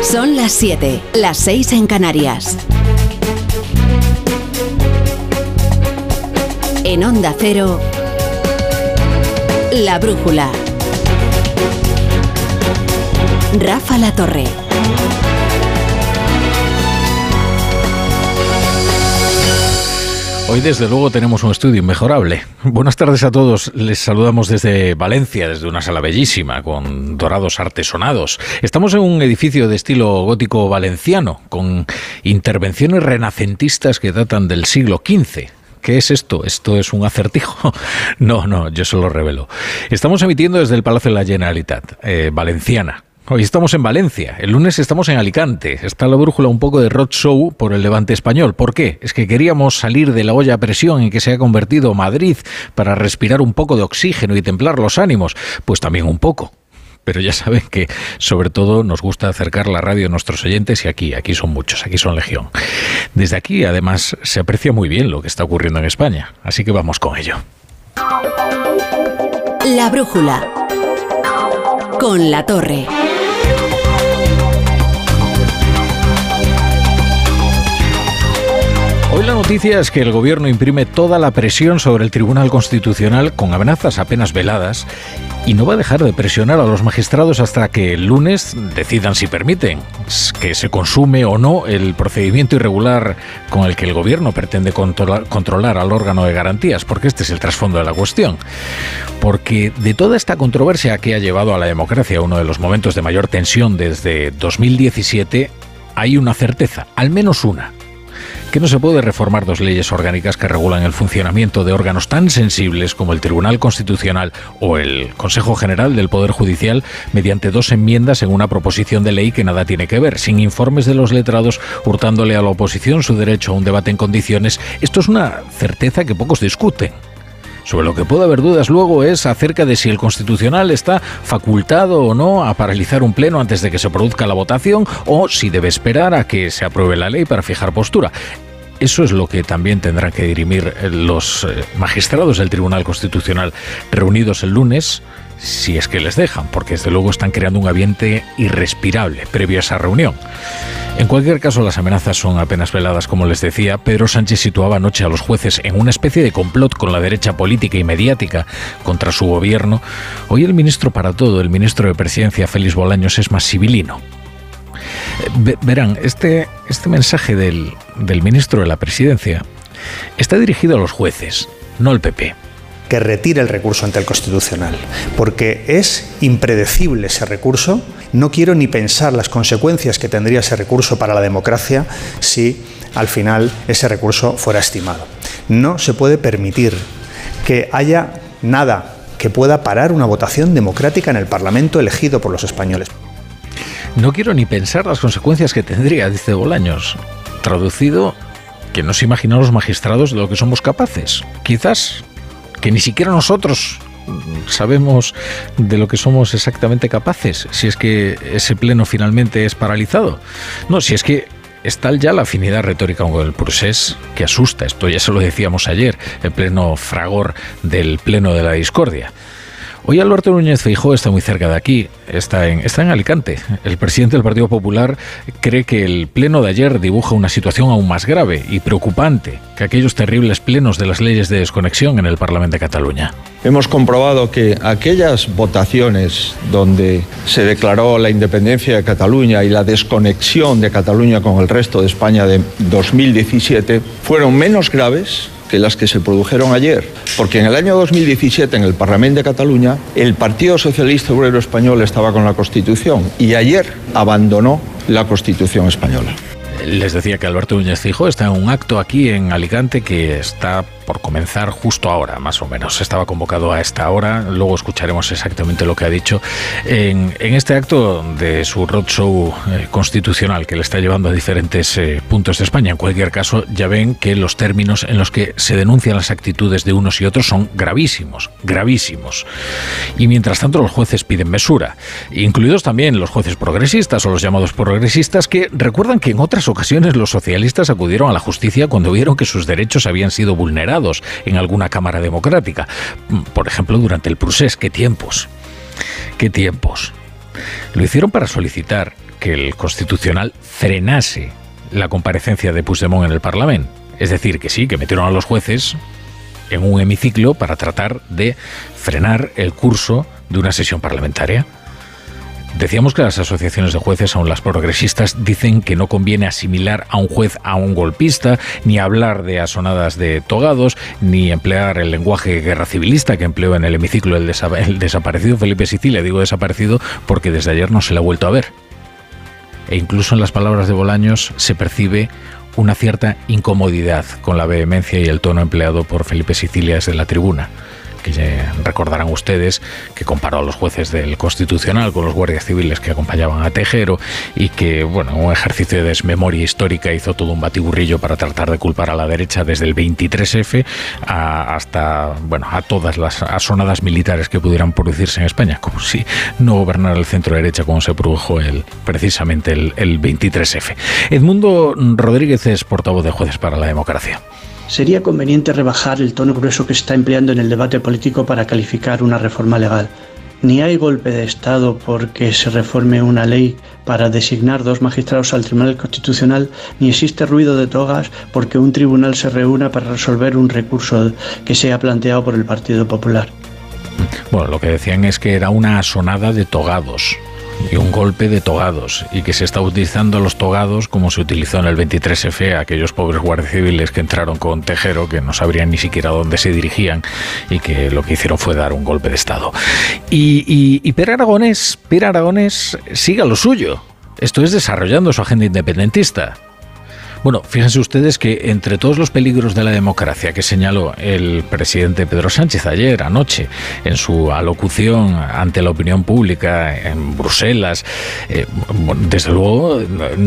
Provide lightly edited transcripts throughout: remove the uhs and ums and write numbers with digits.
Son las 7, las 6 en Canarias. En Onda Cero, La Brújula. Rafa La Torre. Hoy desde luego tenemos un estudio inmejorable. Buenas tardes a todos, les saludamos desde Valencia, desde una sala bellísima con dorados artesonados. Estamos en un edificio de estilo gótico valenciano con intervenciones renacentistas que datan del siglo XV. ¿Qué es esto? ¿Esto es un acertijo? No, yo se lo revelo. Estamos emitiendo desde el Palacio de la Generalitat, valenciana. Hoy estamos en Valencia, el lunes estamos en Alicante. Está La Brújula un poco de roadshow por el Levante español. ¿Por qué? Es que queríamos salir de la olla a presión en que se ha convertido Madrid para respirar un poco de oxígeno y templar los ánimos. Pues también un poco. Pero ya saben que sobre todo nos gusta acercar la radio a nuestros oyentes y aquí son muchos, aquí son legión. Desde aquí además se aprecia muy bien lo que está ocurriendo en España, así que vamos con ello. La Brújula con La Torre. Hoy la noticia es que el gobierno imprime toda la presión sobre el Tribunal Constitucional con amenazas apenas veladas y no va a dejar de presionar a los magistrados hasta que el lunes decidan si permiten que se consume o no el procedimiento irregular con el que el gobierno pretende controlar al órgano de garantías, porque este es el trasfondo de la cuestión. Porque de toda esta controversia que ha llevado a la democracia uno de los momentos de mayor tensión desde 2017, hay una certeza, al menos una: que no se puede reformar dos leyes orgánicas que regulan el funcionamiento de órganos tan sensibles como el Tribunal Constitucional o el Consejo General del Poder Judicial mediante dos enmiendas en una proposición de ley que nada tiene que ver, sin informes de los letrados, hurtándole a la oposición su derecho a un debate en condiciones. Esto es una certeza que pocos discuten. Sobre lo que puede haber dudas luego es acerca de si el Constitucional está facultado o no a paralizar un pleno antes de que se produzca la votación o si debe esperar a que se apruebe la ley para fijar postura. Eso es lo que también tendrán que dirimir los magistrados del Tribunal Constitucional reunidos el lunes, si es que les dejan, porque desde luego están creando un ambiente irrespirable previo a esa reunión. En cualquier caso, las amenazas son apenas veladas, como les decía. Pedro Sánchez situaba anoche a los jueces en una especie de complot con la derecha política y mediática contra su gobierno. Hoy el ministro para todo, el ministro de Presidencia, Félix Bolaños, es más sibilino. Verán, este mensaje del ministro de la Presidencia está dirigido a los jueces, no al PP. Que retire el recurso ante el Constitucional, porque es impredecible ese recurso. No quiero ni pensar las consecuencias que tendría ese recurso para la democracia si al final ese recurso fuera estimado. No se puede permitir que haya nada que pueda parar una votación democrática en el Parlamento elegido por los españoles. No quiero ni pensar las consecuencias que tendría, dice Bolaños. Traducido, que no se imaginan los magistrados de lo que somos capaces. Quizás que ni siquiera nosotros sabemos de lo que somos exactamente capaces, si es que ese pleno finalmente es paralizado. No, si es que es tal ya la afinidad retórica con el procés que asusta. Esto ya se lo decíamos ayer, el pleno fragor del pleno de la discordia. Hoy Alberto Núñez Feijóo está muy cerca de aquí, está en Alicante. El presidente del Partido Popular cree que el pleno de ayer dibuja una situación aún más grave y preocupante que aquellos terribles plenos de las leyes de desconexión en el Parlamento de Cataluña. Hemos comprobado que aquellas votaciones donde se declaró la independencia de Cataluña y la desconexión de Cataluña con el resto de España de 2017 fueron menos graves que las que se produjeron ayer, porque en el año 2017 en el Parlamento de Cataluña el Partido Socialista Obrero Español estaba con la Constitución y ayer abandonó la Constitución española. Les decía que Alberto Núñez Feijóo está en un acto aquí en Alicante que está por comenzar justo ahora, más o menos. Estaba convocado a esta hora, luego escucharemos exactamente lo que ha dicho en este acto de su roadshow constitucional que le está llevando a diferentes puntos de España. En cualquier caso, ya ven que los términos en los que se denuncian las actitudes de unos y otros son gravísimos, gravísimos. Y mientras tanto los jueces piden mesura, incluidos también los jueces progresistas o los llamados progresistas, que recuerdan que en otras ocasiones los socialistas acudieron a la justicia cuando vieron que sus derechos habían sido vulnerados en alguna cámara democrática. Por ejemplo, durante el procés. ¡Qué tiempos! ¡Qué tiempos! Lo hicieron para solicitar que el Constitucional frenase la comparecencia de Puigdemont en el Parlamento. Es decir, que sí, que metieron a los jueces en un hemiciclo para tratar de frenar el curso de una sesión parlamentaria. Decíamos que las asociaciones de jueces, aun las progresistas, dicen que no conviene asimilar a un juez a un golpista, ni hablar de asonadas de togados, ni emplear el lenguaje guerra civilista que empleó en el hemiciclo el desaparecido Felipe Sicilia. Digo desaparecido porque desde ayer no se le ha vuelto a ver. E incluso en las palabras de Bolaños se percibe una cierta incomodidad con la vehemencia y el tono empleado por Felipe Sicilia desde la tribuna, que recordarán ustedes que comparó a los jueces del Constitucional con los guardias civiles que acompañaban a Tejero y que, bueno, un ejercicio de desmemoria histórica hizo todo un batiburrillo para tratar de culpar a la derecha desde el 23F hasta, bueno, a todas las asonadas militares que pudieran producirse en España, como si no gobernara el centro derecha como se produjo precisamente el 23F. Edmundo Rodríguez es portavoz de Jueces para la Democracia. Sería conveniente rebajar el tono grueso que se está empleando en el debate político para calificar una reforma legal. Ni hay golpe de Estado porque se reforme una ley para designar 2 magistrados al Tribunal Constitucional, ni existe ruido de togas porque un tribunal se reúna para resolver un recurso que sea planteado por el Partido Popular. Bueno, lo que decían es que era una asonada de togados y un golpe de togados, y que se está utilizando los togados como se utilizó en el 23F aquellos pobres guardias civiles que entraron con Tejero, que no sabrían ni siquiera dónde se dirigían y que lo que hicieron fue dar un golpe de Estado. Y Pere Aragonés sigue a lo suyo, esto es desarrollando su agenda independentista. Bueno, fíjense ustedes que entre todos los peligros de la democracia que señaló el presidente Pedro Sánchez anoche, en su alocución ante la opinión pública en Bruselas, desde luego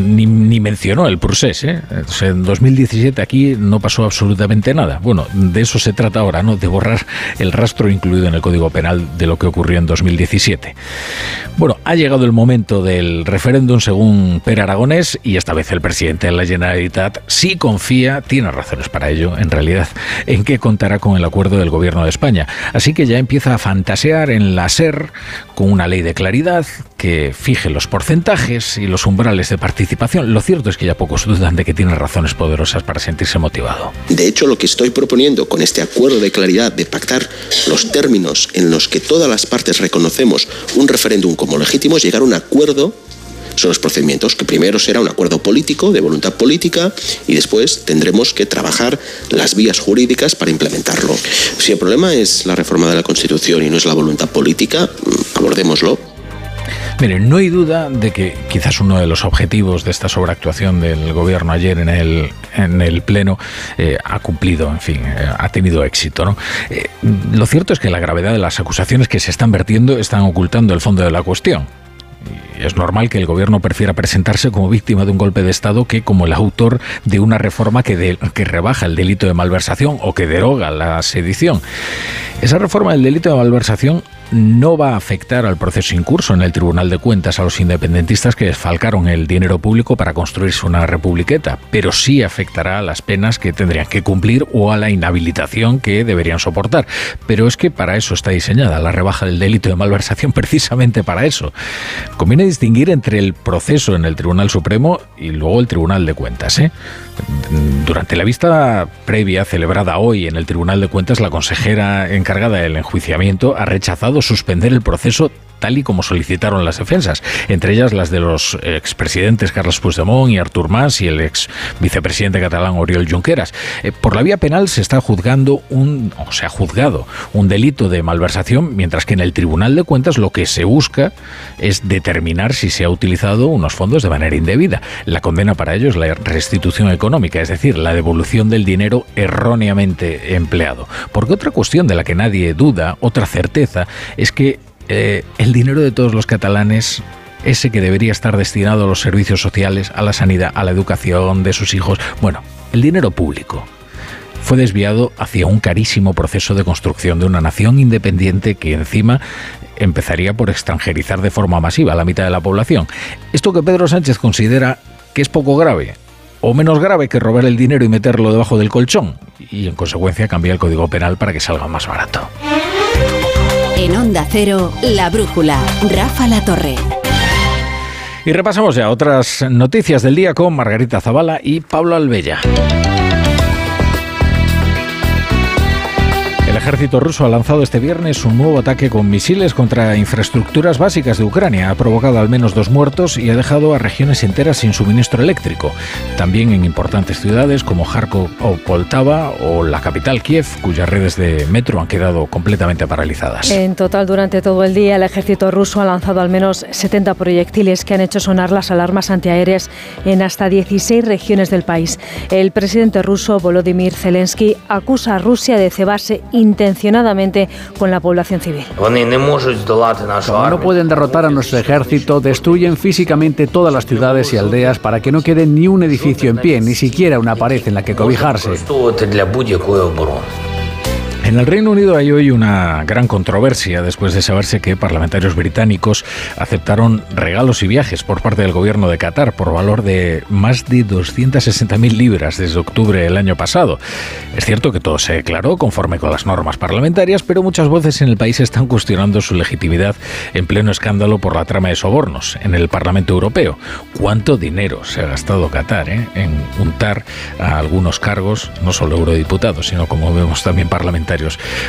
ni mencionó el procés, ¿eh? O sea, en 2017 aquí no pasó absolutamente nada. Bueno, de eso se trata ahora, ¿no? De borrar el rastro incluido en el Código Penal de lo que ocurrió en 2017. Bueno, ha llegado el momento del referéndum según Pere Aragonés, y esta vez el presidente de la Generalitat sí confía, tiene razones para ello en realidad, en que contará con el acuerdo del Gobierno de España. Así que ya empieza a fantasear en la SER con una ley de claridad que fije los porcentajes y los umbrales de participación. Lo cierto es que ya pocos dudan de que tiene razones poderosas para sentirse motivado. De hecho, lo que estoy proponiendo con este acuerdo de claridad, de pactar los términos en los que todas las partes reconocemos un referéndum como legítimo, es llegar a un acuerdo sobre los procedimientos, que primero será un acuerdo político, de voluntad política, y después tendremos que trabajar las vías jurídicas para implementarlo. Si el problema es la reforma de la Constitución y no es la voluntad política, abordémoslo. Miren, no hay duda de que quizás uno de los objetivos de esta sobreactuación del Gobierno ayer en el Pleno ha cumplido, en fin, ha tenido éxito, ¿no? Lo cierto es que la gravedad de las acusaciones que se están vertiendo están ocultando el fondo de la cuestión. Es normal que el Gobierno prefiera presentarse como víctima de un golpe de Estado que como el autor de una reforma que rebaja el delito de malversación o que deroga la sedición. Esa reforma del delito de malversación no va a afectar al proceso en curso en el Tribunal de Cuentas a los independentistas que desfalcaron el dinero público para construirse una republiqueta, pero sí afectará a las penas que tendrían que cumplir o a la inhabilitación que deberían soportar. Pero es que para eso está diseñada la rebaja del delito de malversación, precisamente para eso. Conviene distinguir entre el proceso en el Tribunal Supremo y luego el Tribunal de Cuentas, ¿eh? Durante la vista previa celebrada hoy en el Tribunal de Cuentas, la consejera encargada del enjuiciamiento ha rechazado suspender el proceso tal y como solicitaron las defensas, entre ellas las de los expresidentes Carles Puigdemont y Artur Mas y el ex vicepresidente catalán Oriol Junqueras. Por la vía penal se está juzgado un delito de malversación, mientras que en el Tribunal de Cuentas lo que se busca es determinar si se ha utilizado unos fondos de manera indebida. La condena para ello es la restitución económica, es decir, la devolución del dinero erróneamente empleado. Porque otra cuestión de la que nadie duda, otra certeza, es que el dinero de todos los catalanes, ese que debería estar destinado a los servicios sociales, a la sanidad, a la educación de sus hijos, bueno, el dinero público, fue desviado hacia un carísimo proceso de construcción de una nación independiente que encima empezaría por extranjerizar de forma masiva a la mitad de la población. Esto que Pedro Sánchez considera que es poco grave, o menos grave que robar el dinero y meterlo debajo del colchón, y en consecuencia cambia el Código Penal para que salga más barato. En Onda Cero, La Brújula, Rafa La Torre. Y repasamos ya otras noticias del día con Margarita Zavala y Pablo Albella. El ejército ruso ha lanzado este viernes un nuevo ataque con misiles contra infraestructuras básicas de Ucrania. Ha provocado al menos 2 muertos y ha dejado a regiones enteras sin suministro eléctrico. También en importantes ciudades como Kharkov o Poltava o la capital Kiev, cuyas redes de metro han quedado completamente paralizadas. En total, durante todo el día, el ejército ruso ha lanzado al menos 70 proyectiles que han hecho sonar las alarmas antiaéreas en hasta 16 regiones del país. El presidente ruso, Volodymyr Zelensky, acusa a Rusia de cebarse intencionadamente con la población civil. Como no pueden derrotar a nuestro ejército, destruyen físicamente todas las ciudades y aldeas para que no quede ni un edificio en pie, ni siquiera una pared en la que cobijarse. En el Reino Unido hay hoy una gran controversia después de saberse que parlamentarios británicos aceptaron regalos y viajes por parte del gobierno de Qatar por valor de más de 260.000 libras desde octubre del año pasado. Es cierto que todo se declaró conforme con las normas parlamentarias, pero muchas voces en el país están cuestionando su legitimidad en pleno escándalo por la trama de sobornos en el Parlamento Europeo. ¿Cuánto dinero se ha gastado Qatar en untar a algunos cargos, no solo eurodiputados, sino como vemos también parlamentarios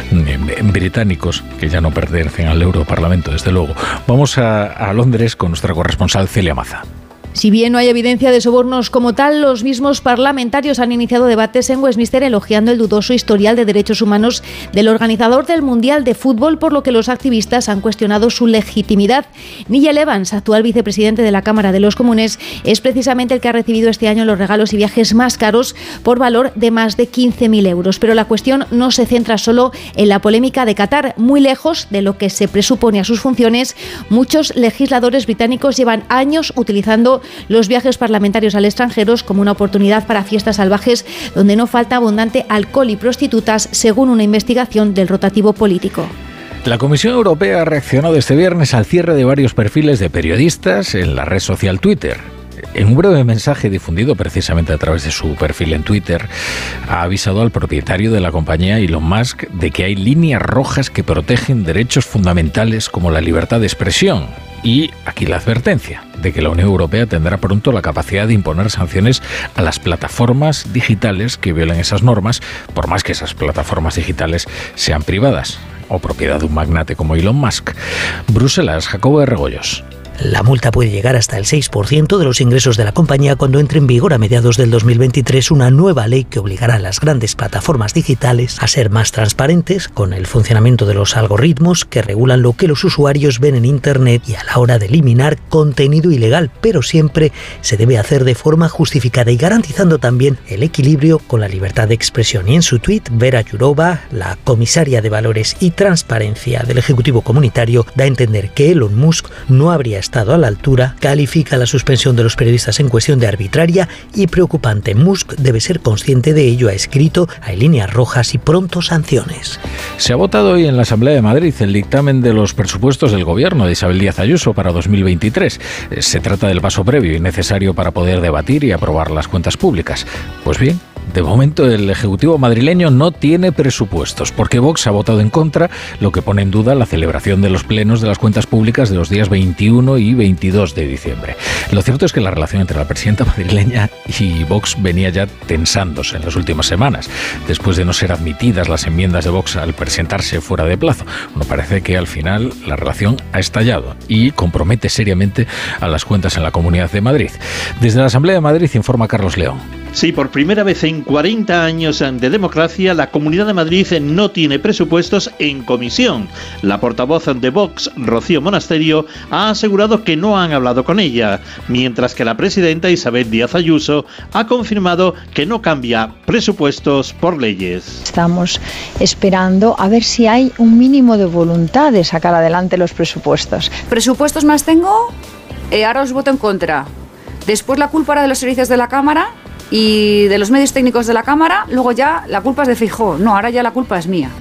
británicos que ya no pertenecen al Europarlamento, desde luego? Vamos a Londres con nuestra corresponsal Celia Maza. Si bien no hay evidencia de sobornos como tal, los mismos parlamentarios han iniciado debates en Westminster elogiando el dudoso historial de derechos humanos del organizador del Mundial de Fútbol, por lo que los activistas han cuestionado su legitimidad. Nigel Evans, actual vicepresidente de la Cámara de los Comunes, es precisamente el que ha recibido este año los regalos y viajes más caros por valor de más de 15.000 euros. Pero la cuestión no se centra solo en la polémica de Qatar. Muy lejos de lo que se presupone a sus funciones, muchos legisladores británicos llevan años utilizando los viajes parlamentarios al extranjero como una oportunidad para fiestas salvajes donde no falta abundante alcohol y prostitutas, según una investigación del rotativo político. La Comisión Europea ha reaccionado este viernes al cierre de varios perfiles de periodistas en la red social Twitter. En un breve mensaje difundido precisamente a través de su perfil en Twitter, ha avisado al propietario de la compañía, Elon Musk, de que hay líneas rojas que protegen derechos fundamentales como la libertad de expresión. Y aquí la advertencia de que la Unión Europea tendrá pronto la capacidad de imponer sanciones a las plataformas digitales que violen esas normas, por más que esas plataformas digitales sean privadas o propiedad de un magnate como Elon Musk. Bruselas, Jacobo de Regoyos. La multa puede llegar hasta el 6% de los ingresos de la compañía cuando entre en vigor a mediados del 2023 una nueva ley que obligará a las grandes plataformas digitales a ser más transparentes con el funcionamiento de los algoritmos que regulan lo que los usuarios ven en Internet y a la hora de eliminar contenido ilegal, pero siempre se debe hacer de forma justificada y garantizando también el equilibrio con la libertad de expresión. Y en su tuit, Vera Jourova, la comisaria de Valores y Transparencia del Ejecutivo Comunitario, da a entender que Elon Musk no habría estado a la altura, califica la suspensión de los periodistas en cuestión de arbitraria y preocupante. Musk debe ser consciente de ello, ha escrito, hay líneas rojas y pronto sanciones. Se ha votado hoy en la Asamblea de Madrid el dictamen de los presupuestos del Gobierno de Isabel Díaz Ayuso para 2023. Se trata del paso previo y necesario para poder debatir y aprobar las cuentas públicas. Pues bien, de momento el Ejecutivo madrileño no tiene presupuestos porque Vox ha votado en contra, lo que pone en duda la celebración de los plenos de las cuentas públicas de los días 21 y 22 de diciembre. Lo cierto es que la relación entre la presidenta madrileña y Vox venía ya tensándose en las últimas semanas, después de no ser admitidas las enmiendas de Vox al presentarse fuera de plazo. Bueno, parece que al final la relación ha estallado y compromete seriamente a las cuentas en la Comunidad de Madrid. Desde la Asamblea de Madrid informa Carlos León. Sí, por primera vez en 40 años de democracia, la Comunidad de Madrid no tiene presupuestos en comisión. La portavoz de Vox, Rocío Monasterio, ha asegurado que no han hablado con ella, mientras que la presidenta Isabel Díaz Ayuso ha confirmado que no cambia presupuestos por leyes. Estamos esperando a ver si hay un mínimo de voluntad de sacar adelante los presupuestos. ¿Presupuestos más tengo? Ahora os voto en contra. Después la culpa era de los servicios de la Cámara y de los medios técnicos de la Cámara, luego ya la culpa es de Feijóo. No, ahora ya la culpa es mía.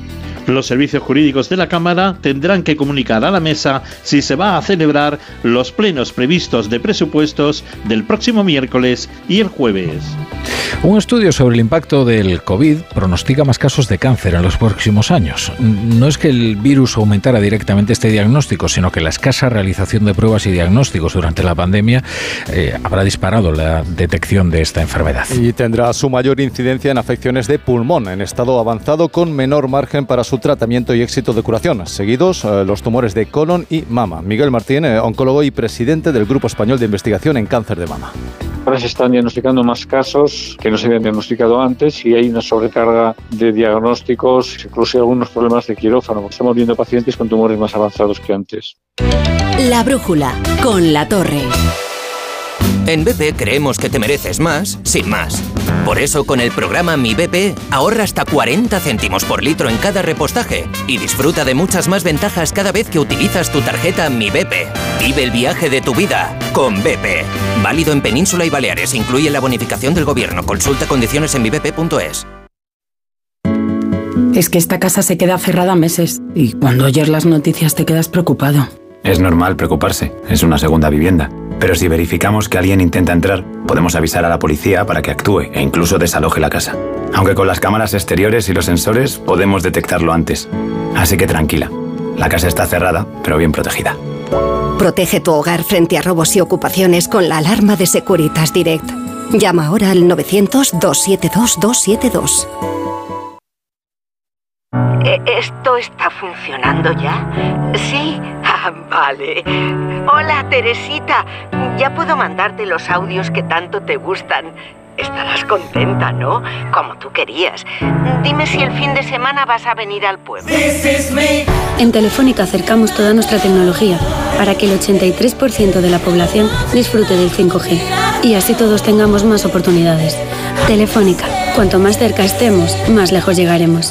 Los servicios jurídicos de la Cámara tendrán que comunicar a la mesa si se va a celebrar los plenos previstos de presupuestos del próximo miércoles y el jueves. Un estudio sobre el impacto del COVID pronostica más casos de cáncer en los próximos años. No es que el virus aumentara directamente este diagnóstico, sino que la escasa realización de pruebas y diagnósticos durante la pandemia habrá disparado la detección de esta enfermedad. Y tendrá su mayor incidencia en afecciones de pulmón, en estado avanzado con menor margen para su tratamiento y éxito de curación. Seguidos, los tumores de colon y mama. Miguel Martín, oncólogo y presidente del Grupo Español de Investigación en Cáncer de Mama. Ahora se están diagnosticando más casos que no se habían diagnosticado antes y hay una sobrecarga de diagnósticos, incluso algunos problemas de quirófano. Estamos viendo pacientes con tumores más avanzados que antes. La brújula con La Torre. En BP creemos que te mereces más, sin más. Por eso, con el programa Mi BP, ahorra hasta 40 céntimos por litro en cada repostaje y disfruta de muchas más ventajas cada vez que utilizas tu tarjeta Mi BP. Vive el viaje de tu vida con BP. Válido en Península y Baleares. Incluye la bonificación del gobierno. Consulta condiciones en mibp.es. Es que esta casa se queda cerrada meses y cuando oyes las noticias te quedas preocupado. Es normal preocuparse, es una segunda vivienda. Pero si verificamos que alguien intenta entrar, podemos avisar a la policía para que actúe e incluso desaloje la casa. Aunque con las cámaras exteriores y los sensores podemos detectarlo antes. Así que tranquila, la casa está cerrada, pero bien protegida. Protege tu hogar frente a robos y ocupaciones con la alarma de Securitas Direct. Llama ahora al 900-272-272. ¿Esto está funcionando ya? Sí. Ah, vale. Hola, Teresita. Ya puedo mandarte los audios que tanto te gustan. Estarás contenta, ¿no? Como tú querías. Dime si el fin de semana vas a venir al pueblo. En Telefónica acercamos toda nuestra tecnología para que el 83% de la población disfrute del 5G. Y así todos tengamos más oportunidades. Telefónica. Cuanto más cerca estemos, más lejos llegaremos.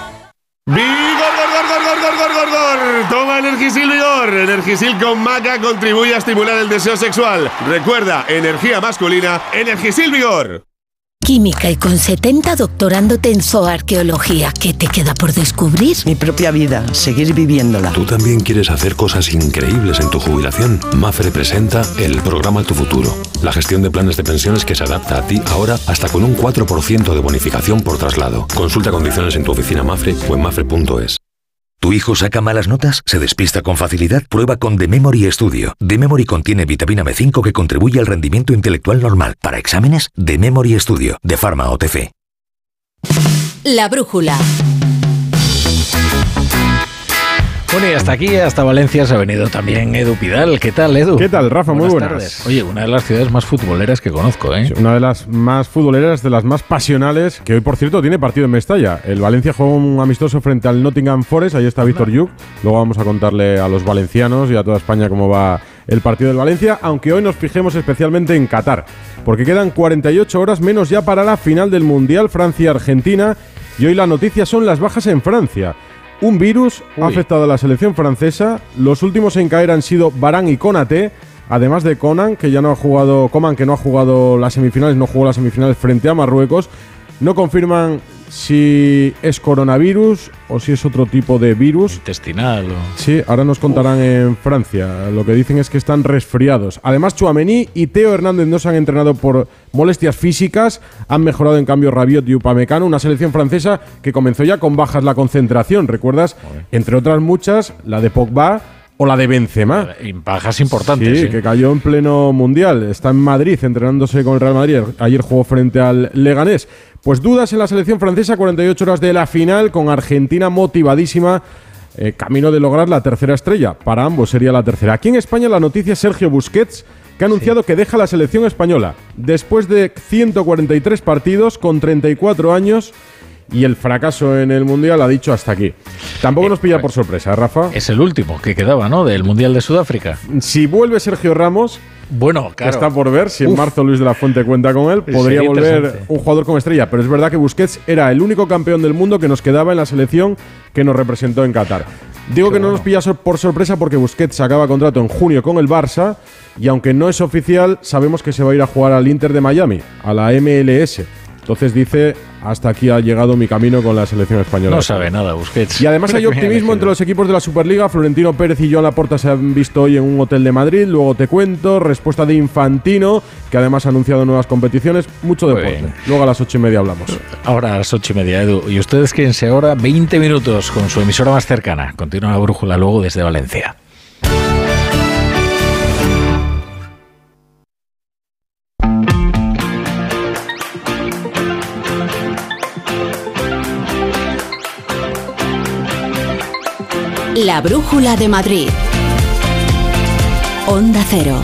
Toma Energisil Vigor. Energisil con maca contribuye a estimular el deseo sexual. Recuerda, energía masculina, Energisil Vigor. Química y con 70 doctorándote en zooarqueología. ¿Qué te queda por descubrir? Mi propia vida, seguir viviéndola. ¿Tú también quieres hacer cosas increíbles en tu jubilación? Mafre presenta el programa Tu Futuro. La gestión de planes de pensiones que se adapta a ti ahora hasta con un 4% de bonificación por traslado. Consulta condiciones en tu oficina Mafre o en mafre.es. ¿Tu hijo saca malas notas? ¿Se despista con facilidad? Prueba con The Memory Studio. The Memory contiene vitamina B5 que contribuye al rendimiento intelectual normal. Para exámenes, The Memory Studio, de Pharma OTC. La brújula. Bueno, y hasta aquí, hasta Valencia, se ha venido también Edu Pidal. ¿Qué tal, Edu? ¿Qué tal, Rafa? Muy buenas tardes. Oye, una de las ciudades más futboleras que conozco, ¿eh? Una de las más futboleras, de las más pasionales, que hoy, por cierto, tiene partido en Mestalla. El Valencia juega un amistoso frente al Nottingham Forest, ahí está Víctor Lluch. Luego vamos a contarle a los valencianos y a toda España cómo va el partido del Valencia, aunque hoy nos fijemos especialmente en Qatar, porque quedan 48 horas menos ya para la final del Mundial Francia-Argentina, y hoy la noticia son las bajas en Francia. Un virus ha afectado a la selección francesa. Los últimos en caer han sido Varane y Konaté, además de Coman, que no ha jugado las semifinales, no jugó las semifinales frente a Marruecos. No confirman si es coronavirus o si es otro tipo de virus. Intestinal. Sí, ahora nos contarán en Francia. Lo que dicen es que están resfriados. Además, Tchouaméni y Theo Hernández no se han entrenado por molestias físicas. Han mejorado en cambio Rabiot y Upamecano. Una selección francesa que comenzó ya con bajas la concentración. ¿Recuerdas? Entre otras muchas, la de Pogba o la de Benzema. Bajas importantes. Sí, que cayó en pleno Mundial. Está en Madrid entrenándose con el Real Madrid. Ayer jugó frente al Leganés. Pues dudas en la selección francesa, 48 horas de la final, con Argentina motivadísima, camino de lograr la tercera estrella. Para ambos sería la tercera. Aquí en España la noticia es Sergio Busquets, que ha anunciado que deja la selección española después de 143 partidos, con 34 años, y el fracaso en el Mundial ha dicho hasta aquí. Tampoco nos pilla por sorpresa, Rafa. Es el último que quedaba, ¿no?, del Mundial de Sudáfrica. Si vuelve Sergio Ramos, bueno, claro, está por ver. Si en marzo Luis de la Fuente cuenta con él, podría volver un jugador con estrella. Pero es verdad que Busquets era el único campeón del mundo que nos quedaba en la selección que nos representó en Qatar. Digo que no nos pilla por sorpresa porque Busquets acaba contrato en junio con el Barça, y aunque no es oficial, sabemos que se va a ir a jugar al Inter de Miami, a la MLS. Entonces dice hasta aquí ha llegado mi camino con la selección española. No sabe nada, Busquets. Y además hay optimismo entre los equipos de la Superliga. Florentino Pérez y Joan Laporta se han visto hoy en un hotel de Madrid. Luego te cuento, respuesta de Infantino, que además ha anunciado nuevas competiciones. Mucho deporte. Luego a las 8:30 hablamos. Ahora a las 8:30, Edu. Y ustedes quédense ahora 20 minutos con su emisora más cercana. Continúa la brújula luego desde Valencia. La brújula de Madrid. Onda Cero.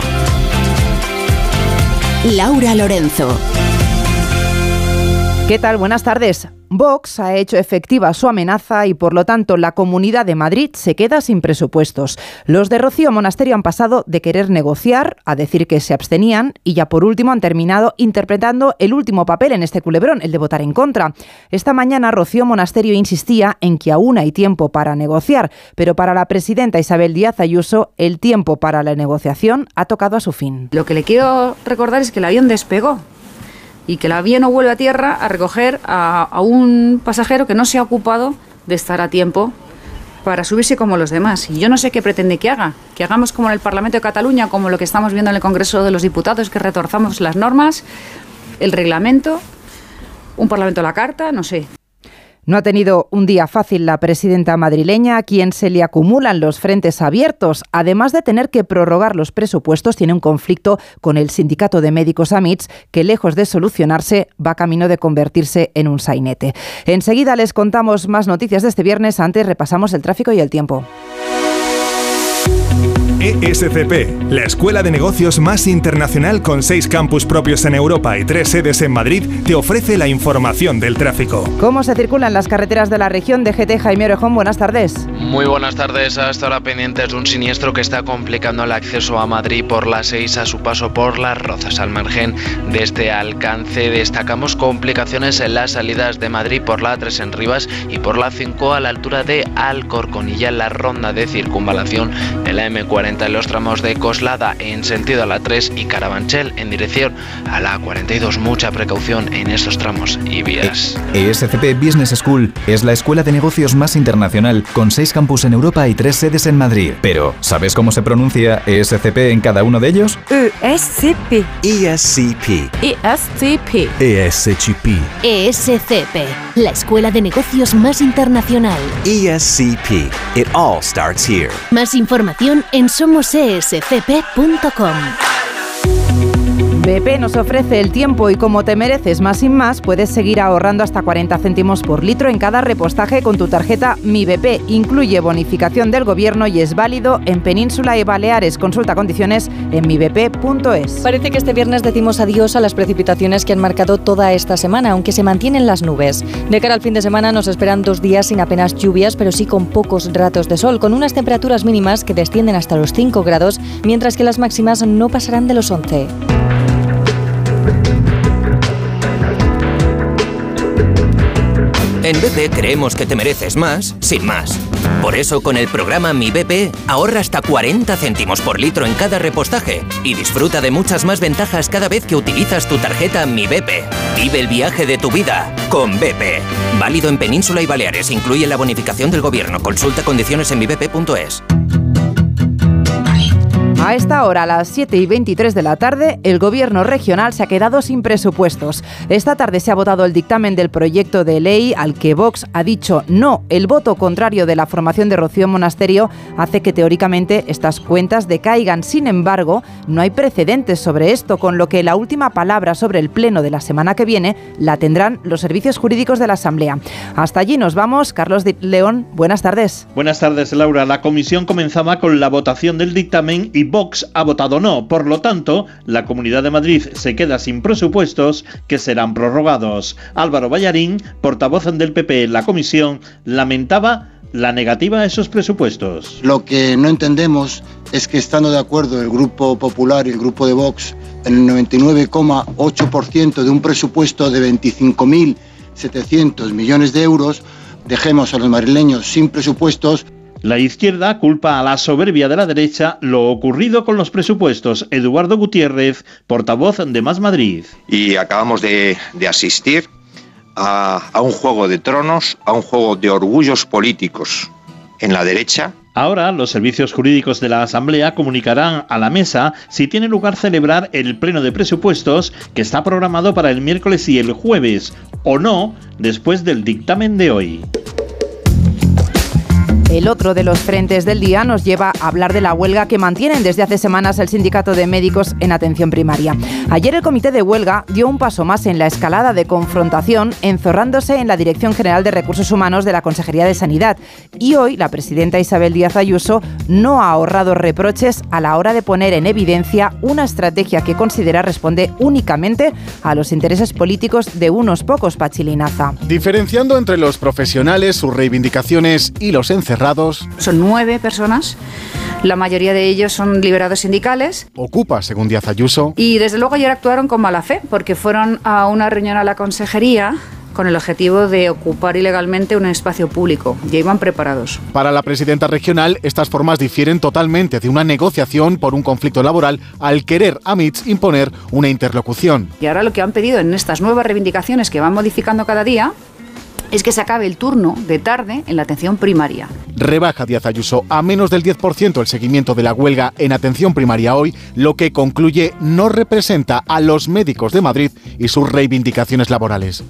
Laura Lorenzo. ¿Qué tal? Buenas tardes. Vox ha hecho efectiva su amenaza y, por lo tanto, la Comunidad de Madrid se queda sin presupuestos. Los de Rocío Monasterio han pasado de querer negociar a decir que se abstenían y ya por último han terminado interpretando el último papel en este culebrón, el de votar en contra. Esta mañana Rocío Monasterio insistía en que aún hay tiempo para negociar, pero para la presidenta Isabel Díaz Ayuso el tiempo para la negociación ha tocado a su fin. Lo que le quiero recordar es que el avión despegó y que el avión no vuelve a tierra a recoger a un pasajero que no se ha ocupado de estar a tiempo para subirse como los demás. Y yo no sé qué pretende que haga. Que hagamos como en el Parlamento de Cataluña, como lo que estamos viendo en el Congreso de los Diputados, que retorzamos las normas, el reglamento, un Parlamento a la carta, no sé. No ha tenido un día fácil la presidenta madrileña, a quien se le acumulan los frentes abiertos. Además de tener que prorrogar los presupuestos, tiene un conflicto con el sindicato de médicos AMITS, que lejos de solucionarse, va camino de convertirse en un sainete. Enseguida les contamos más noticias de este viernes. Antes repasamos el tráfico y el tiempo. ESCP, la escuela de negocios más internacional con 6 campus propios en Europa y 3 sedes en Madrid, te ofrece la información del tráfico. ¿Cómo se circulan las carreteras de la región? DGT, Jaime Orejón, buenas tardes. Muy buenas tardes. Hasta ahora pendientes de un siniestro que está complicando el acceso a Madrid por la 6 a su paso por Las Rozas. Al margen de este alcance destacamos complicaciones en las salidas de Madrid por la A3 en Rivas y por la 5 a la altura de Alcorconilla, en la ronda de circunvalación de la M40 en los tramos de Coslada en sentido a la 3 y Carabanchel en dirección a la 42. Mucha precaución en estos tramos y vías. ESCP Business School es la escuela de negocios más internacional con 6 campus en Europa y 3 sedes en Madrid. Pero, ¿sabes cómo se pronuncia ESCP en cada uno de ellos? ESCP. ESCP. ESCP. ESCP. ESCP, la escuela de negocios más internacional. ESCP. It all starts here. Más información en somosescp.com. BP nos ofrece el tiempo y como te mereces más sin más, puedes seguir ahorrando hasta 40 céntimos por litro en cada repostaje con tu tarjeta Mi BP. Incluye bonificación del gobierno y es válido en Península y Baleares. Consulta condiciones en mibp.es. Parece que este viernes decimos adiós a las precipitaciones que han marcado toda esta semana, aunque se mantienen las nubes. De cara al fin de semana nos esperan 2 días sin apenas lluvias, pero sí con pocos ratos de sol, con unas temperaturas mínimas que descienden hasta los 5 grados, mientras que las máximas no pasarán de los 11. En BP creemos que te mereces más, sin más. Por eso, con el programa Mi BP, ahorra hasta 40 céntimos por litro en cada repostaje y disfruta de muchas más ventajas cada vez que utilizas tu tarjeta Mi BP. Vive el viaje de tu vida con BP. Válido en Península y Baleares. Incluye la bonificación del gobierno. Consulta condiciones en mibp.es. A esta hora, a las 7:23 de la tarde, el Gobierno regional se ha quedado sin presupuestos. Esta tarde se ha votado el dictamen del proyecto de ley al que Vox ha dicho no. El voto contrario de la formación de Rocío Monasterio hace que teóricamente estas cuentas decaigan. Sin embargo, no hay precedentes sobre esto, con lo que la última palabra sobre el pleno de la semana que viene la tendrán los servicios jurídicos de la Asamblea. Hasta allí nos vamos. Carlos León, buenas tardes. Buenas tardes, Laura. La comisión comenzaba con la votación del dictamen y Vox ha votado no. Por lo tanto, la Comunidad de Madrid se queda sin presupuestos que serán prorrogados. Álvaro Ballarín, portavoz del PP en la comisión, lamentaba la negativa a esos presupuestos. Lo que no entendemos es que, estando de acuerdo el Grupo Popular y el Grupo de Vox en el 99,8% de un presupuesto de 25.700 millones de euros, dejemos a los madrileños sin presupuestos. La izquierda culpa a la soberbia de la derecha lo ocurrido con los presupuestos. Eduardo Gutiérrez, portavoz de Más Madrid. Y acabamos de asistir a un juego de tronos, a un juego de orgullos políticos en la derecha. Ahora, los servicios jurídicos de la Asamblea comunicarán a la mesa si tiene lugar celebrar el pleno de presupuestos que está programado para el miércoles y el jueves, o no, después del dictamen de hoy. El otro de los frentes del día nos lleva a hablar de la huelga que mantienen desde hace semanas el Sindicato de Médicos en Atención Primaria. Ayer el comité de huelga dio un paso más en la escalada de confrontación, enzorrándose en la Dirección General de Recursos Humanos de la Consejería de Sanidad. Y hoy la presidenta Isabel Díaz Ayuso no ha ahorrado reproches a la hora de poner en evidencia una estrategia que considera responde únicamente a los intereses políticos de unos pocos. Pachi Linaza. Diferenciando entre los profesionales, sus reivindicaciones y los encerrados. Son 9 personas, la mayoría de ellos son liberados sindicales. Ocupa, según Díaz Ayuso. Y desde luego ayer actuaron con mala fe, porque fueron a una reunión a la consejería con el objetivo de ocupar ilegalmente un espacio público. Ya iban preparados. Para la presidenta regional, estas formas difieren totalmente de una negociación por un conflicto laboral al querer Amitz imponer una interlocución. Y ahora lo que han pedido en estas nuevas reivindicaciones que van modificando cada día es que se acabe el turno de tarde en la atención primaria. Rebaja Díaz Ayuso a menos del 10% el seguimiento de la huelga en atención primaria hoy, lo que concluye no representa a los médicos de Madrid y sus reivindicaciones laborales.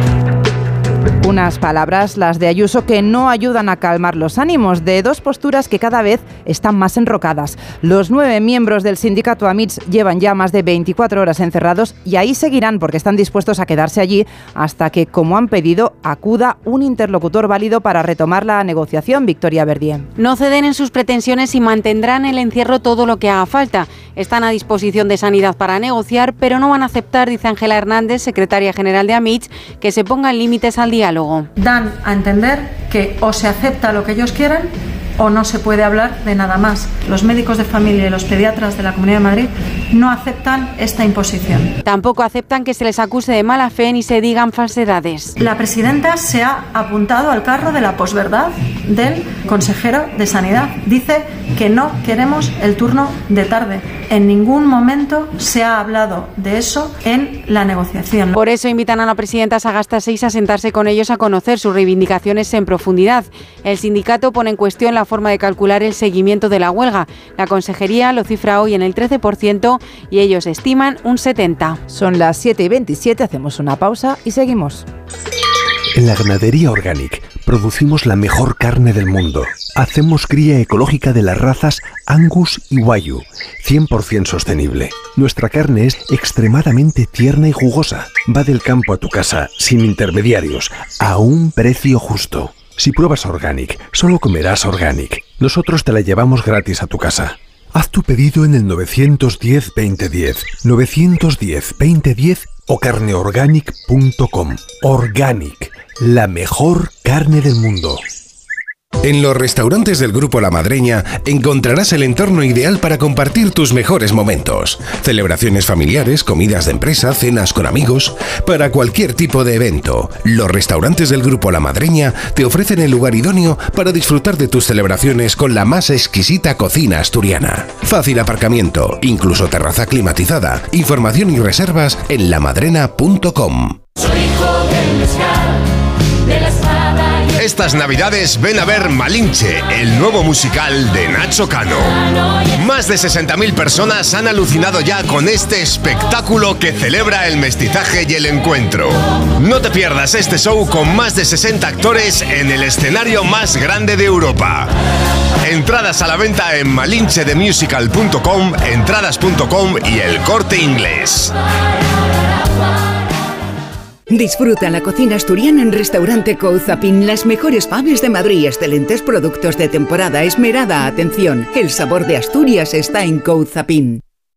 Unas palabras, las de Ayuso, que no ayudan a calmar los ánimos de dos posturas que cada vez están más enrocadas. Los 9 miembros del sindicato Amitz llevan ya más de 24 horas encerrados y ahí seguirán porque están dispuestos a quedarse allí hasta que, como han pedido, acuda un interlocutor válido para retomar la negociación. Victoria Verdier. No ceden en sus pretensiones y mantendrán el encierro todo lo que haga falta. Están a disposición de Sanidad para negociar, pero no van a aceptar, dice Ángela Hernández, secretaria general de Amitz, que se pongan límites al diálogo. Dan a entender que o se acepta lo que ellos quieran o no se puede hablar de nada más. Los médicos de familia y los pediatras de la Comunidad de Madrid no aceptan esta imposición. Tampoco aceptan que se les acuse de mala fe ni se digan falsedades. La presidenta se ha apuntado al carro de la posverdad del consejero de Sanidad. Dice que no queremos el turno de tarde. En ningún momento se ha hablado de eso en la negociación. Por eso invitan a la presidenta Sagasta 6 a sentarse con ellos a conocer sus reivindicaciones en profundidad. El sindicato pone en cuestión la forma de calcular el seguimiento de la huelga. La consejería lo cifra hoy en el 13% y ellos estiman un 70%. Son las 7:27, hacemos una pausa y seguimos. En la ganadería Organic producimos la mejor carne del mundo. Hacemos cría ecológica de las razas Angus y Wagyu, 100% sostenible. Nuestra carne es extremadamente tierna y jugosa. Va del campo a tu casa, sin intermediarios, a un precio justo. Si pruebas Organic, solo comerás Organic. Nosotros te la llevamos gratis a tu casa. Haz tu pedido en el 910-2010, 910-2010 o carneorganic.com. Organic, la mejor carne del mundo. En los restaurantes del Grupo La Madreña encontrarás el entorno ideal para compartir tus mejores momentos. Celebraciones familiares, comidas de empresa, cenas con amigos. Para cualquier tipo de evento, los restaurantes del Grupo La Madreña te ofrecen el lugar idóneo para disfrutar de tus celebraciones con la más exquisita cocina asturiana. Fácil aparcamiento, incluso terraza climatizada. Información y reservas en lamadrena.com. Soy hijo del mezcal, de la espada. Estas navidades ven a ver Malinche, el nuevo musical de Nacho Cano. Más de 60.000 personas han alucinado ya con este espectáculo que celebra el mestizaje y el encuentro. No te pierdas este show con más de 60 actores en el escenario más grande de Europa. Entradas a la venta en malinchedemusical.com, entradas.com y El Corte Inglés. Disfruta la cocina asturiana en Restaurante Couzapin. Las mejores faves de Madrid, excelentes productos de temporada, esmerada atención. El sabor de Asturias está en Couzapin.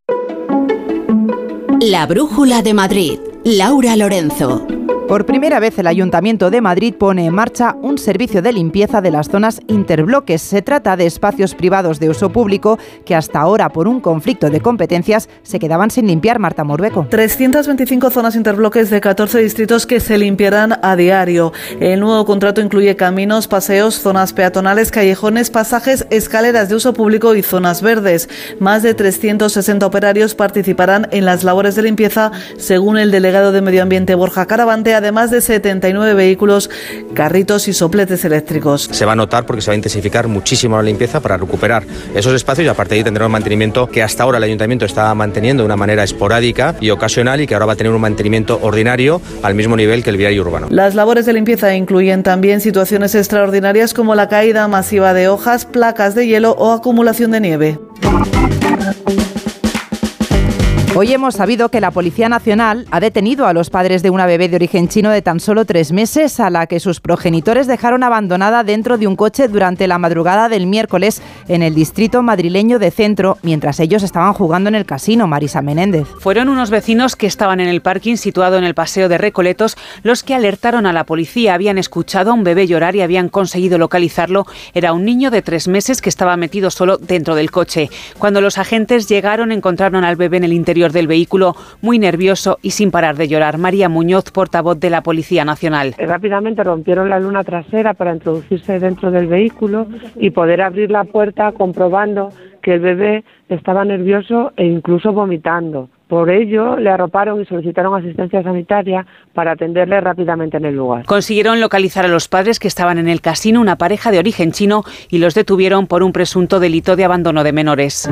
La Brújula de Madrid. Laura Lorenzo. Por primera vez el Ayuntamiento de Madrid pone en marcha un servicio de limpieza de las zonas interbloques. Se trata de espacios privados de uso público que hasta ahora, por un conflicto de competencias, se quedaban sin limpiar. Marta Morbeco. 325 zonas interbloques de 14 distritos que se limpiarán a diario. El nuevo contrato incluye caminos, paseos, zonas peatonales, callejones, pasajes, escaleras de uso público y zonas verdes. Más de 360 operarios participarán en las labores de limpieza, según el delegado de Medio Ambiente Borja Caravante, además de 79 vehículos, carritos y sopletes eléctricos. Se va a notar porque se va a intensificar muchísimo la limpieza para recuperar esos espacios y a partir de ahí tendrá un mantenimiento que hasta ahora el Ayuntamiento estaba manteniendo de una manera esporádica y ocasional y que ahora va a tener un mantenimiento ordinario al mismo nivel que el viario urbano. Las labores de limpieza incluyen también situaciones extraordinarias como la caída masiva de hojas, placas de hielo o acumulación de nieve. Hoy hemos sabido que la Policía Nacional ha detenido a los padres de una bebé de origen chino de tan solo 3 meses a la que sus progenitores dejaron abandonada dentro de un coche durante la madrugada del miércoles en el distrito madrileño de Centro, mientras ellos estaban jugando en el casino. Marisa Menéndez. Fueron unos vecinos que estaban en el parking situado en el Paseo de Recoletos los que alertaron a la policía. Habían escuchado a un bebé llorar y habían conseguido localizarlo. Era un niño de 3 meses que estaba metido solo dentro del coche. Cuando los agentes llegaron, encontraron al bebé en el interior del vehículo, muy nervioso y sin parar de llorar. María Muñoz, portavoz de la Policía Nacional. Rápidamente rompieron la luna trasera para introducirse dentro del vehículo y poder abrir la puerta comprobando que el bebé estaba nervioso e incluso vomitando. Por ello, le arroparon y solicitaron asistencia sanitaria para atenderle rápidamente en el lugar. Consiguieron localizar a los padres que estaban en el casino, una pareja de origen chino, y los detuvieron por un presunto delito de abandono de menores.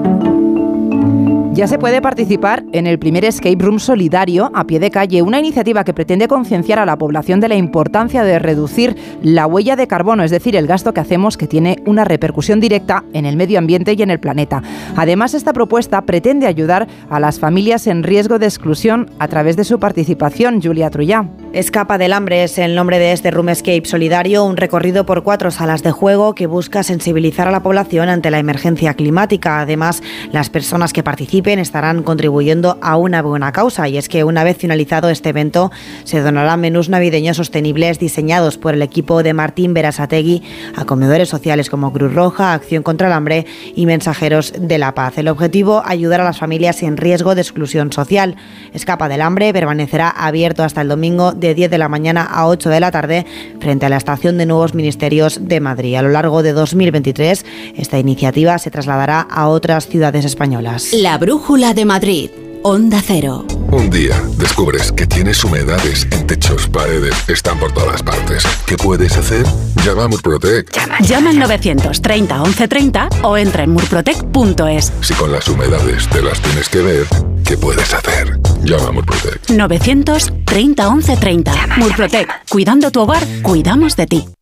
Ya se puede participar en el primer escape room solidario a pie de calle, una iniciativa que pretende concienciar a la población de la importancia de reducir la huella de carbono, es decir, el gasto que hacemos que tiene una repercusión directa en el medio ambiente y en el planeta. Además, esta propuesta pretende ayudar a las familias en riesgo de exclusión a través de su participación. Julia Trullá. Escapa del hambre es el nombre de este Room Escape solidario, un recorrido por 4 salas de juego que busca sensibilizar a la población ante la emergencia climática. Además, las personas que participen estarán contribuyendo a una buena causa, y es que una vez finalizado este evento se donarán menús navideños sostenibles diseñados por el equipo de Martín Berasategui a comedores sociales como Cruz Roja, Acción contra el Hambre y Mensajeros de la Paz. El objetivo, ayudar a las familias en riesgo de exclusión social. Escapa del hambre permanecerá abierto hasta el domingo de 10 de la mañana a 8 de la tarde frente a la estación de Nuevos Ministerios de Madrid. A lo largo de 2023, esta iniciativa se trasladará a otras ciudades españolas. La Brújula de Madrid. Onda Cero. Un día descubres que tienes humedades en techos, paredes, están por todas partes. ¿Qué puedes hacer? Llama a Murprotec. Llama al 930 1130 o entra en murprotec.es. Si con las humedades te las tienes que ver, ¿qué puedes hacer? Llama a Murprotec. 930 1130. Murprotec. Cuidando tu hogar, cuidamos de ti.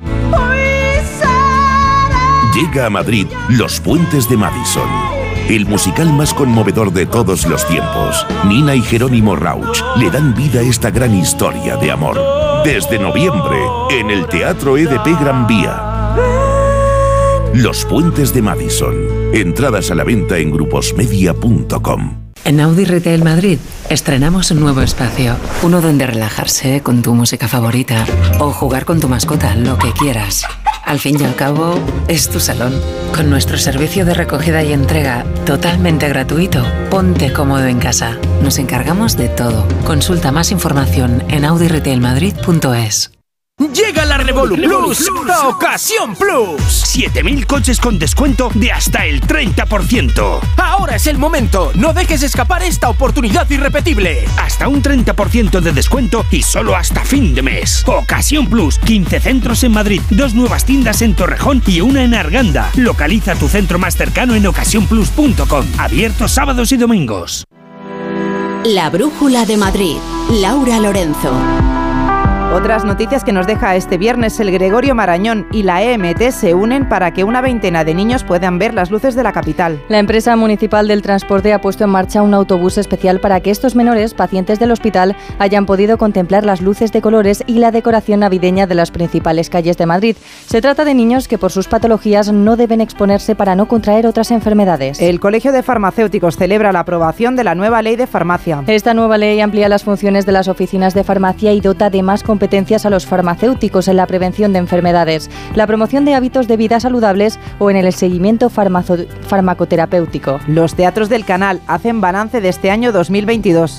Llega a Madrid Los Puentes de Madison, el musical más conmovedor de todos los tiempos. Nina y Jerónimo Rauch le dan vida a esta gran historia de amor. Desde noviembre, en el Teatro EDP Gran Vía. Los Puentes de Madison. Entradas a la venta en gruposmedia.com. En Audi Retail Madrid estrenamos un nuevo espacio. Uno donde relajarse con tu música favorita o jugar con tu mascota, lo que quieras. Al fin y al cabo, es tu salón. Con nuestro servicio de recogida y entrega totalmente gratuito, ponte cómodo en casa. Nos encargamos de todo. Consulta más información en audiretailmadrid.es. Llega la Revolu Plus, la Ocasión Plus. 7.000 coches con descuento de hasta el 30%. Ahora es el momento. No dejes escapar esta oportunidad irrepetible. Hasta un 30% de descuento y solo hasta fin de mes. Ocasión Plus. 15 centros en Madrid, 2 nuevas tiendas en Torrejón y una en Arganda. Localiza tu centro más cercano en ocasiónplus.com. Abierto sábados y domingos. La Brújula de Madrid. Laura Lorenzo. Otras noticias que nos deja este viernes: el Gregorio Marañón y la EMT se unen para que una veintena de niños puedan ver las luces de la capital. La empresa municipal del transporte ha puesto en marcha un autobús especial para que estos menores, pacientes del hospital, hayan podido contemplar las luces de colores y la decoración navideña de las principales calles de Madrid. Se trata de niños que por sus patologías no deben exponerse para no contraer otras enfermedades. El Colegio de Farmacéuticos celebra la aprobación de la nueva ley de farmacia. Esta nueva ley amplía las funciones de las oficinas de farmacia y dota de más competencias a los farmacéuticos en la prevención de enfermedades, la promoción de hábitos de vida saludables o en el seguimiento farmacoterapéutico. Los teatros del Canal hacen balance de este año 2022.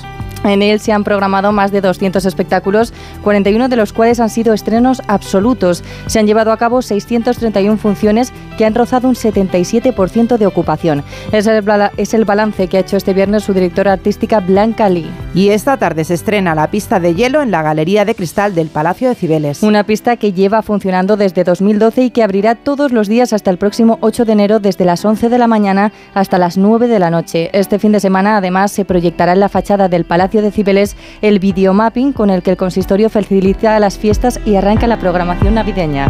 En él se han programado más de 200 espectáculos, 41 de los cuales han sido estrenos absolutos. Se han llevado a cabo 631 funciones que han rozado un 77% de ocupación. Es el balance que ha hecho este viernes su directora artística Blanca Lee. Y esta tarde se estrena la pista de hielo en la Galería de Cristal del Palacio de Cibeles. Una pista que lleva funcionando desde 2012 y que abrirá todos los días hasta el próximo 8 de enero desde las 11 de la mañana hasta las 9 de la noche. Este fin de semana además se proyectará en la fachada del Palacio de Cibeles el videomapping con el que el consistorio facilita las fiestas y arranca la programación navideña.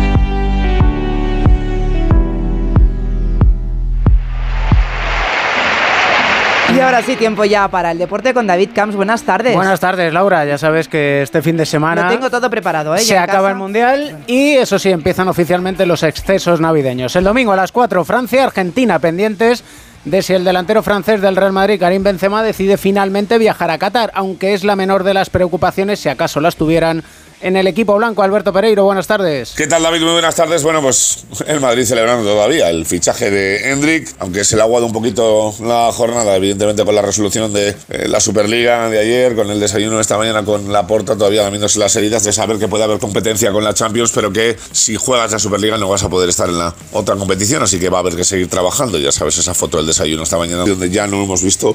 Y ahora sí, tiempo ya para el deporte con David Camps. Buenas tardes. Buenas tardes, Laura. Ya sabes que este fin de semana lo tengo todo preparado, ¿eh? Se acaba el Mundial y eso sí, empiezan oficialmente los excesos navideños. El domingo a las 4, Francia-Argentina, pendientes de si el delantero francés del Real Madrid, Karim Benzema, decide finalmente viajar a Qatar, aunque es la menor de las preocupaciones, si acaso las tuvieran en el equipo blanco. Alberto Pereiro, buenas tardes. ¿Qué tal, David? Muy buenas tardes. Bueno, pues el Madrid celebrando todavía el fichaje de Endrick, aunque se le ha aguado un poquito la jornada, evidentemente con la resolución de la Superliga de ayer, con el desayuno esta mañana con Laporta, todavía lamiéndose las heridas de saber que puede haber competencia con la Champions, pero que si juegas la Superliga no vas a poder estar en la otra competición, así que va a haber que seguir trabajando. Ya sabes, esa foto del desayuno esta mañana, donde ya no hemos visto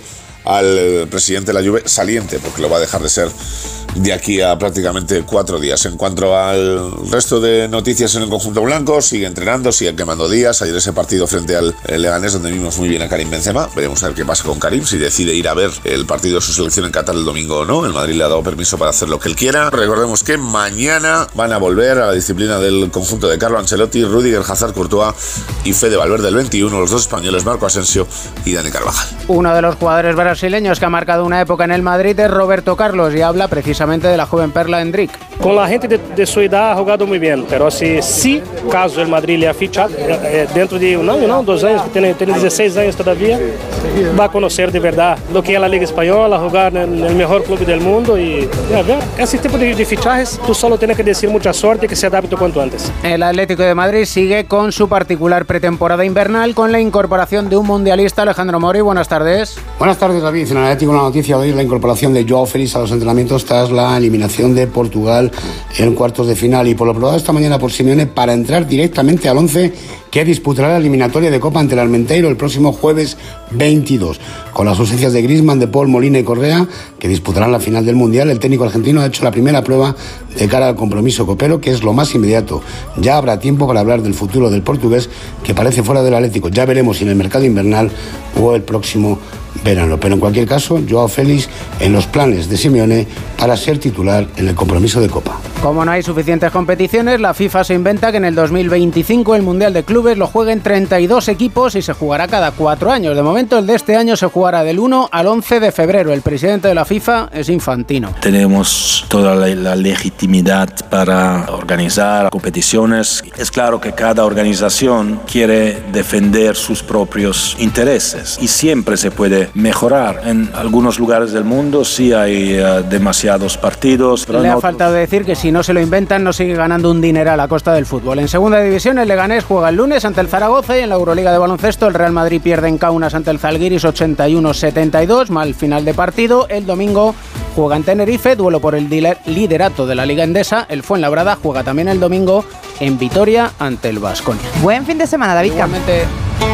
al presidente de la Juve saliente, porque lo va a dejar de ser de aquí a prácticamente 4 días. En cuanto al resto de noticias en el conjunto blanco, sigue entrenando, sigue quemando días. Ayer ese partido frente al Leganés, donde vimos muy bien a Karim Benzema. Veremos a ver qué pasa con Karim, si decide ir a ver el partido de su selección en Qatar el domingo o no. El Madrid le ha dado permiso para hacer lo que él quiera. Recordemos que mañana van a volver a la disciplina del conjunto de Carlo Ancelotti, Rüdiger, Hazard, Courtois y Fede Valverde el 21, los dos españoles Marco Asensio y Dani Carvajal. Uno de los jugadores brasileños que ha marcado una época en el Madrid es Roberto Carlos y habla precisamente de la joven perla Endrick. Con la gente de su edad ha jugado muy bien, pero si caso el Madrid le ha fichado, dentro de 1 año, 2 años, tiene 16 años todavía, va a conocer de verdad lo que es la Liga Española, jugar en el mejor club del mundo y ese tipo de fichajes tú solo tienes que decir mucha suerte y que se adapte cuanto antes. El Atlético de Madrid sigue con su particular pretemporada invernal con la incorporación de un mundialista. Alejandro Mori, buenas tardes. Buenas tardes, David. En el Atlético, una noticia de hoy, la incorporación de Joao Félix a los entrenamientos tras la eliminación de Portugal en cuartos de final y por lo probado esta mañana por Simeone para entrar directamente al 11 que disputará la eliminatoria de Copa ante el Armenteiro el próximo jueves 22. Con las ausencias de Griezmann, De Paul, Molina y Correa, que disputarán la final del Mundial, el técnico argentino ha hecho la primera prueba de cara al compromiso copero, que es lo más inmediato. Ya habrá tiempo para hablar del futuro del portugués, que parece fuera del Atlético. Ya veremos si en el mercado invernal o el próximo verano. Pero en cualquier caso, Joao Félix en los planes de Simeone para ser titular en el compromiso de Copa. Como no hay suficientes competiciones, la FIFA se inventa que en el 2025 el Mundial de Clubes lo jueguen 32 equipos y se jugará cada 4 años. De momento, el de este año se jugará del 1 al 11 de febrero. El presidente de la FIFA es Infantino. Tenemos toda la legitimidad para organizar competiciones. Es claro que cada organización quiere defender sus propios intereses y siempre se puede mejorar. En algunos lugares del mundo sí hay demasiados partidos. Le ha faltado decir que si no se lo inventan no sigue ganando un dineral a costa del fútbol. En segunda división el Leganés juega el lunes ante el Zaragoza y en la Euroliga de baloncesto el Real Madrid pierde en Kaunas ante el Zalgiris 81-72, mal final de partido. El domingo juega en Tenerife, duelo por el liderato de la Liga Endesa. El Fuenlabrada juega también el domingo en Vitoria ante el Baskonia. Buen fin de semana, David. Igualmente.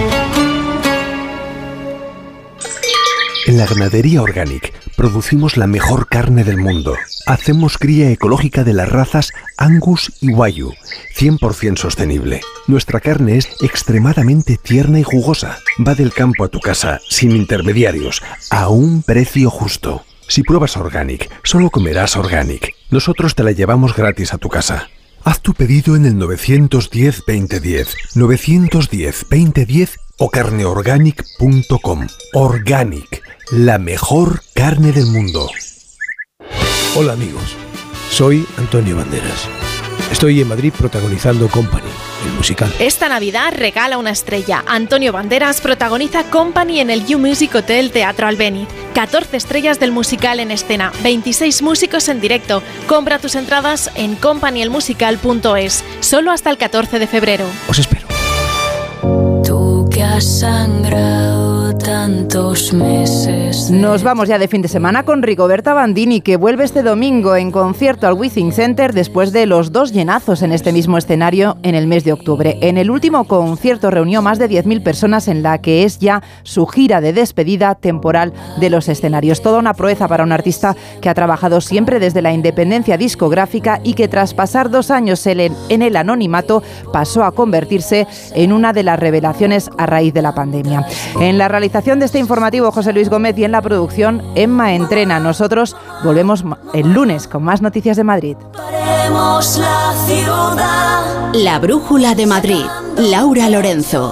En la ganadería Organic producimos la mejor carne del mundo. Hacemos cría ecológica de las razas Angus y Wagyu, 100% sostenible. Nuestra carne es extremadamente tierna y jugosa. Va del campo a tu casa, sin intermediarios, a un precio justo. Si pruebas Organic, solo comerás Organic. Nosotros te la llevamos gratis a tu casa. Haz tu pedido en el 910-2010, 910-2010 o carneorganic.com. Organic, la mejor carne del mundo. Hola amigos, soy Antonio Banderas. Estoy en Madrid protagonizando Company, el musical. Esta Navidad regala una estrella. Antonio Banderas protagoniza Company en el You Music Hotel Teatro Albéniz. 14 estrellas del musical en escena, 26 músicos en directo. Compra tus entradas en companyelmusical.es, solo hasta el 14 de febrero. Os espero. Tú que has sangrado tanto tantos meses. Nos vamos ya de fin de semana con Rigoberta Bandini, que vuelve este domingo en concierto al Withings Center después de los 2 llenazos en este mismo escenario en el mes de octubre. En el último concierto reunió más de 10.000 personas en la que es ya su gira de despedida temporal de los escenarios. Toda una proeza para un artista que ha trabajado siempre desde la independencia discográfica y que tras pasar 2 años en el anonimato pasó a convertirse en una de las revelaciones a raíz de la pandemia. En la realización de este informativo, José Luis Gómez, y en la producción, Emma Entrena. Nosotros volvemos el lunes con más noticias de Madrid. La ciudad. La Brújula de Madrid. Laura Lorenzo.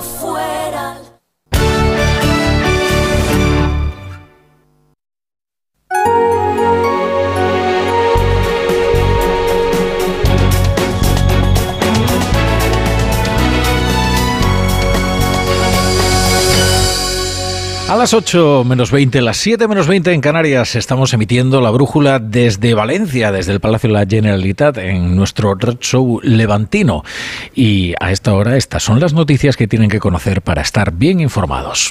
A las 8 menos 20, las 7 menos 20 en Canarias, estamos emitiendo La Brújula desde Valencia, desde el Palacio de la Generalitat, en nuestro Red Show levantino. Y a esta hora, estas son las noticias que tienen que conocer para estar bien informados.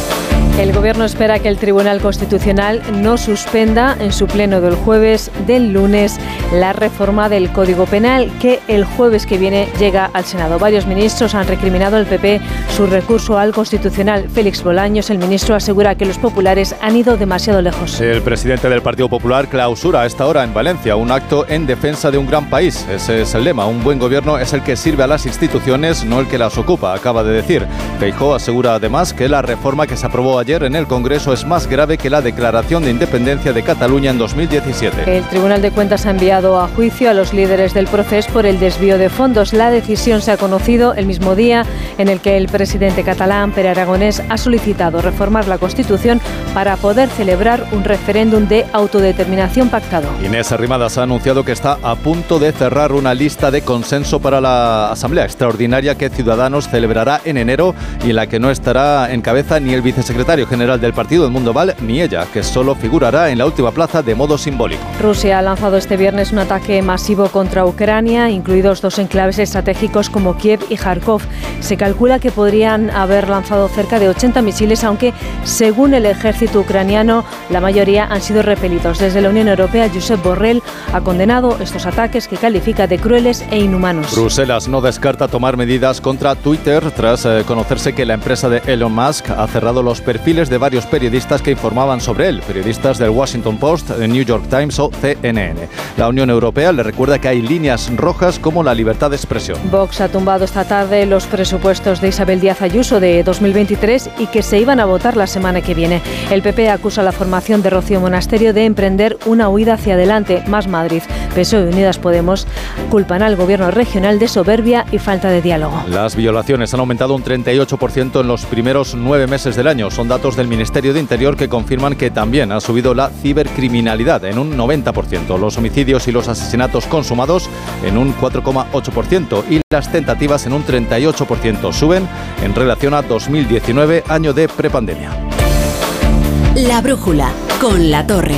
El Gobierno espera que el Tribunal Constitucional no suspenda en su pleno del jueves del lunes la reforma del Código Penal que el jueves que viene llega al Senado. Varios ministros han recriminado al PP su recurso al Constitucional. Félix Bolaños, el ministro, asegura que los populares han ido demasiado lejos. El presidente del Partido Popular clausura a esta hora en Valencia un acto en defensa de un gran país. Ese es el lema. Un buen gobierno es el que sirve a las instituciones, no el que las ocupa, acaba de decir. Feijóo asegura además que la reforma que se aprobó ayer en el Congreso es más grave que la declaración de independencia de Cataluña en 2017. El Tribunal de Cuentas ha enviado a juicio a los líderes del Procés por el desvío de fondos. La decisión se ha conocido el mismo día en el que el presidente catalán, Pere Aragonés, ha solicitado reformar la Constitución para poder celebrar un referéndum de autodeterminación pactado. Inés Arrimadas ha anunciado que está a punto de cerrar una lista de consenso para la Asamblea Extraordinaria que Ciudadanos celebrará en enero y en la que no estará en cabeza ni el vicesecretario general del partido, Edmundo Val, ni ella, que solo figurará en la última plaza de modo simbólico. Rusia ha lanzado este viernes un ataque masivo contra Ucrania, incluidos 2 enclaves estratégicos como Kiev y Kharkov. Se calcula que podrían haber lanzado cerca de 80 misiles, aunque según el ejército ucraniano, la mayoría han sido repelidos. Desde la Unión Europea, Josep Borrell ha condenado estos ataques que califica de crueles e inhumanos. Bruselas no descarta tomar medidas contra Twitter tras conocerse que la empresa de Elon Musk ha cerrado los perfiles de varios periodistas que informaban sobre él, periodistas del Washington Post, New York Times o CNN. La Unión Europea le recuerda que hay líneas rojas como la libertad de expresión. Vox ha tumbado esta tarde los presupuestos de Isabel Díaz Ayuso de 2023 y que se iban a votar la semana que viene. El PP acusa a la formación de Rocío Monasterio de emprender una huida hacia adelante. Más Madrid, PSOE y Unidas Podemos culpan al gobierno regional de soberbia y falta de diálogo. Las violaciones han aumentado un 38% en los primeros 9 meses del año. Son datos del Ministerio de Interior que confirman que también ha subido la cibercriminalidad en un 90%, los homicidios y los asesinatos consumados en un 4,8% y las tentativas en un 38%. Suben en relación a 2019, año de prepandemia. La Brújula, con La Torre.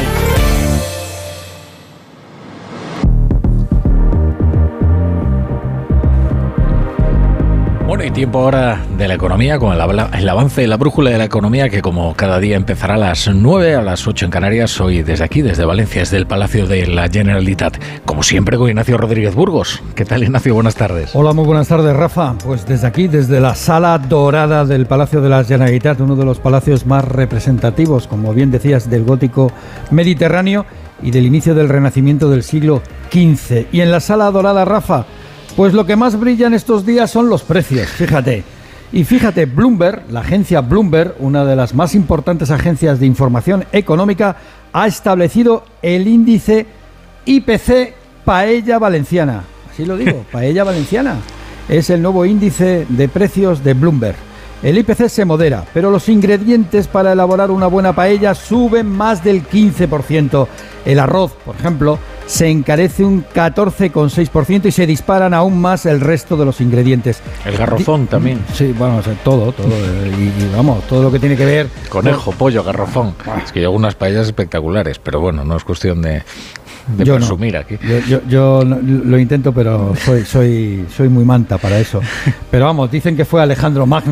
Bueno, y tiempo ahora de la economía, con el avance de la brújula de la economía, que como cada día empezará a las 9, a las 8 en Canarias, hoy desde aquí, desde Valencia, desde el Palacio de la Generalitat. Como siempre, con Ignacio Rodríguez Burgos. ¿Qué tal, Ignacio? Buenas tardes. Hola, muy buenas tardes, Rafa. Pues desde aquí, desde la Sala Dorada del Palacio de la Generalitat, uno de los palacios más representativos, como bien decías, del gótico mediterráneo y del inicio del Renacimiento del siglo XV. Y en la Sala Dorada, Rafa, pues lo que más brilla en estos días son los precios, fíjate. Y fíjate, Bloomberg, la agencia Bloomberg, una de las más importantes agencias de información económica, ha establecido el índice IPC Paella Valenciana. Así lo digo, Paella Valenciana. Es el nuevo índice de precios de Bloomberg. El IPC se modera, pero los ingredientes para elaborar una buena paella suben más del 15%. El arroz, por ejemplo, se encarece un 14,6% y se disparan aún más el resto de los ingredientes. El garrofón también. Sí, bueno, o sea, todo. Y vamos, todo lo que tiene que ver... Conejo, pollo, garrofón. Es que hay algunas paellas espectaculares, pero bueno, no es cuestión de presumir aquí. Yo lo intento, pero soy muy manta para eso. Pero vamos, dicen que fue Alejandro Magno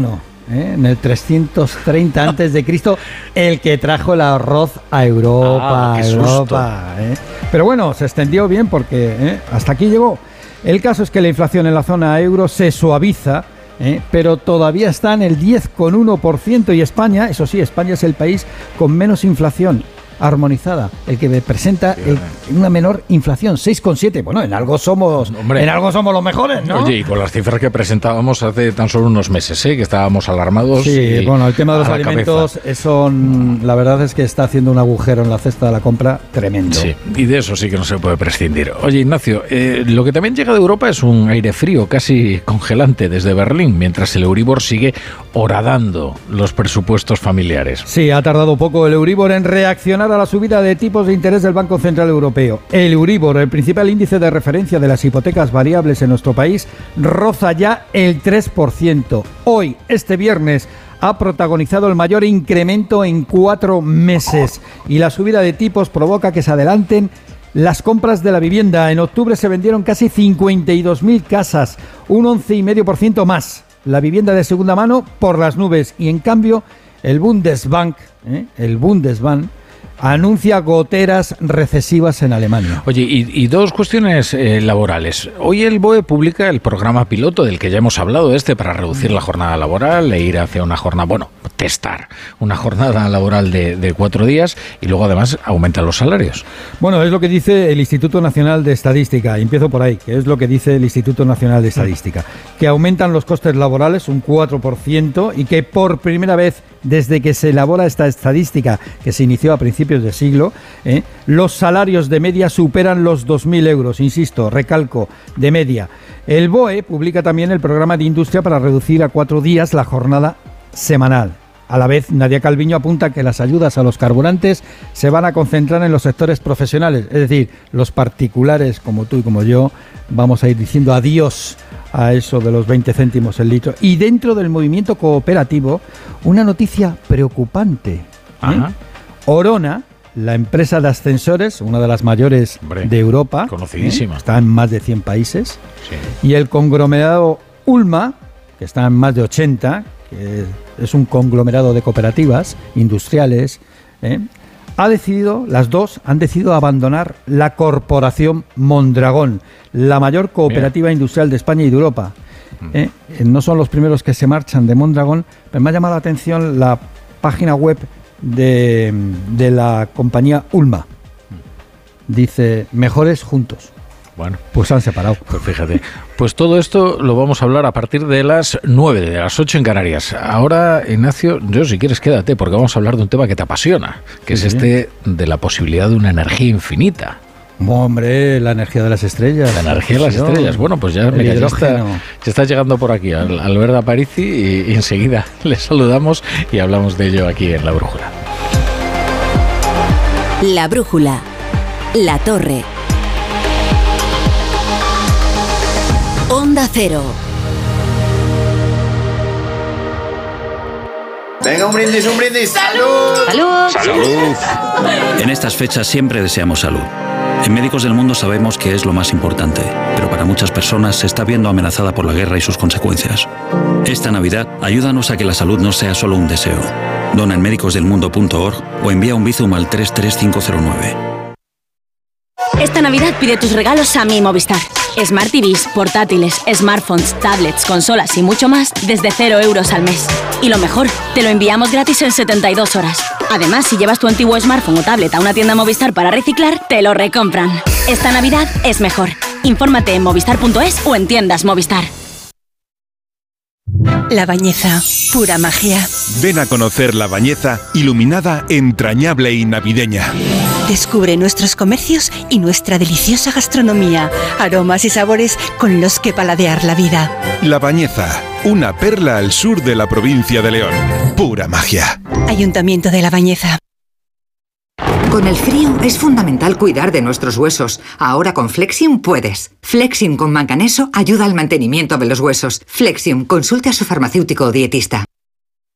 en el 330 a.C., el que trajo el arroz a Europa. Pero bueno, se extendió bien porque hasta aquí llegó. El caso es que la inflación en la zona euro se suaviza, pero todavía está en el 10,1%, y España, eso sí, España es el país con menos inflación armonizada, el que presenta una menor inflación, 6,7. Bueno, en algo somos los mejores, ¿no? Oye, y con las cifras que presentábamos hace tan solo unos meses, que estábamos alarmados. Sí, bueno, el tema de los alimentos, la verdad es que está haciendo un agujero en la cesta de la compra tremendo. Sí, y de eso sí que no se puede prescindir. Oye, Ignacio, lo que también llega de Europa es un aire frío, casi congelante desde Berlín, mientras el Euribor sigue horadando los presupuestos familiares. Sí, ha tardado poco el Euribor en reaccionar a la subida de tipos de interés del Banco Central Europeo. El Euribor, el principal índice de referencia de las hipotecas variables en nuestro país, roza ya el 3%. Hoy, este viernes, ha protagonizado el mayor incremento en 4 meses, y la subida de tipos provoca que se adelanten las compras de la vivienda. En octubre se vendieron casi 52.000 casas, un 11,5% más. La vivienda de segunda mano por las nubes, y en cambio el Bundesbank anuncia goteras recesivas en Alemania. Oye, y dos cuestiones laborales. Hoy el BOE publica el programa piloto del que ya hemos hablado, para reducir la jornada laboral e ir hacia una jornada, testar una jornada laboral de 4 días, y luego además aumentan los salarios. Bueno, es lo que dice el Instituto Nacional de Estadística. Empiezo por ahí, que es lo que dice el Instituto Nacional de Estadística. Que aumentan los costes laborales un 4%, y que por primera vez desde que se elabora esta estadística, que se inició a principios de siglo, los salarios de media superan los 2.000 euros, insisto, recalco, de media. El BOE publica también el programa de industria para reducir a 4 días la jornada semanal. A la vez, Nadia Calviño apunta que las ayudas a los carburantes se van a concentrar en los sectores profesionales, es decir, los particulares como tú y como yo vamos a ir diciendo adiós a eso de los 20 céntimos el litro. Y dentro del movimiento cooperativo, una noticia preocupante. Orona, la empresa de ascensores, una de las mayores de Europa, conocidísima, está en más de 100 países, y el conglomerado Ulma, que está en más de 80, que es un conglomerado de cooperativas industriales, las dos han decidido abandonar la corporación Mondragón, la mayor cooperativa industrial de España y de Europa. No son los primeros que se marchan de Mondragón, pero me ha llamado la atención la página web de la compañía Ulma. Dice, mejores juntos. Bueno, pues han separado. Pues fíjate. Pues todo esto lo vamos a hablar a partir de las 9, de las 8 en Canarias. Ahora, Ignacio, yo si quieres quédate, porque vamos a hablar de un tema que te apasiona, que es de la posibilidad de una energía infinita. Hombre, la energía de las estrellas. La energía de las estrellas. Bueno, pues ya está llegando por aquí Albert Aparici, y enseguida le saludamos y hablamos de ello aquí en La Brújula. La Brújula. La Torre. Onda Cero. Venga, un brindis, un brindis. ¡Salud! ¡Salud! ¡Salud! En estas fechas siempre deseamos salud. En Médicos del Mundo sabemos que es lo más importante, pero para muchas personas se está viendo amenazada por la guerra y sus consecuencias. Esta Navidad, ayúdanos a que la salud no sea solo un deseo. Dona en médicosdelmundo.org o envía un Bizum al 33509. Esta Navidad pide tus regalos a Mi Movistar. Smart TVs, portátiles, smartphones, tablets, consolas y mucho más desde 0 euros al mes. Y lo mejor, te lo enviamos gratis en 72 horas. Además, si llevas tu antiguo smartphone o tablet a una tienda Movistar para reciclar, te lo recompran. Esta Navidad es mejor. Infórmate en movistar.es o en tiendas Movistar. La Bañeza, pura magia. Ven a conocer La Bañeza, iluminada, entrañable y navideña. Descubre nuestros comercios y nuestra deliciosa gastronomía, aromas y sabores con los que paladear la vida. La Bañeza, una perla al sur de la provincia de León. Pura magia. Ayuntamiento de La Bañeza. Con el frío es fundamental cuidar de nuestros huesos. Ahora con Flexium puedes. Flexium con manganeso ayuda al mantenimiento de los huesos. Flexium, consulte a su farmacéutico o dietista.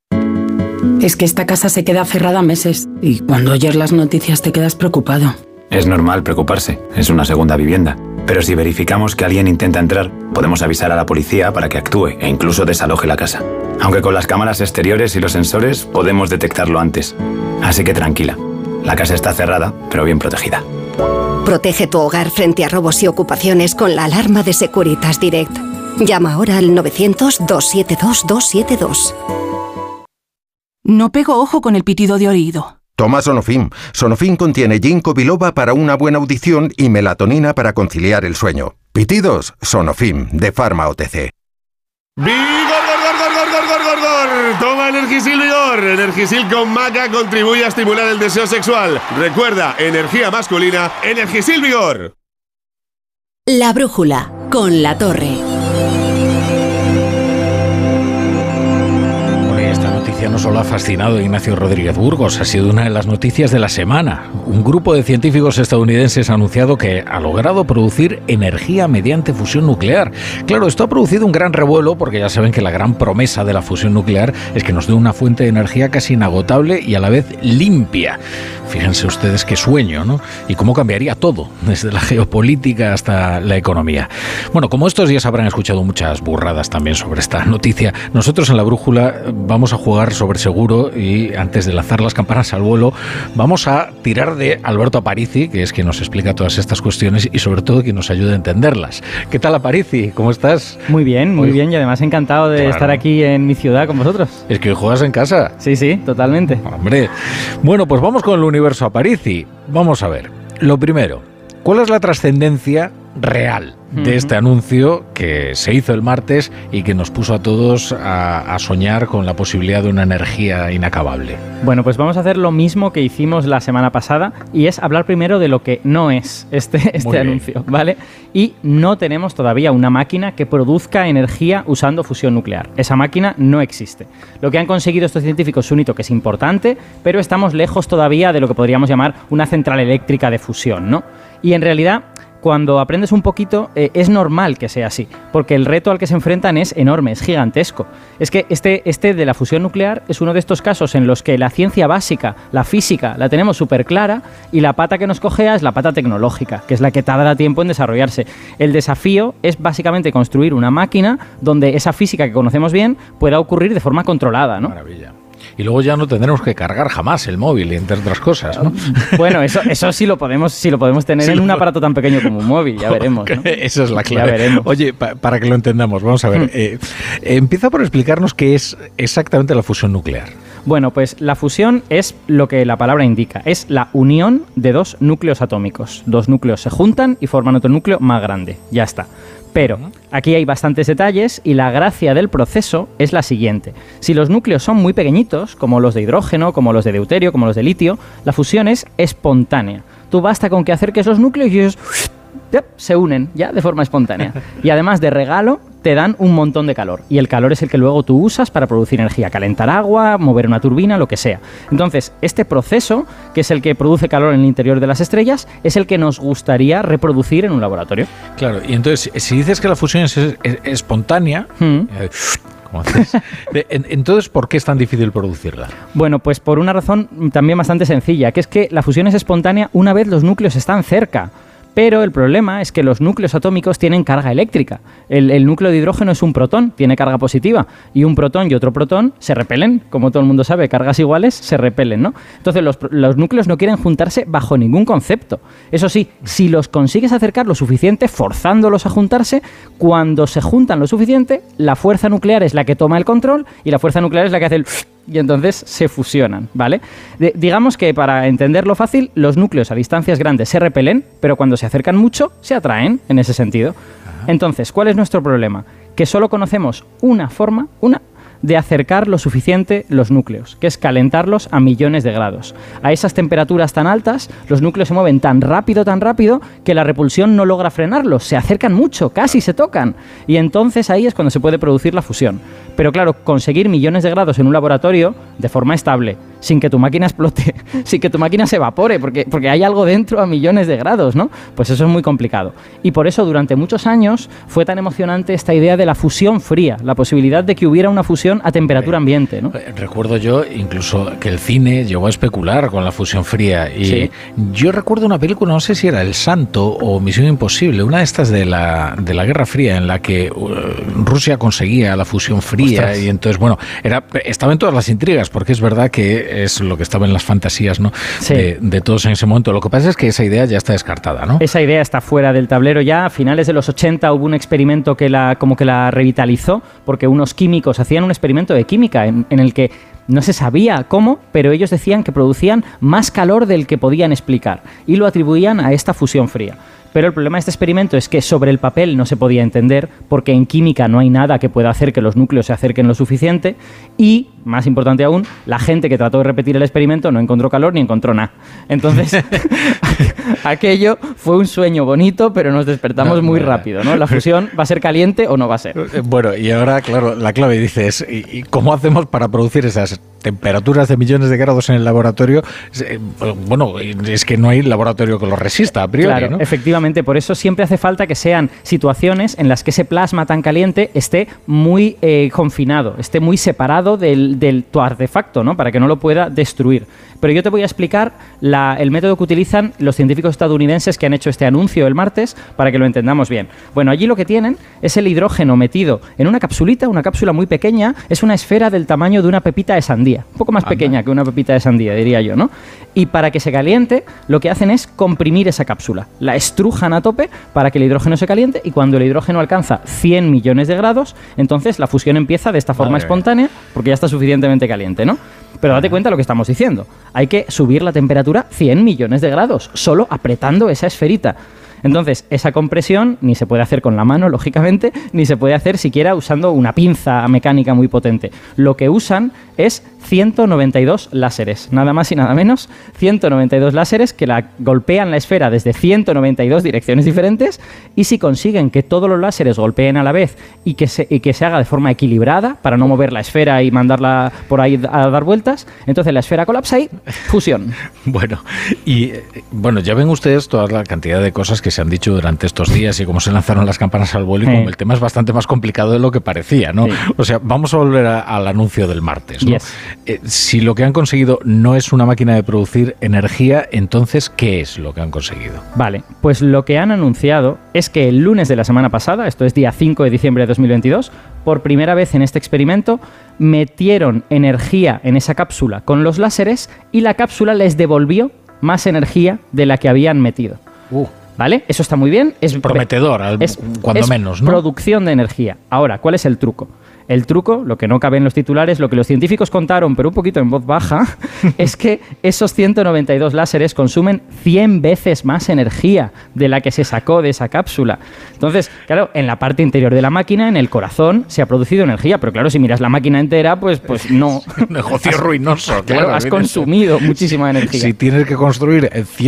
Es que esta casa se queda cerrada meses y cuando oyes las noticias te quedas preocupado. Es normal preocuparse, es una segunda vivienda. Pero si verificamos que alguien intenta entrar, podemos avisar a la policía para que actúe e incluso desaloje la casa. Aunque con las cámaras exteriores y los sensores podemos detectarlo antes. Así que tranquila, la casa está cerrada, pero bien protegida. Protege tu hogar frente a robos y ocupaciones con la alarma de Securitas Direct. Llama ahora al 900-272-272. No pego ojo con el pitido de oído. Toma Sonofim. Sonofim contiene ginkgo biloba para una buena audición y melatonina para conciliar el sueño. Pitidos, Sonofim, de Pharma OTC. ¡Vigor! Toma Energisil Vigor. Energisil con maca contribuye a estimular el deseo sexual. Recuerda, energía masculina, Energisil Vigor. La brújula, con La Torre. No solo ha fascinado a Ignacio Rodríguez Burgos, ha sido una de las noticias de la semana. Un grupo de científicos estadounidenses ha anunciado que ha logrado producir energía mediante fusión nuclear. Claro, esto ha producido un gran revuelo porque ya saben que la gran promesa de la fusión nuclear es que nos dé una fuente de energía casi inagotable y a la vez limpia. Fíjense ustedes qué sueño, ¿no? Y cómo cambiaría todo, desde la geopolítica hasta la economía. Bueno, como estos días habrán escuchado muchas burradas también sobre esta noticia, nosotros en La Brújula vamos a jugar sobre seguro y antes de lanzar las campanas al vuelo vamos a tirar de Alberto Aparici, que es quien nos explica todas estas cuestiones y sobre todo quien nos ayuda a entenderlas. ¿Qué tal, Aparici? ¿Cómo estás? Muy bien y además encantado de estar aquí en mi ciudad con vosotros. Es que hoy juegas en casa. Sí, totalmente. Hombre, bueno, pues vamos con el universo Aparici. Vamos a ver, lo primero, ¿cuál es la trascendencia real de este anuncio que se hizo el martes y que nos puso a todos a soñar con la posibilidad de una energía inacabable? Bueno, pues vamos a hacer lo mismo que hicimos la semana pasada y es hablar primero de lo que no es este anuncio, ¿vale? Y no tenemos todavía una máquina que produzca energía usando fusión nuclear. Esa máquina no existe. Lo que han conseguido estos científicos es un hito que es importante, pero estamos lejos todavía de lo que podríamos llamar una central eléctrica de fusión, ¿no? Y en realidad, cuando aprendes un poquito, es normal que sea así, porque el reto al que se enfrentan es enorme, es gigantesco. Es que este de la fusión nuclear es uno de estos casos en los que la ciencia básica, la física, la tenemos súper clara y la pata que nos cojea es la pata tecnológica, que es la que tarda tiempo en desarrollarse. El desafío es básicamente construir una máquina donde esa física que conocemos bien pueda ocurrir de forma controlada, ¿no? Maravilla. Y luego ya no tendremos que cargar jamás el móvil, entre otras cosas, ¿no? Bueno, eso sí lo podemos tener en un aparato tan pequeño como un móvil, ya veremos, ¿no? Esa es la clave. Ya veremos. Oye, para que lo entendamos, vamos a ver. Empieza por explicarnos qué es exactamente la fusión nuclear. Bueno, pues la fusión es lo que la palabra indica. Es la unión de dos núcleos atómicos. Dos núcleos se juntan y forman otro núcleo más grande. Ya está. Pero aquí hay bastantes detalles y la gracia del proceso es la siguiente. Si los núcleos son muy pequeñitos, como los de hidrógeno, como los de deuterio, como los de litio, la fusión es espontánea. Tú basta con que acerques los núcleos y ellos se unen ya de forma espontánea. Y además de regalo, te dan un montón de calor. Y el calor es el que luego tú usas para producir energía, calentar agua, mover una turbina, lo que sea. Entonces, este proceso, que es el que produce calor en el interior de las estrellas, es el que nos gustaría reproducir en un laboratorio. Claro, y entonces, si dices que la fusión es espontánea... Entonces, ¿por qué es tan difícil producirla? Bueno, pues por una razón también bastante sencilla, que es que la fusión es espontánea una vez los núcleos están cerca. Pero el problema es que los núcleos atómicos tienen carga eléctrica. El núcleo de hidrógeno es un protón, tiene carga positiva. Y un protón y otro protón se repelen. Como todo el mundo sabe, cargas iguales se repelen, ¿no? Entonces los núcleos no quieren juntarse bajo ningún concepto. Eso sí, si los consigues acercar lo suficiente, forzándolos a juntarse, cuando se juntan lo suficiente, la fuerza nuclear es la que toma el control y la fuerza nuclear es la que hace el... y entonces se fusionan, ¿vale? Digamos que para entenderlo fácil, los núcleos a distancias grandes se repelen, pero cuando se acercan mucho, se atraen en ese sentido. Entonces, ¿cuál es nuestro problema? Que solo conocemos una forma, de acercar lo suficiente los núcleos, que es calentarlos a millones de grados. A esas temperaturas tan altas, los núcleos se mueven tan rápido, que la repulsión no logra frenarlos, se acercan mucho, casi se tocan, y entonces ahí es cuando se puede producir la fusión. Pero claro, conseguir millones de grados en un laboratorio, de forma estable, sin que tu máquina explote, sin que tu máquina se evapore, porque hay algo dentro a millones de grados, ¿no? Pues eso es muy complicado. Y por eso durante muchos años fue tan emocionante esta idea de la fusión fría, la posibilidad de que hubiera una fusión a temperatura ambiente, ¿no? Recuerdo yo incluso que el cine llegó a especular con la fusión fría. Y sí, yo recuerdo una película, no sé si era El Santo o Misión Imposible, una de estas de la Guerra Fría, en la que Rusia conseguía la fusión fría. Ostras. Y entonces, bueno, estaba en todas las intrigas, porque es verdad que es lo que estaba en las fantasías, ¿no? Sí. De todos en ese momento. Lo que pasa es que esa idea ya está descartada, ¿no? Esa idea está fuera del tablero ya. A finales de los 80 hubo un experimento que la revitalizó, porque unos químicos hacían un experimento de química en el que no se sabía cómo, pero ellos decían que producían más calor del que podían explicar y lo atribuían a esta fusión fría. Pero el problema de este experimento es que sobre el papel no se podía entender, porque en química no hay nada que pueda hacer que los núcleos se acerquen lo suficiente y, más importante aún, la gente que trató de repetir el experimento no encontró calor ni encontró nada. Entonces, aquello fue un sueño bonito, pero nos despertamos muy rápido, ¿no? La fusión va a ser caliente o no va a ser. Bueno, y ahora, claro, la clave dices, ¿y cómo hacemos para producir esas temperaturas de millones de grados en el laboratorio? Bueno, es que no hay laboratorio que lo resista a priori, claro, ¿no? Efectivamente, por eso siempre hace falta que sean situaciones en las que ese plasma tan caliente esté muy confinado, esté muy separado del tu artefacto, ¿no? Para que no lo pueda destruir. Pero yo te voy a explicar el método que utilizan los científicos estadounidenses que han hecho este anuncio el martes para que lo entendamos bien. Bueno, allí lo que tienen es el hidrógeno metido en una capsulita, una cápsula muy pequeña, es una esfera del tamaño de una pepita de sandía, un poco más pequeña que una pepita de sandía, diría yo, ¿no? Y para que se caliente, lo que hacen es comprimir esa cápsula, la estrujan a tope para que el hidrógeno se caliente, y cuando el hidrógeno alcanza 100 millones de grados, entonces la fusión empieza de esta forma espontánea, porque ya está suficientemente caliente, ¿no? Pero date cuenta de lo que estamos diciendo. Hay que subir la temperatura 100 millones de grados, solo apretando esa esferita. Entonces, esa compresión ni se puede hacer con la mano, lógicamente, ni se puede hacer siquiera usando una pinza mecánica muy potente. Lo que usan es 192 láseres, nada más y nada menos, 192 láseres que golpean la esfera desde 192 direcciones diferentes, y si consiguen que todos los láseres golpeen a la vez y que se haga de forma equilibrada para no mover la esfera y mandarla por ahí a dar vueltas, entonces la esfera colapsa y fusión. Bueno, ya ven ustedes toda la cantidad de cosas que se han dicho durante estos días y cómo se lanzaron las campanas al vuelo, y como el tema es bastante más complicado de lo que parecía, ¿no? Sí. O sea, vamos a volver al anuncio del martes, ¿no? Yes. Si lo que han conseguido no es una máquina de producir energía, entonces, ¿qué es lo que han conseguido? Vale, pues lo que han anunciado es que el lunes de la semana pasada, esto es día 5 de diciembre de 2022, por primera vez en este experimento, metieron energía en esa cápsula con los láseres y la cápsula les devolvió más energía de la que habían metido. ¿Vale? Eso está muy bien. Es prometedor, cuando menos, ¿no? Producción de energía. Ahora, ¿cuál es el truco? El truco, lo que no cabe en los titulares, lo que los científicos contaron, pero un poquito en voz baja, es que esos 192 láseres consumen 100 veces más energía de la que se sacó de esa cápsula. Entonces, claro, en la parte interior de la máquina, en el corazón, se ha producido energía, pero claro, si miras la máquina entera, pues no. Negocio ruinoso. Claro, has consumido muchísima energía. Si tienes que construir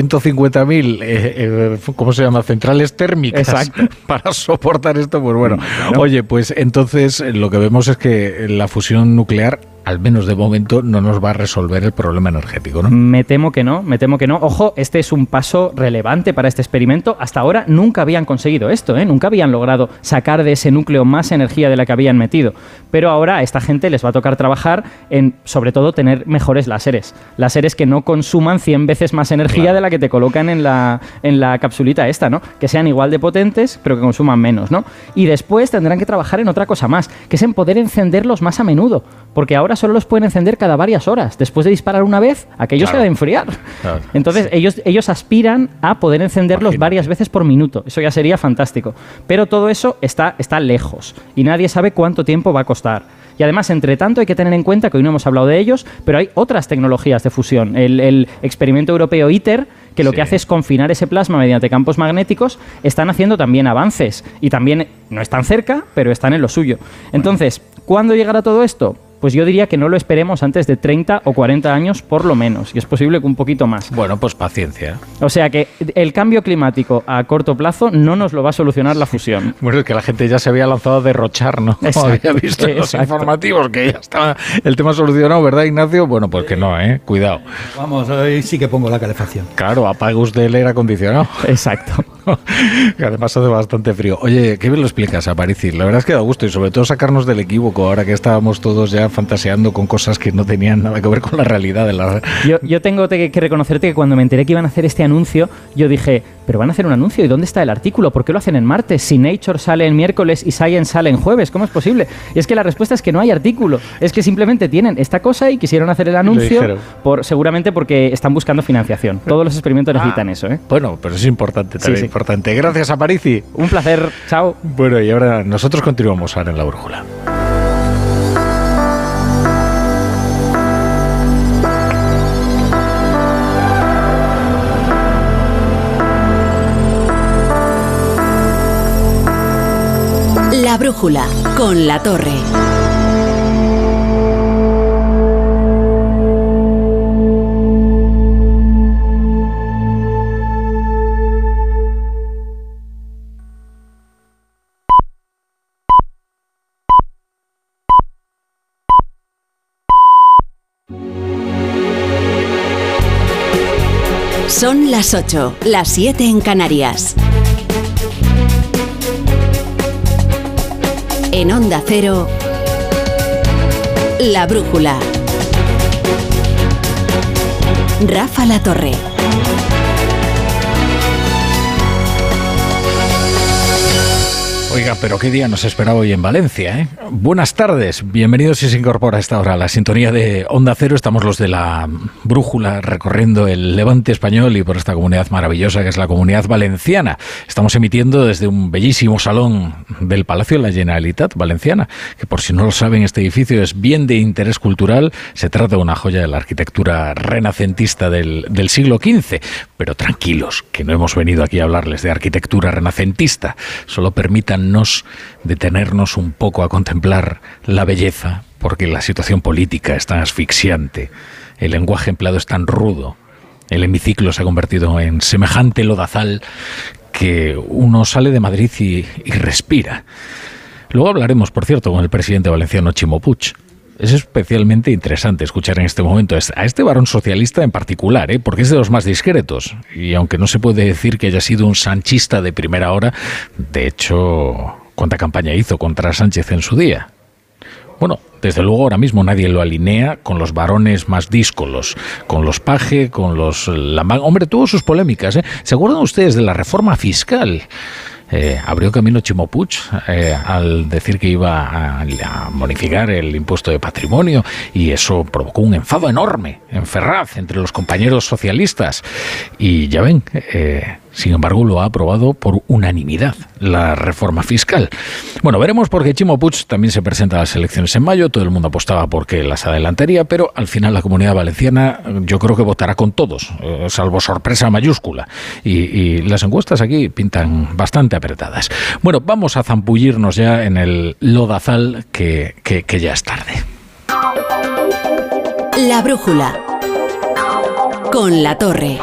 150.000, ¿cómo se llama? Centrales térmicas. Exacto. Para soportar esto, pues bueno. Claro. Oye, pues entonces lo que vemos es que la fusión nuclear, al menos de momento, no nos va a resolver el problema energético, ¿no? Me temo que no. Ojo, este es un paso relevante para este experimento. Hasta ahora nunca habían conseguido esto, ¿eh? Nunca habían logrado sacar de ese núcleo más energía de la que habían metido. Pero ahora a esta gente les va a tocar trabajar en, sobre todo, tener mejores láseres. Láseres que no consuman 100 veces más energía de la que te colocan en la capsulita esta, ¿no? Que sean igual de potentes, pero que consuman menos, ¿no? Y después tendrán que trabajar en otra cosa más, que es en poder encenderlos más a menudo. Porque ahora solo los pueden encender cada varias horas. Después de disparar una vez, aquello se ha de enfriar. Claro. Entonces, ellos aspiran a poder encenderlos varias veces por minuto. Eso ya sería fantástico. Pero todo eso está lejos. Y nadie sabe cuánto tiempo va a costar. Y además, entre tanto, hay que tener en cuenta que hoy no hemos hablado de ellos, pero hay otras tecnologías de fusión. El experimento europeo ITER, que lo que hace es confinar ese plasma mediante campos magnéticos, están haciendo también avances. Y también no están cerca, pero están en lo suyo. Entonces, ¿cuándo llegará todo esto? pues yo diría que no lo esperemos antes de 30 o 40 años por lo menos, y es posible que un poquito más. Bueno, pues paciencia. O sea que el cambio climático a corto plazo no nos lo va a solucionar la fusión. Bueno, es que la gente ya se había lanzado a derrochar, ¿no? Exacto, había visto en los informativos que ya estaba el tema solucionado, ¿verdad, Ignacio? Bueno, pues que no, cuidado. Vamos, hoy sí que pongo la calefacción. Claro, apague usted el aire acondicionado. Exacto. Que además hace bastante frío. Oye, ¿qué bien lo explicas, Aparici? La verdad es que da gusto y sobre todo sacarnos del equívoco ahora que estábamos todos ya fantaseando con cosas que no tenían nada que ver con la realidad de la... Yo tengo que reconocerte que cuando me enteré que iban a hacer este anuncio, yo dije, pero van a hacer un anuncio, ¿y dónde está el artículo? ¿Por qué lo hacen en martes? Si Nature sale en miércoles y Science sale en jueves, ¿cómo es posible? Y es que la respuesta es que no hay artículo, es que simplemente tienen esta cosa y quisieron hacer el anuncio seguramente porque están buscando financiación. Todos los experimentos necesitan eso, ¿eh? Bueno, pero es importante, también sí. Importante. Gracias, Aparici. Un placer, chao. Bueno, y ahora nosotros continuamos ahora en La Brújula. La Brújula, con La Torre. Son las 8, las 7 en Canarias. En Onda Cero, La Brújula. Rafa La Torre. Oiga, pero qué día nos esperaba hoy en Valencia, ¿eh? Buenas tardes, bienvenidos si se incorpora a esta hora a la sintonía de Onda Cero. Estamos los de La Brújula recorriendo el Levante español y por esta comunidad maravillosa que es la Comunidad Valenciana. Estamos emitiendo desde un bellísimo salón del Palacio de la Generalitat Valenciana, que por si no lo saben, este edificio es bien de interés cultural. Se trata de una joya de la arquitectura renacentista del siglo XV. Pero tranquilos, que no hemos venido aquí a hablarles de arquitectura renacentista. Solo permítannos detenernos un poco a contemplar la belleza, porque la situación política es tan asfixiante, el lenguaje empleado es tan rudo, el hemiciclo se ha convertido en semejante lodazal que uno sale de Madrid y respira. Luego hablaremos, por cierto, con el presidente valenciano Ximo Puig. Es especialmente interesante escuchar en este momento a este varón socialista en particular, porque es de los más discretos. Y aunque no se puede decir que haya sido un sanchista de primera hora, de hecho, ¿cuánta campaña hizo contra Sánchez en su día? Bueno, desde luego ahora mismo nadie lo alinea con los varones más díscolos, con los Paje, con los Lambán. Hombre, tuvo sus polémicas, ¿eh? ¿Se acuerdan ustedes de la reforma fiscal? Abrió camino Ximo Puig al decir que iba a bonificar el impuesto de patrimonio y eso provocó un enfado enorme en Ferraz entre los compañeros socialistas y ya ven, sin embargo lo ha aprobado por unanimidad la reforma fiscal. Bueno, veremos porque Ximo Puig también se presenta a las elecciones en mayo, todo el mundo apostaba porque las adelantaría, pero al final la Comunidad Valenciana yo creo que votará con todos, salvo sorpresa mayúscula y las encuestas aquí pintan bastante apretadas. Bueno, vamos a zampullirnos ya en el lodazal que ya es tarde. La Brújula con La Torre.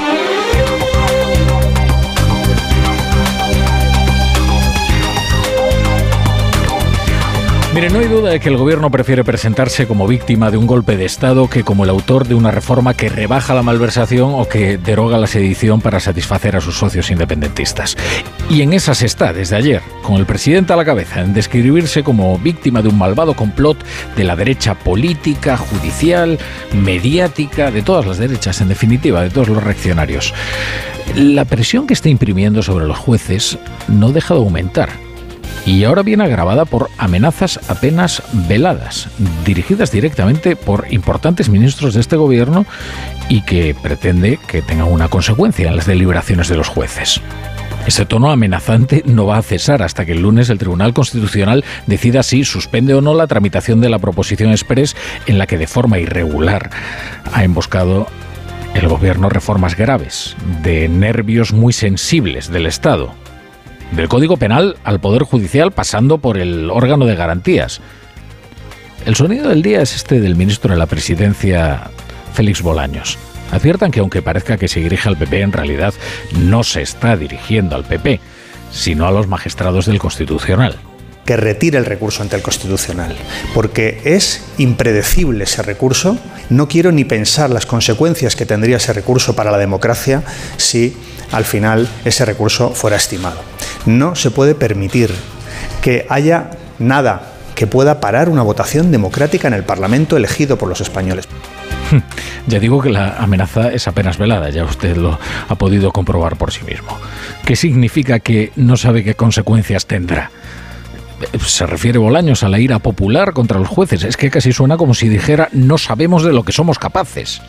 Miren, no hay duda de que el gobierno prefiere presentarse como víctima de un golpe de Estado que como el autor de una reforma que rebaja la malversación o que deroga la sedición para satisfacer a sus socios independentistas. Y en esas está desde ayer, con el presidente a la cabeza, en describirse como víctima de un malvado complot de la derecha política, judicial, mediática, de todas las derechas, en definitiva, de todos los reaccionarios. La presión que está imprimiendo sobre los jueces no deja de aumentar. Y ahora viene agravada por amenazas apenas veladas, dirigidas directamente por importantes ministros de este gobierno y que pretende que tengan una consecuencia en las deliberaciones de los jueces. Este tono amenazante no va a cesar hasta que el lunes el Tribunal Constitucional decida si suspende o no la tramitación de la proposición exprés en la que de forma irregular ha emboscado el gobierno reformas graves de nervios muy sensibles del Estado. Del Código Penal al Poder Judicial pasando por el órgano de garantías. El sonido del día es este del ministro de la Presidencia, Félix Bolaños. Adviertan que aunque parezca que se dirige al PP, en realidad no se está dirigiendo al PP, sino a los magistrados del Constitucional. Que retire el recurso ante el Constitucional, porque es impredecible ese recurso. No quiero ni pensar las consecuencias que tendría ese recurso para la democracia si al final ese recurso fuera estimado. No se puede permitir que haya nada que pueda parar una votación democrática en el Parlamento elegido por los españoles. Ya digo que la amenaza es apenas velada, ya usted lo ha podido comprobar por sí mismo. ¿Qué significa que no sabe qué consecuencias tendrá? Se refiere Bolaños a la ira popular contra los jueces. Es que casi suena como si dijera no sabemos de lo que somos capaces.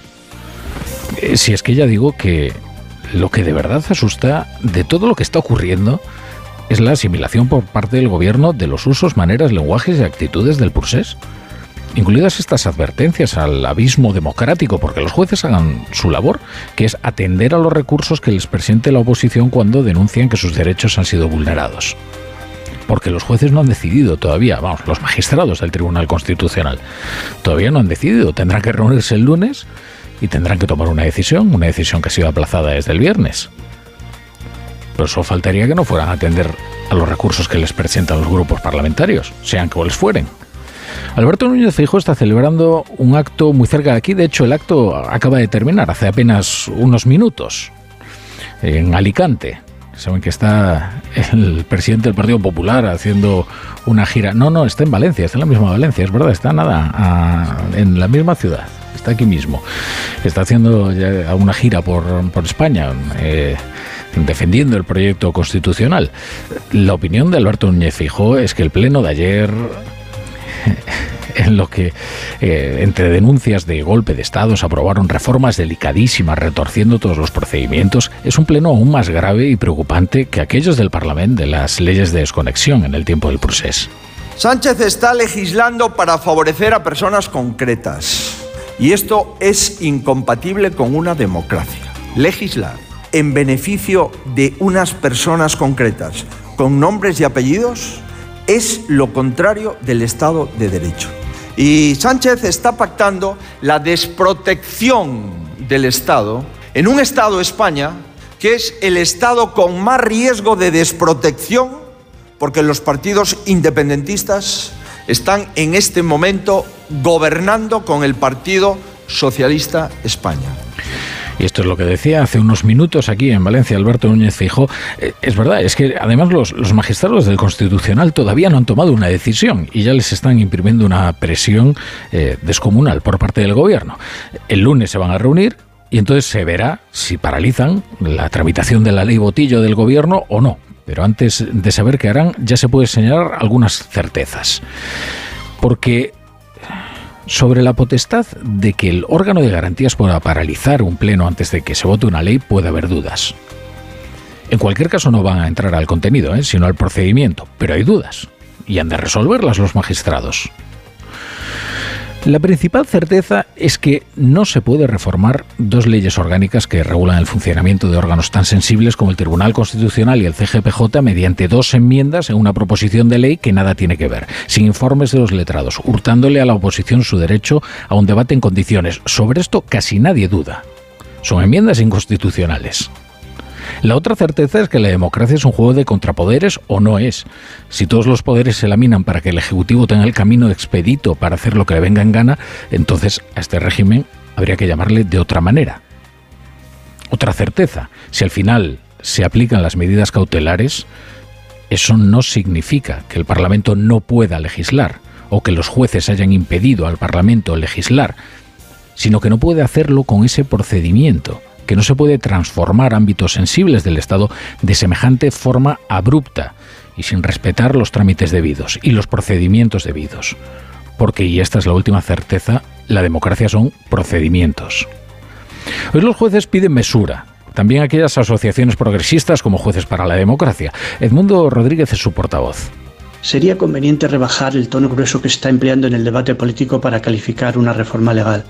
Si es que ya digo que lo que de verdad asusta de todo lo que está ocurriendo es la asimilación por parte del gobierno de los usos, maneras, lenguajes y actitudes del procés, incluidas estas advertencias al abismo democrático, porque los jueces hagan su labor, que es atender a los recursos que les presente la oposición cuando denuncian que sus derechos han sido vulnerados. Porque los jueces no han decidido todavía, vamos, los magistrados del Tribunal Constitucional todavía no han decidido, tendrán que reunirse el lunes y tendrán que tomar una decisión que ha sido aplazada desde el viernes. Pero eso faltaría que no fueran a atender a los recursos que les presentan los grupos parlamentarios, sean cuales fueren. Alberto Núñez Feijóo está celebrando un acto muy cerca de aquí, de hecho el acto acaba de terminar hace apenas unos minutos, en Alicante. Saben que está el presidente del Partido Popular haciendo una gira. No, está en Valencia, está en la misma Valencia, es verdad, está en la misma ciudad, está aquí mismo. Está haciendo ya una gira por España, defendiendo el proyecto constitucional. La opinión de Alberto Núñez Feijóo es que el pleno de ayer, en lo que entre denuncias de golpe de Estado se aprobaron reformas delicadísimas retorciendo todos los procedimientos, es un pleno aún más grave y preocupante que aquellos del Parlamento de las leyes de desconexión en el tiempo del procés. Sánchez está legislando para favorecer a personas concretas y esto es incompatible con una democracia. Legislar en beneficio de unas personas concretas con nombres y apellidos es lo contrario del Estado de Derecho. Y Sánchez está pactando la desprotección del Estado en un Estado, España, que es el Estado con más riesgo de desprotección, porque los partidos independentistas están en este momento gobernando con el Partido Socialista España. Y esto es lo que decía hace unos minutos aquí en Valencia Alberto Núñez Feijóo. Es verdad, es que además los magistrados del Constitucional todavía no han tomado una decisión y ya les están imprimiendo una presión descomunal por parte del gobierno. El lunes se van a reunir y entonces se verá si paralizan la tramitación de la ley Botillo del gobierno o no. Pero antes de saber qué harán, ya se puede señalar algunas certezas. Porque sobre la potestad de que el órgano de garantías pueda paralizar un pleno antes de que se vote una ley puede haber dudas. En cualquier caso no van a entrar al contenido, sino al procedimiento, pero hay dudas y han de resolverlas los magistrados. La principal certeza es que no se puede reformar dos leyes orgánicas que regulan el funcionamiento de órganos tan sensibles como el Tribunal Constitucional y el CGPJ mediante dos enmiendas en una proposición de ley que nada tiene que ver, sin informes de los letrados, hurtándole a la oposición su derecho a un debate en condiciones. Sobre esto casi nadie duda. Son enmiendas inconstitucionales. La otra certeza es que la democracia es un juego de contrapoderes o no es. Si todos los poderes se laminan para que el Ejecutivo tenga el camino expedito para hacer lo que le venga en gana, entonces a este régimen habría que llamarle de otra manera. Otra certeza, si al final se aplican las medidas cautelares, eso no significa que el Parlamento no pueda legislar o que los jueces hayan impedido al Parlamento legislar, sino que no puede hacerlo con ese procedimiento, que no se puede transformar ámbitos sensibles del Estado de semejante forma abrupta y sin respetar los trámites debidos y los procedimientos debidos. Porque, y esta es la última certeza, la democracia son procedimientos. Hoy los jueces piden mesura, también aquellas asociaciones progresistas como Jueces para la Democracia. Edmundo Rodríguez es su portavoz. Sería conveniente rebajar el tono grueso que se está empleando en el debate político para calificar una reforma legal.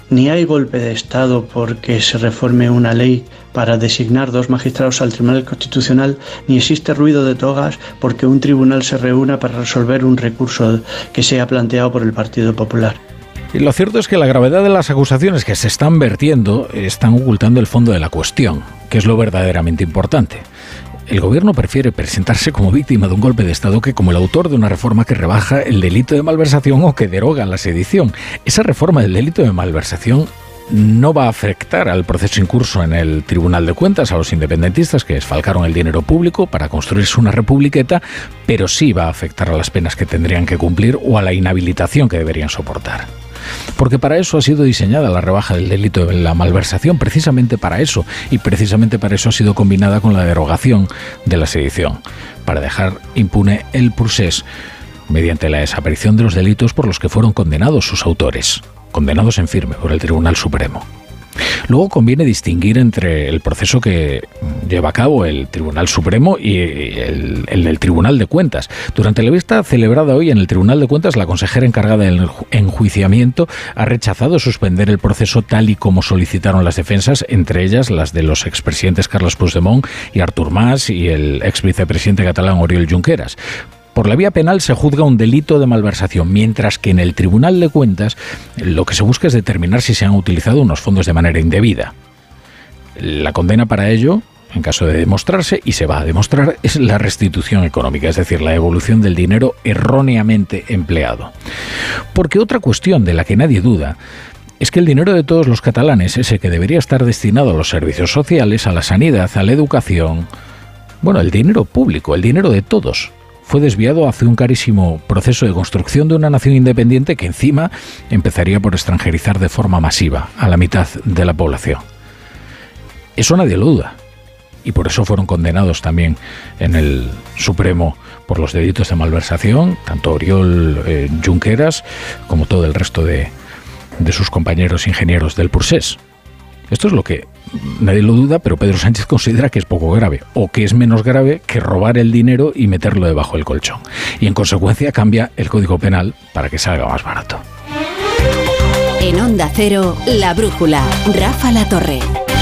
Ni hay golpe de Estado porque se reforme una ley para designar 2 magistrados al Tribunal Constitucional, ni existe ruido de togas porque un tribunal se reúna para resolver un recurso que sea planteado por el Partido Popular. Y lo cierto es que la gravedad de las acusaciones que se están vertiendo están ocultando el fondo de la cuestión, que es lo verdaderamente importante. El gobierno prefiere presentarse como víctima de un golpe de Estado que como el autor de una reforma que rebaja el delito de malversación o que deroga la sedición. Esa reforma del delito de malversación no va a afectar al proceso en curso en el Tribunal de Cuentas, a los independentistas que desfalcaron el dinero público para construirse una republiqueta, pero sí va a afectar a las penas que tendrían que cumplir o a la inhabilitación que deberían soportar. Porque para eso ha sido diseñada la rebaja del delito de la malversación, precisamente para eso, y precisamente para eso ha sido combinada con la derogación de la sedición, para dejar impune el procés mediante la desaparición de los delitos por los que fueron condenados sus autores, condenados en firme por el Tribunal Supremo. Luego conviene distinguir entre el proceso que lleva a cabo el Tribunal Supremo y el del Tribunal de Cuentas. Durante la vista celebrada hoy en el Tribunal de Cuentas, la consejera encargada del enjuiciamiento ha rechazado suspender el proceso tal y como solicitaron las defensas, entre ellas las de los expresidentes Carles Puigdemont y Artur Mas y el exvicepresidente catalán Oriol Junqueras. Por la vía penal se juzga un delito de malversación, mientras que en el Tribunal de Cuentas lo que se busca es determinar si se han utilizado unos fondos de manera indebida. La condena para ello, en caso de demostrarse, y se va a demostrar, es la restitución económica, es decir, la devolución del dinero erróneamente empleado. Porque otra cuestión de la que nadie duda es que el dinero de todos los catalanes, ese que debería estar destinado a los servicios sociales, a la sanidad, a la educación, bueno, el dinero público, el dinero de todos, fue desviado hacia un carísimo proceso de construcción de una nación independiente que encima empezaría por extranjerizar de forma masiva a la mitad de la población. Eso nadie lo duda. Y por eso fueron condenados también en el Supremo por los delitos de malversación, tanto Oriol Junqueras como todo el resto de sus compañeros ingenieros del procés. Esto es lo que nadie lo duda, pero Pedro Sánchez considera que es poco grave, o que es menos grave que robar el dinero y meterlo debajo del colchón. Y en consecuencia cambia el Código Penal para que salga más barato. En Onda Cero, La Brújula, Rafa La Torre.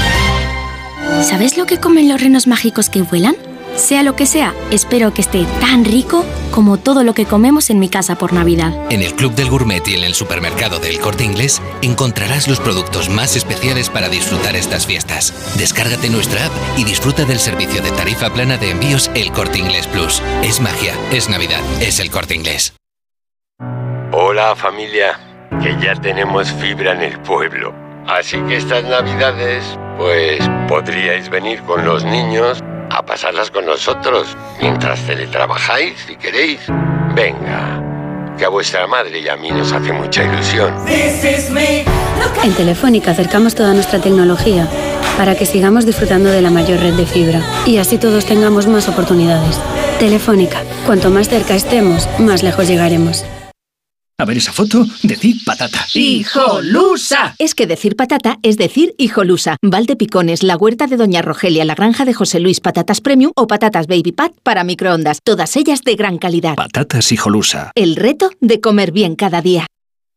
¿Sabes lo que comen los renos mágicos que vuelan? Sea lo que sea, espero que esté tan rico como todo lo que comemos en mi casa por Navidad. En el Club del Gourmet y en el supermercado del Corte Inglés encontrarás los productos más especiales para disfrutar estas fiestas. Descárgate nuestra app y disfruta del servicio de tarifa plana de envíos El Corte Inglés Plus. Es magia, es Navidad, es El Corte Inglés. Hola familia, que ya tenemos fibra en el pueblo. Así que estas Navidades, pues podríais venir con los niños a pasarlas con nosotros, mientras teletrabajáis, si queréis. Venga, que a vuestra madre y a mí nos hace mucha ilusión. En Telefónica acercamos toda nuestra tecnología para que sigamos disfrutando de la mayor red de fibra y así todos tengamos más oportunidades. Telefónica, cuanto más cerca estemos, más lejos llegaremos. A ver esa foto, decir patata. ¡Hijolusa! Es que decir patata es decir hijolusa. Valdepicones, la huerta de Doña Rogelia, la granja de José Luis, patatas premium o patatas baby pat para microondas. Todas ellas de gran calidad. Patatas hijolusa. El reto de comer bien cada día.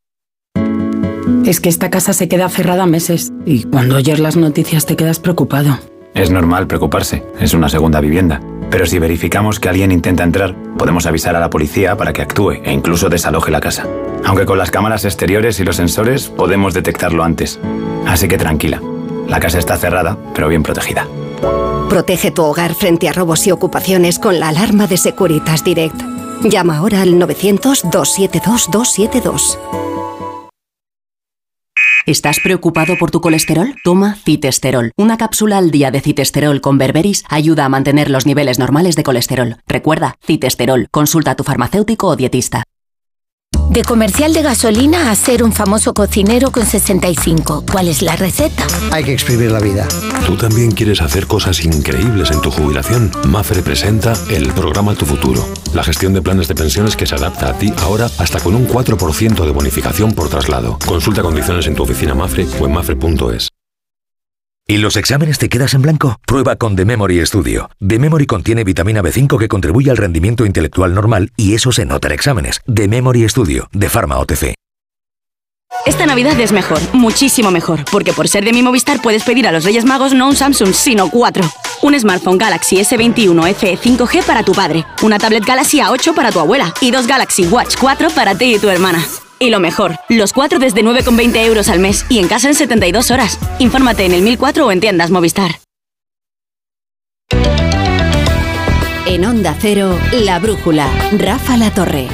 Es que esta casa se queda cerrada meses y cuando oyes las noticias te quedas preocupado. Es normal preocuparse, es una segunda vivienda. Pero si verificamos que alguien intenta entrar, podemos avisar a la policía para que actúe e incluso desaloje la casa. Aunque con las cámaras exteriores y los sensores podemos detectarlo antes. Así que tranquila, la casa está cerrada, pero bien protegida. Protege tu hogar frente a robos y ocupaciones con la alarma de Securitas Direct. Llama ahora al 900-272-272. ¿Estás preocupado por tu colesterol? Toma Citesterol. Una cápsula al día de Citesterol con berberis ayuda a mantener los niveles normales de colesterol. Recuerda, Citesterol. Consulta a tu farmacéutico o dietista. De comercial de gasolina a ser un famoso cocinero con 65. ¿Cuál es la receta? Hay que exprimir la vida. ¿Tú también quieres hacer cosas increíbles en tu jubilación? Mafre presenta el programa Tu Futuro. La gestión de planes de pensiones que se adapta a ti ahora hasta con un 4% de bonificación por traslado. Consulta condiciones en tu oficina Mafre o en mafre.es. ¿Y los exámenes te quedas en blanco? Prueba con The Memory Studio. The Memory contiene vitamina B5 que contribuye al rendimiento intelectual normal y eso se nota en exámenes. The Memory Studio, de Pharma OTC. Esta Navidad es mejor, muchísimo mejor, porque por ser de Mi Movistar puedes pedir a los Reyes Magos no un Samsung, sino 4. Un smartphone Galaxy S21 FE 5G para tu padre, una tablet Galaxy A8 para tu abuela y 2 Galaxy Watch 4 para ti y tu hermana. Y lo mejor, los 4 desde 9,20 € al mes y en casa en 72 horas. Infórmate en el 1004 o en tiendas Movistar. En Onda Cero, La Brújula, Rafa La Torre.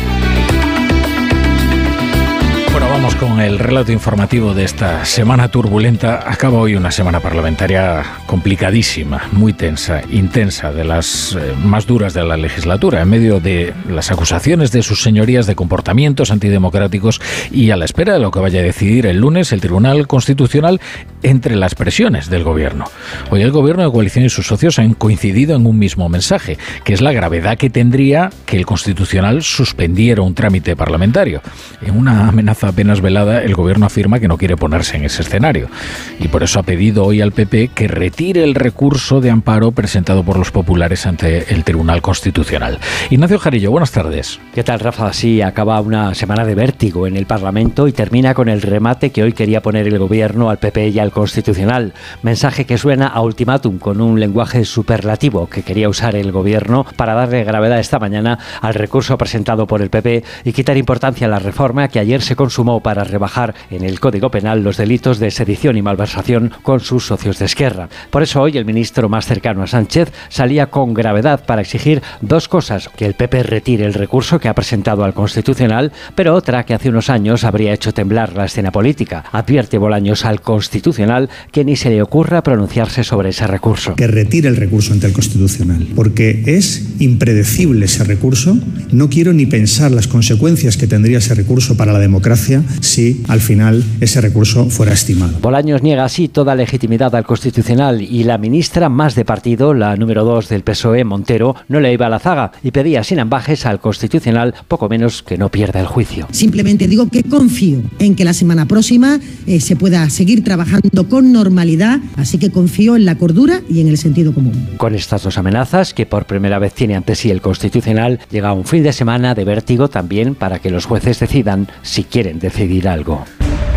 Bueno, vamos con el relato informativo de esta semana turbulenta. Acaba hoy una semana parlamentaria complicadísima, muy tensa, intensa, de las más duras de la legislatura, en medio de las acusaciones de sus señorías de comportamientos antidemocráticos y a la espera de lo que vaya a decidir el lunes el Tribunal Constitucional entre las presiones del Gobierno. Hoy el Gobierno de coalición y sus socios han coincidido en un mismo mensaje, que es la gravedad que tendría que el Constitucional suspendiera un trámite parlamentario. En una amenaza apenas velada, el Gobierno afirma que no quiere ponerse en ese escenario y por eso ha pedido hoy al PP que retire el recurso de amparo presentado por los populares ante el Tribunal Constitucional. Ignacio Jarillo, buenas tardes. ¿Qué tal, Rafa? Sí, acaba una semana de vértigo en el Parlamento y termina con el remate que hoy quería poner el Gobierno al PP y al Constitucional. Mensaje que suena a ultimátum, con un lenguaje superlativo que quería usar el Gobierno para darle gravedad esta mañana al recurso presentado por el PP y quitar importancia a la reforma que ayer se consumó para rebajar en el Código Penal los delitos de sedición y malversación con sus socios de Esquerra. Por eso hoy el ministro más cercano a Sánchez salía con gravedad para exigir dos cosas: que el PP retire el recurso que ha presentado al Constitucional, pero otra que hace unos años habría hecho temblar la escena política. Advierte Bolaños al Constitucional que ni se le ocurra pronunciarse sobre ese recurso. Que retire el recurso ante el Constitucional, porque es impredecible ese recurso. No quiero ni pensar las consecuencias que tendría ese recurso para la democracia si al final ese recurso fuera estimado. Bolaños niega así toda legitimidad al Constitucional y la ministra más de partido, la número 2 del PSOE, Montero, no le iba a la zaga y pedía sin ambajes al Constitucional poco menos que no pierda el juicio. Simplemente digo que confío en que la semana próxima se pueda seguir trabajando con normalidad, así que confío en la cordura y en el sentido común. Con estas dos amenazas, que por primera vez tiene ante sí el Constitucional, llega un fin de semana de vértigo también para que los jueces decidan si quieren decidir algo.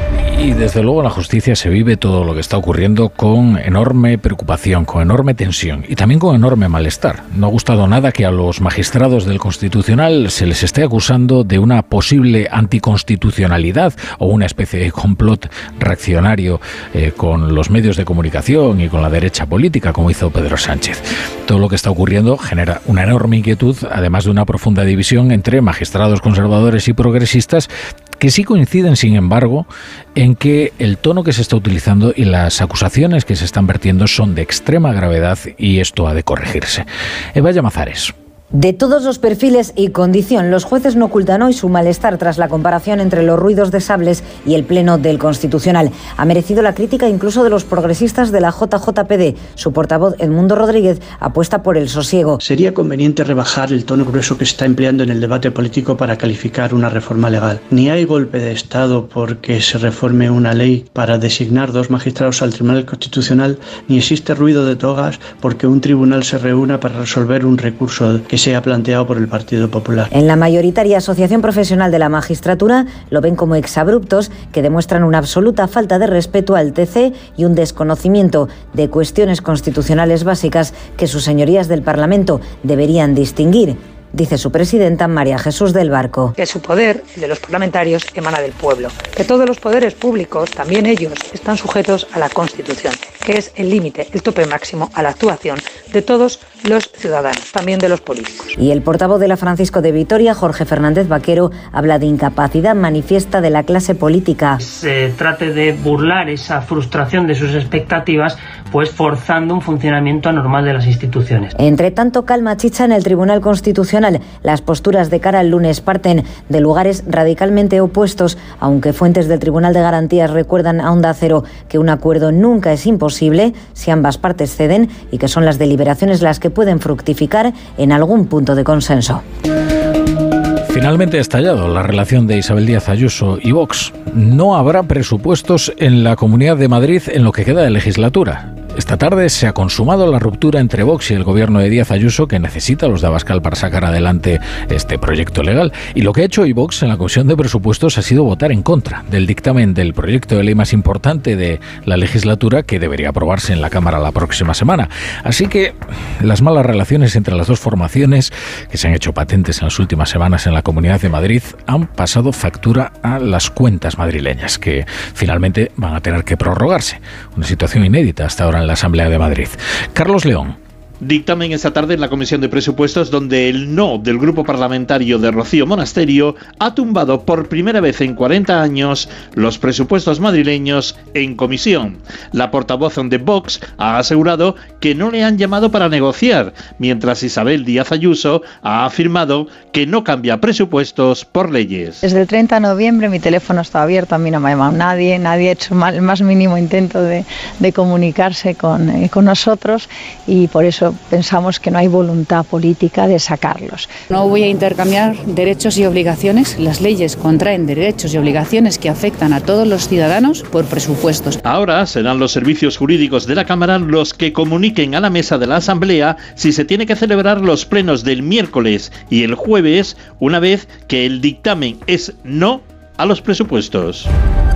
Y desde luego en la justicia se vive todo lo que está ocurriendo con enorme preocupación, con enorme tensión y también con enorme malestar. No ha gustado nada que a los magistrados del Constitucional se les esté acusando de una posible anticonstitucionalidad o una especie de complot reaccionario con los medios de comunicación y con la derecha política, como hizo Pedro Sánchez. Todo lo que está ocurriendo genera una enorme inquietud, además de una profunda división entre magistrados conservadores y progresistas, que sí coinciden, sin embargo, en que el tono que se está utilizando y las acusaciones que se están vertiendo son de extrema gravedad y esto ha de corregirse. Eva Llamazares. De todos los perfiles y condición, los jueces no ocultan hoy su malestar tras la comparación entre los ruidos de sables y el pleno del Constitucional. Ha merecido la crítica incluso de los progresistas de la JJPD. Su portavoz, Edmundo Rodríguez, apuesta por el sosiego. Sería conveniente rebajar el tono grueso que se está empleando en el debate político para calificar una reforma legal. Ni hay golpe de Estado porque se reforme una ley para designar 2 magistrados al Tribunal Constitucional, ni existe ruido de togas porque un tribunal se reúna para resolver un recurso que se ha planteado por el Partido Popular. En la mayoritaria Asociación Profesional de la Magistratura lo ven como exabruptos que demuestran una absoluta falta de respeto al TC y un desconocimiento de cuestiones constitucionales básicas que sus señorías del Parlamento deberían distinguir. Dice su presidenta, María Jesús del Barco. Que su poder, el de los parlamentarios, emana del pueblo. Que todos los poderes públicos, también ellos, están sujetos a la Constitución, que es el límite, el tope máximo a la actuación de todos los ciudadanos, también de los políticos. Y el portavoz de la Francisco de Vitoria, Jorge Fernández Vaquero, habla de incapacidad manifiesta de la clase política. Se trate de burlar esa frustración de sus expectativas, pues forzando un funcionamiento anormal de las instituciones. Entre tanto, calma chicha en el Tribunal Constitucional. Las posturas de cara al lunes parten de lugares radicalmente opuestos, aunque fuentes del Tribunal de Garantías recuerdan a Onda Cero que un acuerdo nunca es imposible si ambas partes ceden y que son las deliberaciones las que pueden fructificar en algún punto de consenso. Finalmente ha estallado la relación de Isabel Díaz Ayuso y Vox. No habrá presupuestos en la Comunidad de Madrid en lo que queda de legislatura. Esta tarde se ha consumado la ruptura entre Vox y el gobierno de Díaz Ayuso, que necesita a los de Abascal para sacar adelante este proyecto legal. Y lo que ha hecho hoy Vox en la Comisión de Presupuestos ha sido votar en contra del dictamen del proyecto de ley más importante de la legislatura, que debería aprobarse en la Cámara la próxima semana. Así que las malas relaciones entre las dos formaciones, que se han hecho patentes en las últimas semanas en la Comunidad de Madrid, han pasado factura a las cuentas madrileñas, que finalmente van a tener que prorrogarse. Una situación inédita hasta ahora en la Asamblea de Madrid. Carlos León. Dictamen esta tarde en la Comisión de Presupuestos, donde el no del grupo parlamentario de Rocío Monasterio ha tumbado por primera vez en 40 años los presupuestos madrileños en comisión. La portavoz de Vox ha asegurado que no le han llamado para negociar, mientras Isabel Díaz Ayuso ha afirmado que no cambia presupuestos por leyes. Desde el 30 de noviembre mi teléfono está abierto, a mí no me ha llamado nadie ha hecho el más mínimo intento de comunicarse con nosotros, y por eso pensamos que no hay voluntad política de sacarlos. No voy a intercambiar derechos y obligaciones. Las leyes contraen derechos y obligaciones que afectan a todos los ciudadanos por presupuestos. Ahora serán los servicios jurídicos de la Cámara los que comuniquen a la mesa de la Asamblea si se tiene que celebrar los plenos del miércoles y el jueves, una vez que el dictamen es no a los presupuestos.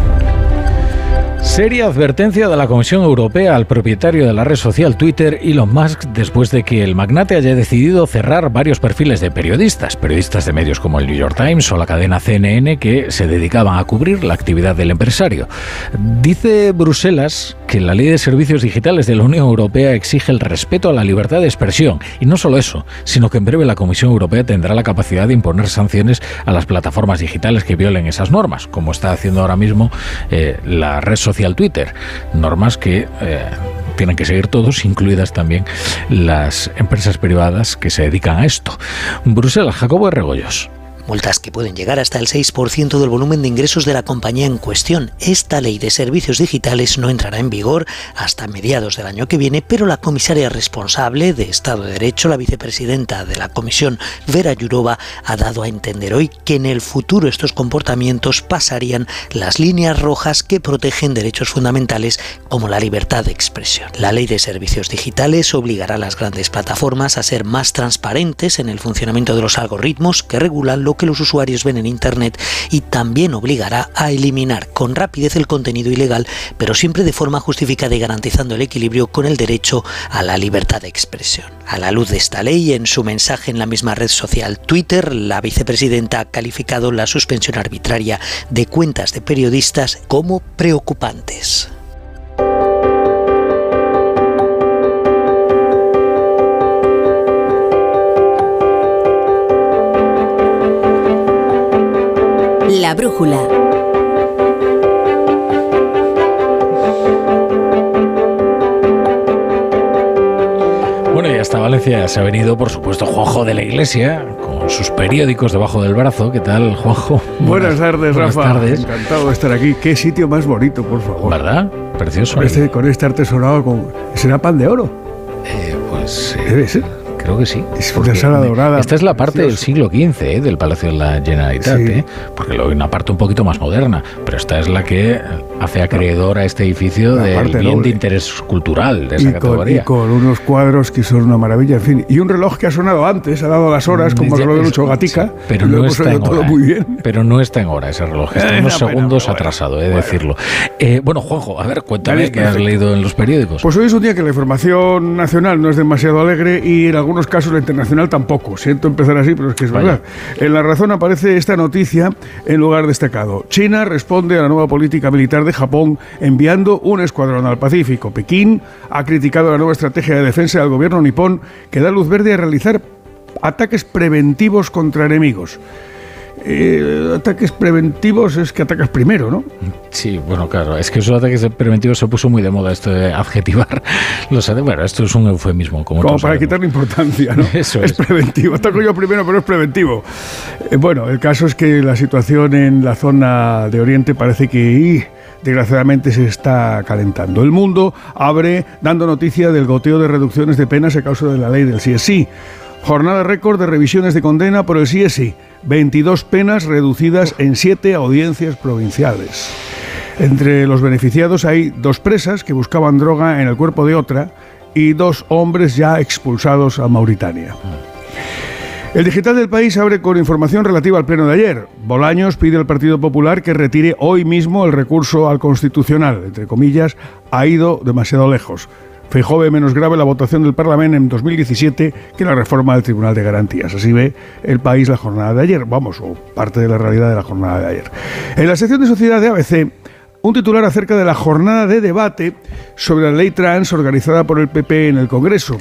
Seria advertencia de la Comisión Europea al propietario de la red social Twitter, Elon Musk, después de que el magnate haya decidido cerrar varios perfiles de periodistas de medios como el New York Times o la cadena CNN, que se dedicaban a cubrir la actividad del empresario. Dice Bruselas que la Ley de Servicios Digitales de la Unión Europea exige el respeto a la libertad de expresión. Y no solo eso, sino que en breve la Comisión Europea tendrá la capacidad de imponer sanciones a las plataformas digitales que violen esas normas, como está haciendo ahora mismo la red social Twitter. Normas que tienen que seguir todos, incluidas también las empresas privadas que se dedican a esto. Bruselas, Jacobo de Regoyos. Multas que pueden llegar hasta el 6% del volumen de ingresos de la compañía en cuestión. Esta ley de servicios digitales no entrará en vigor hasta mediados del año que viene, pero la comisaria responsable de Estado de Derecho, la vicepresidenta de la Comisión, Vera Jourova, ha dado a entender hoy que en el futuro estos comportamientos pasarían las líneas rojas que protegen derechos fundamentales como la libertad de expresión. La ley de servicios digitales obligará a las grandes plataformas a ser más transparentes en el funcionamiento de los algoritmos que regulan lo que los usuarios ven en Internet, y también obligará a eliminar con rapidez el contenido ilegal, pero siempre de forma justificada y garantizando el equilibrio con el derecho a la libertad de expresión. A la luz de esta ley, en su mensaje en la misma red social Twitter, la vicepresidenta ha calificado la suspensión arbitraria de cuentas de periodistas como preocupantes. La brújula. Bueno, y hasta Valencia se ha venido, por supuesto, Juanjo de la Iglesia, con sus periódicos debajo del brazo. ¿Qué tal, Juanjo? Buenas tardes, Rafa. Buenas tardes. Encantado de estar aquí. Qué sitio más bonito, por favor. ¿Verdad? Precioso. Con este artesonado, ¿será pan de oro? Pues debe ser. Creo que sí. Es una sala dorada. Esta es la parte del siglo XV del Palacio de la Generalitat, sí. Porque luego hay una parte un poquito más moderna, pero esta es la que hace acreedor a este edificio del bien noble de interés cultural de esa categoría. Y con unos cuadros que son una maravilla, en fin. Y un reloj que ha sonado antes, ha dado las horas, como el reloj de Lucho Gatica. Sí, pero no está en hora. Muy bien. Pero no está en hora ese reloj, está unos segundos atrasado, decirlo. Bueno, Juanjo, a ver, cuéntame qué has leído en los periódicos. Pues hoy es un día que la información nacional no es demasiado alegre y en algunos casos la internacional tampoco. Siento empezar así, pero es que es verdad. En La Razón aparece esta noticia en lugar destacado. China responde a la nueva política militar de Japón enviando un escuadrón al Pacífico. Pekín ha criticado la nueva estrategia de defensa del gobierno nipón, que da luz verde a realizar ataques preventivos contra enemigos. Ataques preventivos es que atacas primero, ¿no? Sí, bueno, claro, es que esos ataques preventivos se puso muy de moda, esto de adjetivar los ataques. Bueno, esto es un eufemismo. Como para quitarle importancia, ¿no? Eso es preventivo, ataco yo primero, pero es preventivo. Bueno, el caso es que la situación en la zona de Oriente parece que desgraciadamente se está calentando. El Mundo abre dando noticia del goteo de reducciones de penas a causa de la ley del sí es sí. Jornada récord de revisiones de condena por el sí es sí. 22 penas reducidas en 7 audiencias provinciales. Entre los beneficiados hay 2 presas que buscaban droga en el cuerpo de otra y 2 hombres ya expulsados a Mauritania. El digital del País abre con información relativa al pleno de ayer. Bolaños pide al Partido Popular que retire hoy mismo el recurso al Constitucional. Entre comillas, ha ido demasiado lejos. Feijóo ve menos grave la votación del Parlamento en 2017 que la reforma del Tribunal de Garantías. Así ve el País la jornada de ayer, o parte de la realidad de la jornada de ayer. En la sección de Sociedad de ABC, un titular acerca de la jornada de debate sobre la ley trans organizada por el PP en el Congreso.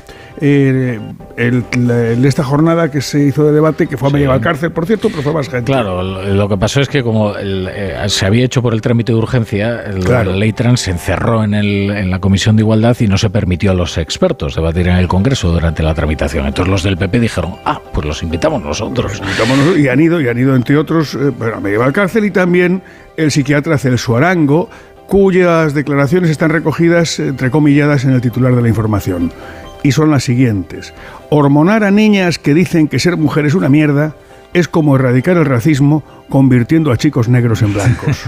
Esta jornada que se hizo de debate, que fue a Medieval Cárcel, por cierto, pero fue más gente. Claro, lo que pasó es que como se había hecho por el trámite de urgencia, la ley trans se encerró en la Comisión de Igualdad y no se permitió a los expertos debatir en el Congreso durante la tramitación. Entonces los del PP dijeron, pues los invitamos nosotros. Y han ido entre otros a Medieval Cárcel, y también el psiquiatra Celso Arango, cuyas declaraciones están recogidas, entrecomilladas, en el titular de la información. Y son las siguientes: hormonar a niñas que dicen que ser mujer es una mierda es como erradicar el racismo convirtiendo a chicos negros en blancos.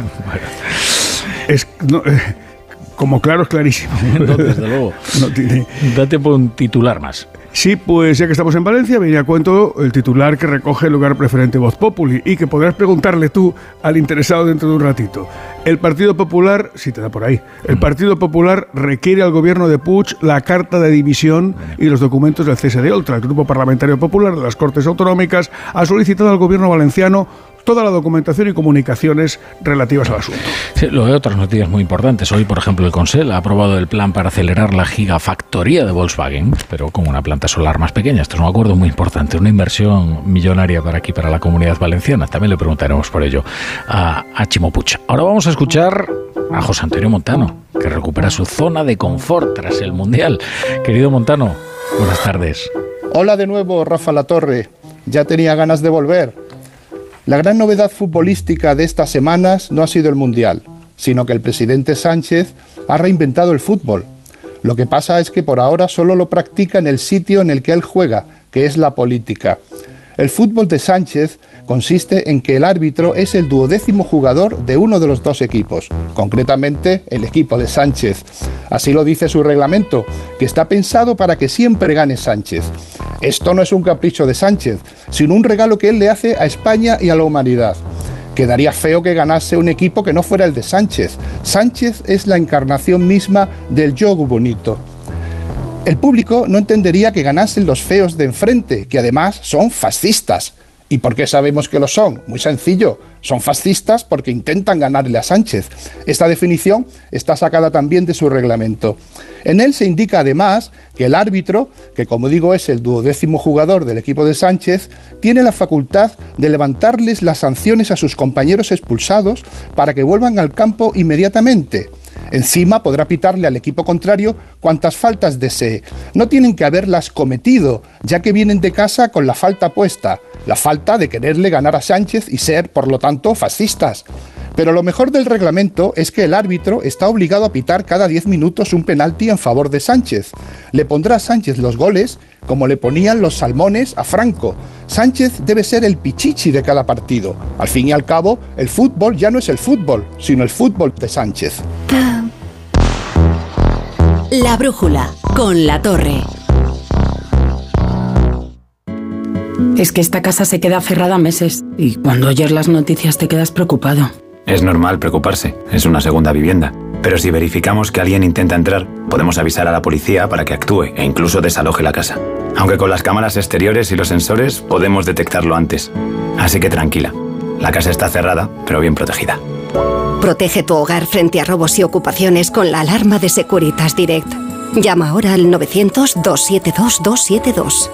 Como claro, es clarísimo. No, desde luego. Date por un titular más. Sí, pues ya que estamos en Valencia, viene a cuento el titular que recoge el lugar preferente Voz Populi y que podrás preguntarle tú al interesado dentro de un ratito. El Partido Popular, si te da por ahí, el Partido Popular requiere al gobierno de Puig la carta de dimisión y los documentos del cese de Oltra. El Grupo Parlamentario Popular de las Cortes Autonómicas ha solicitado al gobierno valenciano toda la documentación y comunicaciones relativas al asunto. Sí, luego hay otras noticias muy importantes. Hoy, por ejemplo, el Consell ha aprobado el plan para acelerar la gigafactoría de Volkswagen, pero con una planta solar más pequeña. Esto es un acuerdo muy importante, una inversión millonaria para aquí, para la Comunidad Valenciana. También le preguntaremos por ello a Chimo Puig. Ahora vamos a escuchar a José Antonio Montano, que recupera su zona de confort tras el Mundial. Querido Montano, buenas tardes. Hola de nuevo, Rafa Latorre. Ya tenía ganas de volver. La gran novedad futbolística de estas semanas no ha sido el Mundial, sino que el presidente Sánchez ha reinventado el fútbol. Lo que pasa es que por ahora solo lo practica en el sitio en el que él juega, que es la política. El fútbol de Sánchez consiste en que el árbitro es el 12º jugador de uno de los 2 equipos, concretamente el equipo de Sánchez. Así lo dice su reglamento, que está pensado para que siempre gane Sánchez. Esto no es un capricho de Sánchez, sino un regalo que él le hace a España y a la humanidad. Quedaría feo que ganase un equipo que no fuera el de Sánchez. Sánchez es la encarnación misma del juego bonito. El público no entendería que ganasen los feos de enfrente, que además son fascistas. ¿Y por qué sabemos que lo son? Muy sencillo, son fascistas porque intentan ganarle a Sánchez. Esta definición está sacada también de su reglamento. En él se indica además que el árbitro, que como digo es el 12º jugador del equipo de Sánchez, tiene la facultad de levantarles las sanciones a sus compañeros expulsados para que vuelvan al campo inmediatamente. Encima podrá pitarle al equipo contrario cuantas faltas desee. No tienen que haberlas cometido, ya que vienen de casa con la falta puesta, la falta de quererle ganar a Sánchez y ser, por lo tanto, fascistas. Pero lo mejor del reglamento es que el árbitro está obligado a pitar cada 10 minutos un penalti en favor de Sánchez. Le pondrá a Sánchez los goles como le ponían los salmones a Franco. Sánchez debe ser el pichichi de cada partido. Al fin y al cabo, el fútbol ya no es el fútbol, sino el fútbol de Sánchez. La brújula, con La Torre. Es que esta casa se queda cerrada meses y cuando oyes las noticias te quedas preocupado. Es normal preocuparse, es una segunda vivienda. Pero si verificamos que alguien intenta entrar, podemos avisar a la policía para que actúe e incluso desaloje la casa. Aunque con las cámaras exteriores y los sensores podemos detectarlo antes. Así que tranquila, la casa está cerrada, pero bien protegida. Protege tu hogar frente a robos y ocupaciones con la alarma de Securitas Direct. Llama ahora al 900-272-272.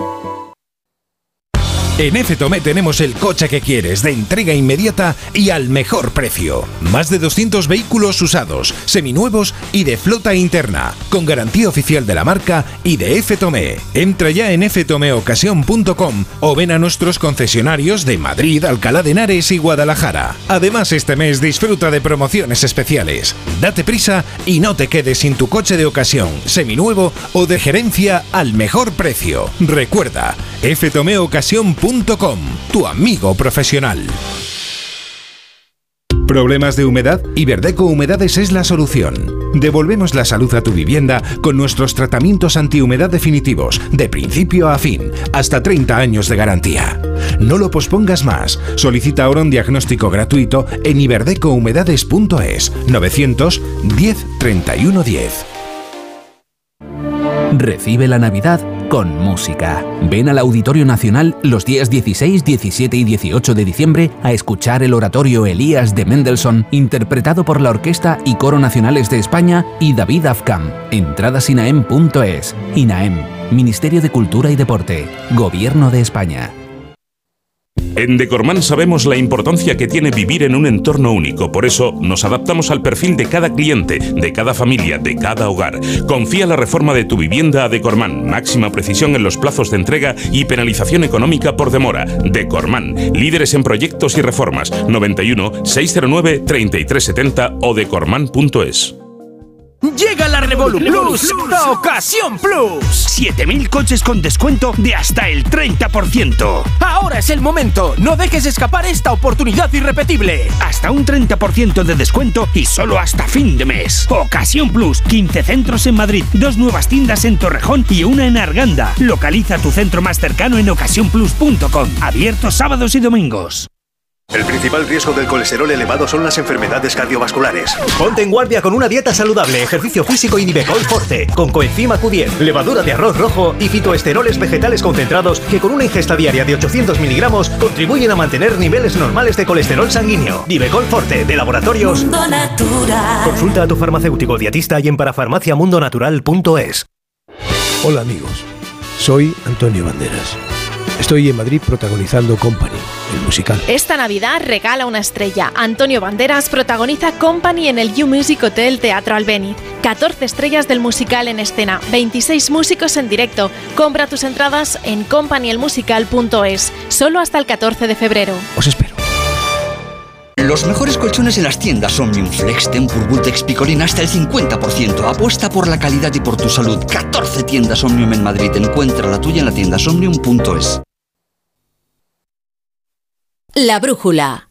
En FTOME tenemos el coche que quieres, de entrega inmediata y al mejor precio. Más de 200 vehículos usados, seminuevos y de flota interna, con garantía oficial de la marca y de FTOME. Entra ya en ftomeocasión.com o ven a nuestros concesionarios de Madrid, Alcalá de Henares y Guadalajara. Además, este mes disfruta de promociones especiales. Date prisa y no te quedes sin tu coche de ocasión, seminuevo o de gerencia al mejor precio. Recuerda, ftomeocasión.com, tu amigo profesional. ¿Problemas de humedad? Iberdeco Humedades es la solución. Devolvemos la salud a tu vivienda con nuestros tratamientos antihumedad definitivos, de principio a fin, hasta 30 años de garantía. No lo pospongas más. Solicita ahora un diagnóstico gratuito en iberdecohumedades.es 910 31 10. Recibe la Navidad con música. Ven al Auditorio Nacional los días 16, 17 y 18 de diciembre a escuchar el oratorio Elías de Mendelssohn, interpretado por la Orquesta y Coro Nacionales de España y David Afkam. Entradas INAEM.es. INAEM, Ministerio de Cultura y Deporte, Gobierno de España. En Decorman sabemos la importancia que tiene vivir en un entorno único, por eso nos adaptamos al perfil de cada cliente, de cada familia, de cada hogar. Confía la reforma de tu vivienda a Decorman, máxima precisión en los plazos de entrega y penalización económica por demora. Decorman, líderes en proyectos y reformas. 91 609 3370 o decorman.es. Llega la Revolu Plus, la Ocasión Plus. 7.000 coches con descuento de hasta el 30%. Ahora es el momento. No dejes escapar esta oportunidad irrepetible. Hasta un 30% de descuento y solo hasta fin de mes. Ocasión Plus. 15 centros en Madrid, 2 nuevas tiendas en Torrejón y una en Arganda. Localiza tu centro más cercano en ocasiónplus.com. Abierto sábados y domingos. El principal riesgo del colesterol elevado son las enfermedades cardiovasculares. Ponte en guardia con una dieta saludable, ejercicio físico y Nivecol Forte, con coenzima Q10, levadura de arroz rojo y fitoesteroles vegetales concentrados que con una ingesta diaria de 800 miligramos contribuyen a mantener niveles normales de colesterol sanguíneo. Nivecol Forte, de Laboratorios Mundo Natural. Consulta a tu farmacéutico dietista y en parafarmaciamundonatural.es. Hola amigos, soy Antonio Banderas. Estoy en Madrid protagonizando Company, el musical. Esta Navidad regala una estrella. Antonio Banderas protagoniza Company en el You Music Hotel Teatro Albéniz. 14 estrellas del musical en escena, 26 músicos en directo. Compra tus entradas en companyelmusical.es, solo hasta el 14 de febrero. Os espero. Los mejores colchones en las tiendas Omnium Flex, Tempur, Vultex, Picolín hasta el 50%. Apuesta por la calidad y por tu salud. 14 tiendas Omnium en Madrid. Encuentra la tuya en la tienda omnium.es. La brújula.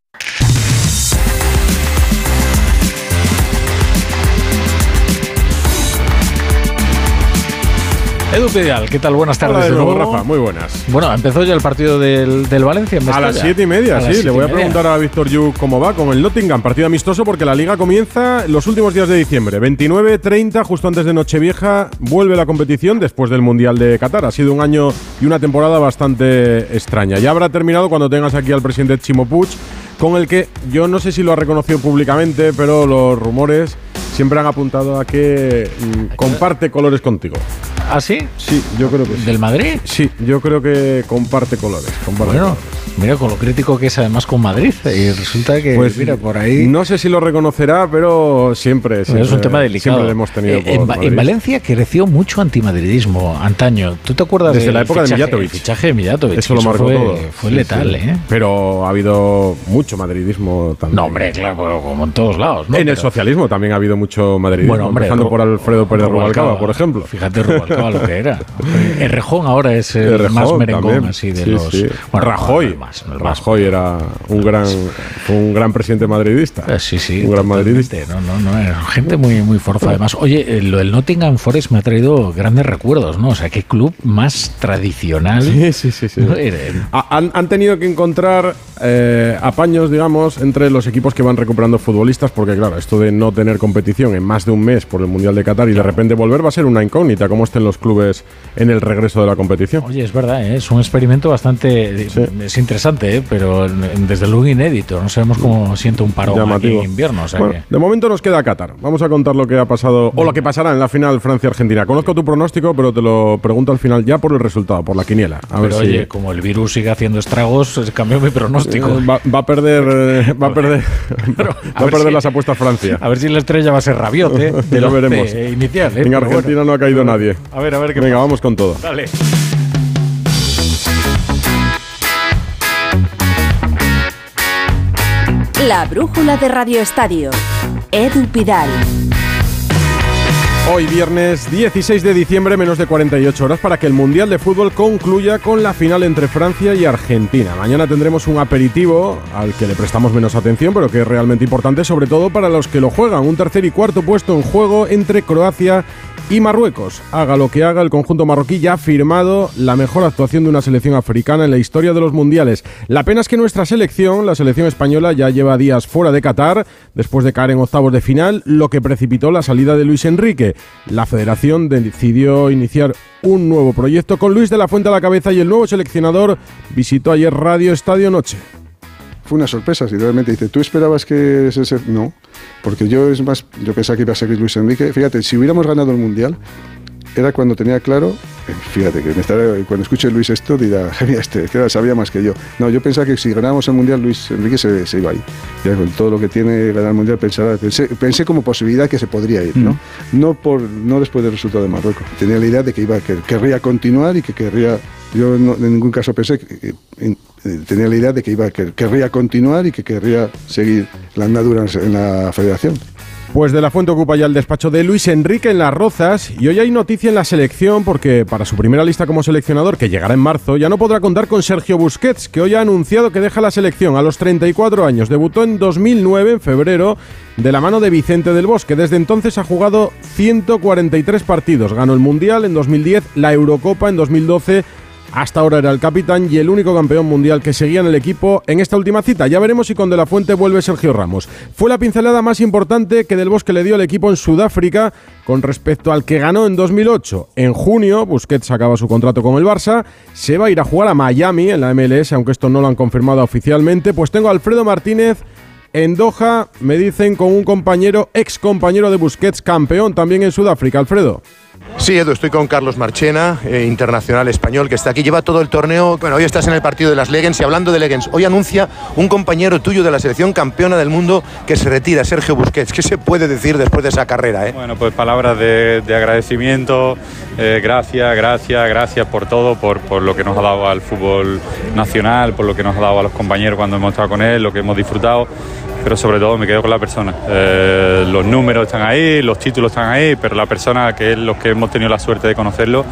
Edu Pedial, ¿qué tal? Buenas tardes. Hola de nuevo, Rafa, muy buenas. Bueno, empezó ya el partido del Valencia en Mestalla. A las 7:30, sí. Le voy a preguntar a Víctor Yu cómo va con el Nottingham. Partido amistoso porque la Liga comienza los últimos días de diciembre. 29-30, justo antes de Nochevieja, vuelve la competición después del Mundial de Qatar. Ha sido un año y una temporada bastante extraña. Ya habrá terminado cuando tengas aquí al presidente Ximo Puig, con el que yo no sé si lo ha reconocido públicamente, pero los rumores siempre han apuntado a que comparte colores contigo. ¿Ah, sí? Sí, yo creo que sí. ¿Del Madrid? Sí, yo creo que comparte colores. Bueno, mira con lo crítico que es además con Madrid. Y resulta que, pues, mira, por ahí... No sé si lo reconocerá, pero siempre es un tema delicado. Siempre lo hemos tenido en Valencia creció mucho antimadridismo antaño. ¿Tú te acuerdas desde la época de Mijatovic? El fichaje de Mijatovic. Eso lo marcó todo. Fue sí, letal, sí. ¿eh? Pero ha habido mucho madridismo también. No, hombre, claro, como en todos lados, ¿no? En el socialismo también ha habido mucho madridismo. Bueno, hombre, empezando por Alfredo Pérez Rubalcaba, por ejemplo. Fíjate Rubalcaba lo que era. Errejón ahora es el más merengón también, así de los... Sí. Bueno, Rajoy. Rajoy era un gran presidente madridista. Sí. Un gran madridista. No, era gente muy forza. Además, oye, lo del Nottingham Forest me ha traído grandes recuerdos, ¿no? O sea, qué club más tradicional. Sí. ¿No? Han tenido que encontrar apaños, digamos, entre los equipos que van recuperando futbolistas, porque claro, esto de no tener competición en más de un mes por el Mundial de Qatar y de repente volver va a ser una incógnita, cómo estén los clubes en el regreso de la competición. Oye, es verdad, es un experimento bastante es interesante, pero desde luego inédito. No sabemos cómo siente un parón aquí en invierno. O sea bueno, de momento nos queda Qatar. Vamos a contar lo que ha pasado o lo que pasará en la final Francia-Argentina. Conozco tu pronóstico, pero te lo pregunto al final ya por el resultado, por la quiniela. Pero oye, como el virus sigue haciendo estragos, cambió mi pronóstico. Va a perder las apuestas Francia. A ver si la estrella va a ser Rabiot, de lo veremos. Inicial. En Argentina no ha caído nadie. A ver qué Venga, pasa. vamos con todo. Dale. La brújula de Radio Estadio. Edu Pidal. Hoy viernes 16 de diciembre, menos de 48 horas para que el Mundial de Fútbol concluya con la final entre Francia y Argentina. Mañana tendremos un aperitivo al que le prestamos menos atención, pero que es realmente importante, sobre todo para los que lo juegan. Un tercer y cuarto puesto en juego entre Croacia y Marruecos. Haga lo que haga, el conjunto marroquí ya ha firmado la mejor actuación de una selección africana en la historia de los mundiales. La pena es que nuestra selección, la selección española, ya lleva días fuera de Qatar, después de caer en octavos de final, lo que precipitó la salida de Luis Enrique. La federación decidió iniciar un nuevo proyecto con Luis de la Fuente a la cabeza y el nuevo seleccionador visitó ayer Radio Estadio Noche. Fue una sorpresa, si realmente dice, ¿tú esperabas que ese? No, porque yo pensaba que iba a seguir Luis Enrique. Fíjate, si hubiéramos ganado el Mundial, era cuando tenía claro, fíjate, que cuando escuche Luis esto dirá, mira, que sabía más que yo. No, yo pensaba que si ganábamos el Mundial, Luis Enrique se iba ahí. Ya con todo lo que tiene ganar el Mundial, pensé como posibilidad que se podría ir, ¿no? No después del resultado de Marruecos. Tenía la idea de que querría continuar y que querría... Yo en ningún caso pensé tenía la idea de que querría continuar y que querría seguir la andadura en la federación. Pues de la Fuente ocupa ya el despacho de Luis Enrique en Las Rozas y hoy hay noticia en la selección porque para su primera lista como seleccionador, que llegará en marzo, ya no podrá contar con Sergio Busquets, que hoy ha anunciado que deja la selección a los 34 años. Debutó en 2009, en febrero, de la mano de Vicente del Bosque. Desde entonces ha jugado 143 partidos. Ganó el Mundial en 2010, la Eurocopa en 2012... Hasta ahora era el capitán y el único campeón mundial que seguía en el equipo en esta última cita. Ya veremos si con De la Fuente vuelve Sergio Ramos. Fue la pincelada más importante que Del Bosque le dio al equipo en Sudáfrica con respecto al que ganó en 2008. En junio, Busquets acaba su contrato con el Barça, se va a ir a jugar a Miami en la MLS, aunque esto no lo han confirmado oficialmente. Pues tengo a Alfredo Martínez en Doha, me dicen, con un ex compañero de Busquets, campeón también en Sudáfrica. Alfredo. Sí, Edu, estoy con Carlos Marchena, internacional español, que está aquí, lleva todo el torneo. Bueno, hoy estás en el partido de las Legends y hablando de Legends, hoy anuncia un compañero tuyo de la selección campeona del mundo que se retira, Sergio Busquets. ¿Qué se puede decir después de esa carrera? Bueno, pues palabras de agradecimiento, gracias por todo, por lo que nos ha dado al fútbol nacional, por lo que nos ha dado a los compañeros cuando hemos estado con él, lo que hemos disfrutado. Pero sobre todo me quedo con la persona. Los números están ahí, los títulos están ahí, pero la persona, que es los que hemos tenido la suerte de conocerlo,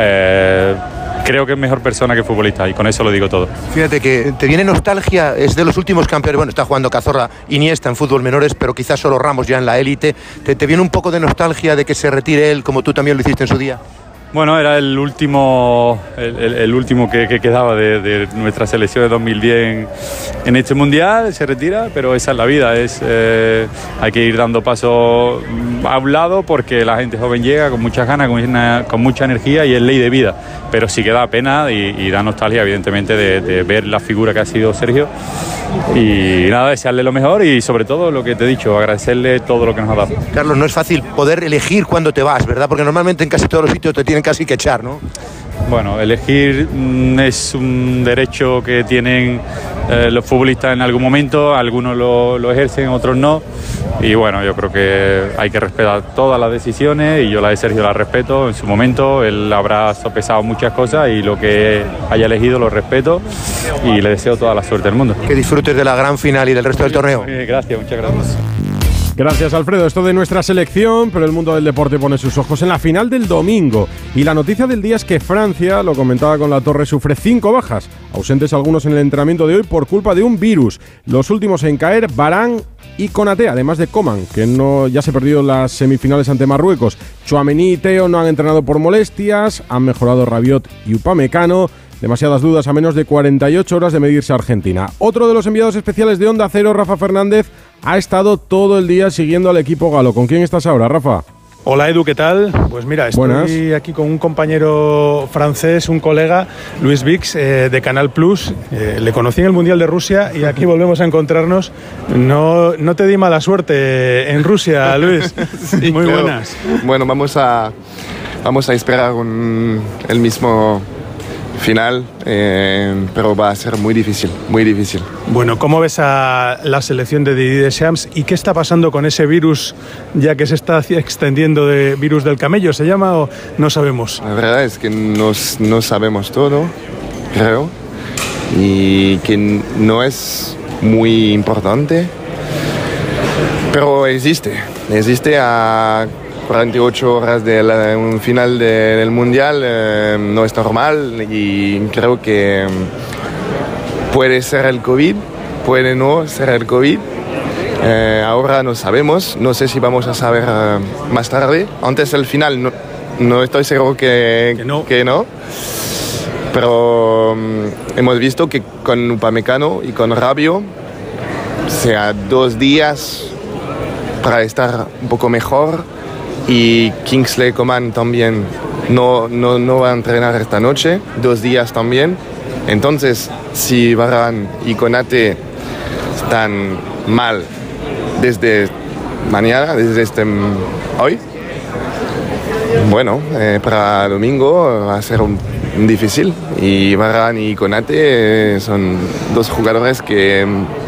creo que es mejor persona que futbolista, y con eso lo digo todo. Fíjate que te viene nostalgia, es de los últimos campeones, bueno, está jugando Cazorla, Iniesta en fútbol menores, pero quizás solo Ramos ya en la élite. ¿Te viene un poco de nostalgia de que se retire él, como tú también lo hiciste en su día? Bueno, era el último que quedaba de nuestra selección de 2010 en este Mundial. Se retira, pero esa es la vida. Hay que ir dando pasos a un lado porque la gente joven llega con muchas ganas, con mucha energía, y es ley de vida. Pero sí que da pena y da nostalgia, evidentemente, de ver la figura que ha sido Sergio. Y nada, desearle lo mejor y sobre todo lo que te he dicho, agradecerle todo lo que nos ha dado. Carlos, no es fácil poder elegir cuándo te vas, ¿verdad? Porque normalmente en casi todos los sitios te tienen casi que echar, ¿no? Bueno, elegir es un derecho que tienen los futbolistas en algún momento, algunos lo ejercen, otros no, y bueno, yo creo que hay que respetar todas las decisiones y yo la de Sergio la respeto en su momento. Él habrá sopesado muchas cosas y lo que haya elegido lo respeto y le deseo toda la suerte del mundo. Que disfrutes de la gran final y del resto del torneo. Gracias, muchas gracias. Gracias, Alfredo. Esto de nuestra selección, pero el mundo del deporte pone sus ojos en la final del domingo. Y la noticia del día es que Francia, lo comentaba con La Torre, sufre 5 bajas, ausentes algunos en el entrenamiento de hoy por culpa de un virus. Los últimos en caer, Varane y Konaté, además de Coman, que ya se perdió las semifinales ante Marruecos. Tchouaméni y Theo no han entrenado por molestias, han mejorado Rabiot y Upamecano. Demasiadas dudas a menos de 48 horas de medirse a Argentina. Otro de los enviados especiales de Onda Cero, Rafa Fernández, ha estado todo el día siguiendo al equipo galo. ¿Con quién estás ahora, Rafa? Hola Edu, ¿qué tal? Pues mira, estoy aquí con un compañero francés, un colega, Luis Vix, de Canal Plus. Le conocí en el Mundial de Rusia y aquí volvemos a encontrarnos. No te di mala suerte en Rusia, Luis. Sí, muy claro. Buenas. Bueno, vamos a esperar el mismo final, pero va a ser muy difícil, muy difícil. Bueno, ¿cómo ves a la selección de Didier Deschamps y qué está pasando con ese virus, ya que se está extendiendo, de virus del camello, se llama, o no sabemos? La verdad es que no sabemos todo, creo, y que no es muy importante, pero existe a 48 horas de un final del Mundial no es normal y creo que puede ser el COVID, puede no ser el COVID. Ahora no sabemos, no sé si vamos a saber más tarde. Antes del final no estoy seguro que no. Pero hemos visto que con Upamecano y con Rabiot, sea 2 días para estar un poco mejor, y Kingsley Coman también no va a entrenar esta noche, 2 días también. Entonces, si Varane y Konate están mal desde mañana, desde hoy, bueno, para domingo va a ser difícil. Y Varane y Konate son 2 jugadores que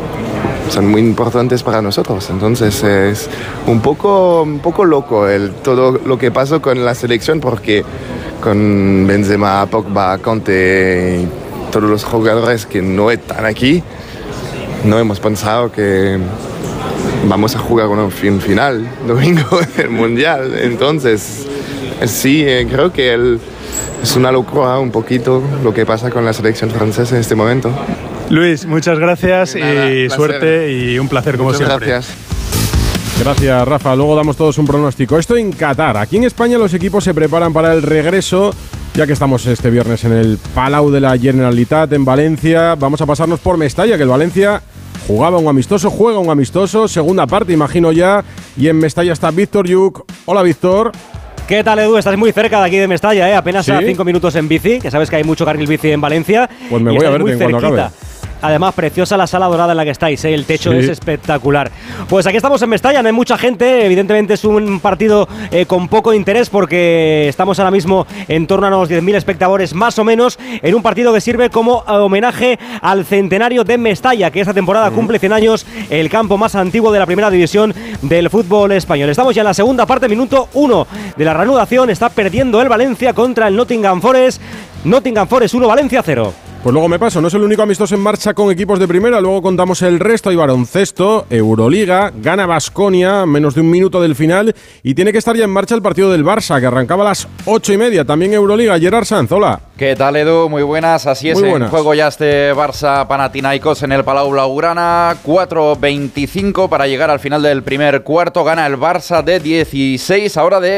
son muy importantes para nosotros. Entonces es un poco loco todo lo que pasó con la selección, porque con Benzema, Pogba, Kanté y todos los jugadores que no están aquí, no hemos pensado que vamos a jugar un final domingo del Mundial. Entonces sí, creo que es una locura un poquito lo que pasa con la selección francesa en este momento. Luis, muchas gracias y suerte y un placer como siempre. Gracias. Gracias, Rafa. Luego damos todos un pronóstico. Esto en Qatar. Aquí en España los equipos se preparan para el regreso, ya que estamos este viernes en el Palau de la Generalitat en Valencia. Vamos a pasarnos por Mestalla, que el Valencia juega un amistoso, segunda parte, imagino ya. Y en Mestalla está Víctor Lluch. Hola, Víctor. ¿Qué tal, Edu? Estás muy cerca de aquí de Mestalla, ¿eh? Apenas ¿sí? A 5 minutos en bici, que sabes que hay mucho carril bici en Valencia. Pues me voy a verte cuando acabe. Además, preciosa la sala dorada en la que estáis, ¿eh? El techo es espectacular. Pues aquí estamos en Mestalla, no hay mucha gente. Evidentemente es un partido con poco interés, porque estamos ahora mismo en torno a unos 10.000 espectadores más o menos, en un partido que sirve como homenaje al centenario de Mestalla, que esta temporada cumple 100 años, el campo más antiguo de la primera división del fútbol español. Estamos ya en la segunda parte, minuto 1 de la reanudación. Está perdiendo el Valencia contra el Nottingham Forest. Nottingham Forest 1, Valencia 0. Pues luego me paso, no es el único amistoso en marcha con equipos de primera, luego contamos el resto. Hay baloncesto, Euroliga, gana Baskonia, menos de un minuto del final, y tiene que estar ya en marcha el partido del Barça, que arrancaba a las 8:30, también Euroliga. Gerard Sanz, hola. ¿Qué tal, Edu? Muy buenas, así es, en juego ya este Barça-Panathinaikos en el Palau Blaugrana, 4:25 para llegar al final del primer cuarto. Gana el Barça de 16,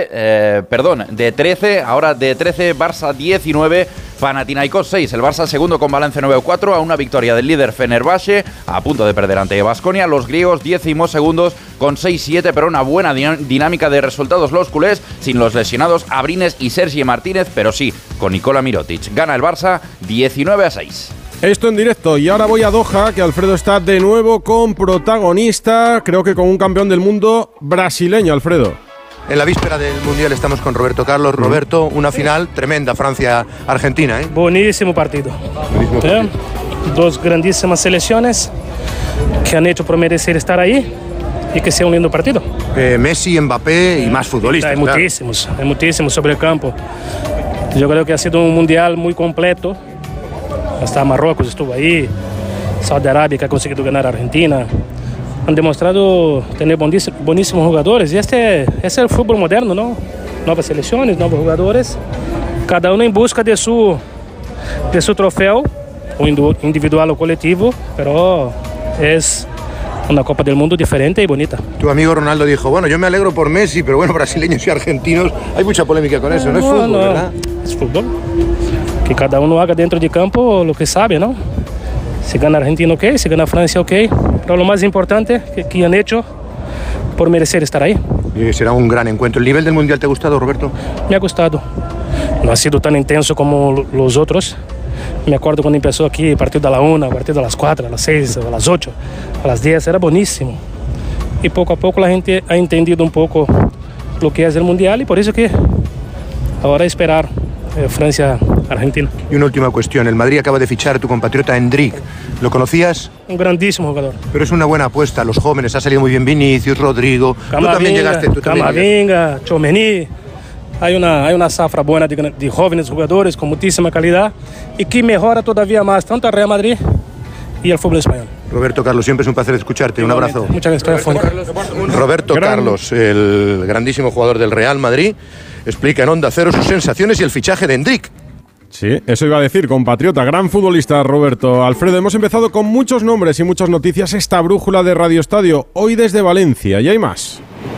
de 13, ahora de 13, Barça 19, Panathinaikos 6, el Barça segundo con balance 9-4 a una victoria del líder Fenerbahce, a punto de perder ante Baskonia. Los griegos 12º con 6-7, pero una buena dinámica de resultados los culés, sin los lesionados Abrines y Sergi Martínez, pero sí con Nikola Mirotic. Gana el Barça 19-6. Esto en directo, y ahora voy a Doha, que Alfredo está de nuevo con protagonista, creo que con un campeón del mundo brasileño, Alfredo. En la víspera del Mundial estamos con Roberto Carlos. Roberto, una final tremenda, Francia-Argentina, ¿eh? Buenísimo partido. Dos grandísimas selecciones que han hecho por merecer estar ahí y que sea un lindo partido. Messi, Mbappé y más futbolistas. Hay muchísimos sobre el campo. Yo creo que ha sido un Mundial muy completo. Hasta Marruecos estuvo ahí, Saudi Arabia, que ha conseguido ganar a Argentina. Han demostrado tener buenísimos jugadores, y este es el fútbol moderno, ¿no? Nuevas selecciones, nuevos jugadores, cada uno en busca de su trofeo, o individual o colectivo, pero es una Copa del Mundo diferente y bonita. Tu amigo Ronaldo dijo, bueno, yo me alegro por Messi, pero bueno, brasileños y argentinos, hay mucha polémica con eso, no es fútbol, ¿verdad? Es fútbol, que cada uno haga dentro de campo lo que sabe, ¿no? Si gana Argentina, ok, si gana Francia, ok, pero lo más importante que han hecho por merecer estar ahí. Y será un gran encuentro. ¿El nivel del Mundial te ha gustado, Roberto? Me ha gustado. No ha sido tan intenso como los otros. Me acuerdo cuando empezó aquí, partido a la 1, partido a las 4, a las 6, a las 8, a las 10, era buenísimo. Y poco a poco la gente ha entendido un poco lo que es el Mundial, y por eso que ahora esperar Francia-Argentina. Y una última cuestión, el Madrid acaba de fichar a tu compatriota Endrick, ¿lo conocías? Un grandísimo jugador. Pero es una buena apuesta, los jóvenes, ha salido muy bien Vinicius, Rodrigo, Camavinga, tú también llegaste. Camavinga, Tchouaméni, hay una zafra buena de jóvenes jugadores con muchísima calidad, y que mejora todavía más tanto a Real Madrid y el fútbol español. Roberto Carlos, siempre es un placer escucharte. Un abrazo. Muchas gracias. Roberto Carlos, el grandísimo jugador del Real Madrid, explica en Onda Cero sus sensaciones y el fichaje de Endrick. Sí, eso iba a decir, compatriota, gran futbolista Roberto. Alfredo, hemos empezado con muchos nombres y muchas noticias esta brújula de Radio Estadio, hoy desde Valencia, y hay más.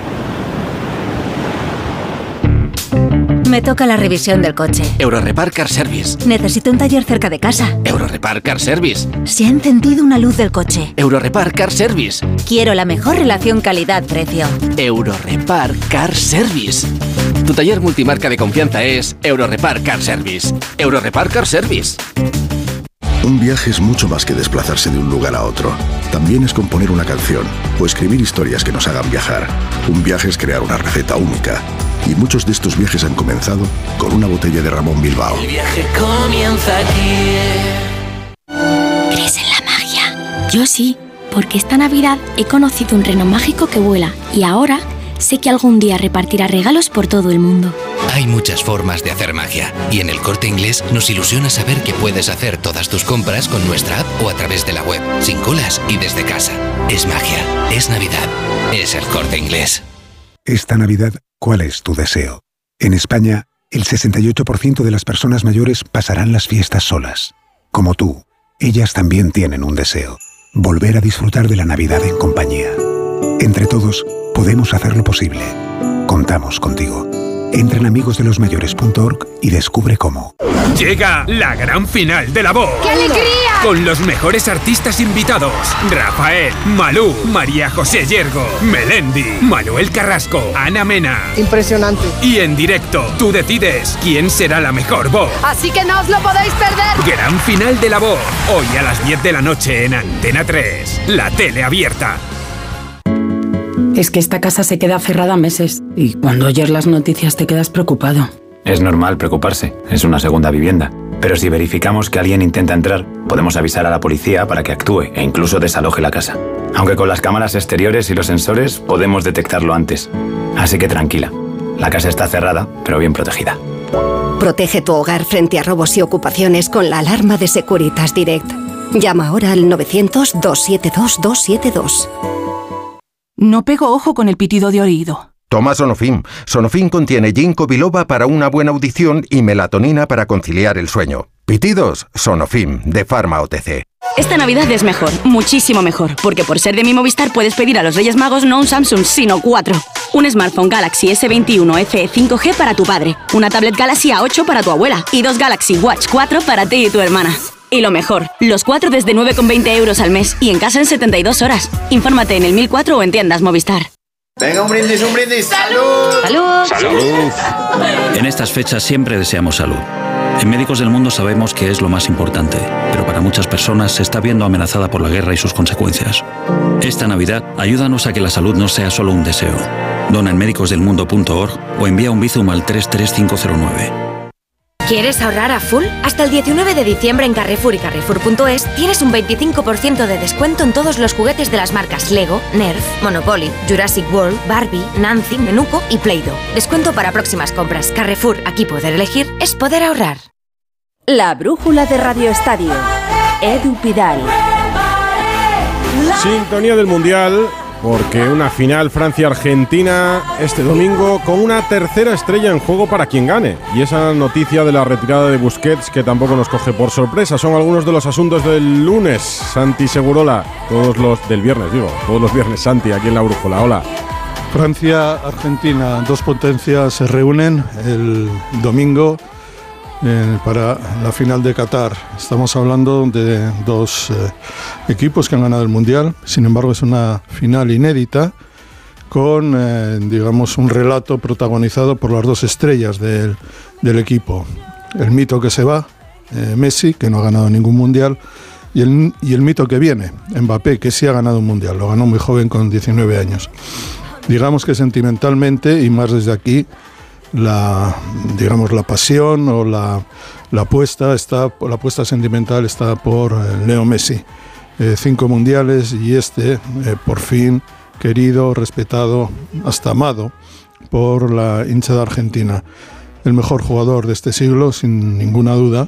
Me toca la revisión del coche. Eurorepar Car Service. Necesito un taller cerca de casa. Eurorepar Car Service. Se ha encendido una luz del coche. Eurorepar Car Service. Quiero la mejor relación calidad-precio. Eurorepar Car Service. Tu taller multimarca de confianza es Eurorepar Car Service. Eurorepar Car Service. Un viaje es mucho más que desplazarse de un lugar a otro. También es componer una canción o escribir historias que nos hagan viajar. Un viaje es crear una receta única. Y muchos de estos viajes han comenzado con una botella de Ramón Bilbao. El viaje comienza aquí. ¿Crees en la magia? Yo sí, porque esta Navidad he conocido un reno mágico que vuela y ahora sé que algún día repartirá regalos por todo el mundo. Hay muchas formas de hacer magia y en El Corte Inglés nos ilusiona saber que puedes hacer todas tus compras con nuestra app o a través de la web, sin colas y desde casa. Es magia, es Navidad, es El Corte Inglés. Esta Navidad, ¿cuál es tu deseo? En España, el 68% de las personas mayores pasarán las fiestas solas. Como tú, ellas también tienen un deseo: volver a disfrutar de la Navidad en compañía. Entre todos, podemos hacerlo posible. Contamos contigo. Entra en amigosdelosmayores.org y descubre cómo. Llega la gran final de La Voz. ¡Qué alegría! Con los mejores artistas invitados: Rafael, Malú, María José Yergo, Melendi, Manuel Carrasco, Ana Mena. Impresionante. Y en directo, tú decides quién será la mejor voz. Así que no os lo podéis perder. Gran final de La Voz. Hoy a las 10 de la noche en Antena 3. La tele abierta. Es que esta casa se queda cerrada meses y cuando oyes las noticias te quedas preocupado. Es normal preocuparse, es una segunda vivienda. Pero si verificamos que alguien intenta entrar, podemos avisar a la policía para que actúe e incluso desaloje la casa. Aunque con las cámaras exteriores y los sensores podemos detectarlo antes. Así que tranquila, la casa está cerrada, pero bien protegida. Protege tu hogar frente a robos y ocupaciones con la alarma de Securitas Direct. Llama ahora al 900-272-272. No pego ojo con el pitido de oído. Toma Sonofim. Sonofim contiene ginkgo biloba para una buena audición y melatonina para conciliar el sueño. Pitidos, Sonofim, de Pharma OTC. Esta Navidad es mejor, muchísimo mejor, porque por ser de mi Movistar puedes pedir a los Reyes Magos no un Samsung, sino 4. Un smartphone Galaxy S21 FE 5G para tu padre, una tablet Galaxy A8 para tu abuela y 2 Galaxy Watch 4 para ti y tu hermana. Y lo mejor, los 4 desde 9,20 € al mes y en casa en 72 horas. Infórmate en el 1004 o en tiendas Movistar. Venga, un brindis, un brindis. ¡Salud! ¡Salud! ¡Salud! En estas fechas siempre deseamos salud. En Médicos del Mundo sabemos que es lo más importante, pero para muchas personas se está viendo amenazada por la guerra y sus consecuencias. Esta Navidad, ayúdanos a que la salud no sea solo un deseo. Dona en médicosdelmundo.org o envía un Bizum al 33509. ¿Quieres ahorrar a full? Hasta el 19 de diciembre en Carrefour y Carrefour.es tienes un 25% de descuento en todos los juguetes de las marcas Lego, Nerf, Monopoly, Jurassic World, Barbie, Nancy, Nenuco y Play-Doh. Descuento para próximas compras. Carrefour, aquí poder elegir es poder ahorrar. La brújula de Radio Estadio. Edu Pidal. Sintonía del Mundial, porque una final Francia-Argentina este domingo con una tercera estrella en juego para quien gane. Y esa noticia de la retirada de Busquets que tampoco nos coge por sorpresa. Son algunos de los asuntos del lunes. Santi Segurola, todos los viernes Santi aquí en la brújula. Hola. Francia, Argentina, dos potencias se reúnen el domingo para la final de Qatar. Estamos hablando de dos equipos que han ganado el Mundial. Sin embargo, es una final inédita con, digamos, un relato protagonizado por las dos estrellas del equipo. El mito que se va, Messi, que no ha ganado ningún Mundial, y el mito que viene, Mbappé, que sí ha ganado un Mundial. Lo ganó muy joven, con 19 años. Digamos que sentimentalmente, y más desde aquí, la pasión o la apuesta sentimental está por Leo Messi. 5 mundiales y por fin querido, respetado, hasta amado por la hinchada argentina. El mejor jugador de este siglo, sin ninguna duda,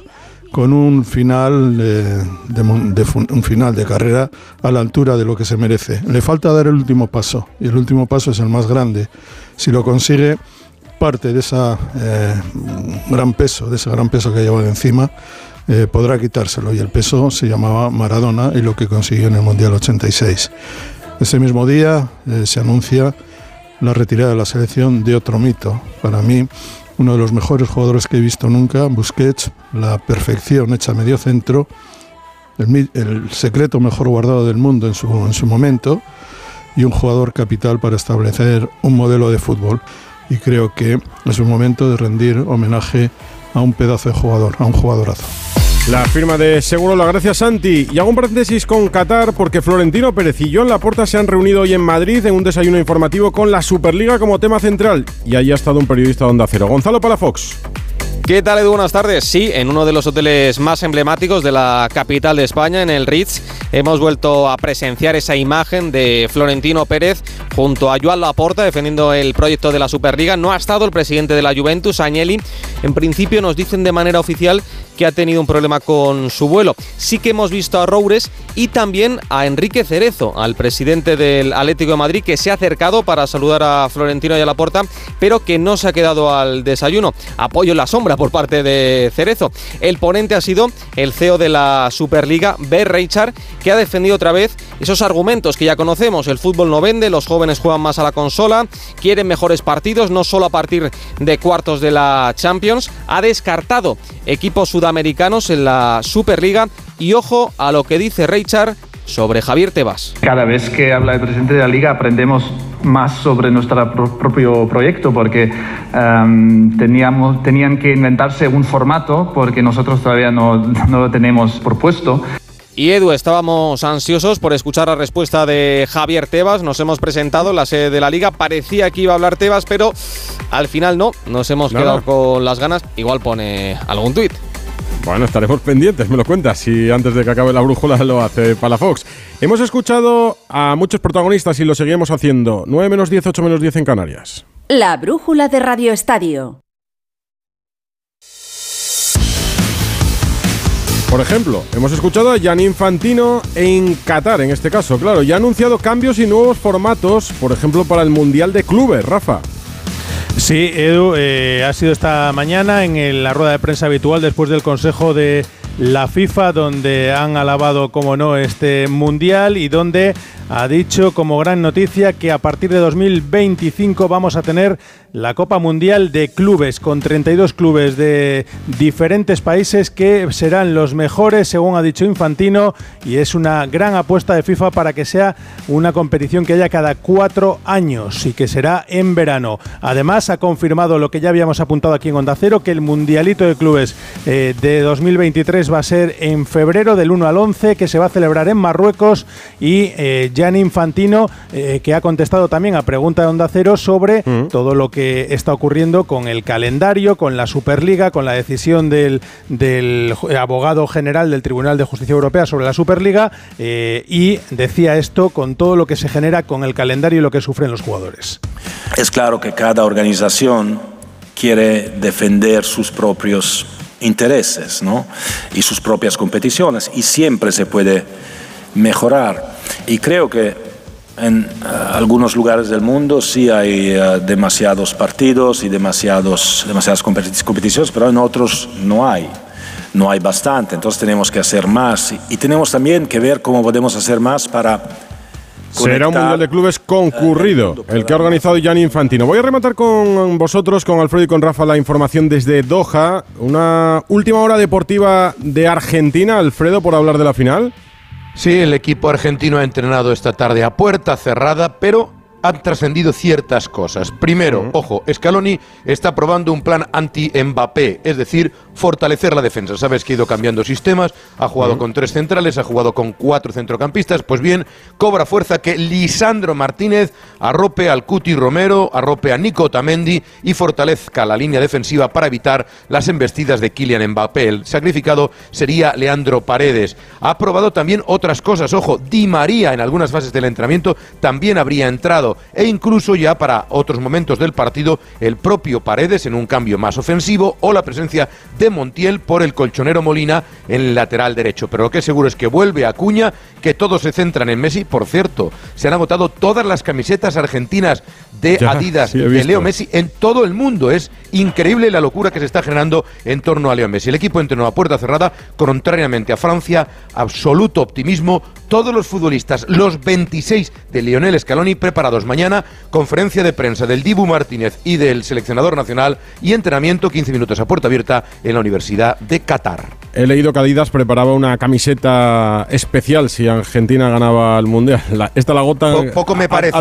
con un final un final de carrera a la altura de lo que se merece. Le falta dar el último paso, y el último paso es el más grande. Si lo consigue, parte de ese gran peso que lleva de encima, podrá quitárselo, y el peso se llamaba Maradona y lo que consiguió en el Mundial 86. Ese mismo día se anuncia la retirada de la selección de otro mito. Para mí, uno de los mejores jugadores que he visto nunca, Busquets, la perfección hecha medio centro, el secreto mejor guardado del mundo en su momento, y un jugador capital para establecer un modelo de fútbol. Y creo que es un momento de rendir homenaje a un pedazo de jugador, a un jugadorazo. La firma de Segurola, gracias Santi. Y hago un paréntesis con Qatar porque Florentino Pérez y Joan Laporta se han reunido hoy en Madrid en un desayuno informativo con la Superliga como tema central. Y allí ha estado un periodista de Onda Cero, Gonzalo Palafox. ¿Qué tal, Edu? Buenas tardes. Sí, en uno de los hoteles más emblemáticos de la capital de España, en el Ritz, hemos vuelto a presenciar esa imagen de Florentino Pérez junto a Joan Laporta defendiendo el proyecto de la Superliga. No ha estado el presidente de la Juventus, Agnelli. En principio nos dicen de manera oficial que ha tenido un problema con su vuelo. Sí que hemos visto a Roures y también a Enrique Cerezo, al presidente del Atlético de Madrid, que se ha acercado para saludar a Florentino y a Laporta, pero que no se ha quedado al desayuno. Apoyo en la sombra por parte de Cerezo. El ponente ha sido el CEO de la Superliga, Bert Reichard, que ha defendido otra vez esos argumentos que ya conocemos. El fútbol no vende, los jóvenes juegan más a la consola, quieren mejores partidos, no solo a partir de cuartos de la Champions. Ha descartado equipos sudamericanos en la Superliga y ojo a lo que dice Reichard sobre Javier Tebas. Cada vez que habla el presidente de la Liga aprendemos más sobre nuestro propio proyecto, porque tenían que inventarse un formato porque nosotros todavía no lo tenemos propuesto. Y Edu, estábamos ansiosos por escuchar la respuesta de Javier Tebas. Nos hemos presentado en la sede de la Liga. Parecía que iba a hablar Tebas, pero al final no. Nos hemos quedado con las ganas. Igual pone algún tuit. Bueno, estaremos pendientes, me lo cuentas, si antes de que acabe la brújula lo hace Palafox. Hemos escuchado a muchos protagonistas y lo seguimos haciendo. 9 menos 10, 8 menos 10 en Canarias. La brújula de Radio Estadio. Por ejemplo, hemos escuchado a Gianni Infantino en Qatar, en este caso, claro, y ha anunciado cambios y nuevos formatos, por ejemplo, para el Mundial de Clubes, Rafa. Sí, Edu, ha sido esta mañana en la rueda de prensa habitual después del Consejo de la FIFA, donde han alabado, como no, este Mundial y donde ha dicho como gran noticia que a partir de 2025 vamos a tener la Copa Mundial de Clubes, con 32 clubes de diferentes países que serán los mejores, según ha dicho Infantino, y es una gran apuesta de FIFA para que sea una competición que haya cada 4 años y que será en verano. Además, ha confirmado lo que ya habíamos apuntado aquí en Onda Cero, que el Mundialito de Clubes de 2023 va a ser en febrero, del 1 al 11, que se va a celebrar en Marruecos, y Gianni Infantino, que ha contestado también a pregunta de Onda Cero sobre todo lo que está ocurriendo con el calendario, con la Superliga, con la decisión del abogado general del Tribunal de Justicia Europea sobre la Superliga, y decía esto con todo lo que se genera con el calendario y lo que sufren los jugadores. Es claro que cada organización quiere defender sus propios intereses, ¿no? Y sus propias competiciones, y siempre se puede mejorar. Y creo que en algunos lugares del mundo sí hay demasiados partidos y demasiadas competiciones, pero en otros no hay bastante. Entonces tenemos que hacer más y tenemos también que ver cómo podemos hacer más para será un Mundial de Clubes concurrido, el que ha organizado Gianni Infantino. Voy a rematar con vosotros, con Alfredo y con Rafa, la información desde Doha. Una última hora deportiva de Argentina, Alfredo, por hablar de la final. Sí, el equipo argentino ha entrenado esta tarde a puerta cerrada, pero han trascendido ciertas cosas. Primero, ojo, Scaloni está probando un plan anti-Mbappé, es decir, fortalecer la defensa. Sabes que ha ido cambiando sistemas, ha jugado con 3 centrales, ha jugado con 4 centrocampistas. Pues bien, cobra fuerza que Lisandro Martínez arrope al Cuti Romero, arrope a Nico Otamendi y fortalezca la línea defensiva para evitar las embestidas de Kylian Mbappé. El sacrificado sería Leandro Paredes. Ha probado también otras cosas. Ojo, Di María en algunas fases del entrenamiento también habría entrado. e incluso ya para otros momentos del partido el propio Paredes en un cambio más ofensivo o la presencia de Montiel por el colchonero Molina en el lateral derecho. Pero lo que es seguro es que vuelve Acuña, que todos se centran en Messi. Por cierto, se han agotado todas las camisetas argentinas de Adidas de Leo Messi en todo el mundo. Es increíble la locura que se está generando en torno a Leo Messi. El equipo entrenó a puerta cerrada, contrariamente a Francia, absoluto optimismo. Todos los futbolistas, los 26 de Lionel Scaloni, preparados mañana, conferencia de prensa del Dibu Martínez y del seleccionador nacional y entrenamiento 15 minutos a puerta abierta en la Universidad de Qatar. He leído que Adidas preparaba una camiseta especial si Argentina ganaba el Mundial. Esta la agotan. Poco me parece,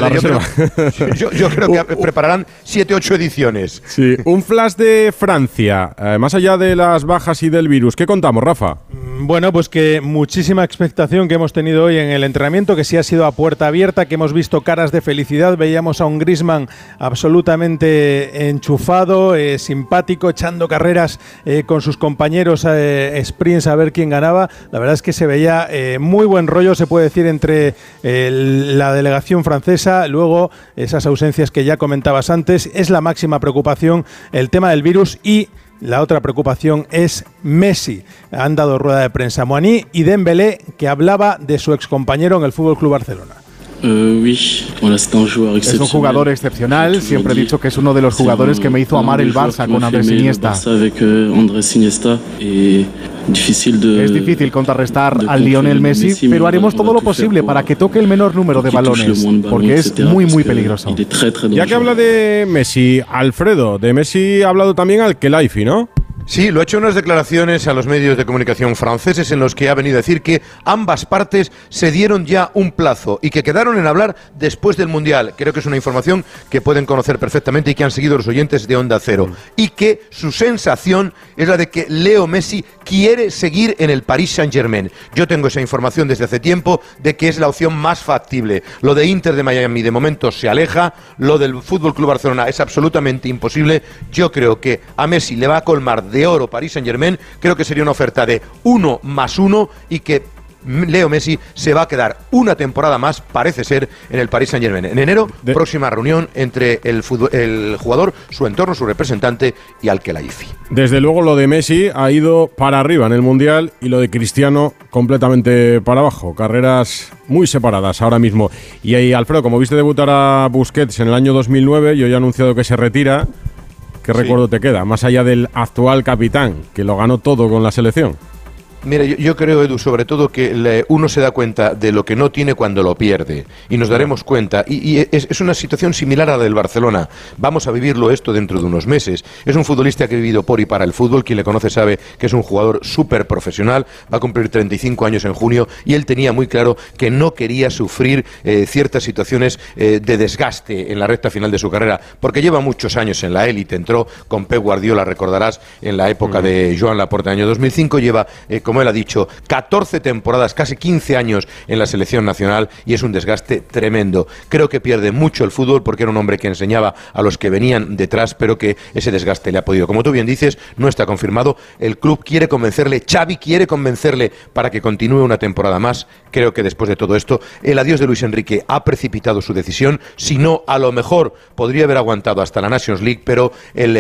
yo creo que prepararán 7-8 ediciones. Sí, un flash de Francia, más allá de las bajas y del virus. ¿Qué contamos, Rafa? Bueno, pues que muchísima expectación que hemos tenido hoy en el entrenamiento, que sí ha sido a puerta abierta, que hemos visto caras de felicidad. Veíamos a un Griezmann absolutamente enchufado, simpático, echando carreras con sus compañeros sprints a ver quién ganaba. La verdad es que se veía muy buen rollo, se puede decir, entre la delegación francesa. Luego, esas ausencias que ya comentabas antes. Es la máxima preocupación el tema del virus, y la otra preocupación es Messi. Han dado rueda de prensa Moani y Dembélé, que hablaba de su excompañero en el FC Barcelona. Es un jugador excepcional. Siempre he dicho que es uno de los jugadores que me hizo amar el Barça con Andrés Iniesta. Es difícil contrarrestar al Lionel Messi, pero haremos todo lo posible para que toque el menor número de balones, porque es muy peligroso. Ya que habla de Messi, Alfredo, de Messi ha hablado también Al-Khelaifi, ¿no? Sí, lo ha hecho en unas declaraciones a los medios de comunicación franceses en los que ha venido a decir que ambas partes se dieron ya un plazo y que quedaron en hablar después del Mundial. Creo que es una información que pueden conocer perfectamente y que han seguido los oyentes de Onda Cero. Y que su sensación es la de que Leo Messi quiere seguir en el Paris Saint-Germain. Yo tengo esa información desde hace tiempo de que es la opción más factible. Lo de Inter de Miami de momento se aleja, lo del FC Barcelona es absolutamente imposible. Yo creo que a Messi le va a colmar de oro Paris Saint-Germain. Creo que sería una oferta de 1+1 y que Leo Messi se va a quedar una temporada más, parece ser, en el Paris Saint-Germain. En enero, próxima reunión entre el jugador, su entorno, su representante y Al-Khelaifi. Desde luego lo de Messi ha ido para arriba en el Mundial y lo de Cristiano completamente para abajo. Carreras muy separadas ahora mismo. Y ahí, Alfredo, como viste debutar a Busquets en el año 2009, yo ya he anunciado que se retira. ¿Qué recuerdo te queda? Más allá del actual capitán, que lo ganó todo con la selección. Mira, yo creo, Edu, sobre todo que uno se da cuenta de lo que no tiene cuando lo pierde, y nos daremos cuenta, y es una situación similar a la del Barcelona. Vamos a vivirlo esto dentro de unos meses. Es un futbolista que ha vivido por y para el fútbol. Quien le conoce sabe que es un jugador súper profesional, va a cumplir 35 años en junio, y él tenía muy claro que no quería sufrir ciertas situaciones de desgaste en la recta final de su carrera, porque lleva muchos años en la élite. Entró con Pep Guardiola, recordarás, en la época de Joan Laporta, en el año 2005, lleva como él ha dicho, 14 temporadas, casi 15 años en la selección nacional, y es un desgaste tremendo. Creo que pierde mucho el fútbol porque era un hombre que enseñaba a los que venían detrás, pero que ese desgaste le ha podido. Como tú bien dices, no está confirmado. El club quiere convencerle, Xavi quiere convencerle para que continúe una temporada más. Creo que después de todo esto, el adiós de Luis Enrique ha precipitado su decisión. Si no, a lo mejor podría haber aguantado hasta la Nations League, pero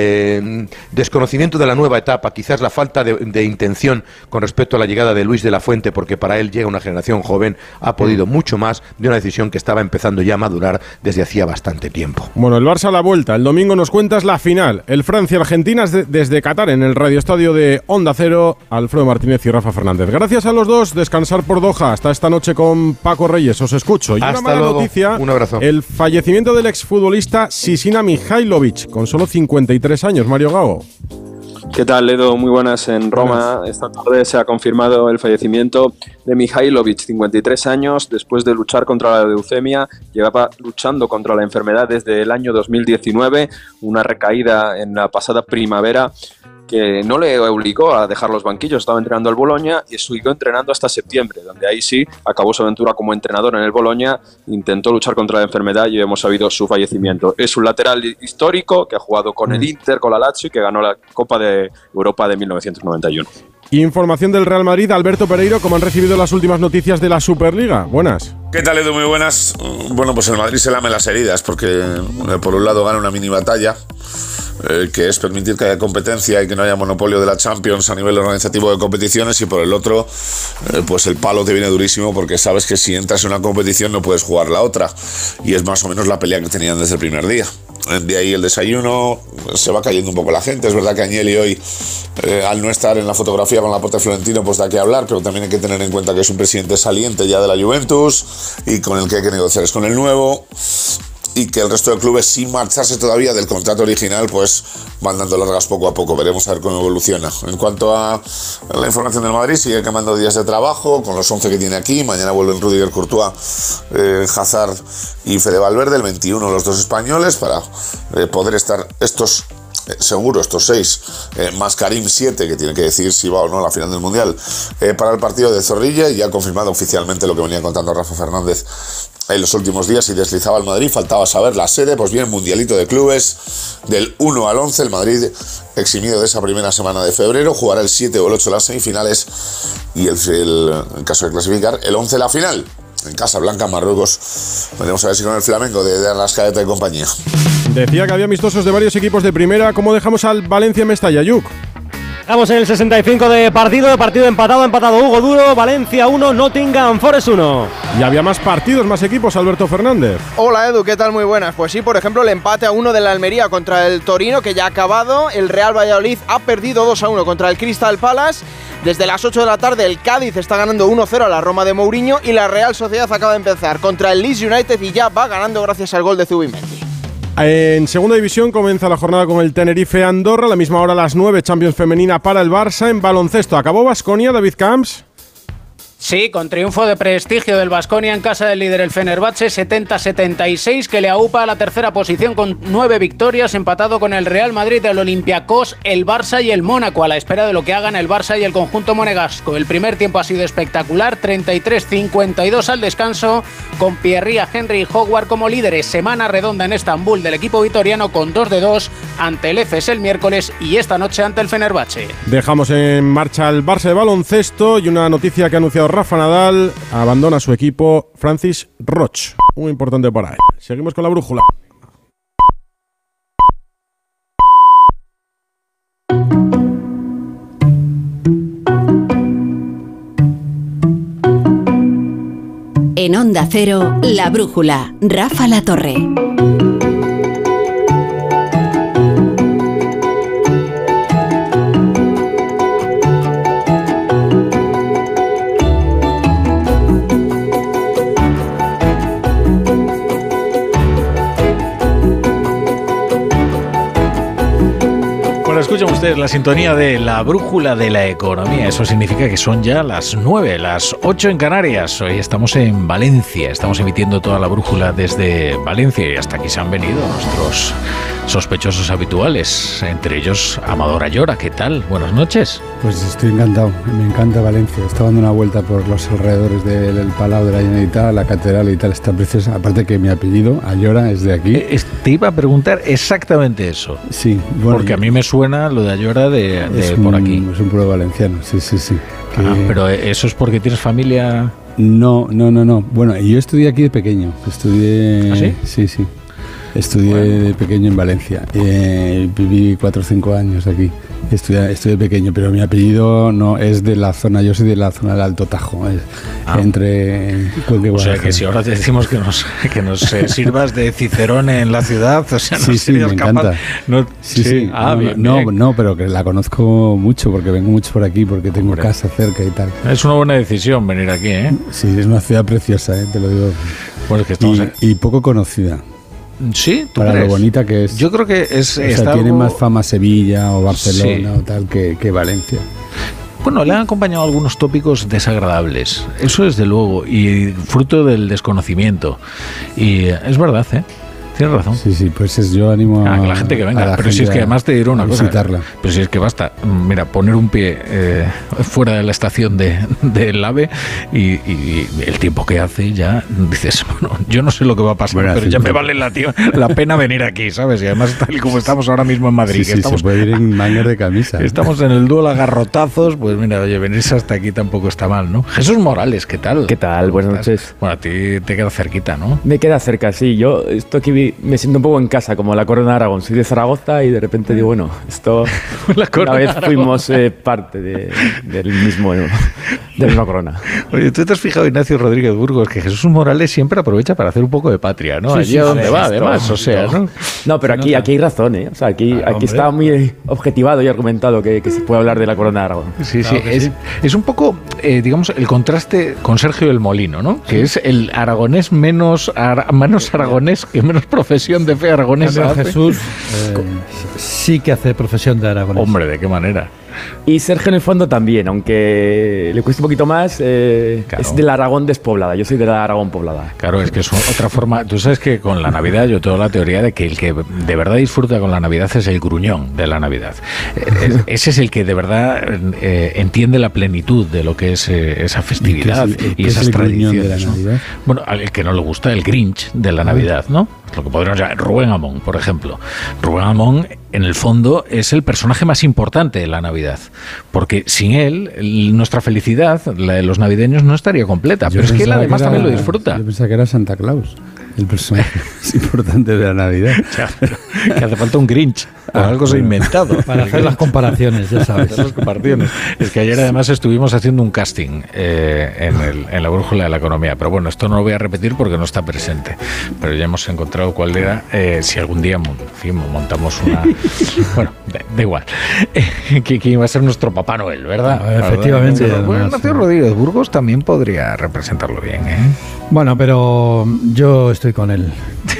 el desconocimiento de la nueva etapa, quizás la falta de intención con respecto a la llegada de Luis de la Fuente, porque para él llega una generación joven, ha podido mucho más de una decisión que estaba empezando ya a madurar desde hacía bastante tiempo. Bueno, el Barça a la vuelta. El domingo nos cuentas la final. El Francia-Argentina desde Qatar, en el Radio Estadio de Onda Cero. Alfredo Martínez y Rafa Fernández. Gracias a los dos. Descansar por Doha. Hasta esta noche con Paco Reyes. Os escucho. Y hasta una mala luego. Noticia. Un abrazo. El fallecimiento del exfutbolista Sisina Mihajlovic, con solo 53 años. Mario Gago. ¿Qué tal, Edo? Muy buenas. En Roma esta tarde se ha confirmado el fallecimiento de Mihajlovic, 53 años, después de luchar contra la leucemia. Llevaba luchando contra la enfermedad desde el año 2019, una recaída en la pasada primavera que no le obligó a dejar los banquillos. Estaba entrenando al Bologna y siguió entrenando hasta septiembre, donde ahí sí acabó su aventura como entrenador en el Bologna, intentó luchar contra la enfermedad y hemos sabido su fallecimiento. Es un lateral histórico que ha jugado con el Inter, con la Lazio, y que ganó la Copa de Europa de 1991. Información del Real Madrid. Alberto Pereiro, ¿cómo han recibido las últimas noticias de la Superliga? Buenas. ¿Qué tal, Edu? Muy buenas. Bueno, pues el Madrid se lame las heridas porque por un lado gana una mini batalla, que es permitir que haya competencia y que no haya monopolio de la Champions a nivel organizativo de competiciones, y por el otro, pues el palo te viene durísimo porque sabes que si entras en una competición no puedes jugar la otra, y es más o menos la pelea que tenían desde el primer día. De ahí el desayuno, se va cayendo un poco la gente. Es verdad que Agnelli hoy, al no estar en la fotografía con Laporte Florentino, pues da que hablar, pero también hay que tener en cuenta que es un presidente saliente ya de la Juventus y con el que hay que negociar es con el nuevo, y que el resto de clubes, sin marcharse todavía del contrato original, pues van dando largas poco a poco. Veremos a ver cómo evoluciona. En cuanto a la información del Madrid, sigue quemando días de trabajo con los 11 que tiene aquí. Mañana vuelven Rudiger, Courtois, Hazard y Fede Valverde, el 21 los dos españoles, para poder estar estos seguro, estos 6, más Karim 7, que tiene que decir si va o no a la final del Mundial, para el partido de Zorrilla. Y ya ha confirmado oficialmente lo que venía contando Rafa Fernández en los últimos días y deslizaba al Madrid. Faltaba saber la sede. Pues bien, Mundialito de Clubes del 1 al 11. El Madrid, eximido de esa primera semana de febrero, jugará el 7 o el 8 las semifinales y en caso de clasificar, el 11 la final en Casablanca, Marruecos. Veremos a ver si con el Flamengo de Arrascaeta y compañía. Decía que había amistosos de varios equipos de primera. ¿Cómo dejamos al Valencia en Mestalla, Yuk? Estamos en el 65 de partido empatado Hugo Duro, Valencia 1, Nottingham Forest 1. Y había más partidos, más equipos, Alberto Fernández. Hola Edu, ¿qué tal? Muy buenas. Pues sí, por ejemplo, el empate a 1 de la Almería contra el Torino, que ya ha acabado. El Real Valladolid ha perdido 2-1 contra el Crystal Palace. Desde las 8 de la tarde el Cádiz está ganando 1-0 a la Roma de Mourinho, y la Real Sociedad acaba de empezar contra el Leeds United y ya va ganando gracias al gol de Zubimendi. En segunda división comienza la jornada con el Tenerife-Andorra, a la misma hora a las 9, Champions femenina para el Barça. En baloncesto, ¿acabó Baskonia, David Camps? Sí, con triunfo de prestigio del Baskonia en casa del líder el Fenerbahce, 70-76, que le aupa a la tercera posición con 9 victorias, empatado con el Real Madrid, el Olympiacos, el Barça y el Mónaco, a la espera de lo que hagan el Barça y el conjunto monegasco. El primer tiempo ha sido espectacular, 33-52 al descanso, con Pierria, Henry y Howard como líderes. Semana redonda en Estambul del equipo vitoriano, con 2-2 ante el EFES el miércoles y esta noche ante el Fenerbahce. Dejamos en marcha el Barça de baloncesto y una noticia que ha anunciado Rafa Nadal: abandona su equipo Francis Roch. Muy importante para él. Seguimos con la brújula. En Onda Cero, La Brújula, Rafa Latorre. Escuchan ustedes la sintonía de La Brújula de la Economía. Eso significa que son ya las 9, las 8 en Canarias. Hoy estamos en Valencia. Estamos emitiendo toda la brújula desde Valencia y hasta aquí se han venido nuestros sospechosos habituales, entre ellos Amador Ayora. ¿Qué tal? Buenas noches. Pues estoy encantado, me encanta Valencia. Estaba dando una vuelta por los alrededores del Palau de la Generalitat, la catedral y tal, está preciosa. Aparte que mi apellido, Ayora, es de aquí. Te iba a preguntar exactamente eso. Sí, bueno, porque a mí me suena lo de Ayora de por aquí. Es un pueblo valenciano, sí. Pero ¿eso es porque tienes familia? No. Bueno, yo estudié aquí de pequeño. ¿Ah, sí? Sí. Estudié de pequeño en Valencia. Viví 4 o 5 años aquí. Estudié pequeño, pero mi apellido no es de la zona. Yo soy de la zona del Alto Tajo, entre Cuenca y Guadalajara. O sea que si ahora te decimos que nos sirvas de Cicerone en la ciudad, o sea, no serías capaz. Sí. Bien. No, pero que la conozco mucho porque vengo mucho por aquí, porque tengo casa cerca y tal. Es una buena decisión venir aquí, ¿eh? Sí, es una ciudad preciosa, te lo digo. Bueno, es que estamos y poco conocida. Sí, ¿tú para crees? Lo bonita que es. Yo creo que es. O sea, tiene más fama Sevilla o Barcelona o tal que Valencia. Bueno, le han acompañado algunos tópicos desagradables. Eso desde luego, y fruto del desconocimiento. Y es verdad, ¿eh? Tienes razón. Sí, pues yo animo a la gente que venga. Pero si es que además te diré una cosa. Visitarla. Pero si es que basta, mira, poner un pie fuera de la estación del AVE y el tiempo que hace ya dices, bueno, yo no sé lo que va a pasar, pero ya me vale la pena venir aquí, ¿sabes? Y además tal y como estamos ahora mismo en Madrid. Sí, se puede ir en mangas de camisa. Estamos en el duelo a garrotazos, pues mira, oye, venirse hasta aquí tampoco está mal, ¿no? Jesús Morales, ¿qué tal? ¿Qué tal? Buenas noches. Bueno, a ti te queda cerquita, ¿no? Me queda cerca, sí. Yo esto aquí me siento un poco en casa, como la Corona de Aragón. Soy de Zaragoza y de repente digo, bueno, esto una vez fuimos parte del mismo, de la misma corona. Oye, tú te has fijado, Ignacio Rodríguez Burgos, que Jesús Morales siempre aprovecha para hacer un poco de patria, ¿no? Allí a donde va, además, o sea, ¿no? No, pero aquí hay razón, ¿eh? O sea, aquí está muy objetivado y argumentado que se puede hablar de la Corona de Aragón. Sí. Es un poco, digamos, el contraste con Sergio del Molino, ¿no? Que es el aragonés menos aragonés, que menos profesión de fe aragonesa hace. Jesús sí que hace profesión de aragonés. Hombre, ¿de qué manera? Y Sergio en el fondo también, aunque le cuesta un poquito más, claro. Es de la Aragón despoblada, yo soy de la Aragón poblada. Claro, es que es otra forma. Tú sabes que con la Navidad yo tengo la teoría de que el que de verdad disfruta con la Navidad es el gruñón de la Navidad. Ese es el que de verdad entiende la plenitud de lo que es esa festividad y esas tradiciones, ¿no? Bueno, al que no le gusta el Grinch de la Navidad, ¿no? Lo que podríamos llamar Rubén Amón, por ejemplo. Rubén Amón, en el fondo, es el personaje más importante de la Navidad, porque sin él, nuestra felicidad, la de los navideños, no estaría completa. Pero es que él además también lo disfruta. Yo pensaba que era Santa Claus, el personaje más importante de la Navidad. Ya, que hace falta un Grinch o algo se ha inventado. Para hacer las comparaciones, ya sabes. Las comparaciones. Es que ayer además estuvimos haciendo un casting en la brújula de la economía. Pero bueno, esto no lo voy a repetir porque no está presente. Pero ya hemos encontrado cuál era. Si algún día montamos una... Bueno, da igual. Que iba a ser nuestro Papá Noel, ¿verdad? Efectivamente. Bueno, Ignacio Rodríguez Burgos también podría representarlo bien, ¿eh? Bueno, pero yo estoy con él.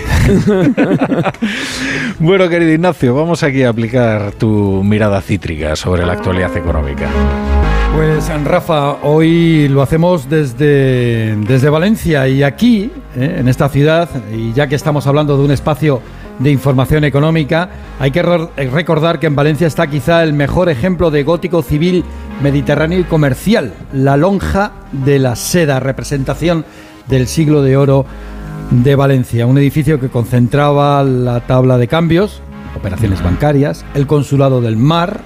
Bueno, querido Ignacio, vamos aquí a aplicar tu mirada cítrica sobre la actualidad económica. Pues Rafa, hoy lo hacemos desde Valencia y aquí, en esta ciudad, y ya que estamos hablando de un espacio de información económica, hay que recordar que en Valencia está quizá el mejor ejemplo de gótico civil mediterráneo y comercial, la Lonja de la Seda, representación del siglo de oro de Valencia, un edificio que concentraba la tabla de cambios, operaciones bancarias, el consulado del mar,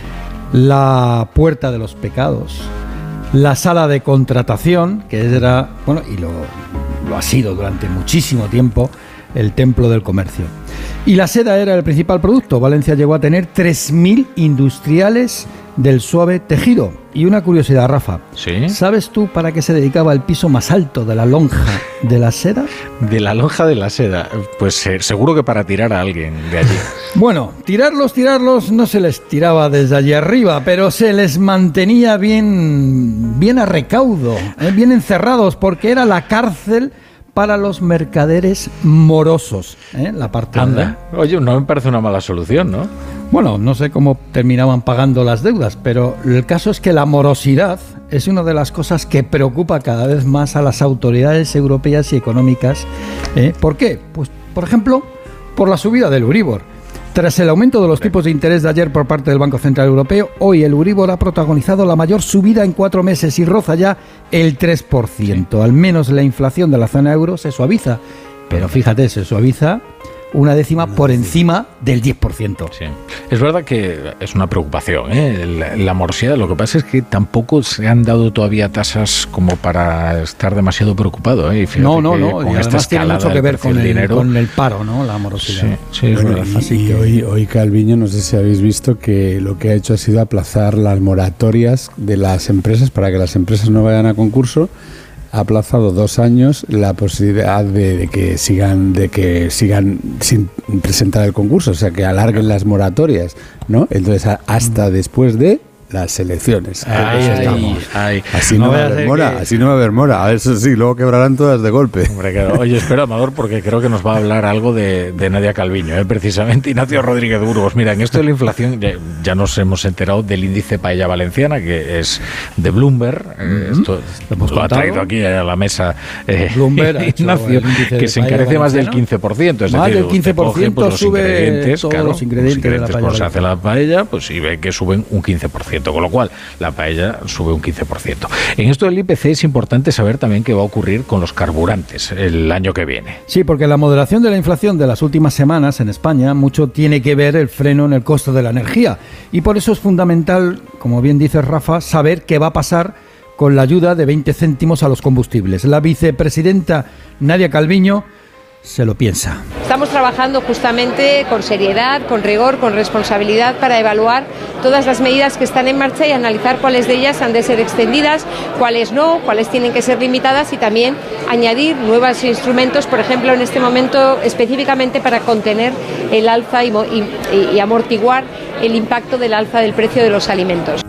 la puerta de los pecados, la sala de contratación, que era, bueno, y lo ha sido durante muchísimo tiempo, el templo del comercio. Y la seda era el principal producto. Valencia llegó a tener 3.000 industriales del suave tejido. Y una curiosidad, Rafa. ¿Sí? ¿Sabes tú para qué se dedicaba el piso más alto de la lonja de la seda? De la lonja de la seda. Pues seguro que para tirar a alguien de allí. Bueno, tirarlos no se les tiraba desde allí arriba, pero se les mantenía bien a recaudo, bien encerrados, porque era la cárcel para los mercaderes morosos, la parte. Anda. Oye, no me parece una mala solución, ¿no? Bueno, no sé cómo terminaban pagando las deudas, pero el caso es que la morosidad es una de las cosas que preocupa cada vez más a las autoridades europeas y económicas. ¿Por qué? Pues, por ejemplo, por la subida del Euribor. Tras el aumento de los tipos de interés de ayer por parte del Banco Central Europeo, hoy el Euribor ha protagonizado la mayor subida en 4 meses y roza ya el 3%. Al menos la inflación de la zona euro se suaviza, pero fíjate, se suaviza una décima por encima del 10%. Sí. Es verdad que es una preocupación, la morosidad. Lo que pasa es que tampoco se han dado todavía tasas como para estar demasiado preocupado. No. Y además tiene mucho que ver con el paro, ¿no? La morosidad. Sí, es verdad. Así que hoy Calviño, no sé si habéis visto que lo que ha hecho ha sido aplazar las moratorias de las empresas para que las empresas no vayan a concurso. Ha aplazado 2 años la posibilidad de que sigan sin presentar el concurso, o sea, que alarguen las moratorias, ¿no? Entonces, hasta después de las elecciones. Así no va a haber mora, así no va a haber mora. A eso sí, luego quebrarán todas de golpe. Hombre, claro. Oye, espera, Amador, porque creo que nos va a hablar algo de Nadia Calviño, precisamente Ignacio Rodríguez Burgos. Mira, en esto de la inflación ya nos hemos enterado del índice Paella Valenciana, que es de Bloomberg. Esto lo ha traído aquí a la mesa Bloomberg, Ignacio, que se encarece más del 15%. Es más decir, del 15% coge, pues, sube todos los ingredientes de la paella. Pues se hace la paella, pues y ve que suben un 15%, con lo cual la paella sube un 15%. En esto del IPC es importante saber también qué va a ocurrir con los carburantes el año que viene. Sí, porque la moderación de la inflación de las últimas semanas en España mucho tiene que ver el freno en el costo de la energía, y por eso es fundamental, como bien dice Rafa, saber qué va a pasar con la ayuda de 20 céntimos a los combustibles. La vicepresidenta Nadia Calviño se lo piensa. Estamos trabajando justamente con seriedad, con rigor, con responsabilidad para evaluar todas las medidas que están en marcha y analizar cuáles de ellas han de ser extendidas, cuáles no, cuáles tienen que ser limitadas, y también añadir nuevos instrumentos, por ejemplo, en este momento específicamente para contener el alza y amortiguar el impacto del alza del precio de los alimentos.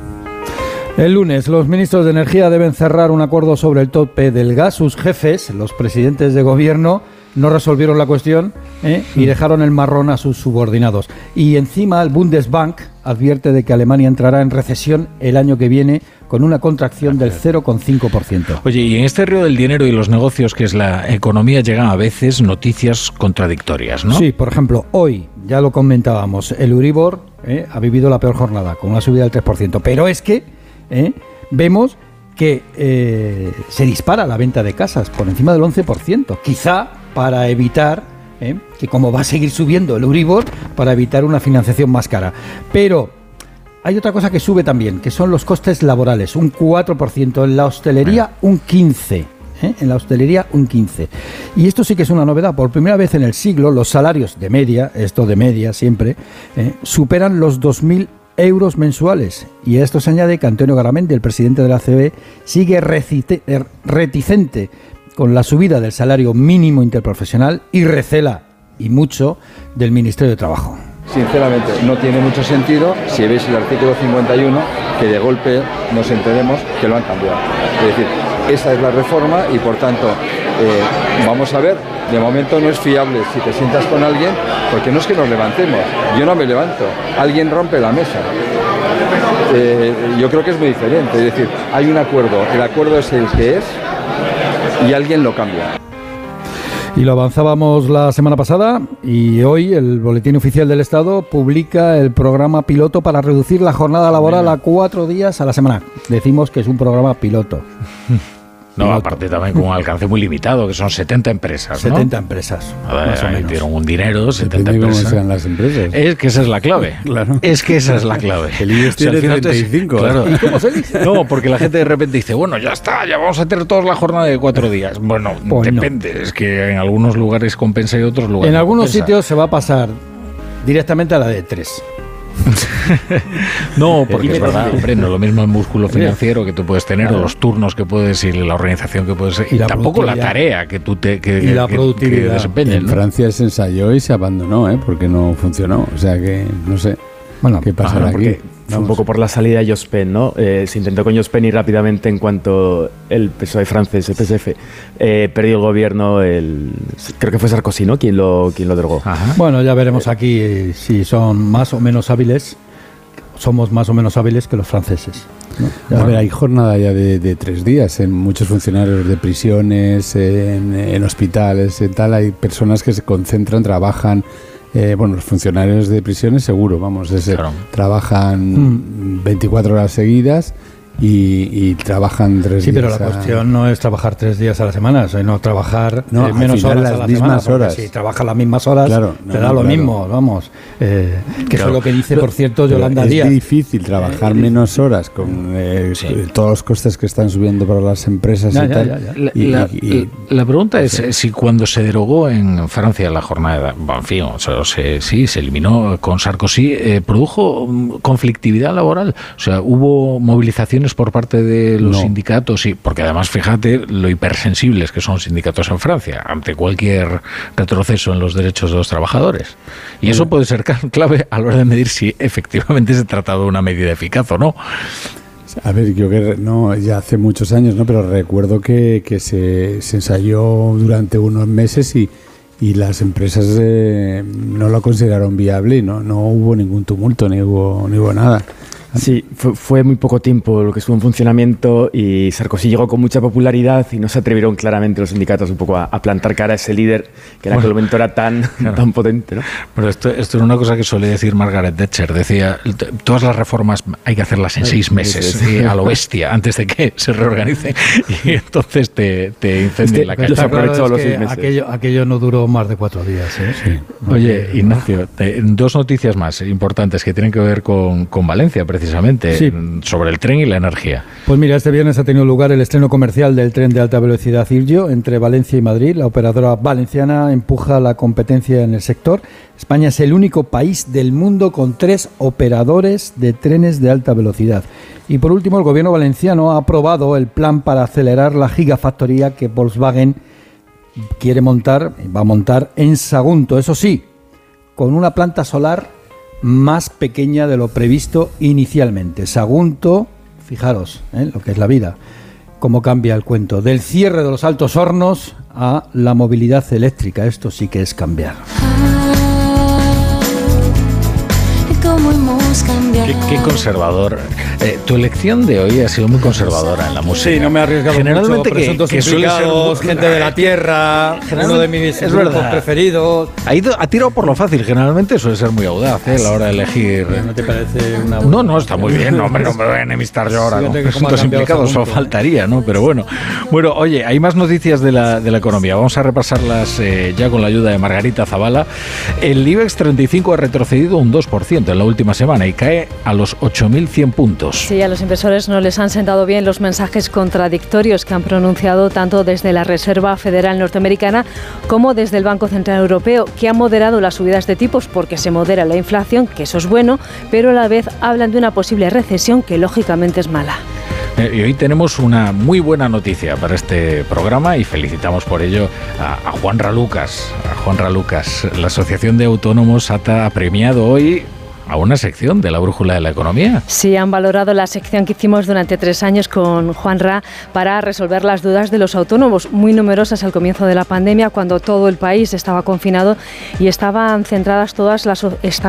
El lunes, los ministros de Energía deben cerrar un acuerdo sobre el tope del gas. Sus jefes, los presidentes de gobierno, no resolvieron la cuestión y dejaron el marrón a sus subordinados. Y encima el Bundesbank advierte de que Alemania entrará en recesión el año que viene con una contracción del 0,5%. Oye, y en este río del dinero y los negocios que es la economía llegan a veces noticias contradictorias, ¿no? Sí, por ejemplo, hoy, ya lo comentábamos, el Euribor ha vivido la peor jornada, con una subida del 3%. Pero es que vemos que se dispara la venta de casas por encima del 11%, quizá para evitar que, como va a seguir subiendo el Euribor, para evitar una financiación más cara. Pero hay otra cosa que sube también, que son los costes laborales, un 4%, en la hostelería un 15%. En la hostelería un 15%. Y esto sí que es una novedad. Por primera vez en el siglo, los salarios de media, esto de media siempre, superan los 2.000 euros mensuales. Y a esto se añade que Antonio Garamendi, el presidente de la CBE, sigue reticente con la subida del salario mínimo interprofesional y recela, y mucho, del Ministerio de Trabajo. Sinceramente, no tiene mucho sentido si veis el artículo 51, que de golpe nos enteremos que lo han cambiado. Es decir, esa es la reforma y, por tanto, vamos a ver, de momento no es fiable si te sientas con alguien, porque no es que nos levantemos, yo no me levanto, alguien rompe la mesa. Yo creo que es muy diferente, es decir, hay un acuerdo, el acuerdo es el que es y alguien lo cambia. Y lo avanzábamos la semana pasada, y hoy el Boletín Oficial del Estado publica el programa piloto para reducir la jornada laboral a 4 días a la semana. Decimos que es un programa piloto. No, aparte también con un alcance muy limitado, que son 70 empresas, 70 empresas. Más o menos. Dieron un dinero, 70 empresas. ¿Cómo sean las empresas? Es que esa es la clave. Claro. Es que esa es la clave. El IBEX tiene 35. Claro. ¿Cómo se dice? No, porque la gente de repente dice, bueno, ya está, ya vamos a tener toda la jornada de 4 días. Bueno, pues depende. No. Es que en algunos lugares compensa y otros lugares en algunos sitios se va a pasar directamente a la de 3. No, porque es verdad, hombre, no es lo mismo el músculo financiero que tú puedes tener, o los turnos que puedes ir, la organización que puedes y tampoco la tarea que tú y la productividad que desempeñes. En Francia se ensayó y se abandonó, porque no funcionó, o sea que no sé. Bueno, ¿qué pasará aquí? Fue un poco por la salida de Jospin, ¿no? Se intentó con Jospin y rápidamente, en cuanto el PSOE francés, el PSF, perdió el gobierno, creo que fue Sarkozy, ¿no? Quien lo derogó. Ajá. Bueno, ya veremos aquí si son más o menos hábiles. Somos más o menos hábiles que los franceses, ¿no? A ver, hay jornada ya de 3 días en muchos funcionarios de prisiones, en hospitales, en tal. Hay personas que se concentran, trabajan. Los funcionarios de prisiones seguro, trabajan 24 horas seguidas y trabajan 3 días. Sí, pero la cuestión no es trabajar 3 días a la semana, sino trabajar menos horas a la semana. Si trabajas las mismas horas, te da lo mismo, vamos. Que eso es lo que dice, por cierto, Yolanda Díaz. Es difícil trabajar menos horas con todos los costes que están subiendo para las empresas y tal. La pregunta es si cuando se derogó en Francia la jornada, en fin, se eliminó con Sarkozy, ¿produjo conflictividad laboral? O sea, ¿hubo movilizaciones concesiones por parte de los sindicatos, sí, porque además fíjate lo hipersensibles que son sindicatos en Francia ante cualquier retroceso en los derechos de los trabajadores. Y eso puede ser clave a la hora de medir si efectivamente se trata de una medida eficaz o no. A ver, yo que no, ya hace muchos años, ¿no? Pero recuerdo que se ensayó durante unos meses y las empresas no lo consideraron viable y no hubo ningún tumulto, ni hubo nada. Sí, fue muy poco tiempo lo que estuvo en funcionamiento y Sarkozy llegó con mucha popularidad y no se atrevieron claramente los sindicatos un poco a plantar cara a ese líder que en aquel momento era tan potente, ¿no? Pero esto es una cosa que suele decir Margaret Thatcher. Decía, todas las reformas hay que hacerlas en 6 meses, a lo bestia, antes de que se reorganice y entonces te incendien la calle. Aprovechó los 6 meses. Aquello no duró más de 4 días, ¿eh? Sí. Oye, Ignacio, 2 noticias más importantes que tienen que ver con Valencia, precisamente, sobre el tren y la energía. Pues mira, este viernes ha tenido lugar el estreno comercial del tren de alta velocidad Iryo entre Valencia y Madrid. La operadora valenciana empuja la competencia en el sector. España es el único país del mundo con 3 operadores de trenes de alta velocidad. Y por último, el gobierno valenciano ha aprobado el plan para acelerar la gigafactoría que Volkswagen va a montar en Sagunto. Eso sí, con una planta solar más pequeña de lo previsto inicialmente. Sagunto, fijaros, lo que es la vida, cómo cambia el cuento, del cierre de los altos hornos a la movilidad eléctrica. Esto sí que es cambiar. Qué conservador. Tu elección de hoy ha sido muy conservadora en la música. Sí, no me he arriesgado generalmente mucho. Presuntos que implicados, gente de la tierra, uno de mis grupos preferidos. Ha tirado por lo fácil. Generalmente suele ser muy audaz a la hora de elegir. ¿No te parece una...? No, está muy bien. No, hombre, no me voy a enemistar yo ahora. Presuntos implicados, eso faltaría, ¿no? Pero bueno. Bueno, oye, hay más noticias de la economía. Vamos a repasarlas ya con la ayuda de Margarita Zavala. El IBEX 35 ha retrocedido un 2% en la última semana y cae a los 8.100 puntos. Sí, a los inversores no les han sentado bien los mensajes contradictorios que han pronunciado tanto desde la Reserva Federal Norteamericana como desde el Banco Central Europeo, que ha moderado las subidas de tipos porque se modera la inflación, que eso es bueno, pero a la vez hablan de una posible recesión que lógicamente es mala. Y hoy tenemos una muy buena noticia para este programa y felicitamos por ello a Juanra Lucas. La Asociación de Autónomos ATA ha premiado hoy a una sección de la Brújula de la Economía. Sí, han valorado la sección que hicimos durante 3 años con Juanra para resolver las dudas de los autónomos, muy numerosas al comienzo de la pandemia, cuando todo el país estaba confinado y estaban cerradas todas las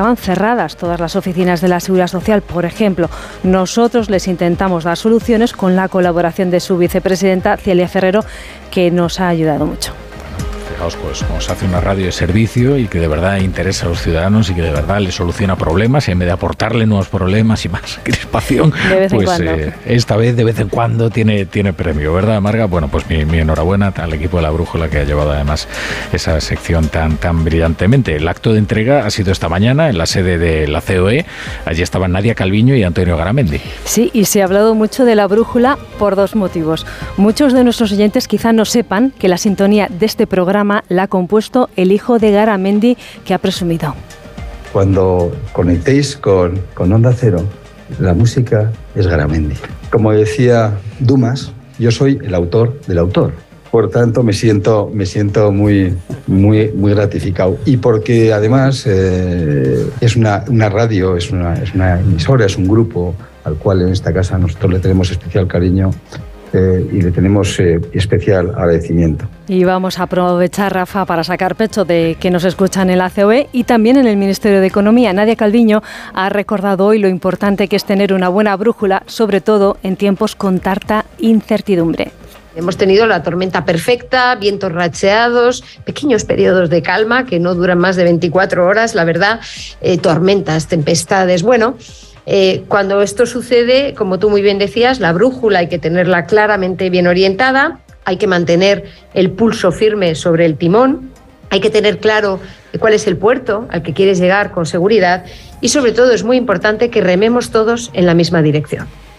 oficinas de la Seguridad Social. Por ejemplo, nosotros les intentamos dar soluciones con la colaboración de su vicepresidenta, Celia Ferrero, que nos ha ayudado mucho. Fijaos, pues como se hace una radio de servicio y que de verdad interesa a los ciudadanos y que de verdad les soluciona problemas y en vez de aportarle nuevos problemas y más crispación, pues esta vez de vez en cuando tiene premio, ¿verdad, Marga? Bueno, pues mi enhorabuena al equipo de la Brújula que ha llevado además esa sección tan brillantemente. El acto de entrega ha sido esta mañana en la sede de la COE. Allí estaban Nadia Calviño y Antonio Garamendi. Sí, y se ha hablado mucho de la Brújula por 2 motivos. Muchos de nuestros oyentes quizá no sepan que la sintonía de este programa la ha compuesto el hijo de Garamendi, que ha presumido. Cuando conectéis con Onda Cero, la música es Garamendi. Como decía Dumas, yo soy el autor del autor. Por tanto, me siento muy gratificado. Y porque además es una radio, es una emisora, es un grupo al cual en esta casa nosotros le tenemos especial cariño y le tenemos especial agradecimiento. Y vamos a aprovechar, Rafa, para sacar pecho de que nos escuchan en la COE y también en el Ministerio de Economía. Nadia Calviño ha recordado hoy lo importante que es tener una buena brújula, sobre todo en tiempos con tanta incertidumbre. Hemos tenido la tormenta perfecta, vientos racheados, pequeños periodos de calma que no duran más de 24 horas, la verdad, tormentas, tempestades, bueno. Cuando esto sucede, como tú muy bien decías, la brújula hay que tenerla claramente bien orientada, hay que mantener el pulso firme sobre el timón, hay que tener claro cuál es el puerto al que quieres llegar con seguridad y sobre todo es muy importante que rememos todos en la misma dirección.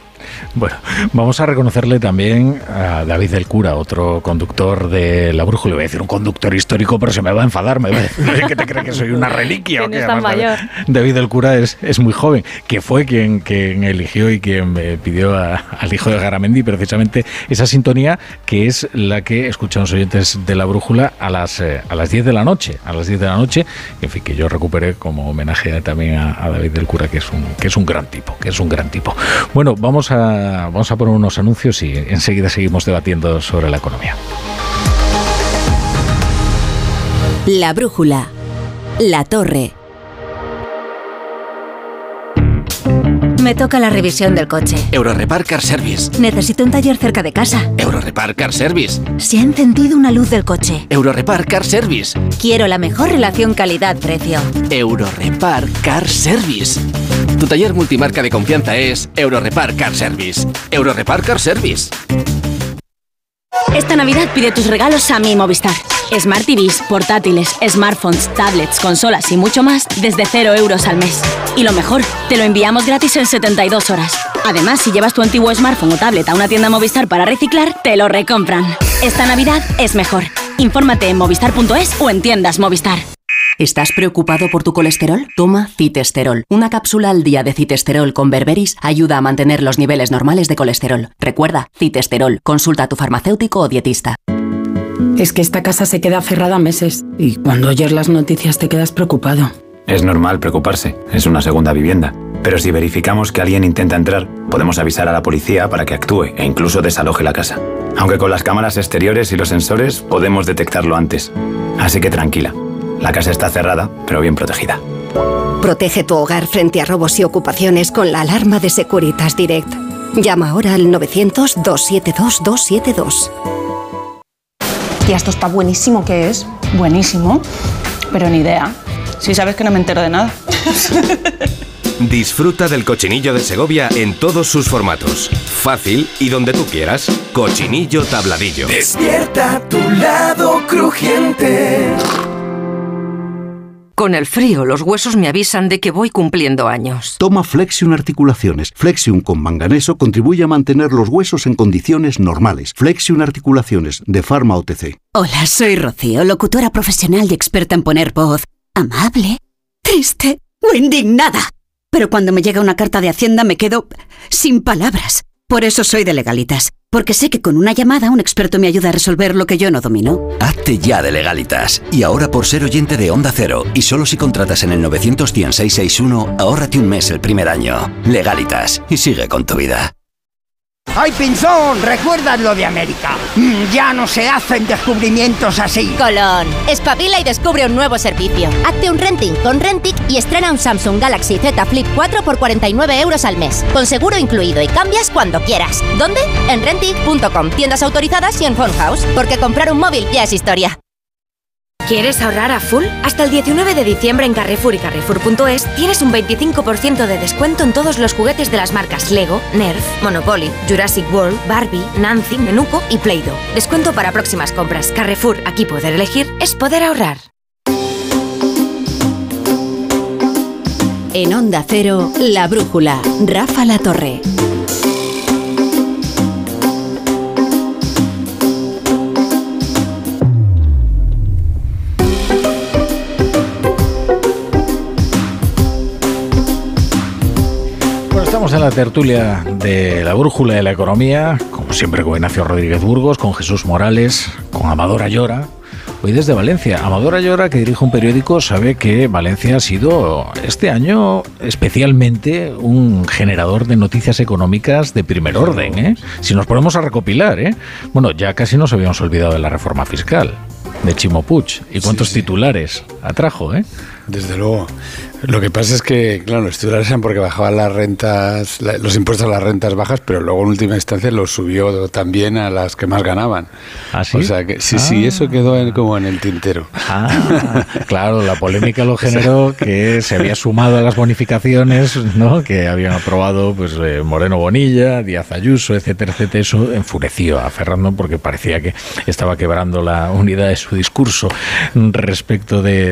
Bueno, vamos a reconocerle también a David del Cura, otro conductor de La Brújula. Voy a decir un conductor histórico, pero se me va a enfadar. Me va a decir, ¿qué te crees que soy una reliquia? Que no es tan mayor. David del Cura es muy joven, que fue quien eligió y quien pidió al hijo de Garamendi precisamente esa sintonía, que es la que escuchan los oyentes de La Brújula a las 10 de la noche. A las 10 de la noche, en fin, que yo recuperé como homenaje también a David del Cura, que es un gran tipo, Bueno, vamos a poner unos anuncios y enseguida seguimos debatiendo sobre la economía. La Brújula. La Torre. Me toca la revisión del coche. Eurorepar Car Service. Necesito un taller cerca de casa. Eurorepar Car Service. Se ha encendido una luz del coche. Eurorepar Car Service. Quiero la mejor relación calidad-precio. Eurorepar Car Service. Tu taller multimarca de confianza es Eurorepar Car Service. Eurorepar Car Service. Esta Navidad pide tus regalos a Mi Movistar. Smart TVs, portátiles, smartphones, tablets, consolas y mucho más desde 0 euros al mes. Y lo mejor, te lo enviamos gratis en 72 horas. Además, si llevas tu antiguo smartphone o tablet a una tienda Movistar para reciclar, te lo recompran. Esta Navidad es mejor. Infórmate en movistar.es o en tiendas Movistar. ¿Estás preocupado por tu colesterol? Toma Citesterol. Una cápsula al día de Citesterol con berberis ayuda a mantener los niveles normales de colesterol. Recuerda, Citesterol. Consulta a tu farmacéutico o dietista. Es que esta casa se queda cerrada meses y cuando oyes las noticias te quedas preocupado. Es normal preocuparse, es una segunda vivienda. Pero si verificamos que alguien intenta entrar, podemos avisar a la policía para que actúe e incluso desaloje la casa. Aunque con las cámaras exteriores y los sensores podemos detectarlo antes. Así que tranquila, la casa está cerrada, pero bien protegida. Protege tu hogar frente a robos y ocupaciones con la alarma de Securitas Direct. Llama ahora al 900-272-272. Tía, esto está buenísimo, ¿qué es? Buenísimo, pero ni idea. Si sabes que no me entero de nada. Disfruta del cochinillo de Segovia en todos sus formatos. Fácil y donde tú quieras. Cochinillo tabladillo. Despierta tu lado crujiente. Con el frío, los huesos me avisan de que voy cumpliendo años. Toma Flexium Articulaciones. Flexium con manganeso contribuye a mantener los huesos en condiciones normales. Flexium Articulaciones, de Pharma OTC. Hola, soy Rocío, locutora profesional y experta en poner voz amable, triste o indignada. Pero cuando me llega una carta de Hacienda me quedo sin palabras. Por eso soy de Legalitas, porque sé que con una llamada un experto me ayuda a resolver lo que yo no domino. Hazte ya de Legalitas. Y ahora por ser oyente de Onda Cero, y solo si contratas en el 900-100-661, ahórrate un mes el primer año. Legalitas. Y sigue con tu vida. ¡Ay, Pinzón! ¿Recuerdas lo de América? Ya no se hacen descubrimientos así. Colón, espabila y descubre un nuevo servicio. Hazte un renting con Rentic y estrena un Samsung Galaxy Z Flip 4 por 49 euros al mes. Con seguro incluido y cambias cuando quieras. ¿Dónde? En Rentic.com, tiendas autorizadas y en Phone House. Porque comprar un móvil ya es historia. ¿Quieres ahorrar a full? Hasta el 19 de diciembre en Carrefour y Carrefour.es tienes un 25% de descuento en todos los juguetes de las marcas Lego, Nerf, Monopoly, Jurassic World, Barbie, Nancy, Nenuco y Play-Doh. Descuento para próximas compras. Carrefour, aquí poder elegir es poder ahorrar. En Onda Cero, La Brújula, Rafa La Torre. Estamos en la tertulia de La Brújula de la Economía, como siempre con Ignacio Rodríguez Burgos, con Jesús Morales, con Amador Ayora. Hoy desde Valencia. Amador Ayora, que dirige un periódico, sabe que Valencia ha sido este año especialmente un generador de noticias económicas de primer orden, ¿eh? Si nos ponemos a recopilar, ¿eh? Bueno, ya casi nos habíamos olvidado de la reforma fiscal de Chimo Puig. ¿Y cuántos titulares atrajo, eh? Desde luego. Lo que pasa es que, claro, los titulares eran porque bajaban las rentas, los impuestos a las rentas bajas, pero luego en última instancia los subió también a las que más ganaban. ¿Ah, sí? O sea que sí, eso quedó como en el tintero. Claro, la polémica lo generó que se había sumado a las bonificaciones, ¿no?, que habían aprobado pues Moreno Bonilla, Díaz Ayuso, etcétera, etcétera. Eso enfureció a Ferrando porque parecía que estaba quebrando la unidad de su discurso respecto de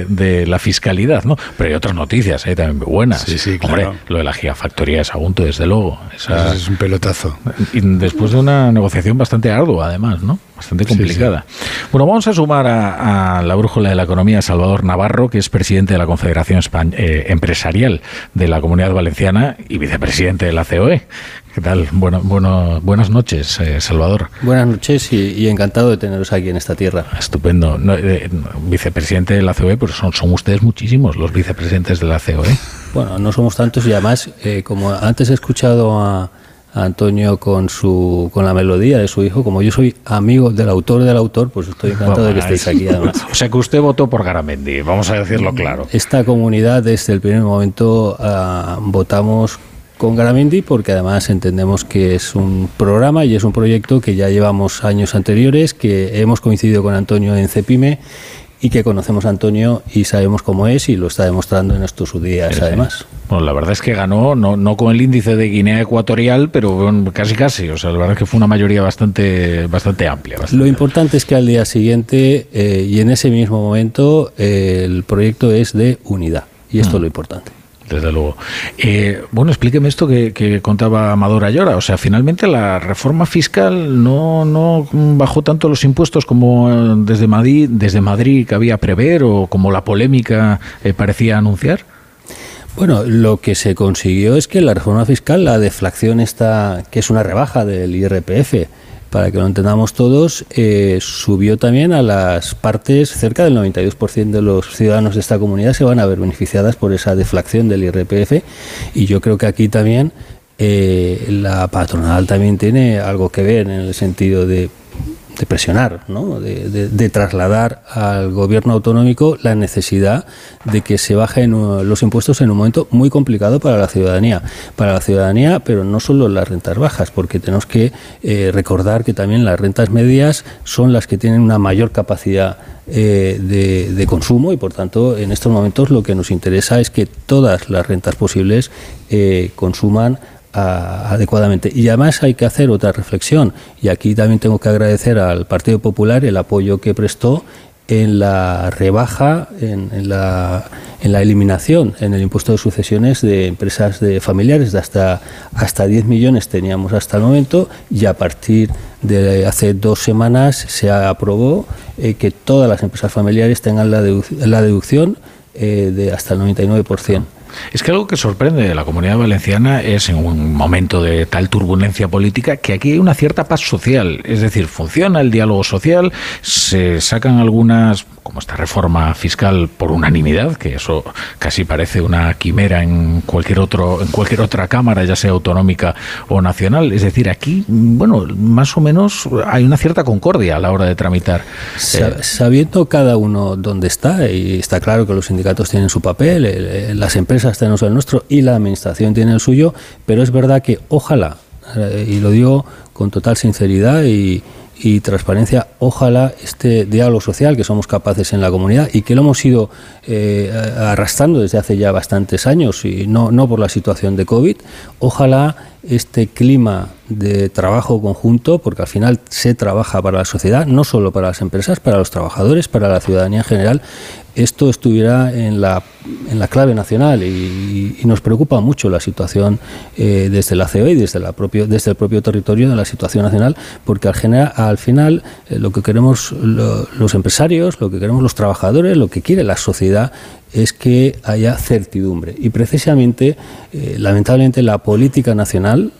de la fiscalidad, ¿no? Pero hay otras noticias también muy buenas. Sí, claro. Hombre, lo de la gigafactoría de Sagunto, desde luego. Eso es un pelotazo. Y después de una negociación bastante ardua, además, ¿no? Bastante complicada. Sí. Bueno, vamos a sumar a la brújula de la economía a Salvador Navarro, que es presidente de la Confederación Empresarial de la Comunidad Valenciana y vicepresidente de la COE. ¿Qué tal? Buenas noches, Salvador. Buenas noches y encantado de teneros aquí en esta tierra. Estupendo. Vicepresidente de la COE, pues son ustedes muchísimos los vicepresidentes de la COE. Bueno, no somos tantos y además, como antes he escuchado a Antonio con la melodía de su hijo, como yo soy amigo del autor, pues estoy encantado de que estéis aquí además. O sea que usted votó por Garamendi, vamos a decirlo claro. Esta comunidad desde el primer momento votamos con Garamendi porque además entendemos que es un programa y es un proyecto que ya llevamos años anteriores, que hemos coincidido con Antonio en Cepime y que conocemos a Antonio y sabemos cómo es y lo está demostrando en estos días además. Bueno, la verdad es que ganó, no con el índice de Guinea Ecuatorial, pero casi. O sea, la verdad es que fue una mayoría bastante amplia. Lo importante es que al día siguiente y en ese mismo momento el proyecto es de unidad y esto es lo importante. Desde luego. Bueno, explíqueme esto que contaba Amador Ayora. O sea, finalmente la reforma fiscal no bajó tanto los impuestos como desde Madrid cabía prever o como la polémica parecía anunciar. Bueno, lo que se consiguió es que la reforma fiscal, la deflación esta, que es una rebaja del IRPF, para que lo entendamos todos, subió también a las partes, cerca del 92% de los ciudadanos de esta comunidad se van a ver beneficiadas por esa deflación del IRPF y yo creo que aquí también la patronal también tiene algo que ver en el sentido de presionar, ¿no? de trasladar al gobierno autonómico la necesidad de que se bajen los impuestos en un momento muy complicado para la ciudadanía, pero no solo las rentas bajas, porque tenemos que recordar que también las rentas medias son las que tienen una mayor capacidad de consumo y por tanto en estos momentos lo que nos interesa es que todas las rentas posibles consuman adecuadamente. Y además hay que hacer otra reflexión y aquí también tengo que agradecer al Partido Popular el apoyo que prestó en la rebaja, en la eliminación en el impuesto de sucesiones de empresas de familiares de hasta 10 millones teníamos hasta el momento y a partir de hace 2 semanas se aprobó que todas las empresas familiares tengan la deducción de hasta el 99%. Es que algo que sorprende de la Comunidad Valenciana es en un momento de tal turbulencia política que aquí hay una cierta paz social, es decir, funciona el diálogo social, se sacan algunas, como esta reforma fiscal por unanimidad, que eso casi parece una quimera en cualquier otra cámara, ya sea autonómica o nacional, es decir, aquí, bueno, más o menos hay una cierta concordia a la hora de tramitar. Sabiendo cada uno dónde está, y está claro que los sindicatos tienen su papel, las empresas tenemos el nuestro y la administración tiene el suyo, pero es verdad que ojalá, y lo digo con total sinceridad y transparencia, ojalá este diálogo social que somos capaces en la comunidad y que lo hemos ido arrastrando desde hace ya bastantes años y no por la situación de COVID, ojalá este clima de trabajo conjunto, porque al final se trabaja para la sociedad, no solo para las empresas, para los trabajadores, para la ciudadanía en general, esto estuviera en la clave nacional y nos preocupa mucho la situación desde la COE y desde el propio territorio de la situación nacional, porque al final lo que queremos los empresarios, lo que queremos los trabajadores, lo que quiere la sociedad es que haya certidumbre y precisamente lamentablemente la política nacional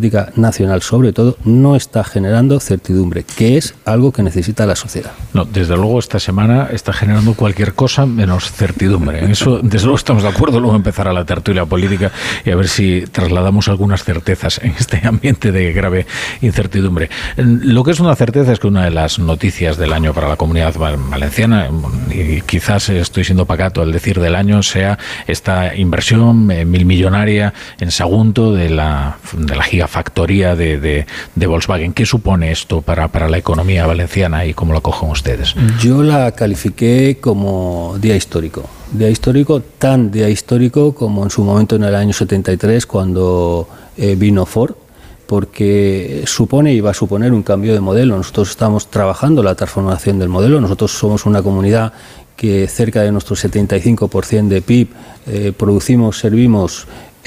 sobre todo no está generando certidumbre, que es algo que necesita la sociedad. No, desde luego esta semana está generando cualquier cosa menos certidumbre. En eso desde luego estamos de acuerdo. Luego empezará la tertulia política y a ver si trasladamos algunas certezas en este ambiente de grave incertidumbre. Lo que es una certeza es que una de las noticias del año para la Comunidad Valenciana, y quizás estoy siendo pacato al decir del año, sea esta inversión milmillonaria en Sagunto de la gigafactoría de Volkswagen. ¿Qué supone esto para la economía valenciana y cómo lo cogen ustedes? Yo la califiqué como día histórico, tan día histórico como en su momento en el año 73 cuando vino Ford, porque supone y va a suponer un cambio de modelo. Nosotros estamos trabajando la transformación del modelo. Nosotros somos una comunidad que cerca de nuestro 75% de PIB producimos, servimos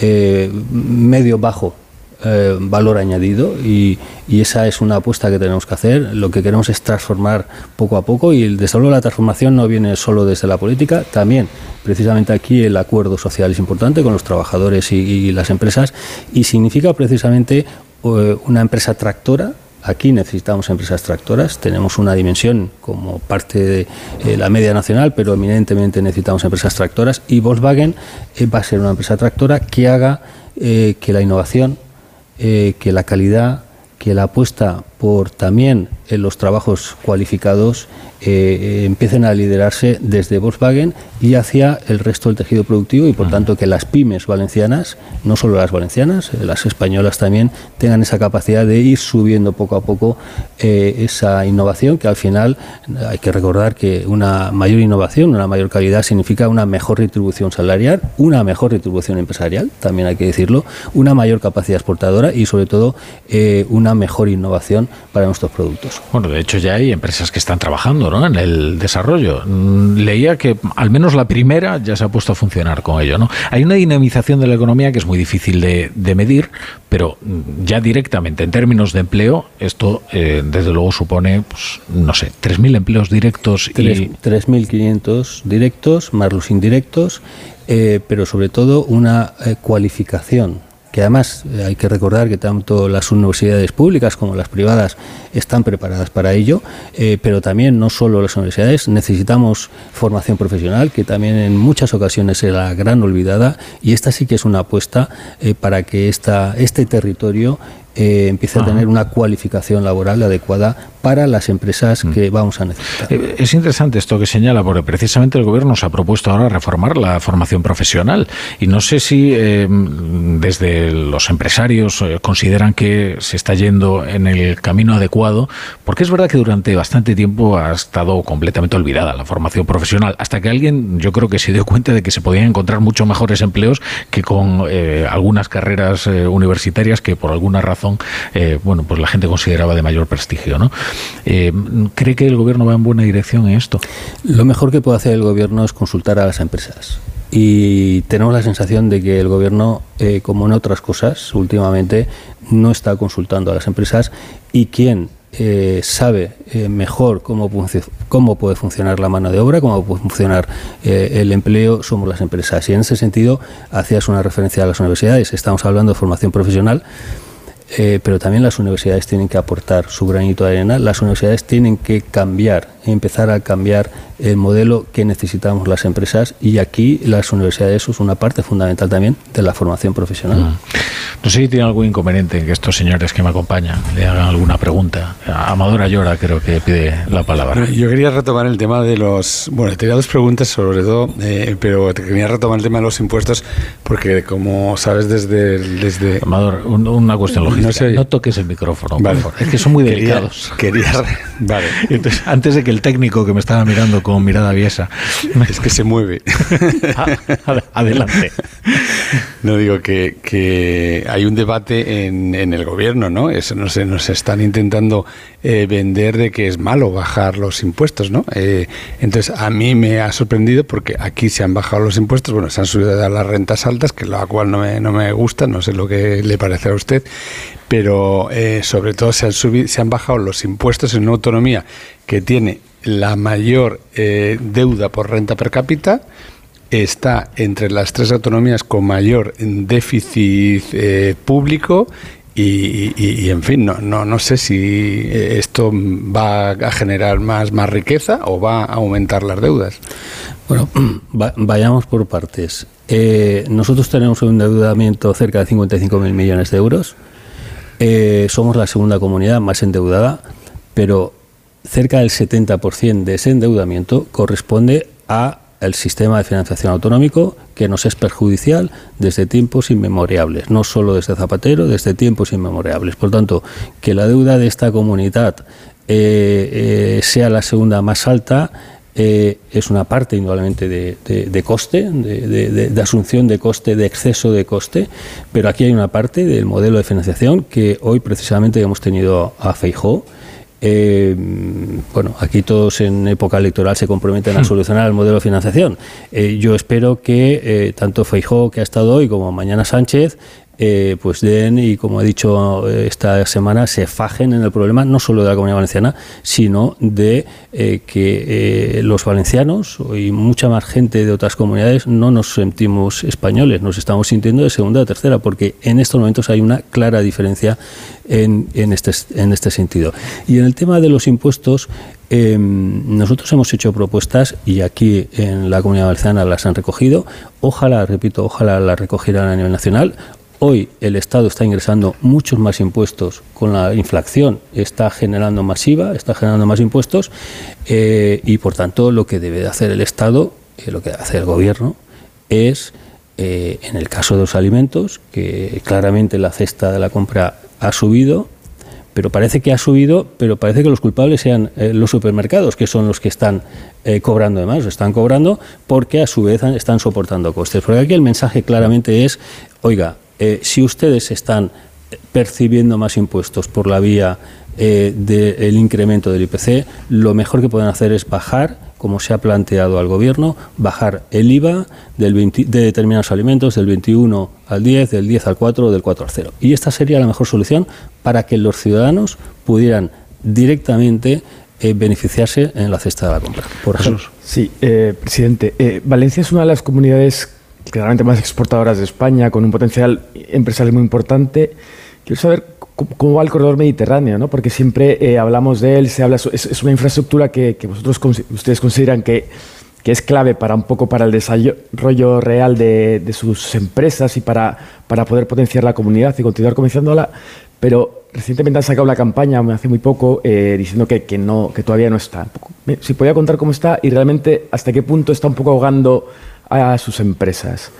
medio bajo valor añadido, y esa es una apuesta que tenemos que hacer. Lo que queremos es transformar poco a poco, y el desarrollo de la transformación no viene solo desde la política, también precisamente aquí el acuerdo social es importante con los trabajadores y las empresas, y significa precisamente una empresa tractora. Aquí necesitamos empresas tractoras, tenemos una dimensión como parte de la media nacional, pero eminentemente necesitamos empresas tractoras, y Volkswagen va a ser una empresa tractora que haga que la innovación, que la calidad, que la apuesta por también en los trabajos cualificados empiecen a liderarse desde Volkswagen y hacia el resto del tejido productivo, y por tanto que las pymes valencianas, no solo las valencianas, las españolas también, tengan esa capacidad de ir subiendo poco a poco esa innovación, que al final hay que recordar que una mayor innovación, una mayor calidad significa una mejor retribución salarial, una mejor retribución empresarial, también hay que decirlo, una mayor capacidad exportadora y sobre todo una mejor innovación para nuestros productos. Bueno, de hecho ya hay empresas que están trabajando, ¿no?, en el desarrollo. Leía que al menos la primera ya se ha puesto a funcionar con ello, ¿no? Hay una dinamización de la economía que es muy difícil de medir, pero ya directamente en términos de empleo, esto desde luego supone, pues, no sé, 3.000 empleos directos. 3.500 directos, más los indirectos, pero sobre todo una cualificación, que además hay que recordar que tanto las universidades públicas como las privadas están preparadas para ello, pero también no solo las universidades, necesitamos formación profesional, que también en muchas ocasiones es la gran olvidada, y esta sí que es una apuesta para que este territorio empiece a tener una cualificación laboral adecuada para las empresas que vamos a necesitar. Es interesante esto que señala, porque precisamente el Gobierno se ha propuesto ahora reformar la formación profesional, y no sé si desde los empresarios consideran que se está yendo en el camino adecuado, porque es verdad que durante bastante tiempo ha estado completamente olvidada la formación profesional, hasta que alguien, yo creo que se dio cuenta de que se podían encontrar mucho mejores empleos que con algunas carreras universitarias que por alguna razón bueno, pues la gente consideraba de mayor prestigio, ¿no? ¿Cree que el Gobierno va en buena dirección en esto? Lo mejor que puede hacer el Gobierno es consultar a las empresas, y tenemos la sensación de que el Gobierno, como en otras cosas últimamente, no está consultando a las empresas, y quien sabe mejor cómo puede funcionar la mano de obra, cómo puede funcionar el empleo, somos las empresas. Y en ese sentido hacías una referencia a las universidades. Estamos hablando de formación profesional, pero también las universidades tienen que aportar su granito de arena. Las universidades tienen que empezar a cambiar el modelo que necesitamos las empresas, y aquí las universidades son una parte fundamental también de la formación profesional. No sé si tiene algún inconveniente en que estos señores que me acompañan le hagan alguna pregunta. Amador Ayora creo que pide la palabra. Yo quería retomar el tema de los... Bueno, tenía dos preguntas sobre todo, pero te quería retomar el tema de los impuestos, porque como sabes desde... Amador, una cuestión logística. No toques el micrófono, vale, por favor. Es que son muy delicados. Vale. Entonces, antes de que el técnico que me estaba mirando con mirada aviesa... Es que se mueve. Adelante. No, digo que hay un debate en el Gobierno, ¿no? Nos están intentando vender de que es malo bajar los impuestos, ¿no? Entonces, a mí me ha sorprendido porque aquí se han bajado los impuestos, bueno, se han subido a las rentas altas, que la cual no me gusta, no sé lo que le parece a usted, pero sobre todo se han bajado los impuestos en una autonomía que tiene la mayor deuda por renta per cápita, está entre las tres autonomías con mayor déficit público y en fin, no sé si esto va a generar más riqueza o va a aumentar las deudas. Bueno, vayamos por partes. Nosotros tenemos un endeudamiento cerca de 55.000 millones de euros. Somos la segunda comunidad más endeudada, pero cerca del 70% de ese endeudamiento corresponde al sistema de financiación autonómico, que nos es perjudicial desde tiempos inmemorables, no solo desde Zapatero, desde tiempos inmemorables. Por tanto, que la deuda de esta comunidad sea la segunda más alta es una parte indudablemente de coste, de asunción de coste, de exceso de coste, pero aquí hay una parte del modelo de financiación que hoy precisamente hemos tenido a Feijóo. Bueno, aquí todos en época electoral se comprometen a solucionar el modelo de financiación. Yo espero que tanto Feijóo, que ha estado hoy, como mañana Sánchez, pues den, y como he dicho esta semana, se fajen en el problema no solo de la Comunidad Valenciana, sino de que los valencianos y mucha más gente de otras comunidades no nos sentimos españoles, nos estamos sintiendo de segunda o tercera, porque en estos momentos hay una clara diferencia en este sentido. Y en el tema de los impuestos, nosotros hemos hecho propuestas y aquí en la Comunidad Valenciana las han recogido. Ojalá, repito, ojalá las recogieran a nivel nacional. Hoy el Estado está ingresando muchos más impuestos, con la inflación está generando más IVA, está generando más impuestos, y por tanto lo que debe de hacer el Estado, lo que debe hacer el Gobierno, es, en el caso de los alimentos, que claramente la cesta de la compra ha subido, pero parece que los culpables sean los supermercados, que son los que están cobrando de más, están cobrando porque a su vez están soportando costes. Porque aquí el mensaje claramente es, oiga, si ustedes están percibiendo más impuestos por la vía del incremento del IPC, lo mejor que pueden hacer es bajar, como se ha planteado al Gobierno, bajar el IVA de determinados alimentos del 21 al 10, del 10 al 4, del 4 al 0. Y esta sería la mejor solución para que los ciudadanos pudieran directamente beneficiarse en la cesta de la compra, por ejemplo. Sí, presidente, Valencia es una de las comunidades claramente más exportadoras de España, con un potencial empresarial muy importante. Quiero saber cómo va el corredor mediterráneo, ¿no? Porque siempre hablamos de él, es una infraestructura que ustedes consideran que es clave para el desarrollo real de sus empresas y para poder potenciar la comunidad y continuar comerciándola, pero recientemente han sacado una campaña, hace muy poco, diciendo que todavía no está. Si podía contar cómo está y realmente hasta qué punto está un poco ahogando a sus empresas.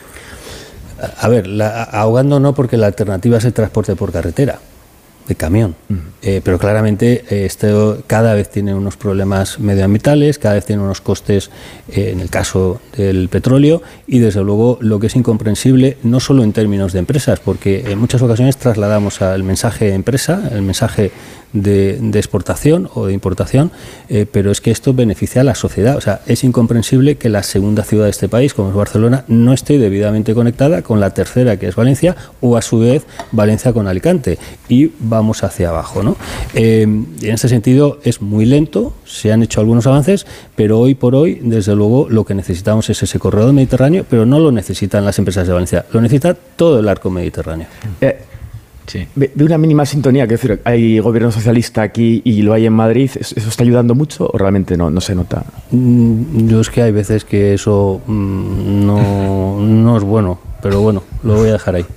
A ver, ahogando no, porque la alternativa es el transporte por carretera, de camión. Pero claramente esto cada vez tiene unos problemas medioambientales, cada vez tiene unos costes, en el caso del petróleo, y desde luego lo que es incomprensible, no solo en términos de empresas, porque en muchas ocasiones trasladamos al mensaje de empresa, el mensaje de exportación o de importación, pero es que esto beneficia a la sociedad. O sea, es incomprensible que la segunda ciudad de este país, como es Barcelona, no esté debidamente conectada con la tercera, que es Valencia, o a su vez Valencia con Alicante, y vamos hacia abajo, ¿no? En este sentido es muy lento, se han hecho algunos avances, pero hoy por hoy, desde luego, lo que necesitamos es ese corredor mediterráneo, pero no lo necesitan las empresas de Valencia, lo necesita todo el arco mediterráneo. Sí. De una mínima sintonía, que decir, hay gobierno socialista aquí y lo hay en Madrid, ¿eso está ayudando mucho o realmente no se nota? Yo es que hay veces que eso no es bueno, pero bueno, lo voy a dejar ahí.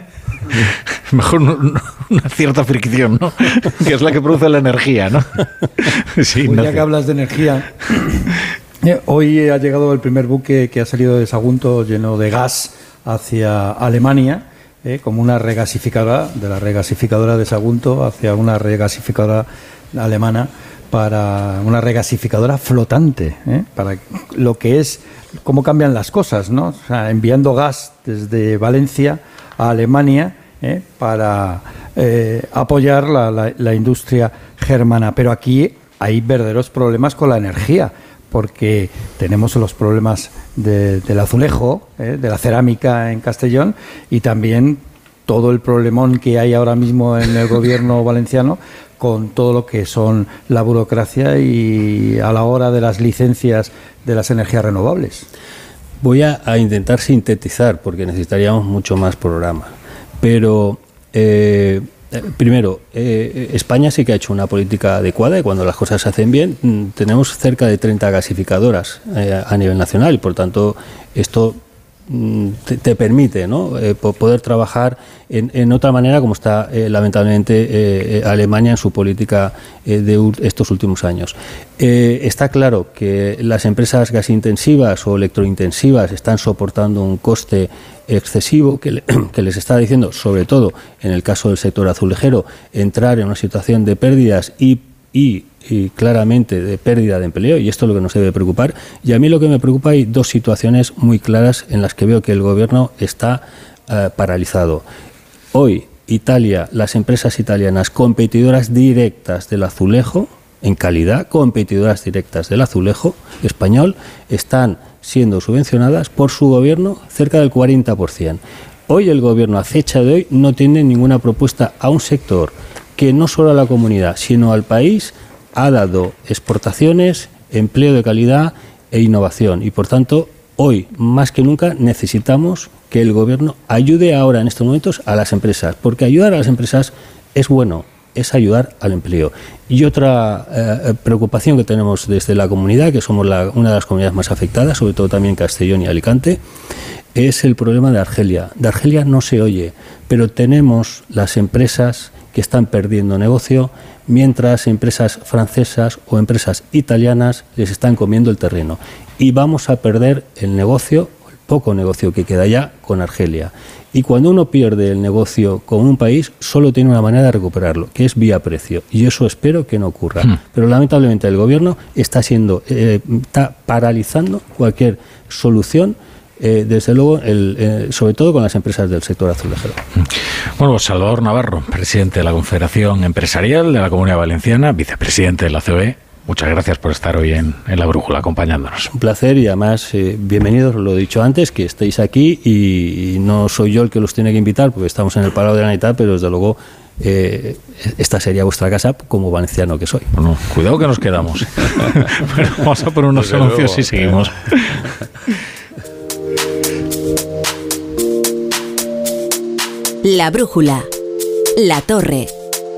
Mejor una cierta fricción, ¿no? Que es la que produce la energía, ¿no? Sí, pues ya que hablas de energía, hoy ha llegado el primer buque que ha salido de Sagunto lleno de gas hacia Alemania, como una regasificadora, de la regasificadora de Sagunto hacia una regasificadora alemana, para una regasificadora flotante, para lo que es, cómo cambian las cosas, ¿no? O sea, enviando gas desde Valencia a Alemania para apoyar la industria germana. Pero aquí hay verdaderos problemas con la energía, porque tenemos los problemas del azulejo, de la cerámica en Castellón, y también todo el problemón que hay ahora mismo en el gobierno valenciano con todo lo que son la burocracia y a la hora de las licencias de las energías renovables. Voy a intentar sintetizar, porque necesitaríamos mucho más programa. Pero, primero, España sí que ha hecho una política adecuada, y cuando las cosas se hacen bien, tenemos cerca de 30 gasificadoras a nivel nacional, y por tanto esto te permite, ¿no? Poder trabajar en otra manera, como está lamentablemente Alemania en su política de estos últimos años. Está claro que las empresas gasintensivas o electrointensivas están soportando un coste excesivo que les está diciendo, sobre todo en el caso del sector azulejero, entrar en una situación de pérdidas y y claramente de pérdida de empleo, y esto es lo que nos debe preocupar. Y a mí lo que me preocupa, hay dos situaciones muy claras en las que veo que el gobierno está paralizado. Hoy, Italia, las empresas italianas competidoras directas del azulejo, en calidad, competidoras directas del azulejo español, están siendo subvencionadas por su gobierno cerca del 40%. Hoy el gobierno, a fecha de hoy, no tiene ninguna propuesta a un sector que no solo a la comunidad, sino al país, ha dado exportaciones, empleo de calidad e innovación. Y por tanto, hoy más que nunca necesitamos que el gobierno ayude ahora en estos momentos a las empresas, porque ayudar a las empresas es bueno, es ayudar al empleo. Y otra preocupación que tenemos desde la comunidad, que somos una de las comunidades más afectadas, sobre todo también Castellón y Alicante, es el problema de Argelia. De Argelia no se oye, pero tenemos las empresas que están perdiendo negocio, mientras empresas francesas o empresas italianas les están comiendo el terreno. Y vamos a perder el negocio, el poco negocio que queda ya, con Argelia. Y cuando uno pierde el negocio con un país, solo tiene una manera de recuperarlo, que es vía precio. Y eso espero que no ocurra. Pero lamentablemente el gobierno está paralizando cualquier solución, desde luego, sobre todo con las empresas del sector azulejero. Bueno, Salvador Navarro, presidente de la Confederación Empresarial de la Comunidad Valenciana, vicepresidente de la COE, muchas gracias por estar hoy en La Brújula acompañándonos. Un placer y además bienvenidos, lo he dicho antes, que estéis aquí y no soy yo el que los tiene que invitar porque estamos en el Palau de la Generalitat, pero desde luego esta sería vuestra casa como valenciano que soy. Bueno, cuidado que nos quedamos. Bueno, vamos a poner unos anuncios y seguimos. La Brújula, La Torre.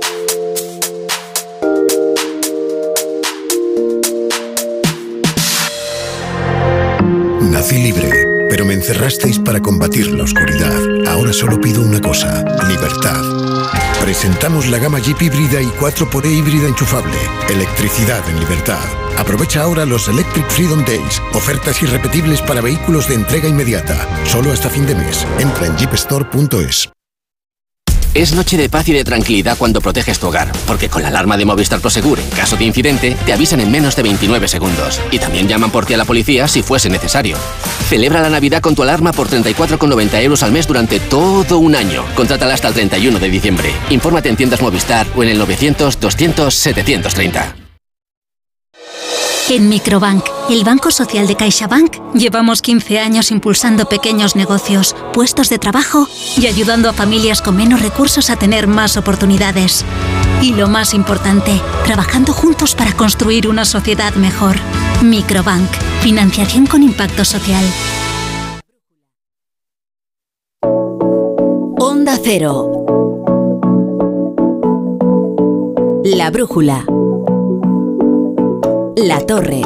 Nací libre, pero me encerrasteis para combatir la oscuridad. Ahora solo pido una cosa, libertad. Presentamos la gama Jeep híbrida y 4xE híbrida enchufable. Electricidad en libertad. Aprovecha ahora los Electric Freedom Days. Ofertas irrepetibles para vehículos de entrega inmediata. Solo hasta fin de mes. Entra en jeepstore.es. Es noche de paz y de tranquilidad cuando proteges tu hogar, porque con la alarma de Movistar Prosegur, en caso de incidente, te avisan en menos de 29 segundos. Y también llaman por ti a la policía si fuese necesario. Celebra la Navidad con tu alarma por 34,90 € al mes durante todo un año. Contrátala hasta el 31 de diciembre. Infórmate en tiendas Movistar o en el 900 200 730. En Microbank, el Banco Social de CaixaBank, llevamos 15 años impulsando pequeños negocios, puestos de trabajo y ayudando a familias con menos recursos a tener más oportunidades. Y lo más importante, trabajando juntos para construir una sociedad mejor. Microbank, financiación con impacto social. Onda Cero. La Brújula. La Torre.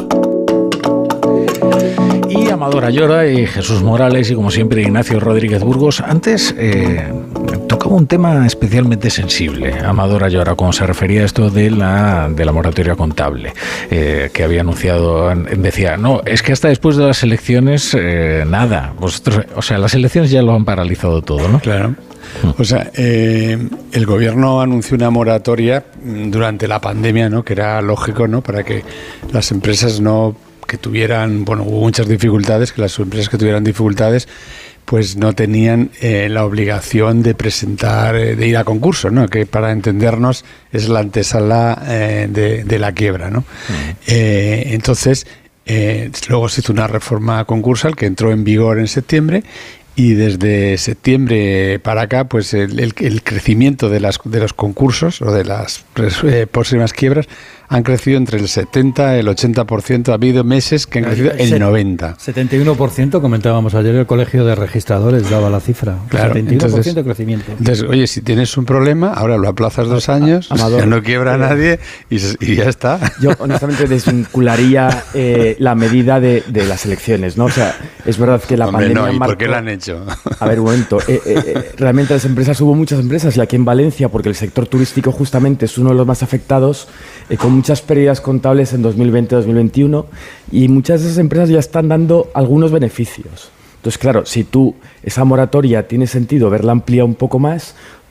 Y Amador Ayora y Jesús Morales y como siempre Ignacio Rodríguez Burgos. Antes tocaba un tema especialmente sensible, Amador Ayora, cuando se refería a esto de la moratoria contable que había anunciado. Decía, no, es que hasta después de las elecciones nada. Vosotros, o sea, las elecciones ya lo han paralizado todo, ¿no? Claro. O sea, el gobierno anunció una moratoria durante la pandemia, ¿no? Que era lógico, ¿no? Para que las empresas que tuvieran, bueno, hubo muchas dificultades, que las empresas que tuvieran dificultades, pues no tenían la obligación de presentar, de ir a concurso, ¿no? Que para entendernos es la antesala de la quiebra, ¿no? Entonces, luego se hizo una reforma concursal que entró en vigor en septiembre. Y desde septiembre para acá, pues el crecimiento de los concursos o de las próximas quiebras han crecido entre el 70 y el 80%. Ha habido meses que han crecido el 90%. 71% comentábamos ayer, el Colegio de Registradores daba la cifra. Claro, 71% de crecimiento. Entonces, oye, si tienes un problema, ahora lo aplazas 2 años, Amador, ya no quiebra a nadie y ya está. Yo honestamente desvincularía la medida de las elecciones, ¿no? O sea, es verdad que la pandemia no, ¿y marcó... por qué la han hecho? A ver, un momento. Realmente las empresas, hubo muchas empresas, y aquí en Valencia, porque el sector turístico justamente es uno de los más afectados, con muchas pérdidas contables en 2020-2021, y muchas de esas empresas ya están dando algunos beneficios. Entonces, claro, si esa moratoria tiene sentido verla ampliada un poco más,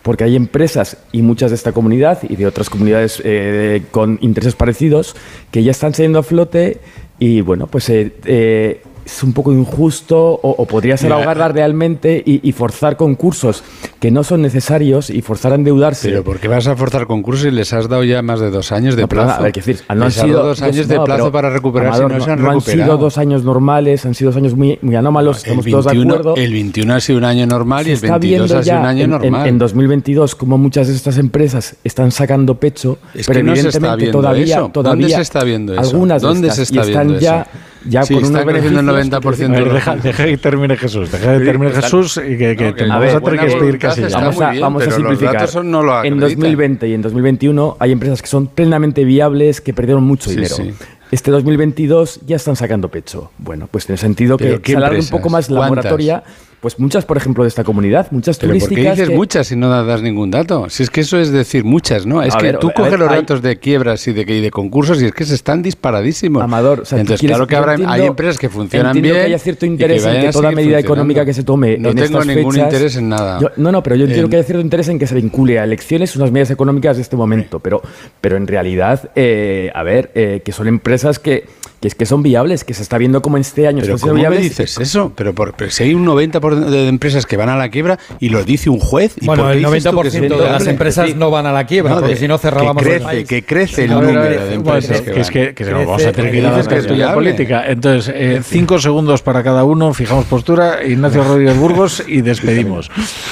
porque hay empresas y muchas de esta comunidad y de otras comunidades con intereses parecidos que ya están saliendo a flote y bueno, pues es un poco injusto o podría ser ahogarla realmente y forzar concursos que no son necesarios y forzar a endeudarse. Pero ¿por qué vas a forzar concursos y les has dado ya más de 2 años de plazo? A ver, decir, no han sido 2 años de plazo para recuperar, Amador, si no se han recuperado. recuperado. Han sido 2 años normales, han sido 2 años muy anómalos, estamos todos de acuerdo. El 21 ha sido un año normal y el 22 ha sido un año normal. En 2022, como muchas de estas empresas están sacando pecho, pero que no evidentemente se está viendo todavía, eso. ¿Dónde se está viendo eso? Algunas ¿Dónde de estas, se está y están viendo ya... eso? Ya sí, con está unos creciendo el beneficios... 90%. Deja que termine Jesús. Deja que termine Jesús y que te vamos a tener que despedir casi ya. Vamos a simplificar. En 2020 y en 2021 hay empresas que son plenamente viables, que perdieron mucho dinero. Sí. Este 2022 ya están sacando pecho. Bueno, pues tiene sentido que se alargue un poco más la moratoria. Pues muchas, por ejemplo, de esta comunidad, muchas turísticas. ¿Por qué dices muchas si no das ningún dato? Si es que eso es decir muchas, ¿no? Es que tú coges los datos de quiebras y de concursos y es que se están disparadísimos. Amador, o sea, entonces claro que hay empresas que funcionan bien. Que haya cierto interés en que toda medida económica que se tome en estas fechas... No tengo ningún interés en nada. Pero yo entiendo que hay cierto interés en que se vincule a elecciones unas medidas económicas de este momento. Pero en realidad, que son empresas que son viables, que se está viendo como en este año. Pero ¿cómo me dices eso? Pero si hay un 90% de empresas que van a la quiebra y lo dice un juez... ¿y bueno, el 90% de las empresas no van a la quiebra, porque si no cerrábamos el país. Que crece el número de empresas que nos vamos a tener que ir a la tertulia política. Entonces, 5 segundos para cada uno, fijamos postura, Ignacio Rodríguez Burgos y despedimos.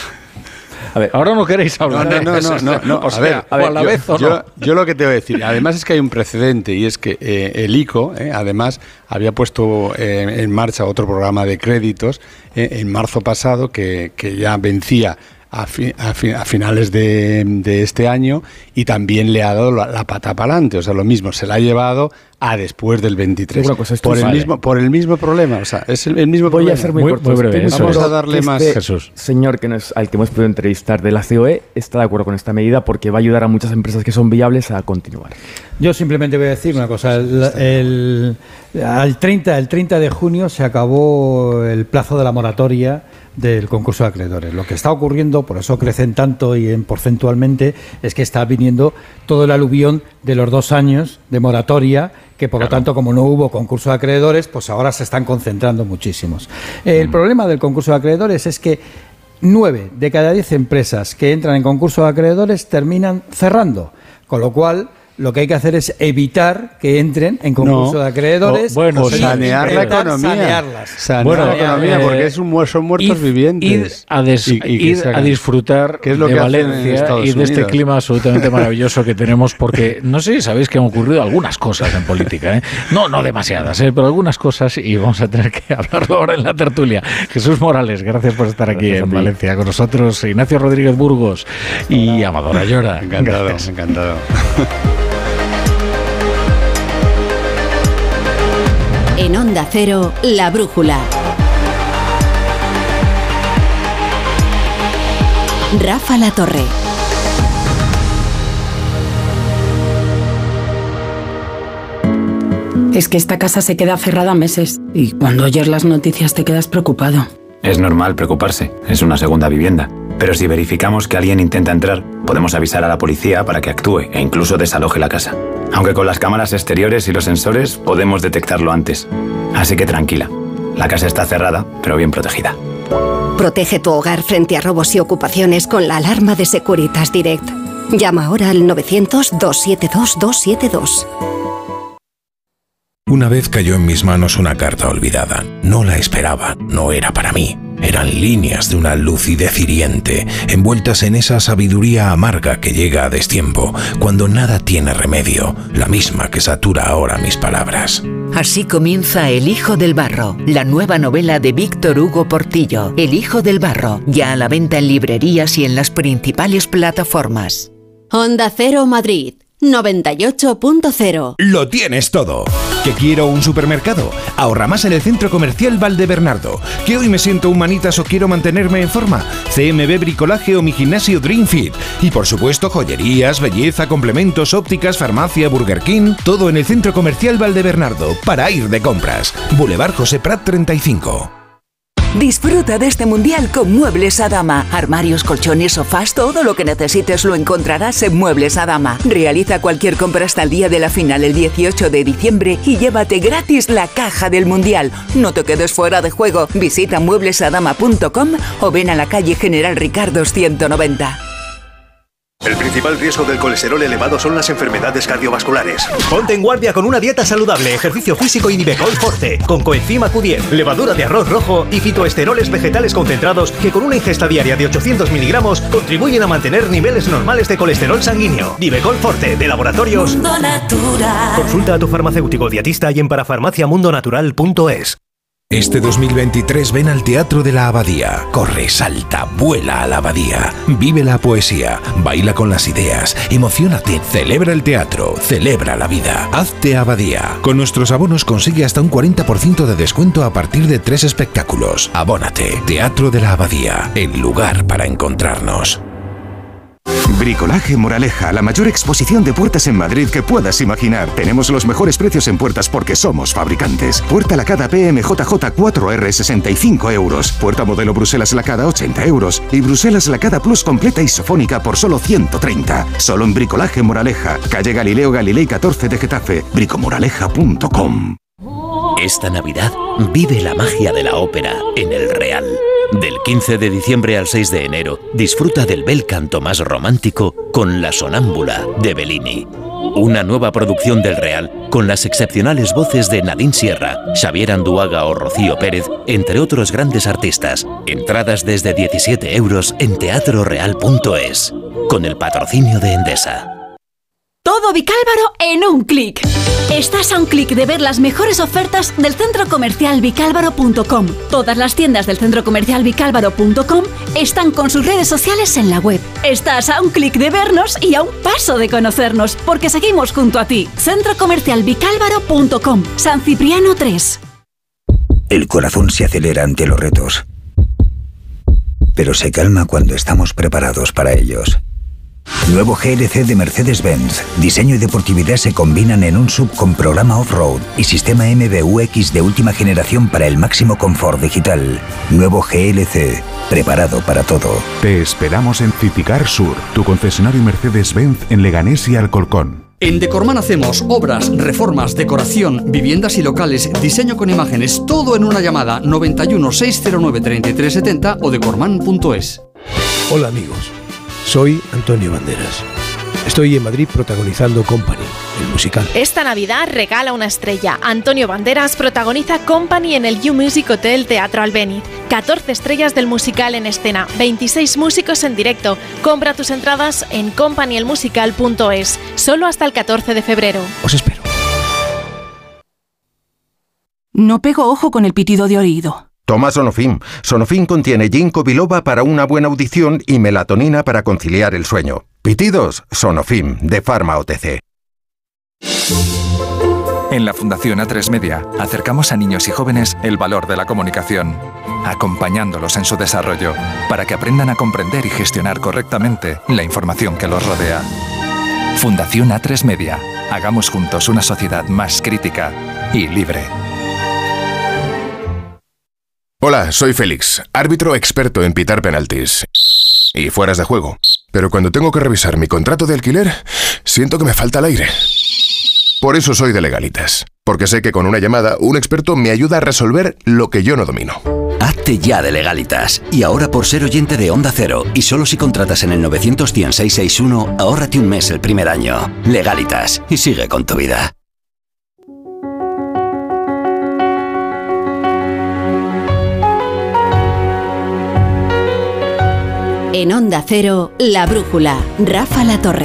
A ver, ahora no queréis hablar. No. O sea, a la vez, yo lo que te voy a decir, además es que hay un precedente y es que el ICO, además, había puesto en marcha otro programa de créditos en marzo pasado que ya vencía a finales de este año y también le ha dado la pata para adelante, o sea, lo mismo, se la ha llevado a después del 23 por el mismo problema, o sea, es el mismo problema. Voy a ser muy corto. Vamos a darle más. Jesús. Señor al que hemos podido entrevistar de la COE está de acuerdo con esta medida porque va a ayudar a muchas empresas que son viables a continuar. Yo simplemente voy a decir una cosa, el 30 de junio se acabó el plazo de la moratoria del concurso de acreedores. Lo que está ocurriendo, por eso crecen tanto y porcentualmente, es que está viniendo todo el aluvión de los 2 años de moratoria, que por lo tanto, como no hubo concurso de acreedores, pues ahora se están concentrando muchísimos. El problema del concurso de acreedores es que 9 de cada 10 empresas que entran en concurso de acreedores terminan cerrando, con lo cual lo que hay que hacer es evitar que entren en concurso de acreedores o sanear la economía. Sanear la economía, porque son muertos vivientes. Ir a disfrutar de Valencia y de este clima absolutamente maravilloso que tenemos, porque no sé si sabéis que han ocurrido algunas cosas en política, no demasiadas, pero algunas cosas, y vamos a tener que hablarlo ahora en la tertulia. Jesús Morales, gracias por estar aquí en Valencia con nosotros, Ignacio Rodríguez Burgos y Amador Ayora. Encantado. En Onda Cero, La Brújula. Rafa La Torre. Es que esta casa se queda cerrada meses y cuando oyes las noticias te quedas preocupado. Es normal preocuparse, es una segunda vivienda. Pero si verificamos que alguien intenta entrar, podemos avisar a la policía para que actúe e incluso desaloje la casa. Aunque con las cámaras exteriores y los sensores podemos detectarlo antes. Así que tranquila, la casa está cerrada, pero bien protegida. Protege tu hogar frente a robos y ocupaciones con la alarma de Securitas Direct. Llama ahora al 900-272-272. Una vez cayó en mis manos una carta olvidada. No la esperaba, no era para mí. Eran líneas de una lucidez hiriente, envueltas en esa sabiduría amarga que llega a destiempo, cuando nada tiene remedio, la misma que satura ahora mis palabras. Así comienza El Hijo del Barro, la nueva novela de Víctor Hugo Portillo. El Hijo del Barro, ya a la venta en librerías y en las principales plataformas. Onda Cero Madrid 98.0. Lo tienes todo. ¿Que quiero un supermercado? Ahorra más en el Centro Comercial Valdebernardo. ¿Que hoy me siento un manitas o quiero mantenerme en forma? CMB Bricolaje o mi gimnasio Dream Fit. Y por supuesto joyerías, belleza, complementos, ópticas, farmacia, Burger King. Todo en el Centro Comercial Valdebernardo para ir de compras. Boulevard José Prat 35. Disfruta de este mundial con Muebles Adama. Armarios, colchones, sofás, todo lo que necesites lo encontrarás en Muebles Adama. Realiza cualquier compra hasta el día de la final el 18 de diciembre y llévate gratis la caja del mundial. No te quedes fuera de juego. Visita mueblesadama.com o ven a la calle General Ricardo 190. El principal riesgo del colesterol elevado son las enfermedades cardiovasculares. Ponte en guardia con una dieta saludable, ejercicio físico y Nivecol Forte, con coenzima Q10, levadura de arroz rojo y fitoesteroles vegetales concentrados que con una ingesta diaria de 800 miligramos contribuyen a mantener niveles normales de colesterol sanguíneo. Nivecol Forte, de Laboratorios Mundo Natural. Consulta a tu farmacéutico dietista y en parafarmaciamundonatural.es. Este 2023 ven al Teatro de la Abadía. Corre, salta, vuela a la Abadía. Vive la poesía, baila con las ideas, emociónate, celebra el teatro, celebra la vida. Hazte Abadía. Con nuestros abonos consigue hasta un 40% de descuento a partir de 3 espectáculos. Abónate. Teatro de la Abadía, el lugar para encontrarnos. Bricolaje Moraleja, la mayor exposición de puertas en Madrid que puedas imaginar. Tenemos los mejores precios en puertas porque somos fabricantes. Puerta lacada PMJJ 4R 65 euros. Puerta modelo Bruselas lacada 80 euros. Y Bruselas lacada Plus completa isofónica por solo 130. Solo en Bricolaje Moraleja. Calle Galileo Galilei 14 de Getafe. bricomoraleja.com. Esta Navidad vive la magia de la ópera en El Real. Del 15 de diciembre al 6 de enero, disfruta del bel canto más romántico con La Sonámbula de Bellini. Una nueva producción del Real con las excepcionales voces de Nadine Sierra, Xavier Anduaga o Rocío Pérez, entre otros grandes artistas. Entradas desde 17 euros en teatroreal.es, con el patrocinio de Endesa. Todo Vicálvaro en un clic. Estás a un clic de ver las mejores ofertas del centro comercial vicálvaro.com. Todas las tiendas del centro comercial vicálvaro.com están con sus redes sociales en la web. Estás a un clic de vernos y a un paso de conocernos, porque seguimos junto a ti. Centro comercial vicálvaro.com, San Cipriano 3. El corazón se acelera ante los retos, pero se calma cuando estamos preparados para ellos. Nuevo GLC de Mercedes-Benz. Diseño y deportividad se combinan en un SUV con programa off-road y sistema MBUX de última generación para el máximo confort digital. Nuevo GLC, preparado para todo. Te esperamos en Citicar Sur, tu concesionario Mercedes-Benz en Leganés y Alcorcón. En Decorman hacemos obras, reformas, decoración, viviendas y locales, diseño con imágenes, todo en una llamada 91 609 3370 o decorman.es. Hola amigos. Soy Antonio Banderas. Estoy en Madrid protagonizando Company, el musical. Esta Navidad regala una estrella. Antonio Banderas protagoniza Company en el You Music Hotel Teatro Albéniz. 14 estrellas del musical en escena, 26 músicos en directo. Compra tus entradas en companyelmusical.es, solo hasta el 14 de febrero. Os espero. No pego ojo con el pitido de oído. Toma Sonofim. Sonofim contiene ginkgo biloba para una buena audición y melatonina para conciliar el sueño. Pitidos, Sonofim, de Pharma OTC. En la Fundación A3 Media acercamos a niños y jóvenes el valor de la comunicación, acompañándolos en su desarrollo, para que aprendan a comprender y gestionar correctamente la información que los rodea. Fundación A3 Media. Hagamos juntos una sociedad más crítica y libre. Hola, soy Félix, árbitro experto en pitar penaltis y fueras de juego. Pero cuando tengo que revisar mi contrato de alquiler, siento que me falta el aire. Por eso soy de Legalitas, porque sé que con una llamada un experto me ayuda a resolver lo que yo no domino. Hazte ya de Legalitas. Y ahora, por ser oyente de Onda Cero, y solo si contratas en el 900-100-661, ahórrate un mes el primer año. Legalitas, y sigue con tu vida. En Onda Cero, La Brújula, Rafa La Torre.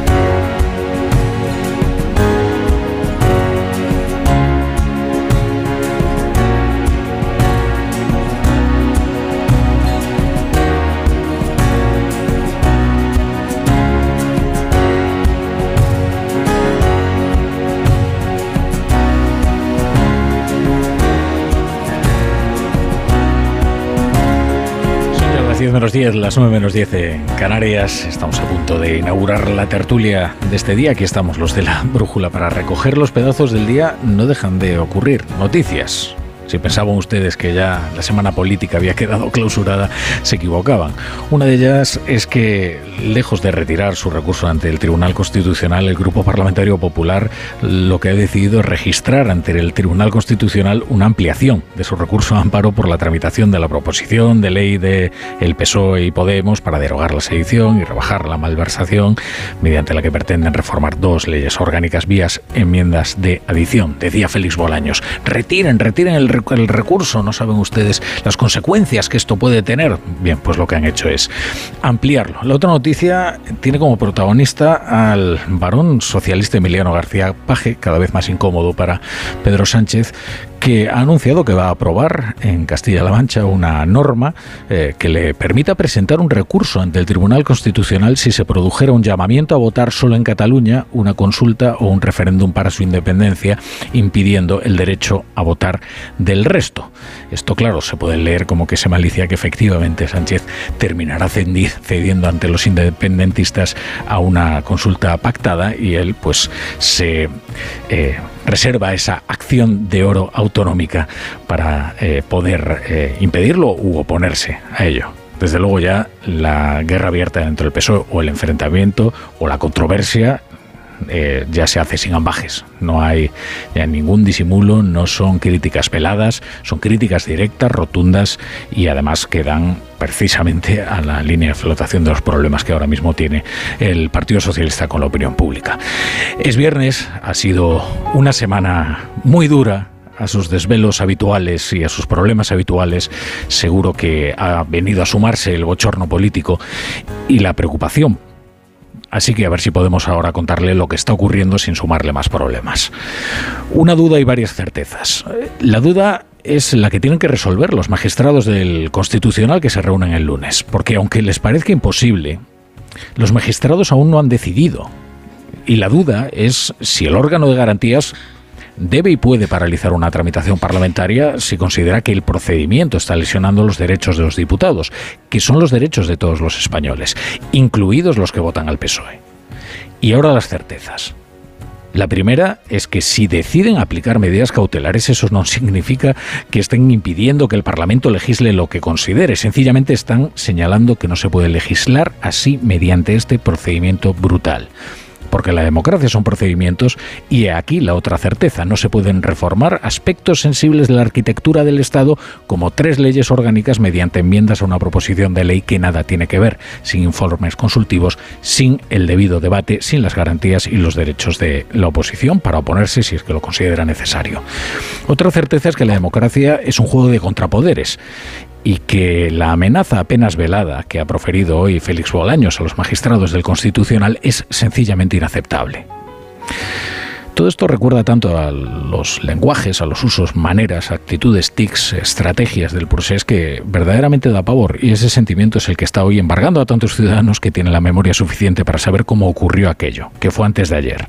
Menos 10, las 9 menos 10 en Canarias. Estamos a punto de inaugurar la tertulia de este día. Aquí estamos los de La Brújula para recoger los pedazos del día. No dejan de ocurrir noticias. Si pensaban ustedes que ya la semana política había quedado clausurada, se equivocaban. Una de ellas es que, lejos de retirar su recurso ante el Tribunal Constitucional, el Grupo Parlamentario Popular lo que ha decidido es registrar ante el Tribunal Constitucional una ampliación de su recurso a amparo por la tramitación de la proposición de ley de el PSOE y Podemos para derogar la sedición y rebajar la malversación, mediante la que pretenden reformar 2 leyes orgánicas vías enmiendas de adición. Decía Félix Bolaños, retiren el recurso, no saben ustedes las consecuencias que esto puede tener. Bien, pues lo que han hecho es ampliarlo. La otra noticia tiene como protagonista al varón socialista Emiliano García Paje, cada vez más incómodo para Pedro Sánchez, que ha anunciado que va a aprobar en Castilla-La Mancha una norma que le permita presentar un recurso ante el Tribunal Constitucional si se produjera un llamamiento a votar solo en Cataluña, una consulta o un referéndum para su independencia, impidiendo el derecho a votar del resto. Esto, claro, se puede leer como que se malicia que efectivamente Sánchez terminará cediendo ante los independentistas a una consulta pactada y él pues se reserva esa acción de oro autonómica para poder impedirlo u oponerse a ello. Desde luego ya la guerra abierta dentro del PSOE o el enfrentamiento o la controversia ya se hace sin ambajes, no hay ya ningún disimulo, no son críticas veladas, son críticas directas, rotundas y además que dan precisamente a la línea de flotación de los problemas que ahora mismo tiene el Partido Socialista con la opinión pública. Es viernes, ha sido una semana muy dura. A sus desvelos habituales y a sus problemas habituales seguro que ha venido a sumarse el bochorno político y la preocupación. Así que a ver si podemos ahora contarle lo que está ocurriendo sin sumarle más problemas. Una duda y varias certezas. La duda es la que tienen que resolver los magistrados del Constitucional que se reúnen el lunes, porque aunque les parezca imposible, los magistrados aún no han decidido. Y la duda es si el órgano de garantías debe y puede paralizar una tramitación parlamentaria si considera que el procedimiento está lesionando los derechos de los diputados, que son los derechos de todos los españoles, incluidos los que votan al PSOE. Y ahora las certezas. La primera es que si deciden aplicar medidas cautelares, eso no significa que estén impidiendo que el Parlamento legisle lo que considere. Sencillamente están señalando que no se puede legislar así mediante este procedimiento brutal. Porque la democracia son procedimientos y aquí la otra certeza, no se pueden reformar aspectos sensibles de la arquitectura del Estado como 3 leyes orgánicas mediante enmiendas a una proposición de ley que nada tiene que ver, sin informes consultivos, sin el debido debate, sin las garantías y los derechos de la oposición para oponerse si es que lo considera necesario. Otra certeza es que la democracia es un juego de contrapoderes y que la amenaza apenas velada que ha proferido hoy Félix Bolaños a los magistrados del Constitucional es sencillamente inaceptable. Todo esto recuerda tanto a los lenguajes, a los usos, maneras, actitudes, tics, estrategias del procés que verdaderamente da pavor, y ese sentimiento es el que está hoy embargando a tantos ciudadanos que tienen la memoria suficiente para saber cómo ocurrió aquello, que fue antes de ayer.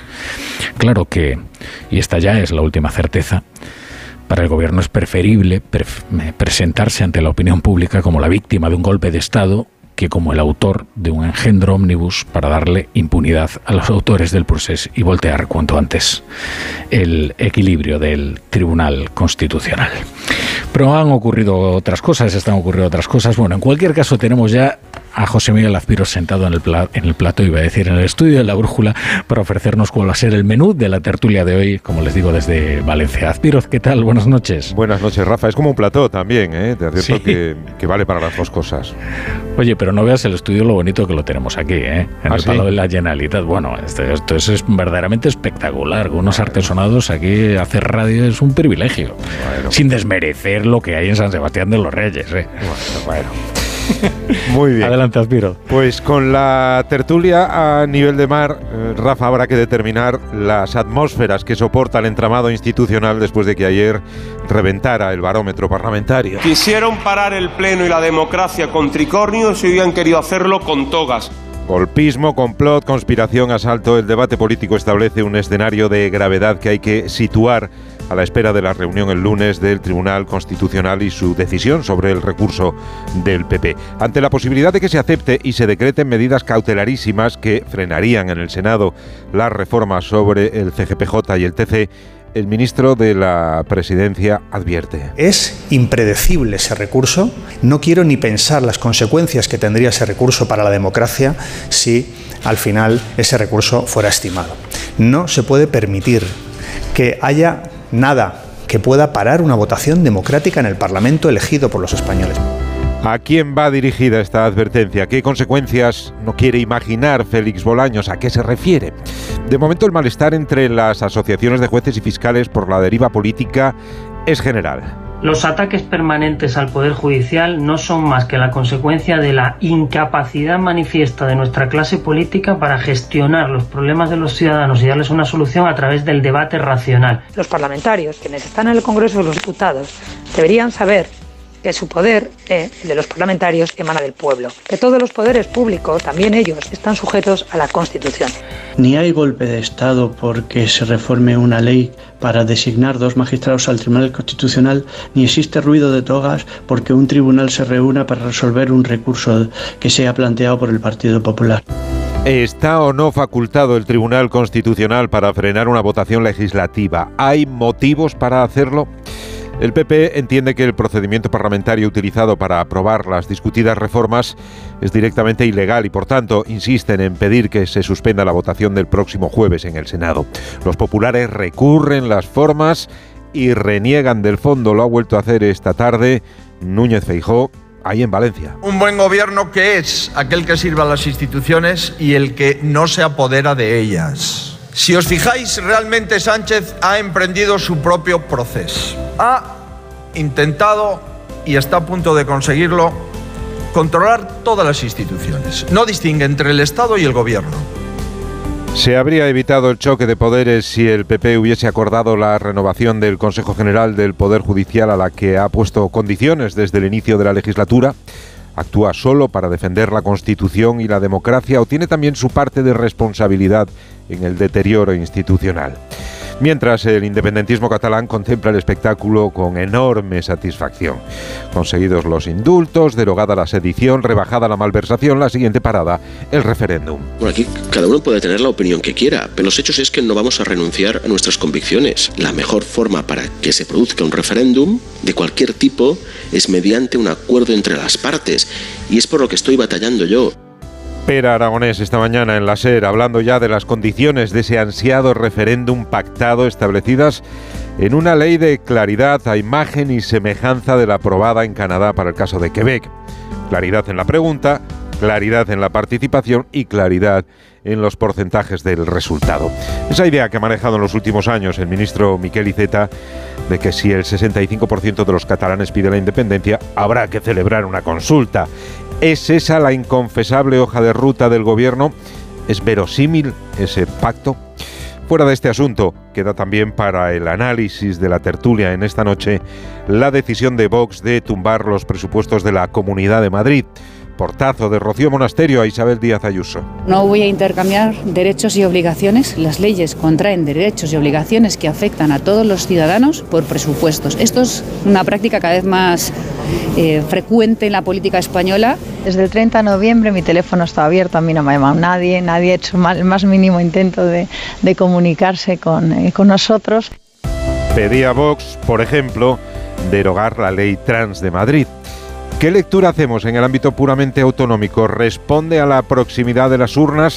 Claro que, y esta ya es la última certeza, para el gobierno es preferible presentarse ante la opinión pública como la víctima de un golpe de Estado que como el autor de un engendro ómnibus para darle impunidad a los autores del procés y voltear cuanto antes el equilibrio del Tribunal Constitucional. Pero han ocurrido otras cosas, están ocurriendo otras cosas. Bueno, en cualquier caso tenemos ya a José Miguel Azpiroz sentado en el plato, iba a decir, en el estudio de La Brújula, para ofrecernos cuál va a ser el menú de la tertulia de hoy, como les digo, desde Valencia. Azpiroz, ¿qué tal? Buenas noches. Buenas noches, Rafa. Es como un plató también, ¿eh? Te advierto Sí. que vale para las dos cosas. Oye, pero no veas el estudio lo bonito que lo tenemos aquí, ¿eh? En el Palau de la Generalitat. Bueno, esto es verdaderamente espectacular. Con unos artesonados aquí, hacer radio es un privilegio. Bueno. Sin desmerecer lo que hay en San Sebastián de los Reyes, ¿eh? Bueno. Muy bien. Adelante, Azpiroz. Pues con la tertulia a nivel de mar, Rafa, habrá que determinar las atmósferas que soporta el entramado institucional después de que ayer reventara el barómetro parlamentario. Quisieron parar el pleno y la democracia con tricornios y hoy han querido hacerlo con togas. Golpismo, complot, conspiración, asalto. El debate político establece un escenario de gravedad que hay que situar a la espera de la reunión el lunes del Tribunal Constitucional y su decisión sobre el recurso del PP. Ante la posibilidad de que se acepte y se decreten medidas cautelarísimas que frenarían en el Senado las reformas sobre el CGPJ y el TC, el ministro de la Presidencia advierte. Es impredecible ese recurso. No quiero ni pensar las consecuencias que tendría ese recurso para la democracia si al final ese recurso fuera estimado. No se puede permitir que haya nada que pueda parar una votación democrática en el Parlamento elegido por los españoles. ¿A quién va dirigida esta advertencia? ¿Qué consecuencias no quiere imaginar Félix Bolaños? ¿A qué se refiere? De momento, el malestar entre las asociaciones de jueces y fiscales por la deriva política es general. Los ataques permanentes al Poder Judicial no son más que la consecuencia de la incapacidad manifiesta de nuestra clase política para gestionar los problemas de los ciudadanos y darles una solución a través del debate racional. Los parlamentarios, quienes están en el Congreso de los Diputados, deberían saber que su poder, el de los parlamentarios, emana del pueblo, que todos los poderes públicos, también ellos, están sujetos a la Constitución. Ni hay golpe de Estado porque se reforme una ley para designar 2 magistrados al Tribunal Constitucional, ni existe ruido de togas porque un tribunal se reúna para resolver un recurso que sea planteado por el Partido Popular. ¿Está o no facultado el Tribunal Constitucional para frenar una votación legislativa? ¿Hay motivos para hacerlo? El PP entiende que el procedimiento parlamentario utilizado para aprobar las discutidas reformas es directamente ilegal y, por tanto, insisten en pedir que se suspenda la votación del próximo jueves en el Senado. Los populares recurren las formas y reniegan del fondo. Lo ha vuelto a hacer esta tarde Núñez Feijóo, ahí en Valencia. Un buen gobierno que es aquel que sirve a las instituciones y el que no se apodera de ellas. Si os fijáis, realmente Sánchez ha emprendido su propio proceso. Ha intentado, y está a punto de conseguirlo, controlar todas las instituciones. No distingue entre el Estado y el Gobierno. ¿Se habría evitado el choque de poderes si el PP hubiese acordado la renovación del Consejo General del Poder Judicial, a la que ha puesto condiciones desde el inicio de la legislatura? ¿Actúa solo para defender la Constitución y la democracia o tiene también su parte de responsabilidad en el deterioro institucional? Mientras, el independentismo catalán contempla el espectáculo con enorme satisfacción. Conseguidos los indultos, derogada la sedición, rebajada la malversación, la siguiente parada, el referéndum. Bueno, aquí cada uno puede tener la opinión que quiera, pero los hechos es que no vamos a renunciar a nuestras convicciones. La mejor forma para que se produzca un referéndum de cualquier tipo es mediante un acuerdo entre las partes, y es por lo que estoy batallando yo. Pere Aragonés esta mañana en la SER, hablando ya de las condiciones de ese ansiado referéndum pactado establecidas en una ley de claridad a imagen y semejanza de la aprobada en Canadá para el caso de Quebec. Claridad en la pregunta, claridad en la participación y claridad en los porcentajes del resultado. Esa idea que ha manejado en los últimos años el ministro Miquel Iceta, de que si el 65% de los catalanes pide la independencia, habrá que celebrar una consulta. ¿Es esa la inconfesable hoja de ruta del gobierno? ¿Es verosímil ese pacto? Fuera de este asunto, queda también para el análisis de la tertulia en esta noche la decisión de Vox de tumbar los presupuestos de la Comunidad de Madrid. Portazo de Rocío Monasterio a Isabel Díaz Ayuso. No voy a intercambiar derechos y obligaciones. Las leyes contraen derechos y obligaciones que afectan a todos los ciudadanos por presupuestos. Esto es una práctica cada vez más frecuente en la política española. Desde el 30 de noviembre mi teléfono está abierto, a mí no me ha llamado nadie ha hecho el más mínimo intento de comunicarse con nosotros. Pedía Vox, por ejemplo, derogar la ley trans de Madrid. ¿Qué lectura hacemos en el ámbito puramente autonómico? ¿Responde a la proximidad de las urnas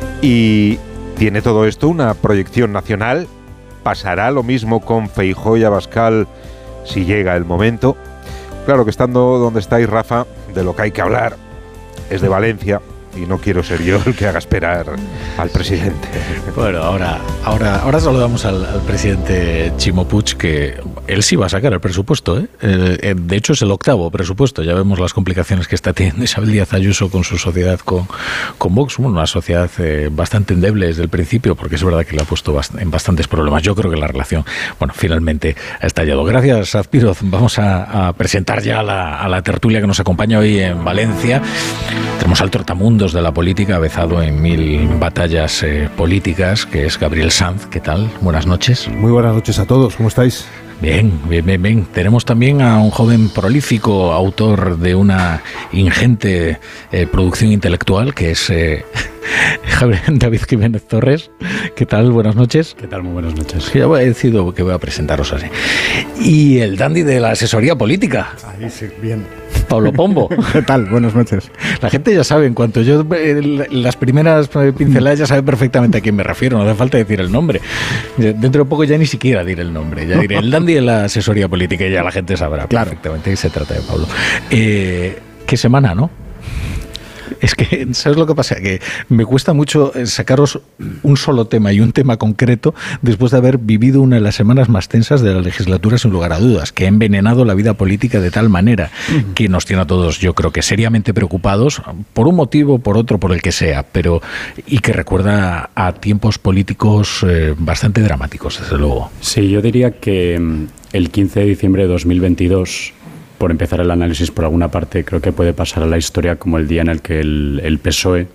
y tiene todo esto una proyección nacional? ¿Pasará lo mismo con Feijóo y Abascal si llega el momento? Claro que estando donde estáis, Rafa, de lo que hay que hablar es de Valencia y no quiero ser yo el que haga esperar al presidente. Bueno, ahora saludamos al presidente Ximo Puig, que él sí va a sacar el presupuesto, ¿eh? De hecho es el 8º presupuesto. Ya vemos las complicaciones que está teniendo Isabel Díaz Ayuso con su sociedad con Vox, una sociedad bastante endeble desde el principio, porque es verdad que le ha puesto en bastantes problemas. Yo creo que la relación, finalmente ha estallado. Gracias, Azpiroz. Vamos a presentar ya a la tertulia que nos acompaña hoy en Valencia. Tenemos al trotamundos de la política, avezado en 1000 batallas políticas, que es Gabriel Sanz. ¿Qué tal? Buenas noches. Muy buenas noches a todos. ¿Cómo estáis? Bien. Tenemos también a un joven prolífico, autor de una ingente producción intelectual, que es David Jiménez Torres. ¿Qué tal? Buenas noches. ¿Qué tal? Muy buenas noches. Ya he decidido que voy a presentaros así. Y el dandy de la asesoría política. Ahí sí, bien. Pablo Pombo. ¿Qué tal? Buenas noches. La gente ya sabe, en cuanto yo las primeras pinceladas ya sabe perfectamente a quién me refiero, no hace falta decir el nombre. Dentro de poco ya ni siquiera diré el nombre, ya diré el dandy de la asesoría política y ya la gente sabrá perfectamente que se trata de Pablo. ¿Qué semana, no? Es que, ¿sabes lo que pasa? Que me cuesta mucho sacaros un solo tema y un tema concreto después de haber vivido una de las semanas más tensas de la legislatura, sin lugar a dudas, que ha envenenado la vida política de tal manera que nos tiene a todos, yo creo que seriamente preocupados, por un motivo, por otro, por el que sea, pero y que recuerda a tiempos políticos bastante dramáticos, desde luego. Sí, yo diría que el 15 de diciembre de 2022... por empezar el análisis por alguna parte, creo que puede pasar a la historia como el día en el que el PSOE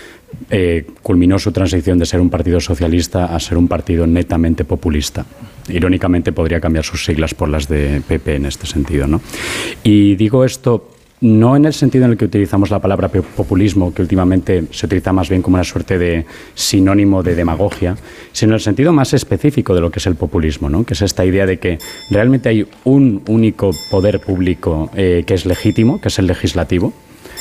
culminó su transición de ser un partido socialista a ser un partido netamente populista. Irónicamente podría cambiar sus siglas por las de PP en este sentido, ¿no? Y digo esto no en el sentido en el que utilizamos la palabra populismo, que últimamente se utiliza más bien como una suerte de sinónimo de demagogia, sino en el sentido más específico de lo que es el populismo, ¿no? Que es esta idea de que realmente hay un único poder público que es legítimo, que es el legislativo,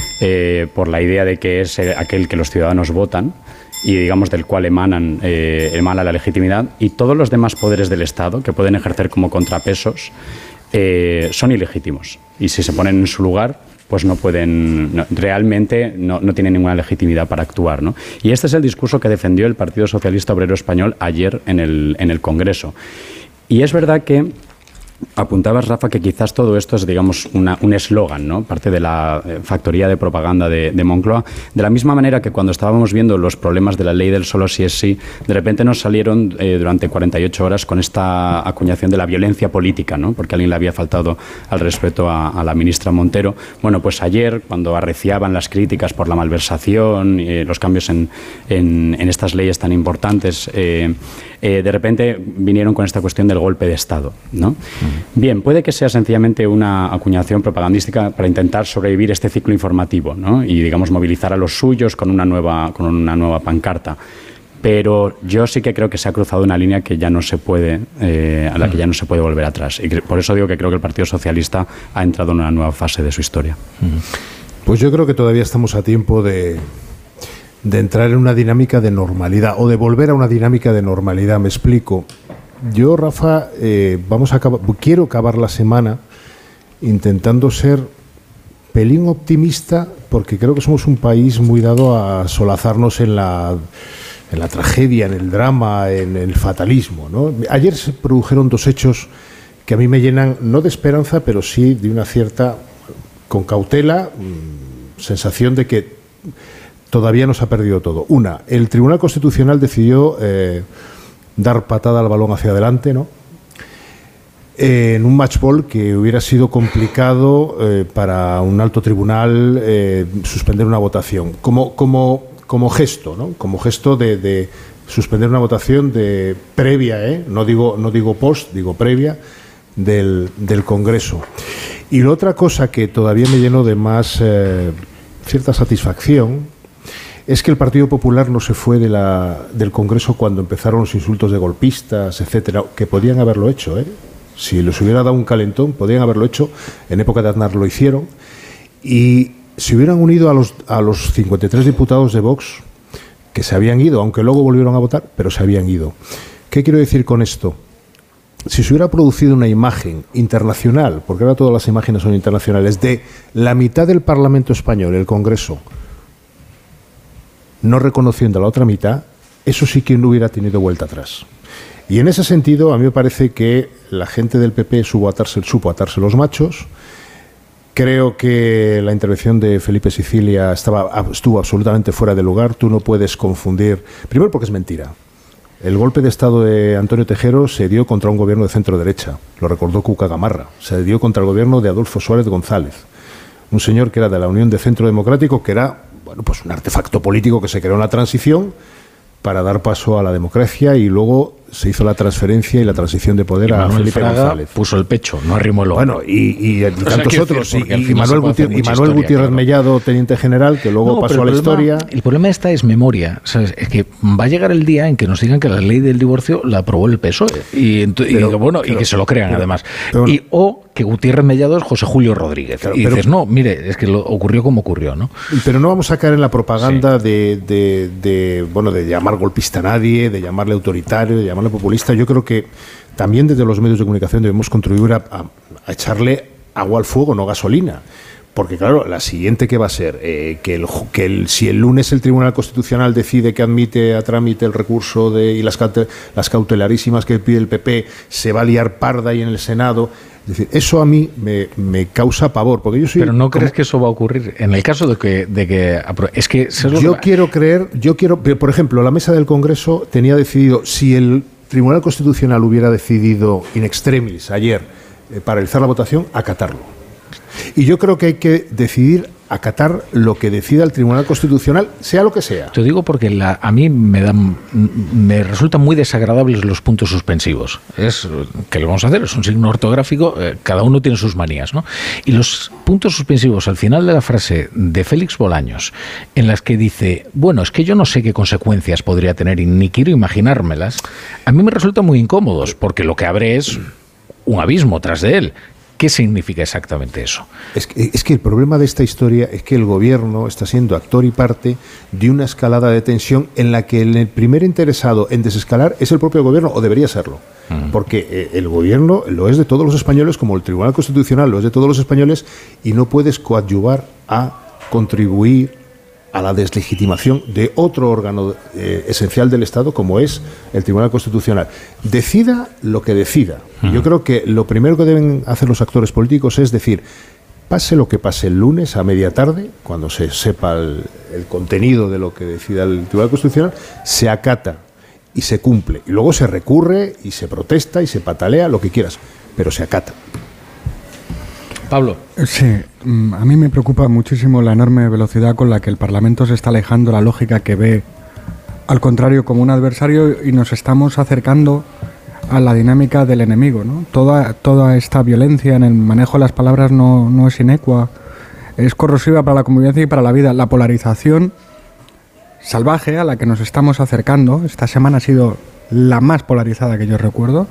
por la idea de que es aquel que los ciudadanos votan y digamos del cual emana la legitimidad, y todos los demás poderes del Estado que pueden ejercer como contrapesos son ilegítimos, y si se ponen en su lugar pues realmente no tienen ninguna legitimidad para actuar, ¿no? Y este es el discurso que defendió el Partido Socialista Obrero Español ayer en el Congreso. Y es verdad que apuntabas, Rafa, que quizás todo esto es, digamos, un eslogan, ¿no? Parte de la factoría de propaganda de Moncloa. De la misma manera que cuando estábamos viendo los problemas de la ley del solo sí es sí, de repente nos salieron durante 48 horas con esta acuñación de la violencia política, ¿no? Porque alguien le había faltado al respeto a la ministra Montero. Bueno, pues ayer, cuando arreciaban las críticas por la malversación, los cambios en estas leyes tan importantes, de repente vinieron con esta cuestión del golpe de Estado, ¿no? Bien, puede que sea sencillamente una acuñación propagandística para intentar sobrevivir este ciclo informativo, ¿no? Y, digamos, movilizar a los suyos con una nueva pancarta. Pero yo sí que creo que se ha cruzado una línea que ya no se puede, a la que ya no se puede volver atrás. Y por eso digo que creo que el Partido Socialista ha entrado en una nueva fase de su historia. Pues yo creo que todavía estamos a tiempo de entrar en una dinámica de normalidad, o de volver a una dinámica de normalidad. Me explico. Yo, Rafa, quiero acabar la semana intentando ser pelín optimista, porque creo que somos un país muy dado a solazarnos en la tragedia, en el drama, en el fatalismo, ¿no? Ayer se produjeron dos hechos que a mí me llenan, no de esperanza, pero sí de una cierta, con cautela, sensación de que todavía no se ha perdido todo. Una, el Tribunal Constitucional decidió dar patada al balón hacia adelante, ¿no? En un match ball que hubiera sido complicado para un alto tribunal suspender una votación, como gesto, ¿no? Como gesto de suspender una votación previa, no digo post, digo previa del Congreso. Y la otra cosa que todavía me llenó de más cierta satisfacción es que el Partido Popular no se fue del Congreso cuando empezaron los insultos de golpistas, etcétera, que podían haberlo hecho, ¿eh? Si les hubiera dado un calentón, podían haberlo hecho. En época de Aznar lo hicieron. Y se hubieran unido a los 53 diputados de Vox que se habían ido, aunque luego volvieron a votar, pero se habían ido. ¿Qué quiero decir con esto? Si se hubiera producido una imagen internacional, porque ahora todas las imágenes son internacionales, de la mitad del Parlamento español, el Congreso, no reconociendo a la otra mitad, eso sí que no hubiera tenido vuelta atrás. Y en ese sentido, a mí me parece que la gente del PP supo atarse los machos. Creo que la intervención de Felipe Sicilia estuvo absolutamente fuera de lugar. Tú no puedes confundir, primero porque es mentira. El golpe de Estado de Antonio Tejero se dio contra un gobierno de centro-derecha, lo recordó Cuca Gamarra. Se dio contra el gobierno de Adolfo Suárez González, un señor que era de la Unión de Centro Democrático, que era pues un artefacto político que se creó en la transición para dar paso a la democracia, y luego se hizo la transferencia y la transición de poder a Felipe González. Puso el pecho, no arrimó el hombro. Bueno, y tantos otros. Y Manuel Gutiérrez Mellado, teniente general, que luego pasó a la historia. El problema esta es memoria. ¿Sabes? Es que va a llegar el día en que nos digan que la ley del divorcio la aprobó el PSOE. Y que se lo crean, además. O que Gutiérrez Mellado es José Julio Rodríguez. Dices, no, mire, es que ocurrió como ocurrió, ¿no? Pero no vamos a caer en la propaganda de llamar golpista a nadie, de llamarle autoritario, de llamarle populista. Yo creo que también desde los medios de comunicación debemos contribuir a echarle agua al fuego, no gasolina. Porque claro, la siguiente que va a ser si el lunes el Tribunal Constitucional decide que admite a trámite el recurso y las cautelarísimas que pide el PP, se va a liar parda y en el Senado. Es decir, eso a mí me causa pavor, porque yo soy. Pero no crees que eso va a ocurrir en el caso de que es que por ejemplo, la mesa del Congreso tenía decidido, si el Tribunal Constitucional hubiera decidido in extremis ayer paralizar la votación, acatarlo. Y yo creo que hay que decidir acatar lo que decida el Tribunal Constitucional, sea lo que sea. Te digo porque a mí me resultan muy desagradables los puntos suspensivos. ¿Qué le vamos a hacer? Es un signo ortográfico, cada uno tiene sus manías, ¿no? Y los puntos suspensivos al final de la frase de Félix Bolaños, en las que dice, bueno, es que yo no sé qué consecuencias podría tener y ni quiero imaginármelas, a mí me resultan muy incómodos, porque lo que abre es un abismo tras de él. ¿Qué significa exactamente eso? Es que el problema de esta historia es que el gobierno está siendo actor y parte de una escalada de tensión en la que el primer interesado en desescalar es el propio gobierno, o debería serlo. Porque el gobierno lo es de todos los españoles, como el Tribunal Constitucional lo es de todos los españoles, y no puedes coadyuvar a contribuir a la deslegitimación de otro órgano esencial del Estado, como es el Tribunal Constitucional. Decida lo que decida. Yo creo que lo primero que deben hacer los actores políticos es decir, pase lo que pase el lunes a media tarde, cuando se sepa el contenido de lo que decida el Tribunal Constitucional, se acata y se cumple. Y luego se recurre y se protesta y se patalea, lo que quieras, pero se acata. Pablo. Sí, a mí me preocupa muchísimo la enorme velocidad con la que el Parlamento se está alejando de la lógica que ve al contrario como un adversario y nos estamos acercando a la dinámica del enemigo, ¿no? Toda esta violencia en el manejo de las palabras no es inecua, es corrosiva para la convivencia y para la vida. La polarización salvaje a la que nos estamos acercando, esta semana ha sido la más polarizada que yo recuerdo,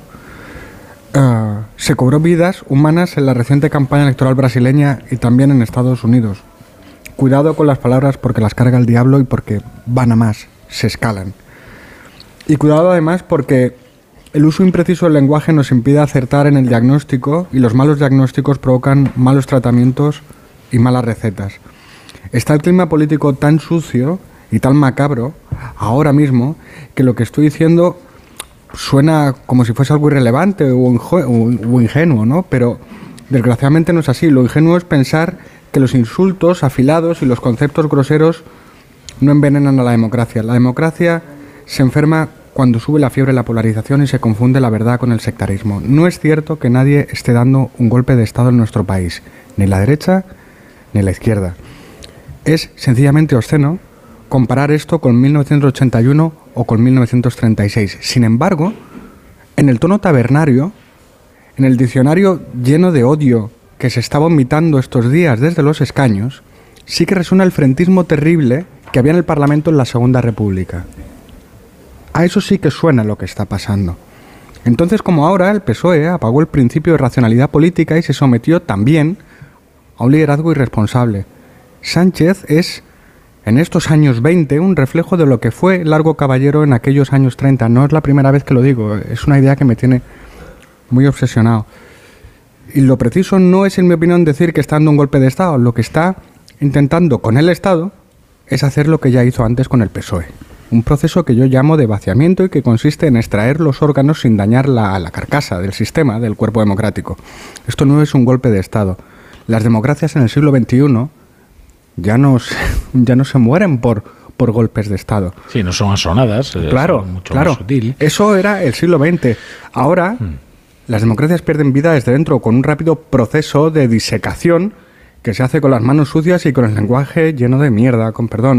se cobró vidas humanas en la reciente campaña electoral brasileña y también en Estados Unidos. Cuidado con las palabras porque las carga el diablo y porque van a más, se escalan. Y cuidado además porque el uso impreciso del lenguaje nos impide acertar en el diagnóstico y los malos diagnósticos provocan malos tratamientos y malas recetas. Está el clima político tan sucio y tan macabro ahora mismo que lo que estoy diciendo suena como si fuese algo irrelevante o ingenuo, ¿no? Pero desgraciadamente no es así. Lo ingenuo es pensar que los insultos afilados y los conceptos groseros no envenenan a la democracia. La democracia se enferma cuando sube la fiebre de la polarización y se confunde la verdad con el sectarismo. No es cierto que nadie esté dando un golpe de Estado en nuestro país, ni la derecha ni la izquierda. Es sencillamente obsceno comparar esto con 1981 o con 1936. Sin embargo, en el tono tabernario, en el diccionario lleno de odio que se está vomitando estos días desde los escaños, sí que resuena el frentismo terrible que había en el Parlamento en la Segunda República. A eso sí que suena lo que está pasando. Entonces, como ahora, el PSOE apagó el principio de racionalidad política y se sometió también a un liderazgo irresponsable. Sánchez es, en estos años 20, un reflejo de lo que fue Largo Caballero en aquellos años 30. No es la primera vez que lo digo, es una idea que me tiene muy obsesionado. Y lo preciso no es, en mi opinión, decir que está dando un golpe de Estado. Lo que está intentando con el Estado es hacer lo que ya hizo antes con el PSOE. Un proceso que yo llamo de vaciamiento y que consiste en extraer los órganos sin dañar la carcasa del sistema, del cuerpo democrático. Esto no es un golpe de Estado. Las democracias en el siglo XXI ya no se mueren por golpes de Estado. Sí, no son asonadas. Claro, son mucho claro. Más sutil. Eso era el siglo XX. Ahora, las democracias pierden vida desde dentro con un rápido proceso de disecación que se hace con las manos sucias y con el lenguaje lleno de mierda, con perdón.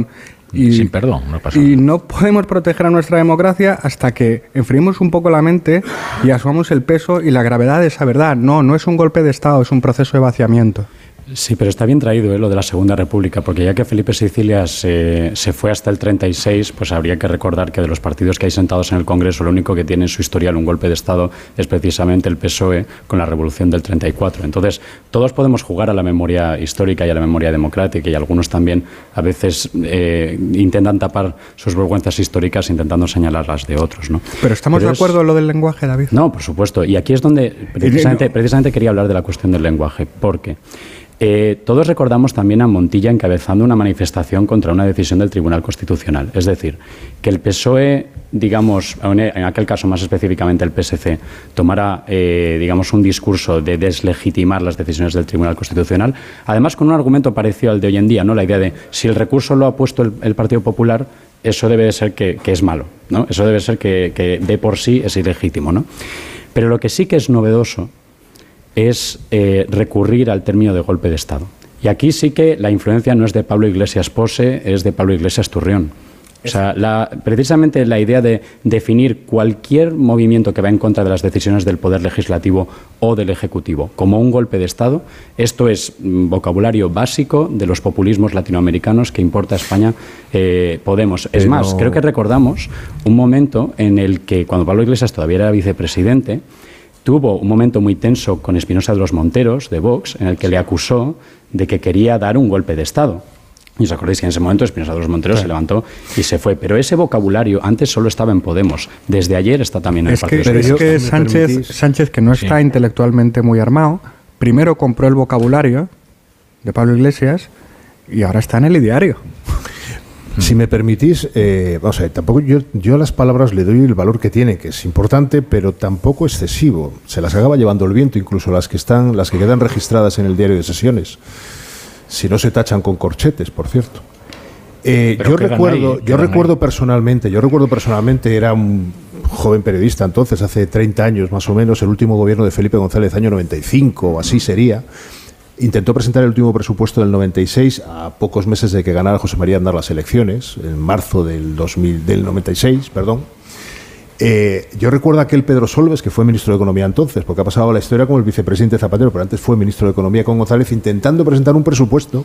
sin perdón, no pasa nada. Y no podemos proteger a nuestra democracia hasta que enfriemos un poco la mente y asumamos el peso y la gravedad de esa verdad. No es un golpe de Estado, es un proceso de vaciamiento. Sí, pero está bien traído lo de la Segunda República, porque ya que Felipe Sicilia se fue hasta el 36, pues habría que recordar que de los partidos que hay sentados en el Congreso, lo único que tiene en su historial un golpe de Estado es precisamente el PSOE con la Revolución del 34. Entonces, todos podemos jugar a la memoria histórica y a la memoria democrática, y algunos también a veces intentan tapar sus vergüenzas históricas intentando señalar las de otros, ¿no? Pero estamos de acuerdo en lo del lenguaje, David. No, por supuesto. Y aquí es donde precisamente quería hablar de la cuestión del lenguaje, porque todos recordamos también a Montilla encabezando una manifestación contra una decisión del Tribunal Constitucional. Es decir, que el PSOE, digamos, en aquel caso más específicamente el PSC, tomara, digamos, un discurso de deslegitimar las decisiones del Tribunal Constitucional, además con un argumento parecido al de hoy en día, ¿no? La idea de si el recurso lo ha puesto el Partido Popular, eso debe de ser que es malo, ¿no? Eso debe ser que de por sí es ilegítimo, ¿no? Pero lo que sí que es novedoso es recurrir al término de golpe de Estado. Y aquí sí que la influencia no es de Pablo Iglesias Pose, es de Pablo Iglesias Turrión. O sea, precisamente la idea de definir cualquier movimiento que va en contra de las decisiones del Poder Legislativo o del Ejecutivo como un golpe de Estado, esto es vocabulario básico de los populismos latinoamericanos que importa a España Podemos. Es más, creo que recordamos un momento en el que, cuando Pablo Iglesias todavía era vicepresidente, tuvo un momento muy tenso con Espinosa de los Monteros, de Vox, en el que le acusó de que quería dar un golpe de Estado. Y os acordáis que en ese momento Espinosa de los Monteros se levantó y se fue. Pero ese vocabulario antes solo estaba en Podemos. Desde ayer está también en el Partido Socialista. Es que Sánchez, que no está intelectualmente muy armado, primero compró el vocabulario de Pablo Iglesias y ahora está en el ideario. Si me permitís, vamos a ver, tampoco yo a las palabras le doy el valor que tiene, que es importante, pero tampoco excesivo. Se las acaba llevando el viento, incluso las que quedan registradas en el diario de sesiones. Si no se tachan con corchetes, por cierto. Yo recuerdo personalmente, era un joven periodista entonces, hace 30 años más o menos, el último gobierno de Felipe González, año 95 o así sería. Intentó presentar el último presupuesto del 96 a pocos meses de que ganara José María Aznar las elecciones, en marzo del 96, perdón. Yo recuerdo a aquel Pedro Solbes, que fue ministro de Economía entonces, porque ha pasado a la historia como el vicepresidente Zapatero, pero antes fue ministro de Economía con González, intentando presentar un presupuesto,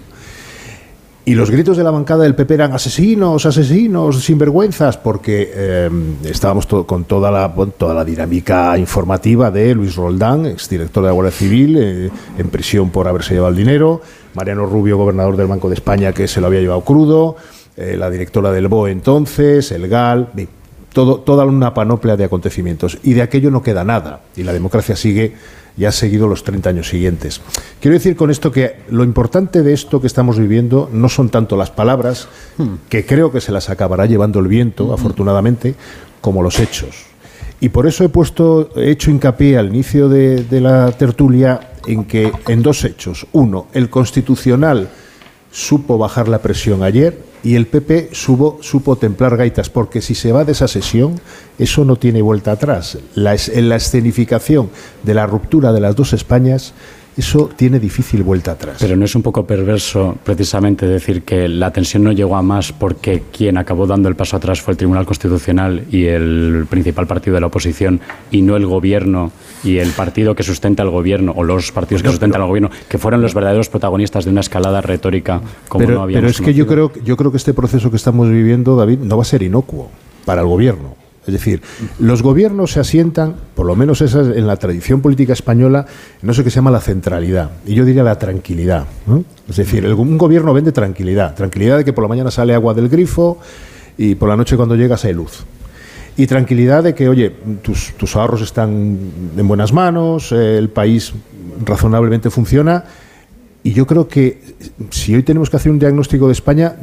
y los gritos de la bancada del PP eran asesinos, asesinos, sinvergüenzas, porque estábamos con toda la dinámica informativa de Luis Roldán, exdirector de la Guardia Civil, en prisión por haberse llevado el dinero, Mariano Rubio, gobernador del Banco de España, que se lo había llevado crudo, la directora del BOE entonces, el GAL, toda una panoplia de acontecimientos, y de aquello no queda nada, y la democracia sigue y ha seguido los 30 años siguientes. Quiero decir con esto que lo importante de esto que estamos viviendo no son tanto las palabras, que creo que se las acabará llevando el viento, afortunadamente, como los hechos. Y por eso he hecho hincapié al inicio de la tertulia en dos hechos. Uno, el Constitucional supo bajar la presión ayer, y el PP supo templar gaitas, porque si se va de esa sesión, eso no tiene vuelta atrás. En la escenificación de la ruptura de las dos Españas, eso tiene difícil vuelta atrás. Pero ¿no es un poco perverso precisamente decir que la tensión no llegó a más porque quien acabó dando el paso atrás fue el Tribunal Constitucional y el principal partido de la oposición, y no el gobierno y el partido que sustenta al gobierno, o los partidos que sustentan al gobierno, que fueron los verdaderos protagonistas de una escalada retórica como no habíamos conocido? Pero es que yo creo que este proceso que estamos viviendo, David, no va a ser inocuo para el gobierno. Es decir, los gobiernos se asientan, por lo menos esa es en la tradición política española, en eso que se llama la centralidad, y yo diría la tranquilidad, ¿no? Es decir, un gobierno vende tranquilidad de que por la mañana sale agua del grifo y por la noche cuando llegas hay luz. Y tranquilidad de que, oye, tus ahorros están en buenas manos, el país razonablemente funciona, y yo creo que si hoy tenemos que hacer un diagnóstico de España,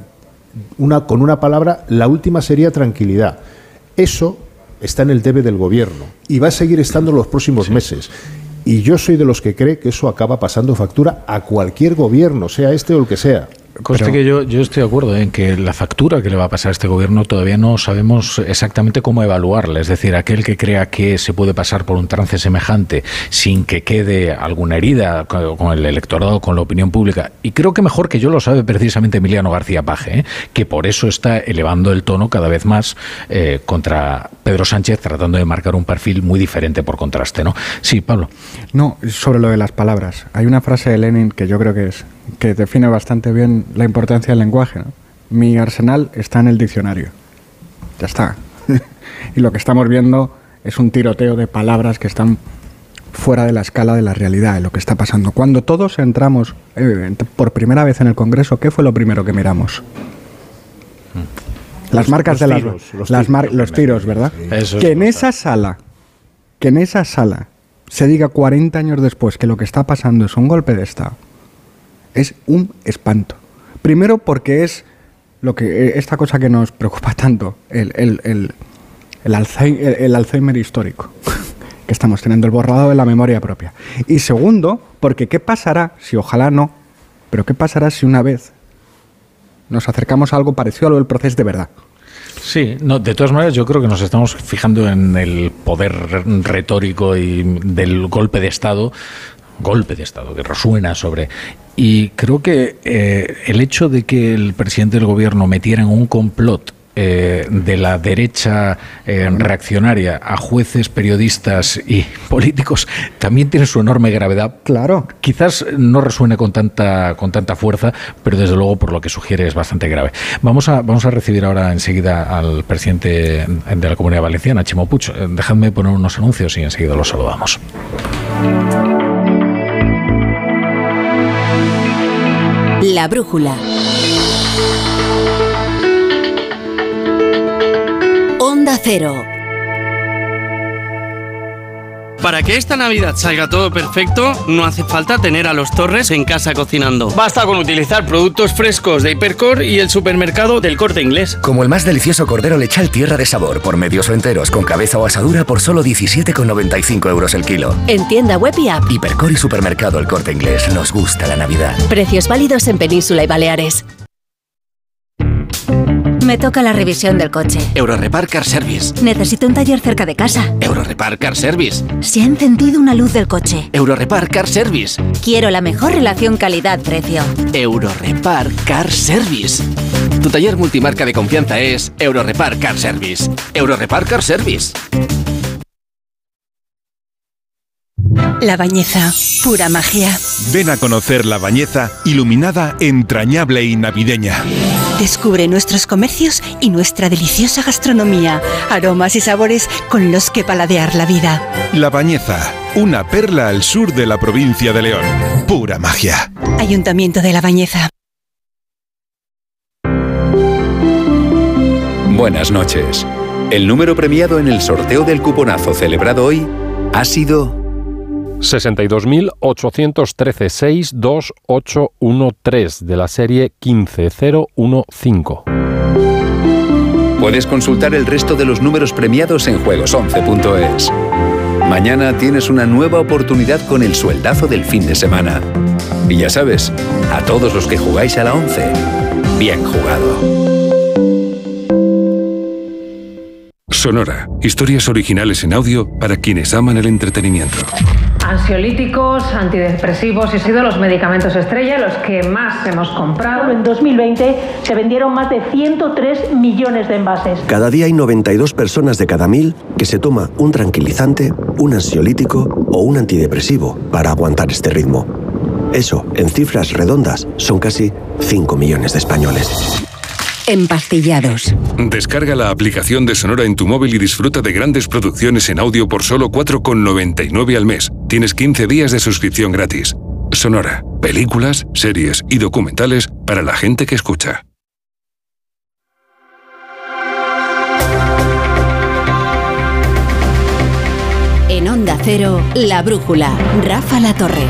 con una palabra, la última sería tranquilidad. Eso está en el debe del gobierno y va a seguir estando en los próximos meses. Y yo soy de los que cree que eso acaba pasando factura a cualquier gobierno, sea este o el que sea. Conste que yo estoy de acuerdo en que la factura que le va a pasar a este gobierno todavía no sabemos exactamente cómo evaluarla. Es decir, aquel que crea que se puede pasar por un trance semejante sin que quede alguna herida con el electorado, con la opinión pública, y creo que mejor que yo lo sabe precisamente Emiliano García Paje, que por eso está elevando el tono cada vez más contra Pedro Sánchez, tratando de marcar un perfil muy diferente por contraste, ¿no? Sí, Pablo. No, sobre lo de las palabras. Hay una frase de Lenin que yo creo que define bastante bien la importancia del lenguaje, ¿no? Mi arsenal está en el diccionario. Ya está. Y lo que estamos viendo es un tiroteo de palabras que están fuera de la escala de la realidad, de lo que está pasando. Cuando todos entramos por primera vez en el Congreso, ¿qué fue lo primero que miramos? Las marcas de los tiros, ¿verdad? Sí. Que en esa sala se diga 40 años después que lo que está pasando es un golpe de Estado, es un espanto. Primero porque es esta cosa que nos preocupa tanto, el Alzheimer histórico que estamos teniendo, el borrado de la memoria propia. Y segundo, porque ¿qué pasará si, ojalá no, pero qué pasará si una vez nos acercamos a algo parecido a lo del proceso de verdad? Sí, no, de todas maneras yo creo que nos estamos fijando en el poder retórico y del golpe de Estado que resuena sobre... Y creo que el hecho de que el presidente del gobierno metiera en un complot de la derecha reaccionaria a jueces, periodistas y políticos también tiene su enorme gravedad. Claro. Quizás no resuene con tanta fuerza, pero desde luego por lo que sugiere es bastante grave. Vamos a recibir ahora enseguida al presidente de la Comunidad Valenciana, Chimo Puig. Dejadme poner unos anuncios y enseguida los saludamos. La brújula. Onda Cero. Para que esta Navidad salga todo perfecto, no hace falta tener a los Torres en casa cocinando. Basta con utilizar productos frescos de Hipercor y el supermercado del Corte Inglés. Como el más delicioso cordero lechal Tierra de Sabor, por medios o enteros, con cabeza o asadura por solo 17,95 € el kilo. En tienda web y app. Hipercor y supermercado El Corte Inglés. Nos gusta la Navidad. Precios válidos en Península y Baleares. Me toca la revisión del coche. Eurorepar Car Service. Necesito un taller cerca de casa. Eurorepar Car Service. Se ha encendido una luz del coche. Eurorepar Car Service. Quiero la mejor relación calidad-precio. Eurorepar Car Service. Tu taller multimarca de confianza es Eurorepar Car Service. Eurorepar Car Service. La Bañeza, pura magia. Ven a conocer La Bañeza, iluminada, entrañable y navideña. Descubre nuestros comercios y nuestra deliciosa gastronomía, aromas y sabores con los que paladear la vida. La Bañeza, una perla al sur de la provincia de León. Pura magia. Ayuntamiento de La Bañeza. Buenas noches. El número premiado en el sorteo del cuponazo celebrado hoy ha sido 62.813-62813 de la serie 15015. Puedes consultar el resto de los números premiados en juegos11.es. Mañana tienes una nueva oportunidad con el sueldazo del fin de semana. Y ya sabes, a todos los que jugáis a la 11, bien jugado. Sonora. Historias originales en audio para quienes aman el entretenimiento. Ansiolíticos, antidepresivos y han sido los medicamentos estrella los que más hemos comprado. En 2020 se vendieron más de 103 millones de envases. Cada día hay 92 personas de cada 1000 que se toma un tranquilizante, un ansiolítico o un antidepresivo para aguantar este ritmo. Eso, en cifras redondas, son casi 5 millones de españoles. Empastillados. Descarga la aplicación de Sonora en tu móvil y disfruta de grandes producciones en audio por solo 4,99 al mes. Tienes 15 días de suscripción gratis. Sonora. Películas, series y documentales para la gente que escucha. En Onda Cero, La Brújula. Rafa La Torre.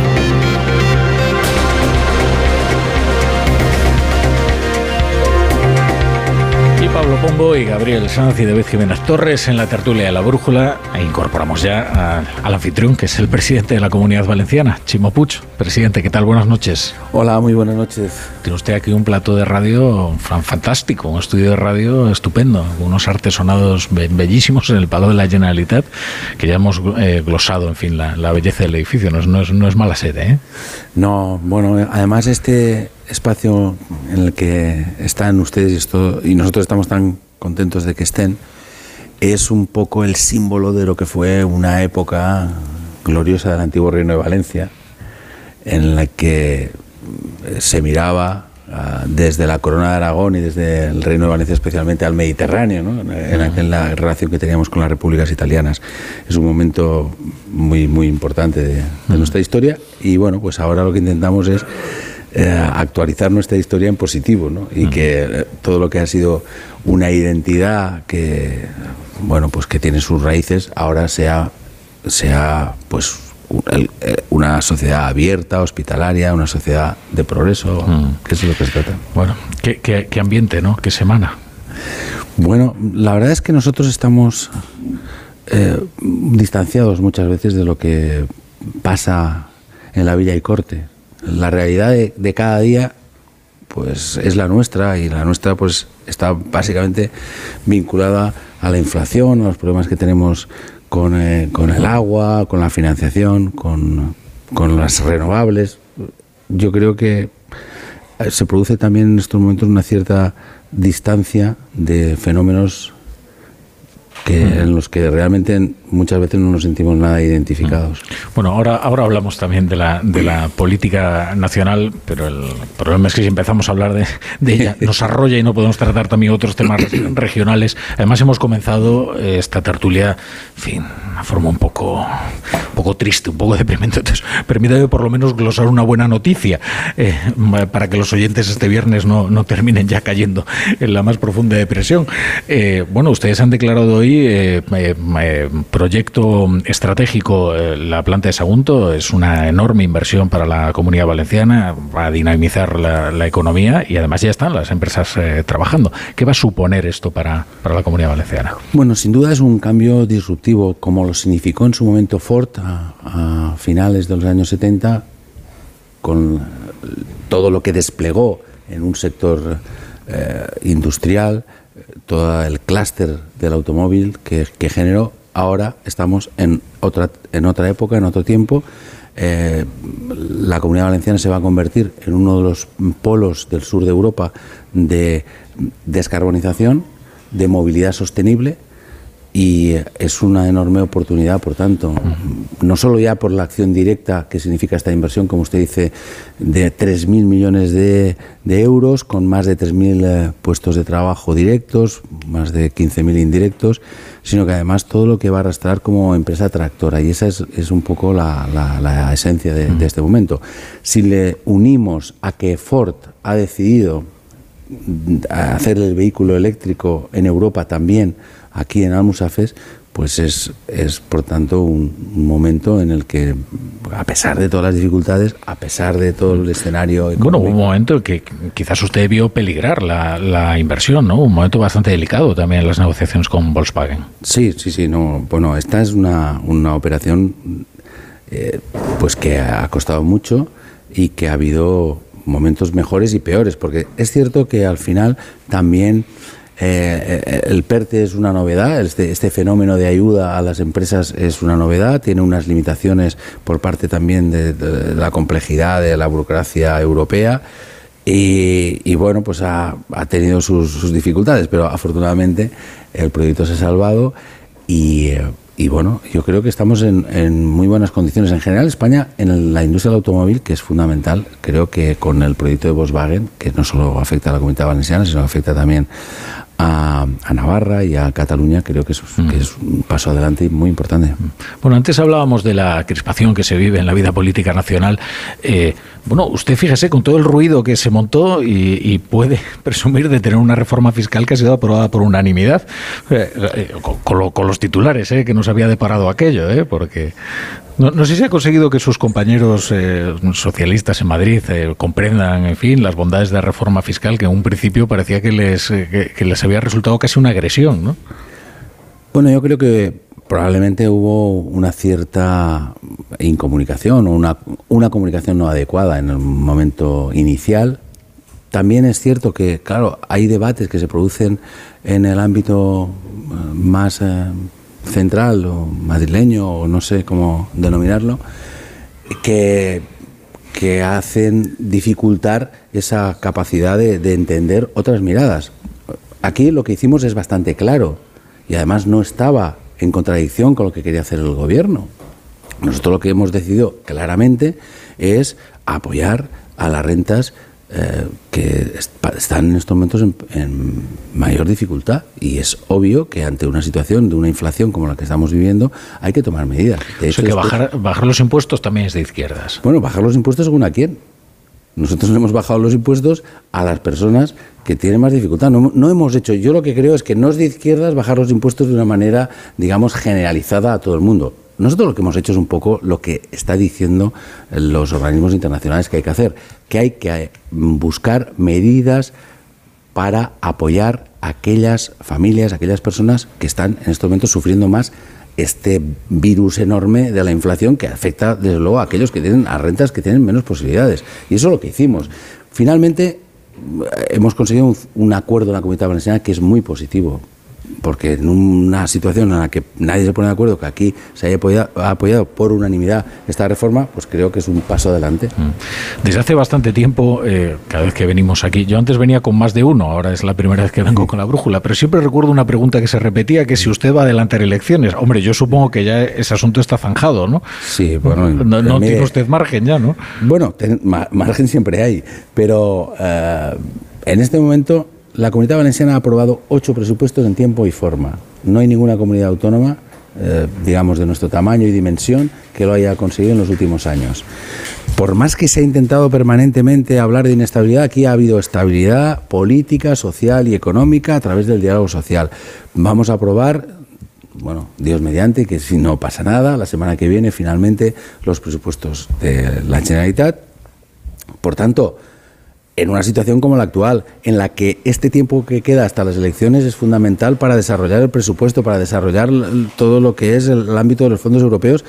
Pablo Pombo y Gabriel Sanz y David Jiménez Torres en la tertulia de La Brújula. E incorporamos ya al anfitrión, que es el presidente de la Comunidad Valenciana, Chimo Puig. Presidente, ¿qué tal? Buenas noches. Hola, muy buenas noches. Tiene usted aquí un plato de radio fantástico, un estudio de radio estupendo, unos artesonados bellísimos en el Palau de la Generalitat, que ya hemos glosado, en fin, la belleza del edificio. No es mala sede, ¿eh? No, bueno, además este espacio en el que están ustedes y nosotros estamos tan contentos de que estén, es un poco el símbolo de lo que fue una época gloriosa del antiguo Reino de Valencia, en la que se miraba desde la Corona de Aragón y desde el Reino de Valencia especialmente al Mediterráneo, ¿no? en la relación que teníamos con las repúblicas italianas. Es un momento muy, muy importante de nuestra historia, y bueno, pues ahora lo que intentamos es actualizar nuestra historia en positivo, ¿no? Y que todo lo que ha sido una identidad que, bueno, pues que tiene sus raíces, ahora sea pues una sociedad abierta, hospitalaria, una sociedad de progreso, que es de lo que se trata. Bueno, ¿qué ambiente, ¿no?, que se emana? Bueno, la verdad es que nosotros estamos distanciados muchas veces de lo que pasa en la Villa y Corte. La realidad de cada día pues es la nuestra, y la nuestra pues está básicamente vinculada a la inflación, a los problemas que tenemos con el agua, con la financiación, con las renovables. Yo creo que se produce también en estos momentos una cierta distancia de fenómenos en los que realmente muchas veces no nos sentimos nada identificados. Bueno, ahora hablamos también de la política nacional, pero el problema es que si empezamos a hablar de ella nos arrolla y no podemos tratar también otros temas regionales. Además hemos comenzado esta tertulia, en fin, de una forma un poco triste, un poco deprimente. Entonces, permítame por lo menos glosar una buena noticia para que los oyentes este viernes no terminen ya cayendo en la más profunda depresión. Bueno, ustedes han declarado hoy proyecto estratégico. La planta de Sagunto es una enorme inversión para la Comunidad Valenciana, va a dinamizar la economía, y además ya están las empresas trabajando. ¿Qué va a suponer esto para la Comunidad Valenciana? Bueno, sin duda es un cambio disruptivo, como lo significó en su momento Ford a finales de los años 70, con todo lo que desplegó en un sector industrial, todo el clúster del automóvil que generó. Ahora estamos en otra época, en otro tiempo. La Comunidad Valenciana se va a convertir en uno de los polos del sur de Europa de descarbonización, de movilidad sostenible, y es una enorme oportunidad, por tanto, no solo ya por la acción directa que significa esta inversión, como usted dice, de 3.000 millones de euros, con más de 3.000 puestos de trabajo directos, más de 15.000 indirectos, sino que además todo lo que va a arrastrar como empresa tractora, y esa es un poco la esencia de este momento. Si le unimos a que Ford ha decidido hacer el vehículo eléctrico en Europa también, aquí en Almusafes, pues es por tanto un momento en el que, a pesar de todas las dificultades, a pesar de todo el escenario económico... Bueno, hubo un momento en que quizás usted vio peligrar la inversión, ¿no? Un momento bastante delicado también en las negociaciones con Volkswagen. Sí, no, bueno, esta es una operación pues que ha costado mucho, y que ha habido momentos mejores y peores, porque es cierto que al final también el PERTE es una novedad, este fenómeno de ayuda a las empresas es una novedad, tiene unas limitaciones por parte también de la complejidad de la burocracia europea, y bueno, pues ha tenido sus dificultades, pero afortunadamente el proyecto se ha salvado, y bueno, yo creo que estamos en muy buenas condiciones. En general, España, en la industria del automóvil, que es fundamental, creo que con el proyecto de Volkswagen, que no solo afecta a la Comunidad Valenciana, sino afecta también a Navarra y a Cataluña, creo que es un paso adelante muy importante. Bueno, antes hablábamos de la crispación que se vive en la vida política nacional. Bueno, usted fíjese, con todo el ruido que se montó, y puede presumir de tener una reforma fiscal que ha sido aprobada por unanimidad, con los titulares, que nos había deparado aquello, porque No sé si ha conseguido que sus compañeros socialistas en Madrid comprendan, en fin, las bondades de la reforma fiscal, que en un principio parecía que les había resultado casi una agresión, ¿no? Bueno, yo creo que probablemente hubo una cierta incomunicación o una comunicación no adecuada en el momento inicial. También es cierto que, claro, hay debates que se producen en el ámbito más central o madrileño, o no sé cómo denominarlo, que hacen dificultar esa capacidad de entender otras miradas. Aquí lo que hicimos es bastante claro y además no estaba en contradicción con lo que quería hacer el gobierno. Nosotros lo que hemos decidido claramente es apoyar a las rentas que están en estos momentos en mayor dificultad, y es obvio que ante una situación de una inflación como la que estamos viviendo hay que tomar medidas. De hecho, que bajar los impuestos también es de izquierdas. Bueno, bajar los impuestos según a quién. Nosotros le hemos bajado los impuestos a las personas que tienen más dificultad. No hemos hecho, yo lo que creo es que no es de izquierdas bajar los impuestos de una manera, digamos, generalizada a todo el mundo. Nosotros lo que hemos hecho es un poco lo que está diciendo los organismos internacionales que hay que hacer, que hay que buscar medidas para apoyar a aquellas familias, a aquellas personas que están en estos momentos sufriendo más este virus enorme de la inflación, que afecta desde luego a aquellos que tienen a rentas que tienen menos posibilidades. Y eso es lo que hicimos. Finalmente hemos conseguido un acuerdo en la Comunidad Valenciana que es muy positivo, porque en una situación en la que nadie se pone de acuerdo, que aquí se haya apoyado por unanimidad esta reforma, pues creo que es un paso adelante. Desde hace bastante tiempo, cada vez que venimos aquí, yo antes venía con más de uno, ahora es la primera vez que vengo con la brújula, pero siempre recuerdo una pregunta que se repetía, que si usted va a adelantar elecciones. Hombre, yo supongo que ya ese asunto está zanjado, ¿no? Sí, bueno... No tiene usted margen ya, ¿no? Bueno, margen siempre hay, pero en este momento... La Comunidad Valenciana ha aprobado 8 presupuestos en tiempo y forma. No hay ninguna comunidad autónoma, digamos, de nuestro tamaño y dimensión, que lo haya conseguido en los últimos años. Por más que se ha intentado permanentemente hablar de inestabilidad, aquí ha habido estabilidad política, social y económica a través del diálogo social. Vamos a aprobar, bueno, Dios mediante, que si no pasa nada, la semana que viene finalmente los presupuestos de la Generalitat. Por tanto, en una situación como la actual, en la que este tiempo que queda hasta las elecciones es fundamental para desarrollar el presupuesto, para desarrollar todo lo que es el ámbito de los fondos europeos,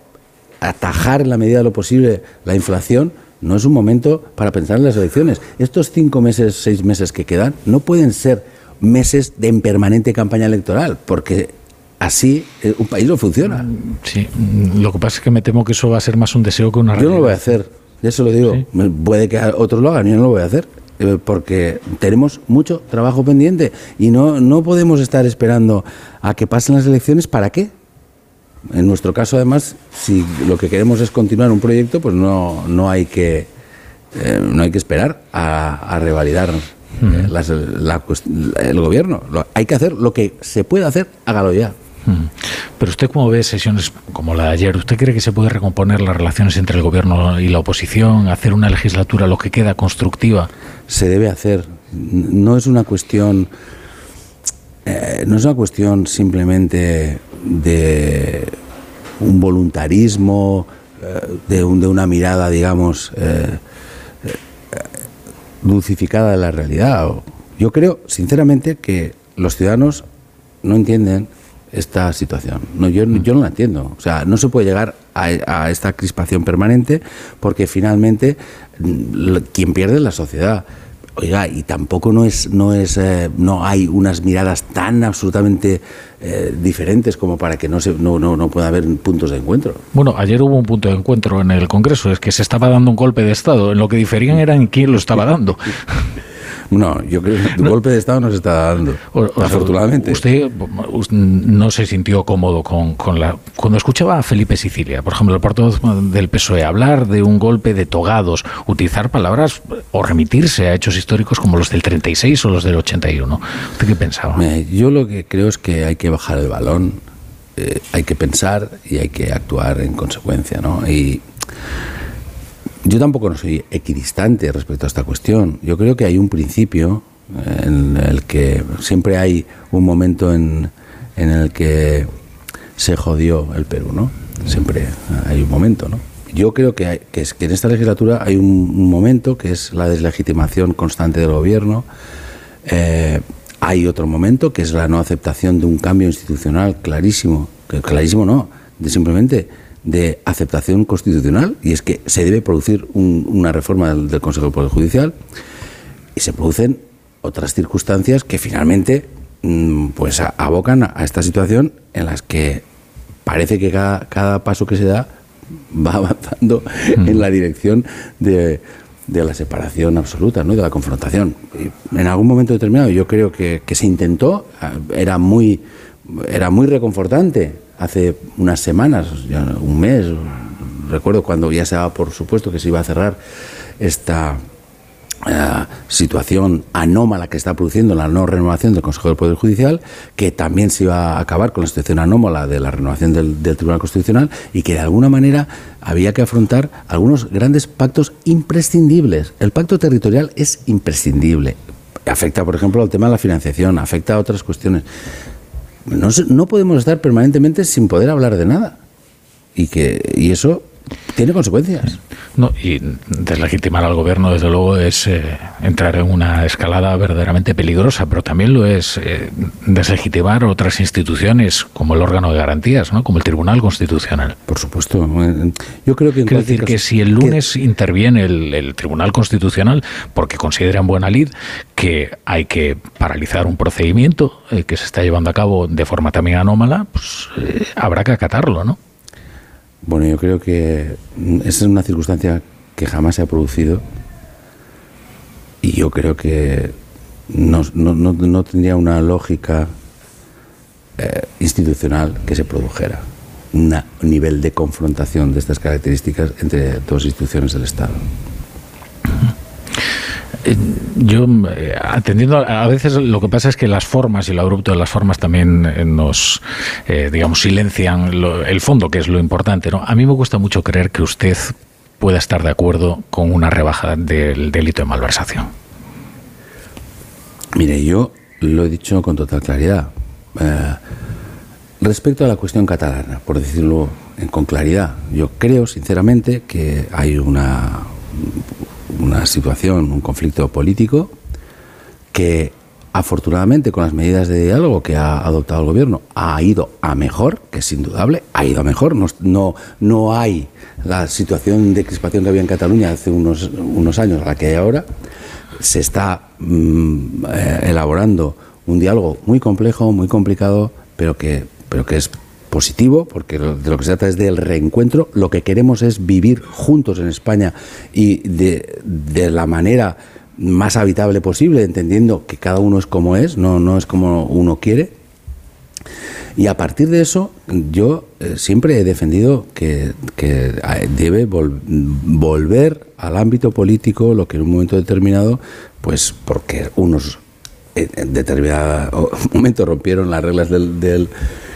atajar en la medida de lo posible la inflación, no es un momento para pensar en las elecciones. Estos 5 meses, 6 meses que quedan no pueden ser meses de permanente campaña electoral, porque así un país no funciona. Sí, lo que pasa es que me temo que eso va a ser más un deseo que una realidad. Yo no lo voy a hacer. Eso lo digo, ¿sí? Puede que otros lo hagan, yo no lo voy a hacer, porque tenemos mucho trabajo pendiente y no podemos estar esperando a que pasen las elecciones. ¿Para qué? En nuestro caso, además, si lo que queremos es continuar un proyecto, pues no hay que esperar a revalidar el gobierno. Hay que hacer lo que se pueda hacer, hágalo ya. Pero usted, ¿cómo ve sesiones como la de ayer? ¿Usted cree que se puede recomponer las relaciones entre el gobierno y la oposición, hacer una legislatura lo que queda constructiva? Se debe hacer. No es una cuestión simplemente de un voluntarismo, de una mirada, digamos, dulcificada de la realidad. Yo creo, sinceramente, que los ciudadanos no entienden esta situación. Yo no la entiendo. O sea, no se puede llegar a esta crispación permanente, porque finalmente quien pierde es la sociedad. Oiga, y tampoco no hay unas miradas tan absolutamente diferentes como para que no pueda haber puntos de encuentro. Bueno, ayer hubo un punto de encuentro en el Congreso, es que se estaba dando un golpe de Estado. En lo que diferían era en quién lo estaba dando. No, yo creo que el golpe de Estado no se está dando, afortunadamente. Usted no se sintió cómodo cuando escuchaba a Felipe Sicilia, por ejemplo, el portavoz del PSOE, hablar de un golpe de togados, utilizar palabras o remitirse a hechos históricos como los del 36 o los del 81. ¿Usted qué pensaba? Yo lo que creo es que hay que bajar el balón, hay que pensar y hay que actuar en consecuencia, ¿no? Y yo tampoco no soy equidistante respecto a esta cuestión. Yo creo que hay un principio en el que siempre hay un momento en el que se jodió el Perú, ¿no? Siempre hay un momento, ¿no? Yo creo que en esta legislatura hay un momento que es la deslegitimación constante del gobierno. Hay otro momento que es la no aceptación de un cambio institucional clarísimo, simplemente de aceptación constitucional, y es que se debe producir una reforma del Consejo del Poder Judicial, y se producen otras circunstancias que finalmente pues abocan a esta situación en las que parece que cada paso que se da va avanzando en la dirección de la separación absoluta, ¿no? De la confrontación. Y en algún momento determinado yo creo que se intentó, era muy reconfortante hace unas semanas, ya un mes, recuerdo cuando ya se daba por supuesto que se iba a cerrar esta situación anómala que está produciendo la no renovación del Consejo del Poder Judicial, que también se iba a acabar con la situación anómala de la renovación del Tribunal Constitucional, y que de alguna manera había que afrontar algunos grandes pactos imprescindibles. El pacto territorial es imprescindible. Afecta, por ejemplo, al tema de la financiación, afecta a otras cuestiones. No podemos estar permanentemente sin poder hablar de nada. Y eso tiene consecuencias. No, y deslegitimar al gobierno, desde luego, es entrar en una escalada verdaderamente peligrosa, pero también lo es deslegitimar otras instituciones como el órgano de garantías, ¿no? Como el Tribunal Constitucional. Por supuesto. Yo creo que... Quiero decir que si el lunes interviene el Tribunal Constitucional porque considera en buena lid que hay que paralizar un procedimiento que se está llevando a cabo de forma también anómala, pues habrá que acatarlo, ¿no? Bueno, yo creo que esa es una circunstancia que jamás se ha producido, y yo creo que no tendría una lógica institucional que se produjera un nivel de confrontación de estas características entre dos instituciones del Estado. Yo, atendiendo, a veces lo que pasa es que las formas y lo abrupto de las formas también nos, digamos, silencian el fondo, que es lo importante, ¿no? A mí me cuesta mucho creer que usted pueda estar de acuerdo con una rebaja del delito de malversación. Mire, yo lo he dicho con total claridad. Respecto a la cuestión catalana, por decirlo con claridad, yo creo sinceramente que hay una situación, un conflicto político que afortunadamente con las medidas de diálogo que ha adoptado el gobierno ha ido a mejor, que es indudable, ha ido a mejor. No hay la situación de crispación que había en Cataluña hace unos años a la que hay ahora. Se está elaborando un diálogo muy complejo, muy complicado, pero que es positivo, porque de lo que se trata es del reencuentro. Lo que queremos es vivir juntos en España y de la manera más habitable posible, entendiendo que cada uno es como es, no es como uno quiere. Y a partir de eso, yo siempre he defendido que debe volver al ámbito político lo que en un momento determinado, pues porque unos en determinado momento rompieron las reglas del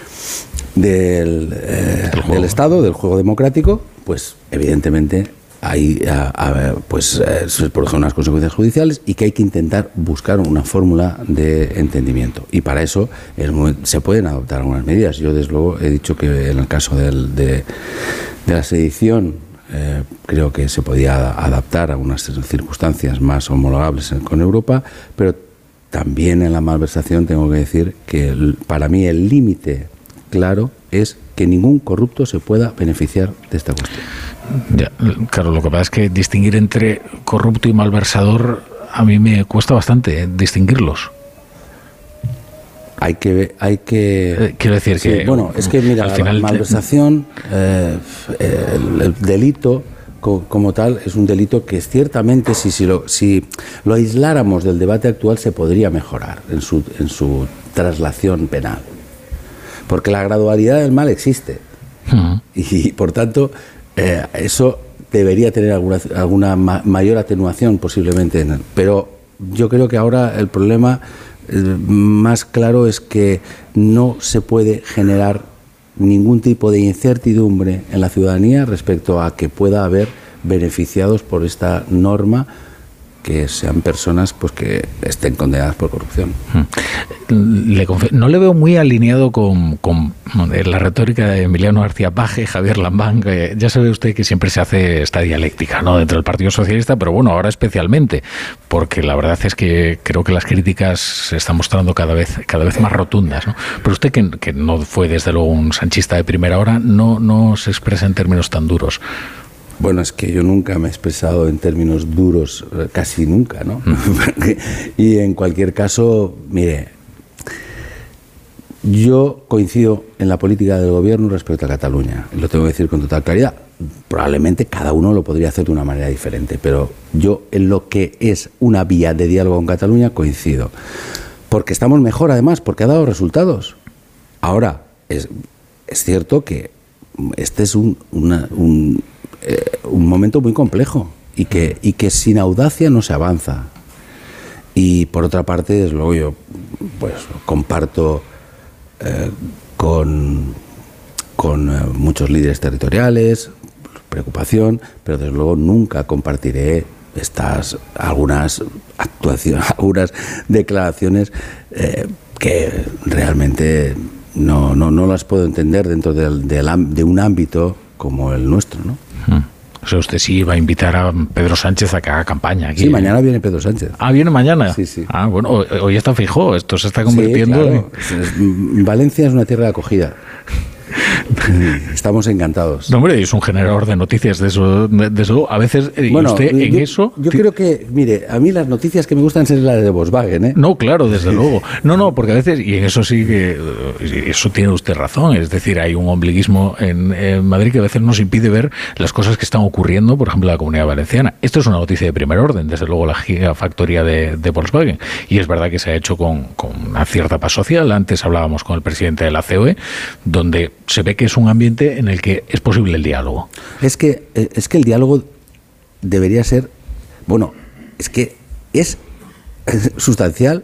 Estado, del juego democrático, pues evidentemente ahí se producen unas consecuencias judiciales y que hay que intentar buscar una fórmula de entendimiento. Y para eso se pueden adoptar algunas medidas. Yo, desde luego, he dicho que en el caso de la sedición creo que se podía adaptar a unas circunstancias más homologables con Europa, pero también en la malversación tengo que decir que para mí el límite claro es que ningún corrupto se pueda beneficiar de esta cuestión. Ya, claro, lo que pasa es que distinguir entre corrupto y malversador a mí me cuesta bastante distinguirlos. Hay que quiero decir que bueno, es que mira, al final, la malversación, el delito como tal es un delito que ciertamente si lo aisláramos del debate actual se podría mejorar en su traslación penal. Porque la gradualidad del mal existe. Y por tanto, eso debería tener alguna mayor atenuación posiblemente. Pero yo creo que ahora el problema más claro es que no se puede generar ningún tipo de incertidumbre en la ciudadanía respecto a que pueda haber beneficiados por esta norma que sean personas pues que estén condenadas por corrupción. No le veo muy alineado con la retórica de Emiliano García Paje, Javier Lambán, que ya sabe usted que siempre se hace esta dialéctica, ¿no?, dentro del Partido Socialista, pero bueno, ahora especialmente, porque la verdad es que creo que las críticas se están mostrando cada vez más rotundas, ¿no? Pero usted, que no fue desde luego un sanchista de primera hora, no se expresa en términos tan duros. Bueno, es que yo nunca me he expresado en términos duros, casi nunca, ¿no? Y en cualquier caso, mire, yo coincido en la política del gobierno respecto a Cataluña, y lo tengo que decir con total claridad. Probablemente cada uno lo podría hacer de una manera diferente, pero yo en lo que es una vía de diálogo con Cataluña coincido. Porque estamos mejor, además, porque ha dado resultados. Ahora, es cierto que este es un momento muy complejo y que sin audacia no se avanza. Y por otra parte, desde luego, yo pues comparto con muchos líderes territoriales preocupación, pero desde luego nunca compartiré algunas declaraciones que realmente no las puedo entender dentro de un ámbito como el nuestro, ¿no? O sea, usted sí va a invitar a Pedro Sánchez a que haga campaña aquí. Sí, mañana viene Pedro Sánchez. Ah, ¿viene mañana? Sí, sí. Ah, bueno, hoy está Feijóo, esto se está convirtiendo... Sí, claro. Valencia es una tierra de acogida. Estamos encantados. No, hombre, es un generador de noticias de eso. A veces, bueno, usted en eso... Yo creo que, mire, a mí las noticias que me gustan son las de Volkswagen, ¿eh? No, claro, desde luego. No, porque a veces, y en eso sí que... Eso tiene usted razón. Es decir, hay un ombliguismo en Madrid que a veces nos impide ver las cosas que están ocurriendo, por ejemplo, en la Comunidad Valenciana. Esto es una noticia de primer orden, desde luego la gigafactoría de Volkswagen. Y es verdad que se ha hecho con una cierta paz social. Antes hablábamos con el presidente de la COE, donde se ve que es un ambiente en el que es posible el diálogo. Es que el diálogo debería ser, bueno, es que es sustancial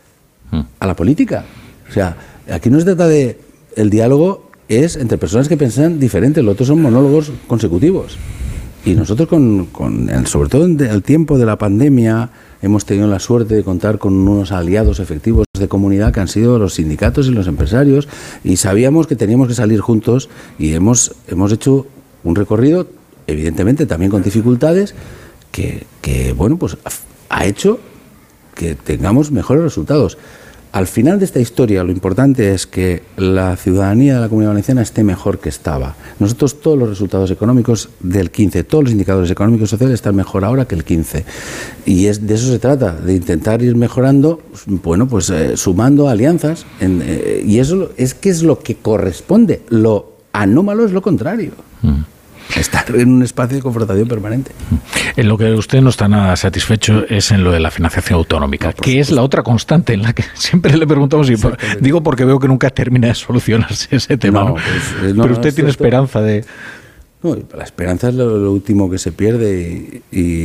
a la política. O sea, aquí no se trata de... El diálogo es entre personas que piensan diferente, los otros son monólogos consecutivos. Y nosotros, sobre todo en el tiempo de la pandemia, hemos tenido la suerte de contar con unos aliados efectivos de comunidad que han sido los sindicatos y los empresarios, y sabíamos que teníamos que salir juntos, y hemos hecho un recorrido, evidentemente también con dificultades, que bueno, pues ha hecho que tengamos mejores resultados. Al final de esta historia, lo importante es que la ciudadanía de la Comunidad Valenciana esté mejor que estaba. Nosotros, todos los resultados económicos del 15, todos los indicadores económicos y sociales están mejor ahora que el 15. Y de eso se trata, de intentar ir mejorando, bueno, pues sumando alianzas. Y eso es lo que corresponde. Lo anómalo es lo contrario. Estar en un espacio de confrontación permanente. En lo que usted no está nada satisfecho es en lo de la financiación autonómica, que es la otra constante en la que siempre le preguntamos, y digo porque veo que nunca termina de solucionarse ese tema. No, pero usted tiene esperanza de... No, la esperanza es lo último que se pierde,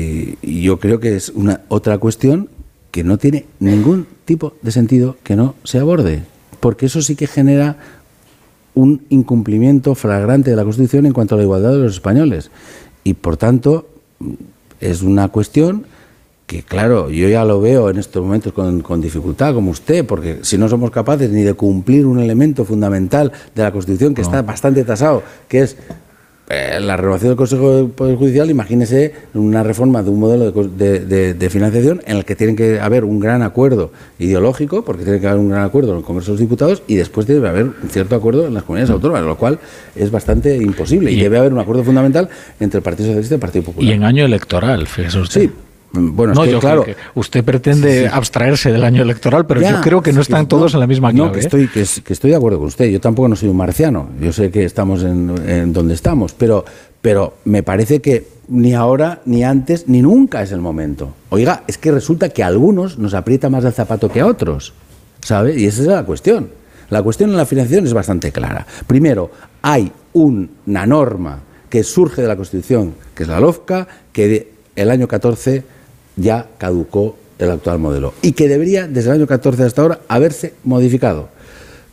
y yo creo que es otra cuestión que no tiene ningún tipo de sentido que no se aborde, porque eso sí que genera un incumplimiento flagrante de la Constitución en cuanto a la igualdad de los españoles. Y, por tanto, es una cuestión que, claro, yo ya lo veo en estos momentos con dificultad, como usted, porque si no somos capaces ni de cumplir un elemento fundamental de la Constitución que está bastante tasado, que es la renovación del Consejo del Poder Judicial, imagínese una reforma de un modelo de financiación en el que tiene que haber un gran acuerdo ideológico, porque tiene que haber un gran acuerdo en el Congreso de los Diputados, y después debe haber un cierto acuerdo en las comunidades autónomas, lo cual es bastante imposible. Y debe haber un acuerdo fundamental entre el Partido Socialista y el Partido Popular. Y en año electoral, fíjese usted. Sí. Bueno, no, claro, que usted pretende abstraerse del año electoral, pero yo creo que no están todos en la misma clave. No, que estoy de acuerdo con usted. Yo tampoco no soy un marciano. Yo sé que estamos en donde estamos, pero me parece que ni ahora, ni antes, ni nunca es el momento. Oiga, es que resulta que a algunos nos aprieta más el zapato que a otros, ¿sabe? Y esa es la cuestión. La cuestión en la financiación es bastante clara. Primero, hay una norma que surge de la Constitución, que es la LOFCA, que el año 14 ya caducó el actual modelo y que debería, desde el año 14 hasta ahora, haberse modificado.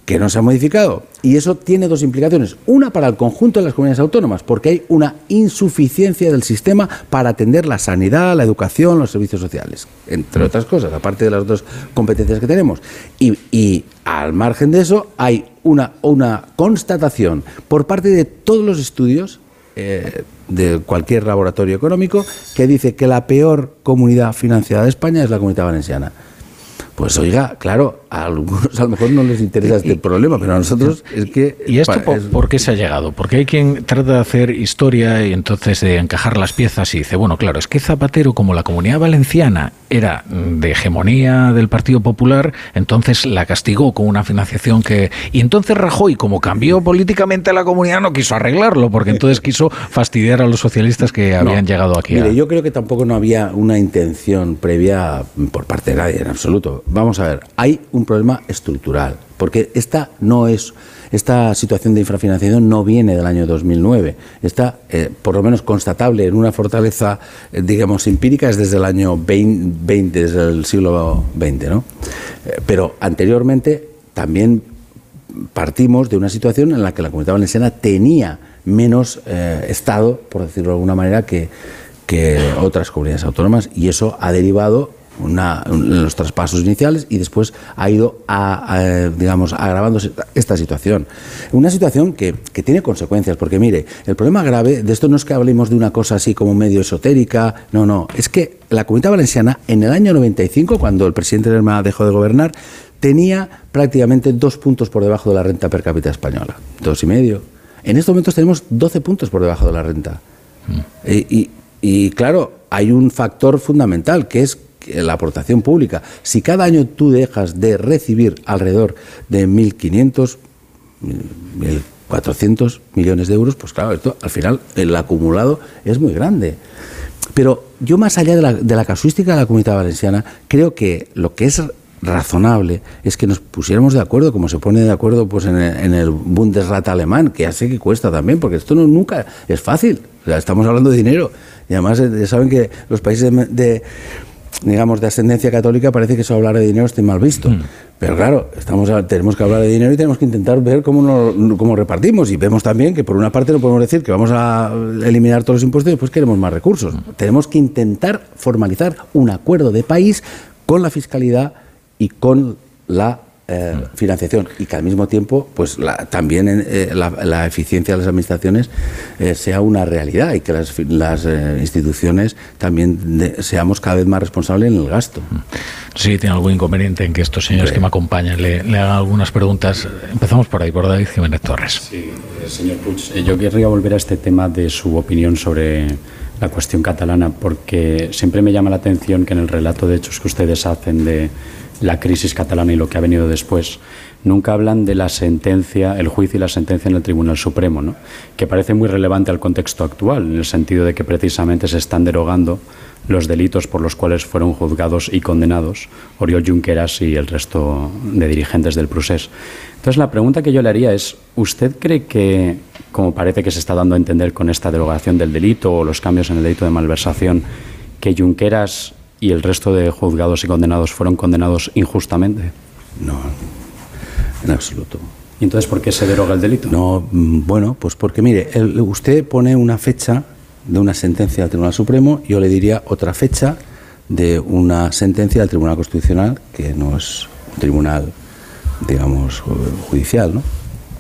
que no se ha modificado. Y eso tiene dos implicaciones. Una para el conjunto de las comunidades autónomas, porque hay una insuficiencia del sistema para atender la sanidad, la educación, los servicios sociales, entre otras cosas, aparte de las otras competencias que tenemos. Y al margen de eso, hay una constatación por parte de todos los estudios de cualquier laboratorio económico que dice que la peor comunidad financiada de España es la Comunidad Valenciana. Pues oiga, claro, a algunos a lo mejor no les interesa este problema, pero a nosotros es que... ¿Y esto por qué se ha llegado? Porque hay quien trata de hacer historia y entonces de encajar las piezas y dice, bueno, claro, es que Zapatero, como la Comunidad Valenciana era de hegemonía del Partido Popular, entonces la castigó con una financiación que... Y entonces Rajoy, como cambió políticamente a la comunidad, no quiso arreglarlo, porque entonces quiso fastidiar a los socialistas que habían llegado aquí. Mire, yo creo que tampoco no había una intención previa por parte de nadie, en absoluto. Vamos a ver, hay un problema estructural, porque esta situación de infrafinanciación no viene del año 2009, está por lo menos constatable en una fortaleza, digamos, empírica, es desde el año 20, desde el siglo XX, ¿no? Pero anteriormente también partimos de una situación en la que la Comunidad Valenciana tenía menos Estado, por decirlo de alguna manera, que otras comunidades autónomas, y eso ha derivado en los traspasos iniciales y después ha ido digamos, agravándose esta situación. Una situación que tiene consecuencias, porque mire, el problema grave de esto no es que hablemos de una cosa así como medio esotérica, no, es que la Comunidad Valenciana en el año 95, cuando el presidente Lerma dejó de gobernar, tenía prácticamente 2 puntos por debajo de la renta per cápita española, 2,5. En estos momentos tenemos 12 puntos por debajo de la renta. Y claro, hay un factor fundamental, que es la aportación pública. Si cada año tú dejas de recibir alrededor de 1.500, 1.400 millones de euros, pues claro, esto al final el acumulado es muy grande. Pero yo, más allá de la casuística de la Comunidad Valenciana, creo que lo que es razonable es que nos pusiéramos de acuerdo, como se pone de acuerdo pues en el Bundesrat alemán, que ya sé que cuesta también, porque esto nunca es fácil. O sea, estamos hablando de dinero. Y además ya saben que los países digamos, de ascendencia católica, parece que eso hablar de dinero esté mal visto. Pero claro, tenemos que hablar de dinero y tenemos que intentar ver cómo repartimos. Y vemos también que por una parte no podemos decir que vamos a eliminar todos los impuestos y después queremos más recursos. Tenemos que intentar formalizar un acuerdo de país con la fiscalidad y con la financiación, y que al mismo tiempo pues también la eficiencia de las administraciones sea una realidad, y que las instituciones también seamos cada vez más responsables en el gasto. Sí, tiene algún inconveniente en que estos señores que me acompañan le hagan algunas preguntas. Empezamos por ahí, por David Jiménez Torres. Sí, señor Puig, yo querría volver a este tema de su opinión sobre la cuestión catalana, porque siempre me llama la atención que en el relato de hechos que ustedes hacen de la crisis catalana y lo que ha venido después, nunca hablan de la sentencia, el juicio y la sentencia en el Tribunal Supremo, ¿no? Que parece muy relevante al contexto actual, en el sentido de que precisamente se están derogando los delitos por los cuales fueron juzgados y condenados Oriol Junqueras y el resto de dirigentes del procés. Entonces, la pregunta que yo le haría es, ¿usted cree que, como parece que se está dando a entender con esta derogación del delito o los cambios en el delito de malversación, que Junqueras y el resto de juzgados y condenados fueron condenados injustamente? No, en absoluto. ¿Y entonces por qué se deroga el delito? No, bueno, pues porque mire, usted pone una fecha de una sentencia del Tribunal Supremo, yo le diría otra fecha de una sentencia del Tribunal Constitucional, que no es un tribunal, digamos, judicial, ¿no?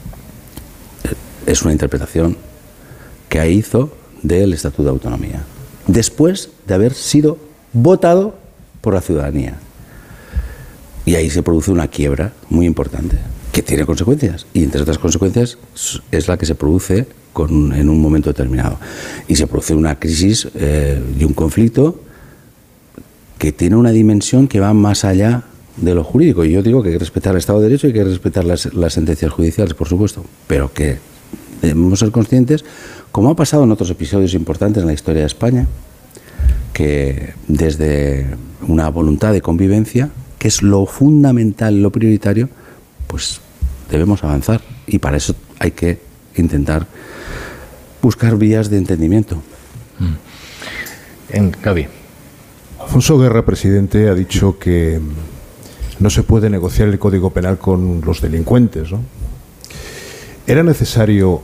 Es una interpretación que hizo del Estatuto de Autonomía, después de haber sido votado por la ciudadanía. Y ahí se produce una quiebra muy importante, que tiene consecuencias, y entre otras consecuencias es la que se produce en un momento determinado. Y se produce una crisis y un conflicto que tiene una dimensión que va más allá de lo jurídico. Y yo digo que hay que respetar el Estado de Derecho y hay que respetar las sentencias judiciales, por supuesto, pero que debemos ser conscientes, como ha pasado en otros episodios importantes en la historia de España, que desde una voluntad de convivencia, que es lo fundamental, lo prioritario, pues debemos avanzar, y para eso hay que intentar buscar vías de entendimiento. Gaby. Alfonso Guerra, presidente, ha dicho que no se puede negociar el Código Penal con los delincuentes, ¿no? ¿Era necesario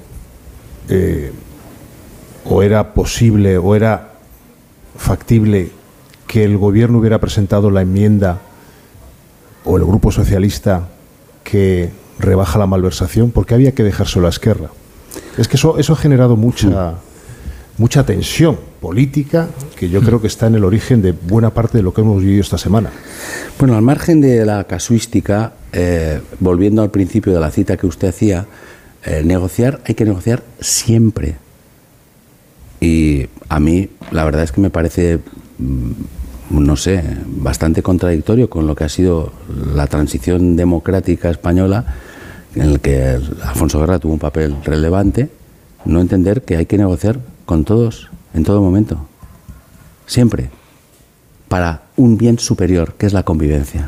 o era posible o era factible que el Gobierno hubiera presentado la enmienda o el Grupo Socialista que rebaja la malversación? Porque había que dejárselo a Esquerra. Es que eso ha generado mucha tensión política que yo creo que está en el origen de buena parte de lo que hemos vivido esta semana. Bueno, al margen de la casuística, volviendo al principio de la cita que usted hacía, hay que negociar siempre. Y a mí la verdad es que me parece, no sé, bastante contradictorio con lo que ha sido la transición democrática española, en el que Alfonso Guerra tuvo un papel relevante, no entender que hay que negociar con todos, en todo momento, siempre, para un bien superior, que es la convivencia.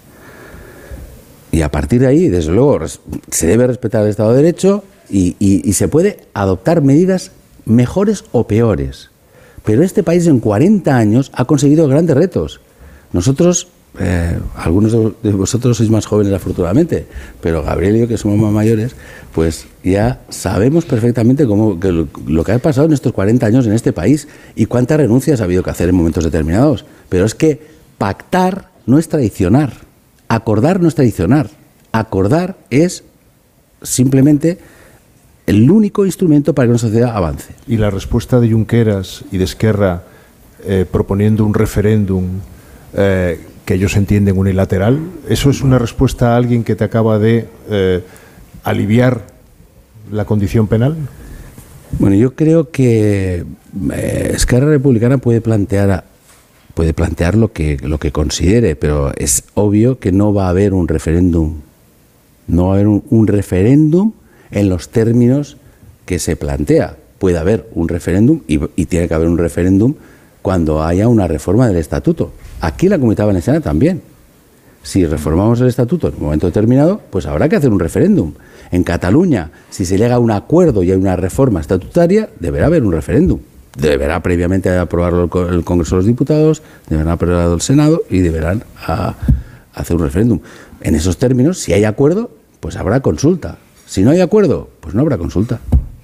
Y a partir de ahí, desde luego, se debe respetar el Estado de Derecho y se puede adoptar medidas mejores o peores. Pero este país en 40 años ha conseguido grandes retos. Nosotros, algunos de vosotros sois más jóvenes afortunadamente, pero Gabriel y yo, que somos más mayores, pues ya sabemos perfectamente lo que ha pasado en estos 40 años en este país y cuántas renuncias ha habido que hacer en momentos determinados. Pero es que pactar no es traicionar, acordar no es traicionar, acordar es simplemente el único instrumento para que una sociedad avance. Y la respuesta de Junqueras y de Esquerra proponiendo un referéndum que ellos entienden unilateral, ¿eso es una respuesta a alguien que te acaba de aliviar la condición penal? Bueno, yo creo que Esquerra Republicana puede plantear lo que considere, pero es obvio que no va a haber un referéndum. No va a haber un referéndum en los términos que se plantea. Puede haber un referéndum y tiene que haber un referéndum cuando haya una reforma del Estatuto. Aquí en la Comunitat Valenciana también. Si reformamos el Estatuto en un momento determinado, pues habrá que hacer un referéndum. En Cataluña, si se llega a un acuerdo y hay una reforma estatutaria, deberá haber un referéndum. Deberá previamente aprobarlo el Congreso de los Diputados, deberá aprobarlo el Senado y deberán hacer un referéndum. En esos términos, si hay acuerdo, pues habrá consulta. Si no hay acuerdo, pues no habrá consulta.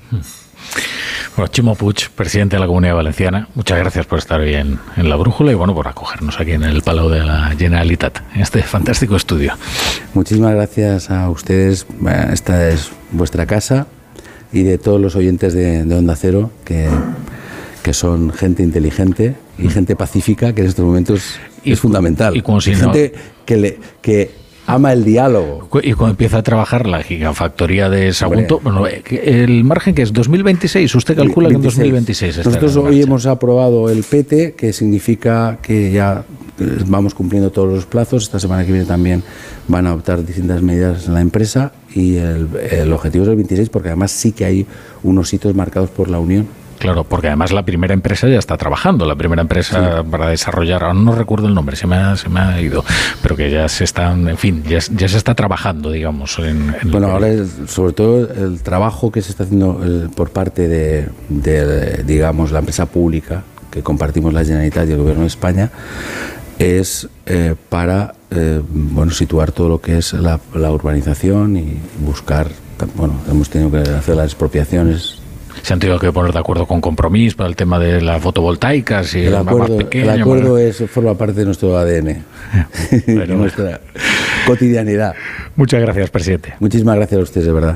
Bueno, Chimo Puig, presidente de la Comunidad Valenciana, muchas gracias por estar hoy en La Brújula y bueno, por acogernos aquí en el Palau de la Generalitat, en este fantástico estudio. Muchísimas gracias a ustedes. Esta es vuestra casa y de todos los oyentes de Onda Cero, que son gente inteligente y gente pacífica, que en estos momentos es fundamental. Y como si gente que ama el diálogo. Y cuando empieza a trabajar la gigafactoría de Sagunto, bueno, el margen que es 2026, usted calcula 26. Que en 2026 estará. Nosotros hoy hemos aprobado el PETE, que significa que ya vamos cumpliendo todos los plazos. Esta semana que viene también van a adoptar distintas medidas en la empresa y el objetivo es el 26, porque además sí que hay unos hitos marcados por la Unión. Claro, porque además la primera empresa ya está trabajando, la primera empresa para desarrollar, ahora no recuerdo el nombre, se me ha ido, pero que ya se están, en fin, ya se está trabajando, digamos. Bueno, ahora sobre todo el trabajo que se está haciendo por parte de, digamos, la empresa pública, que compartimos la Generalitat y el Gobierno de España, es para situar todo lo que es la urbanización y buscar, bueno, hemos tenido que hacer las expropiaciones. Se han tenido que poner de acuerdo con Compromís para el tema de las fotovoltaicas y el acuerdo forma parte de nuestro ADN, de nuestra cotidianidad. Muchas gracias, presidente. Muchísimas gracias a ustedes, de verdad.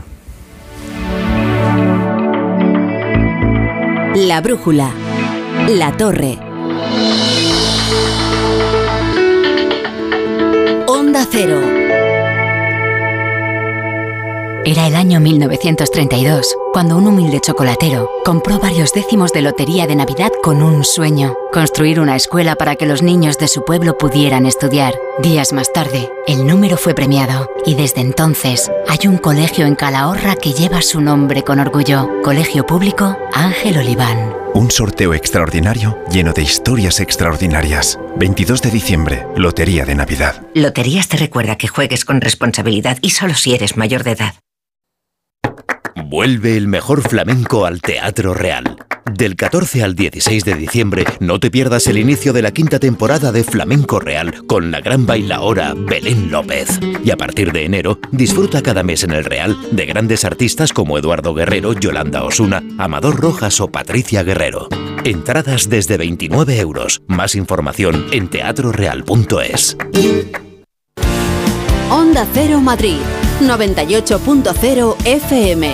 La Brújula, La Torre. Onda Cero. Era el año 1932, cuando un humilde chocolatero compró varios décimos de lotería de Navidad con un sueño: construir una escuela para que los niños de su pueblo pudieran estudiar. Días más tarde, el número fue premiado y desde entonces hay un colegio en Calahorra que lleva su nombre con orgullo. Colegio Público Ángel Oliván. Un sorteo extraordinario lleno de historias extraordinarias. 22 de diciembre, Lotería de Navidad. Loterías te recuerda que juegues con responsabilidad y solo si eres mayor de edad. Vuelve el mejor flamenco al Teatro Real. Del 14 al 16 de diciembre, no te pierdas el inicio de la quinta temporada de Flamenco Real con la gran bailaora Belén López. Y a partir de enero, disfruta cada mes en el Real de grandes artistas como Eduardo Guerrero, Yolanda Osuna, Amador Rojas o Patricia Guerrero. Entradas desde 29 euros. Más información en teatroreal.es. Onda Cero Madrid, 98.0 FM.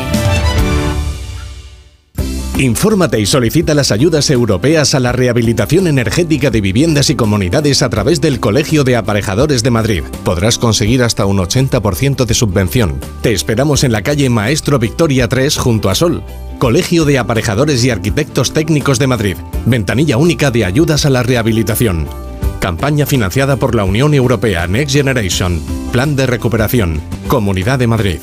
Infórmate y solicita las ayudas europeas a la rehabilitación energética de viviendas y comunidades a través del Colegio de Aparejadores de Madrid. Podrás conseguir hasta un 80% de subvención. Te esperamos en la calle Maestro Victoria 3 junto a Sol. Colegio de Aparejadores y Arquitectos Técnicos de Madrid. Ventanilla única de ayudas a la rehabilitación. Campaña financiada por la Unión Europea Next Generation. Plan de recuperación. Comunidad de Madrid.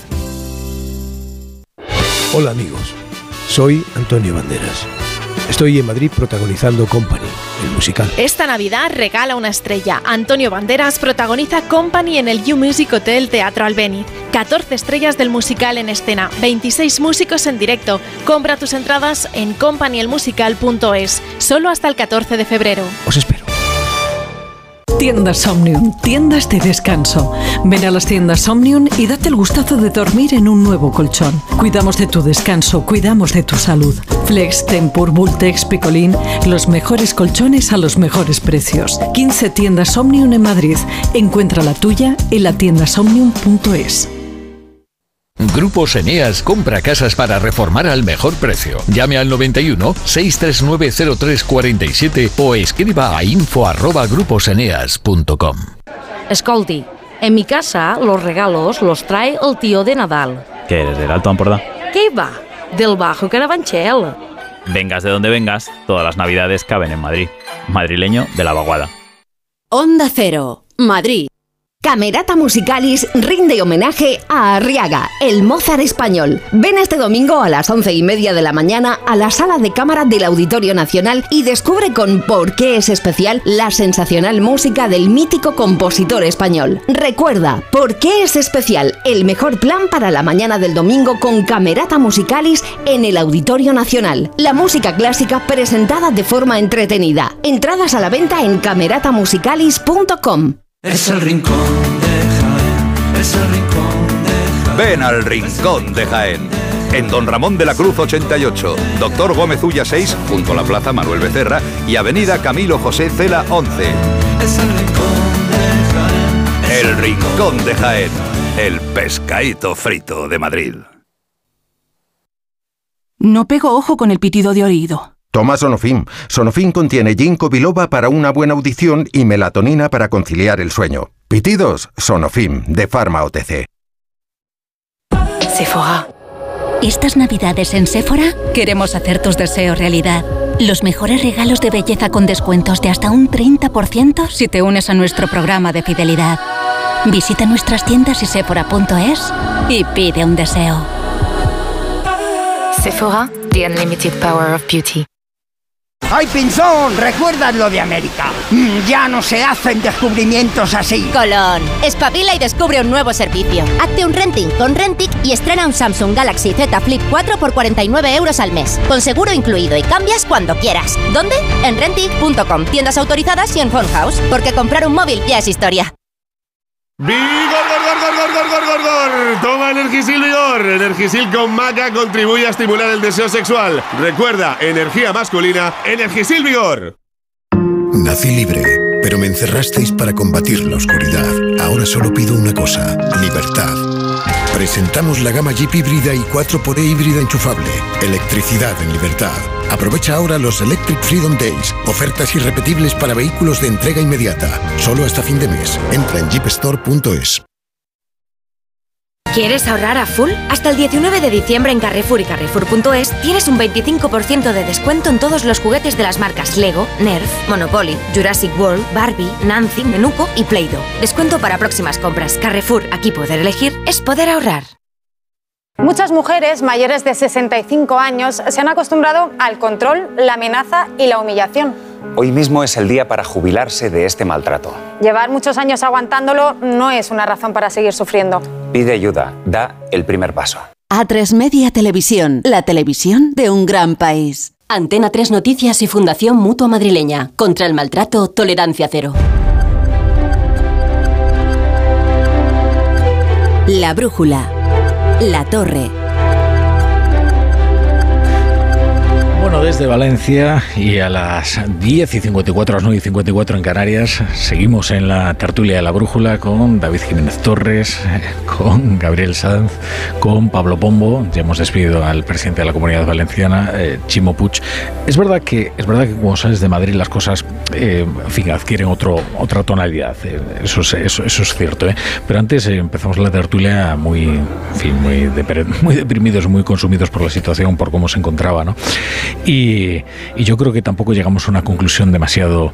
Hola amigos. Soy Antonio Banderas. Estoy en Madrid protagonizando Company, el musical. Esta Navidad regala una estrella. Antonio Banderas protagoniza Company en el You Music Hotel Teatro Albéniz. 14 estrellas del musical en escena, 26 músicos en directo. Compra tus entradas en companyelmusical.es, solo hasta el 14 de febrero. Os espero. Tiendas Omnium, tiendas de descanso. Ven a las tiendas Omnium y date el gustazo de dormir en un nuevo colchón. Cuidamos de tu descanso, cuidamos de tu salud. Flex, Tempur, Vultex, Picolín, los mejores colchones a los mejores precios. 15 tiendas Omnium en Madrid. Encuentra la tuya en latiendasomnium.es. Grupos Eneas compra casas para reformar al mejor precio. Llame al 91 639 0347 o escriba a info@gruposeneas.com. Escolti, en mi casa los regalos los trae el tío de Nadal. ¿Qué eres, del Alto Ampurdá? ¿Qué va? Del Bajo Carabanchel. Vengas de donde vengas, todas las navidades caben en Madrid. Madrileño de la vaguada. Onda Cero, Madrid. Camerata Musicalis rinde homenaje a Arriaga, el Mozart español. Ven este domingo a las 11:30 de la mañana a la sala de cámara del Auditorio Nacional y descubre con por qué es especial la sensacional música del mítico compositor español. Recuerda, ¿por qué es especial? El mejor plan para la mañana del domingo con Camerata Musicalis en el Auditorio Nacional. La música clásica presentada de forma entretenida. Entradas a la venta en cameratamusicalis.com. Es el rincón de Jaén, es el rincón de Jaén. Ven al Rincón de Jaén. En Don Ramón de la Cruz 88, Doctor Gómez Ulla 6, junto a la Plaza Manuel Becerra y Avenida Camilo José Cela 11. Es el rincón de Jaén. El Rincón de Jaén, el pescadito frito de Madrid. No pego ojo con el pitido de oído. Toma Sonofim. Sonofim contiene ginkgo biloba para una buena audición y melatonina para conciliar el sueño. Pitidos, Sonofim, de Pharma OTC. Sephora. Estas navidades en Sephora queremos hacer tus deseos realidad. Los mejores regalos de belleza con descuentos de hasta un 30% si te unes a nuestro programa de fidelidad. Visita nuestras tiendas y sephora.es y pide un deseo. Sephora, the unlimited power of beauty. ¡Ay, Pinzón! ¿Recuerdas lo de América? Ya no se hacen descubrimientos así. Colón, espabila y descubre un nuevo servicio. Hazte un renting con Rentic y estrena un Samsung Galaxy Z Flip 4 por 49 euros al mes. Con seguro incluido y cambias cuando quieras. ¿Dónde? En Rentic.com, tiendas autorizadas y en Phone House. Porque comprar un móvil ya es historia. ¡Vigor! Toma Energisil Vigor. Energisil con maca contribuye a estimular el deseo sexual. Recuerda, energía masculina, Energisil Vigor. Nací libre, pero me encerrasteis para combatir la oscuridad. Ahora solo pido una cosa, libertad. Presentamos la gama Jeep híbrida y 4xE híbrida enchufable. Electricidad en libertad. Aprovecha ahora los Electric Freedom Days. Ofertas irrepetibles para vehículos de entrega inmediata. Solo hasta fin de mes. Entra en jeepstore.es. ¿Quieres ahorrar a full? Hasta el 19 de diciembre en Carrefour y Carrefour.es tienes un 25% de descuento en todos los juguetes de las marcas Lego, Nerf, Monopoly, Jurassic World, Barbie, Nancy, Nenuco y Play-Doh. Descuento para próximas compras. Carrefour, aquí poder elegir es poder ahorrar. Muchas mujeres mayores de 65 años se han acostumbrado al control, la amenaza y la humillación. Hoy mismo es el día para jubilarse de este maltrato. Llevar muchos años aguantándolo no es una razón para seguir sufriendo. Pide ayuda, da el primer paso. A3 Media Televisión, la televisión de un gran país. Antena 3 Noticias y Fundación Mutua Madrileña. Contra el maltrato, tolerancia cero. La Brújula. La Torre. Bueno, desde Valencia y a las 10:54, a las 9:54 en Canarias, seguimos en la tertulia de La Brújula con David Jiménez Torres, con Gabriel Sanz, con Pablo Pombo. Ya hemos despedido al presidente de la Comunidad Valenciana, Chimo Puig. Es verdad que cuando sales de Madrid las cosas, adquieren otra tonalidad. Eso es cierto, ¿eh? Pero antes empezamos la tertulia muy deprimidos, muy consumidos por la situación, por cómo se encontraba, ¿no? Y yo creo que tampoco llegamos a una conclusión demasiado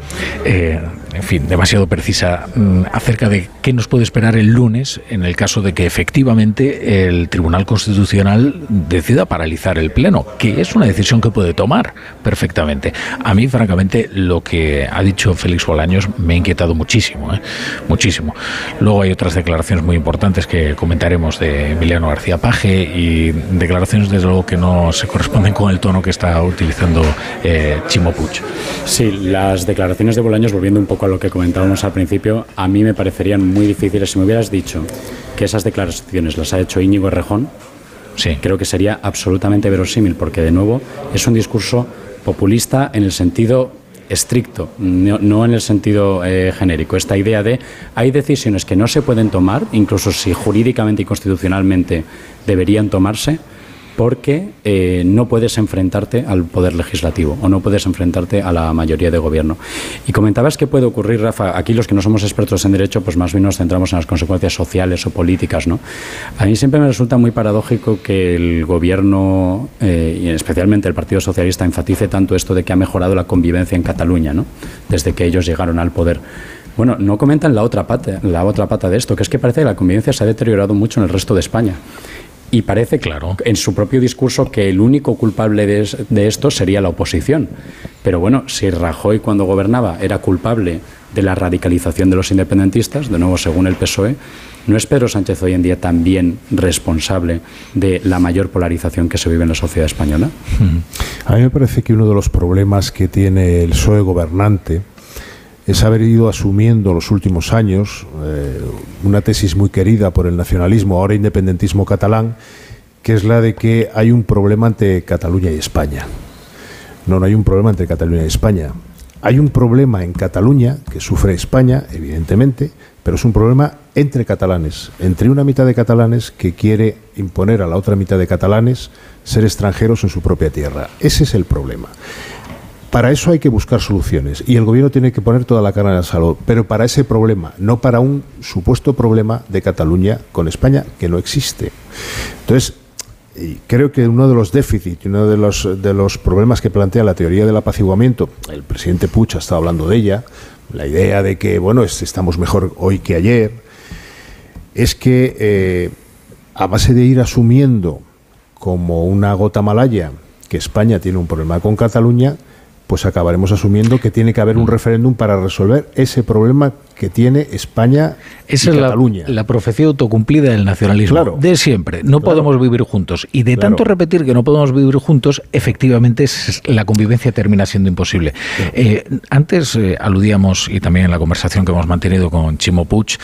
precisa acerca de qué nos puede esperar el lunes en el caso de que efectivamente el Tribunal Constitucional decida paralizar el Pleno, que es una decisión que puede tomar perfectamente. A mí, francamente, lo que ha dicho Félix Bolaños me ha inquietado muchísimo, muchísimo. Luego hay otras declaraciones muy importantes que comentaremos de Emiliano García Paje y declaraciones, desde luego, que no se corresponden con el tono que está utilizando Chimo Puig. Sí, las declaraciones de Bolaños, volviendo un poco a lo que comentábamos al principio, a mí me parecerían muy difíciles. Si me hubieras dicho que esas declaraciones las ha hecho Íñigo Errejón, sí, creo que sería absolutamente verosímil, porque de nuevo es un discurso populista en el sentido estricto, no en el sentido genérico. Esta idea de hay decisiones que no se pueden tomar, incluso si jurídicamente y constitucionalmente deberían tomarse, porque no puedes enfrentarte al poder legislativo o no puedes enfrentarte a la mayoría de gobierno. Y comentabas que puede ocurrir, Rafa, aquí los que no somos expertos en derecho, pues más bien nos centramos en las consecuencias sociales o políticas, ¿no? A mí siempre me resulta muy paradójico que el gobierno, y especialmente el Partido Socialista, enfatice tanto esto de que ha mejorado la convivencia en Cataluña, ¿no?, desde que ellos llegaron al poder. Bueno, no comentan la otra pata de esto, que es que parece que la convivencia se ha deteriorado mucho en el resto de España. Y parece, claro, en su propio discurso, que el único culpable de esto sería la oposición. Pero bueno, si Rajoy cuando gobernaba era culpable de la radicalización de los independentistas, de nuevo según el PSOE, ¿no es Pedro Sánchez hoy en día también responsable de la mayor polarización que se vive en la sociedad española? A mí me parece que uno de los problemas que tiene el PSOE gobernante es haber ido asumiendo en los últimos años una tesis muy querida por el nacionalismo, ahora independentismo catalán, que es la de que hay un problema entre Cataluña y España. No hay un problema entre Cataluña y España. Hay un problema en Cataluña que sufre España, evidentemente, pero es un problema entre catalanes, entre una mitad de catalanes que quiere imponer a la otra mitad de catalanes ser extranjeros en su propia tierra. Ese es el problema. Para eso hay que buscar soluciones y el gobierno tiene que poner toda la carne en el asador, pero para ese problema, no para un supuesto problema de Cataluña con España que no existe. Entonces, creo que uno de los déficits, uno de los problemas que plantea la teoría del apaciguamiento, el presidente Puig ha estado hablando de ella, la idea de que, bueno, estamos mejor hoy que ayer, es que a base de ir asumiendo como una gota malaya que España tiene un problema con Cataluña, pues acabaremos asumiendo que tiene que haber un referéndum para resolver ese problema que tiene España y Cataluña. Esa es la profecía autocumplida del nacionalismo, claro, de siempre. No podemos vivir juntos. Y de tanto repetir que no podemos vivir juntos, efectivamente la convivencia termina siendo imposible. Antes aludíamos, y también en la conversación que hemos mantenido con Chimo Puig,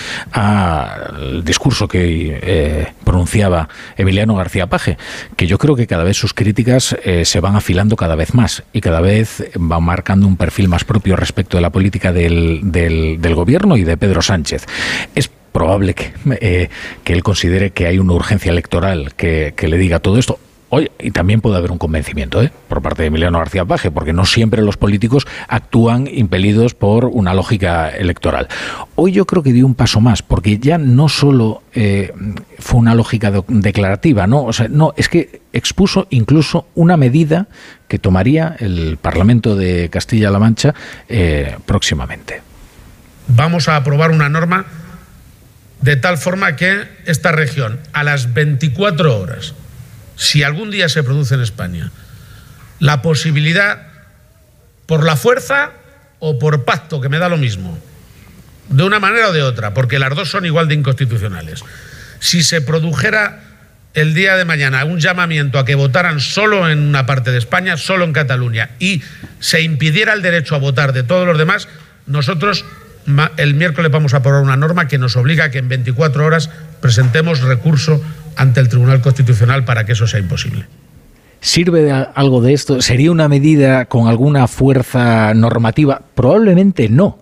al discurso que pronunciaba Emiliano García Paje, que yo creo que cada vez sus críticas se van afilando cada vez más y cada vez van marcando un perfil más propio respecto de la política del gobierno y de Pedro Sánchez. Es probable que él considere que hay una urgencia electoral que le diga todo esto. Oye, y también puede haber un convencimiento por parte de Emiliano García Paje, porque no siempre los políticos actúan impelidos por una lógica electoral. Hoy yo creo que dio un paso más, porque ya no solo fue una lógica declarativa, ¿no? O sea, no, es que expuso incluso una medida que tomaría el Parlamento de Castilla-La Mancha próximamente. Vamos a aprobar una norma de tal forma que esta región, a las 24 horas, si algún día se produce en España la posibilidad, por la fuerza o por pacto, que me da lo mismo, de una manera o de otra, porque las dos son igual de inconstitucionales, si se produjera el día de mañana un llamamiento a que votaran solo en una parte de España, solo en Cataluña, y se impidiera el derecho a votar de todos los demás, nosotros el miércoles vamos a aprobar una norma que nos obliga a que en 24 horas presentemos recurso ante el Tribunal Constitucional para que eso sea imposible. ¿Sirve de algo de esto? ¿Sería una medida con alguna fuerza normativa? Probablemente no.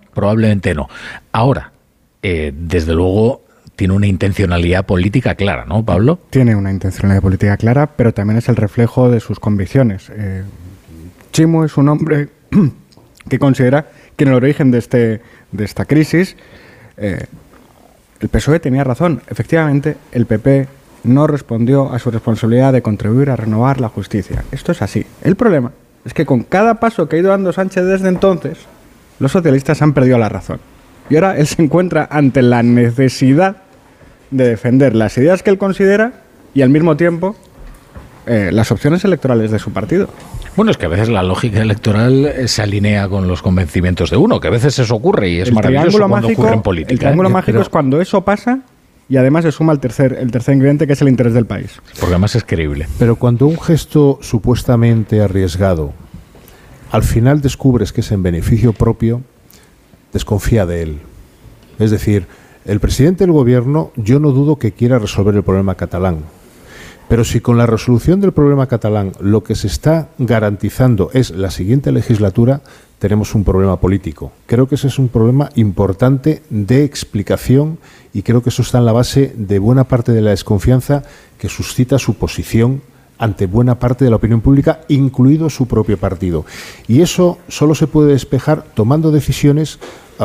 Ahora, desde luego, tiene una intencionalidad política clara, ¿no, Pablo? Tiene una intencionalidad política clara, pero también es el reflejo de sus convicciones. Chimo es un hombre que considera que en el origen de esta crisis el PSOE tenía razón. Efectivamente, el PP no respondió a su responsabilidad de contribuir a renovar la justicia. Esto es así. El problema es que con cada paso que ha ido dando Sánchez desde entonces, los socialistas han perdido la razón. Y ahora él se encuentra ante la necesidad de defender las ideas que él considera y al mismo tiempo las opciones electorales de su partido. Bueno, es que a veces la lógica electoral se alinea con los convencimientos de uno, que a veces eso ocurre y es maravilloso cuando ocurre en política. El triángulo mágico es cuando eso pasa y además se suma el tercer ingrediente, que es el interés del país. Porque además es creíble. Pero cuando un gesto supuestamente arriesgado, al final descubres que es en beneficio propio, desconfía de él. Es decir, el presidente del gobierno, yo no dudo que quiera resolver el problema catalán. Pero si con la resolución del problema catalán lo que se está garantizando es la siguiente legislatura, tenemos un problema político. Creo que ese es un problema importante de explicación y creo que eso está en la base de buena parte de la desconfianza que suscita su posición ante buena parte de la opinión pública, incluido su propio partido. Y eso solo se puede despejar tomando decisiones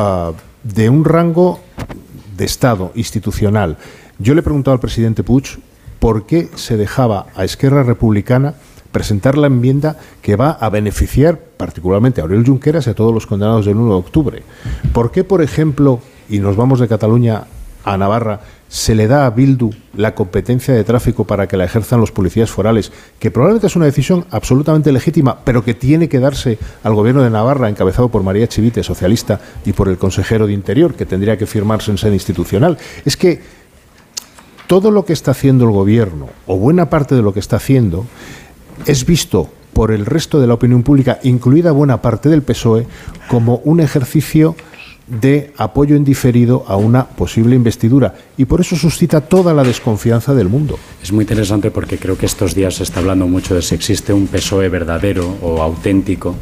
de un rango de Estado, institucional. Yo le he preguntado al presidente Puig por qué se dejaba a Esquerra Republicana presentar la enmienda que va a beneficiar particularmente a Oriol Junqueras y a todos los condenados del 1 de octubre. ¿Por qué, por ejemplo, y nos vamos de Cataluña a Navarra, se le da a Bildu la competencia de tráfico para que la ejerzan los policías forales, que probablemente es una decisión absolutamente legítima, pero que tiene que darse al gobierno de Navarra, encabezado por María Chivite, socialista, y por el consejero de Interior, que tendría que firmarse en sede institucional? Es que todo lo que está haciendo el gobierno, o buena parte de lo que está haciendo, es visto por el resto de la opinión pública, incluida buena parte del PSOE, como un ejercicio de apoyo indiferido a una posible investidura, y por eso suscita toda la desconfianza del mundo. Es muy interesante porque creo que estos días se está hablando mucho de si existe un PSOE verdadero o auténtico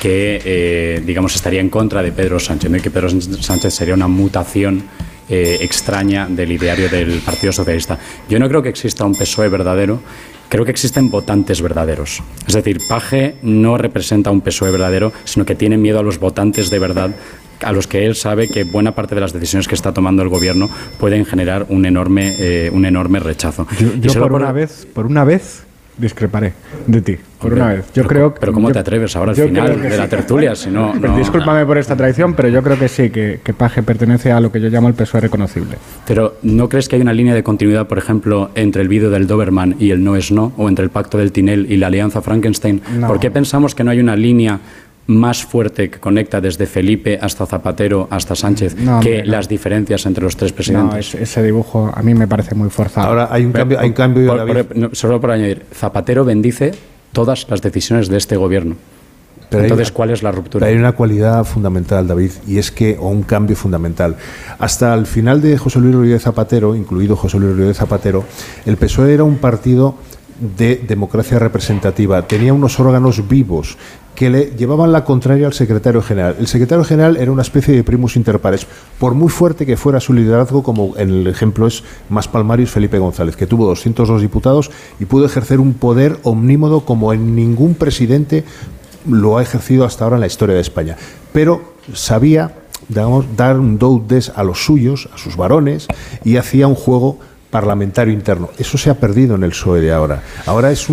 que, digamos, estaría en contra de Pedro Sánchez, ¿no? Y que Pedro Sánchez sería una mutación extraña del ideario del Partido Socialista. Yo no creo que exista un PSOE verdadero, creo que existen votantes verdaderos. Es decir, Page no representa un PSOE verdadero, sino que tiene miedo a los votantes de verdad, a los que él sabe que buena parte de las decisiones que está tomando el gobierno pueden generar un enorme rechazo. Yo por una vez discreparé de ti, por una vez. Pero ¿cómo te atreves ahora al final de la tertulia? Si no, discúlpame por esta traición, pero yo creo que sí, que Page pertenece a lo que yo llamo el PSOE reconocible. Pero ¿no crees que hay una línea de continuidad, por ejemplo, entre el vídeo del Doberman y el No es No, o entre el pacto del Tinel y la alianza Frankenstein? No. ¿Por qué pensamos que no hay una línea más fuerte que conecta desde Felipe hasta Zapatero hasta Sánchez las diferencias entre los tres presidentes? No, ese dibujo a mí me parece muy forzado. Ahora hay un cambio. Solo por añadir, Zapatero bendice todas las decisiones de este gobierno. Pero entonces, ¿cuál es la ruptura? Hay una cualidad fundamental, David, y es que, o un cambio fundamental. Hasta el final de José Luis Rodríguez Zapatero, incluido José Luis Rodríguez Zapatero, el PSOE era un partido de democracia representativa. Tenía unos órganos vivos que le llevaban la contraria al secretario general. El secretario general era una especie de primus inter pares, por muy fuerte que fuera su liderazgo, como en el ejemplo es más palmario Felipe González, que tuvo 202 diputados y pudo ejercer un poder omnímodo como en ningún presidente lo ha ejercido hasta ahora en la historia de España. Pero sabía, digamos, dar un do des a los suyos, a sus varones, y hacía un juego parlamentario interno. Eso se ha perdido en el PSOE de ahora. Ahora es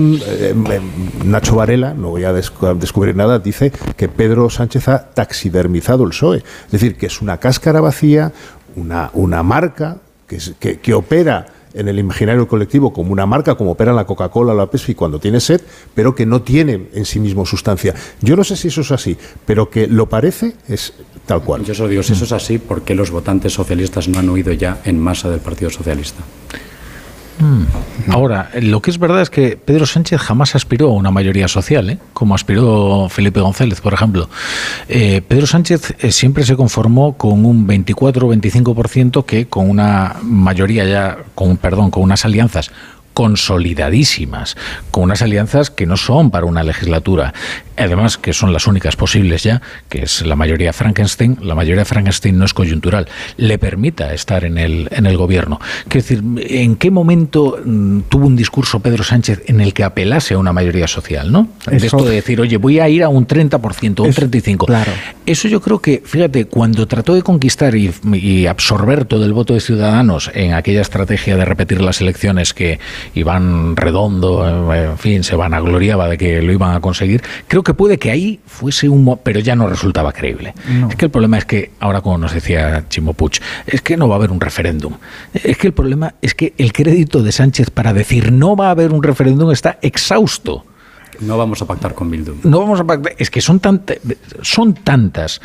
Nacho Varela, no voy a descubrir nada, dice que Pedro Sánchez ha taxidermizado el PSOE. Es decir, que es una cáscara vacía, una marca que opera en el imaginario colectivo como una marca, como opera la Coca-Cola o la Pepsi cuando tiene sed, pero que no tiene en sí mismo sustancia. Yo no sé si eso es así, pero que lo parece es tal cual. Yo solo digo, si eso es así, ¿por qué los votantes socialistas no han huido ya en masa del Partido Socialista? Ahora, lo que es verdad es que Pedro Sánchez jamás aspiró a una mayoría social, como aspiró Felipe González, por ejemplo. Pedro Sánchez siempre se conformó con un 24 o 25% que con una mayoría ya, con unas alianzas consolidadísimas, con unas alianzas que no son para una legislatura, además que son las únicas posibles ya, que es la mayoría Frankenstein. La mayoría Frankenstein no es coyuntural, le permita estar en el gobierno. Quiero decir, ¿en qué momento tuvo un discurso Pedro Sánchez en el que apelase a una mayoría social, ¿no? De esto de decir, oye, voy a ir a un 30%, un 35%. Claro. Eso yo creo que, fíjate, cuando trató de conquistar y absorber todo el voto de Ciudadanos en aquella estrategia de repetir las elecciones que Iván Redondo, en fin, se vanagloriaba de que lo iban a conseguir, creo que puede que ahí fuese pero ya no resultaba creíble. No. Es que el problema es que, ahora como nos decía Chimo Puig, es que no va a haber un referéndum. Es que el problema es que el crédito de Sánchez para decir no va a haber un referéndum está exhausto. No vamos a pactar con Bildu. No vamos a pactar. Es que son tantas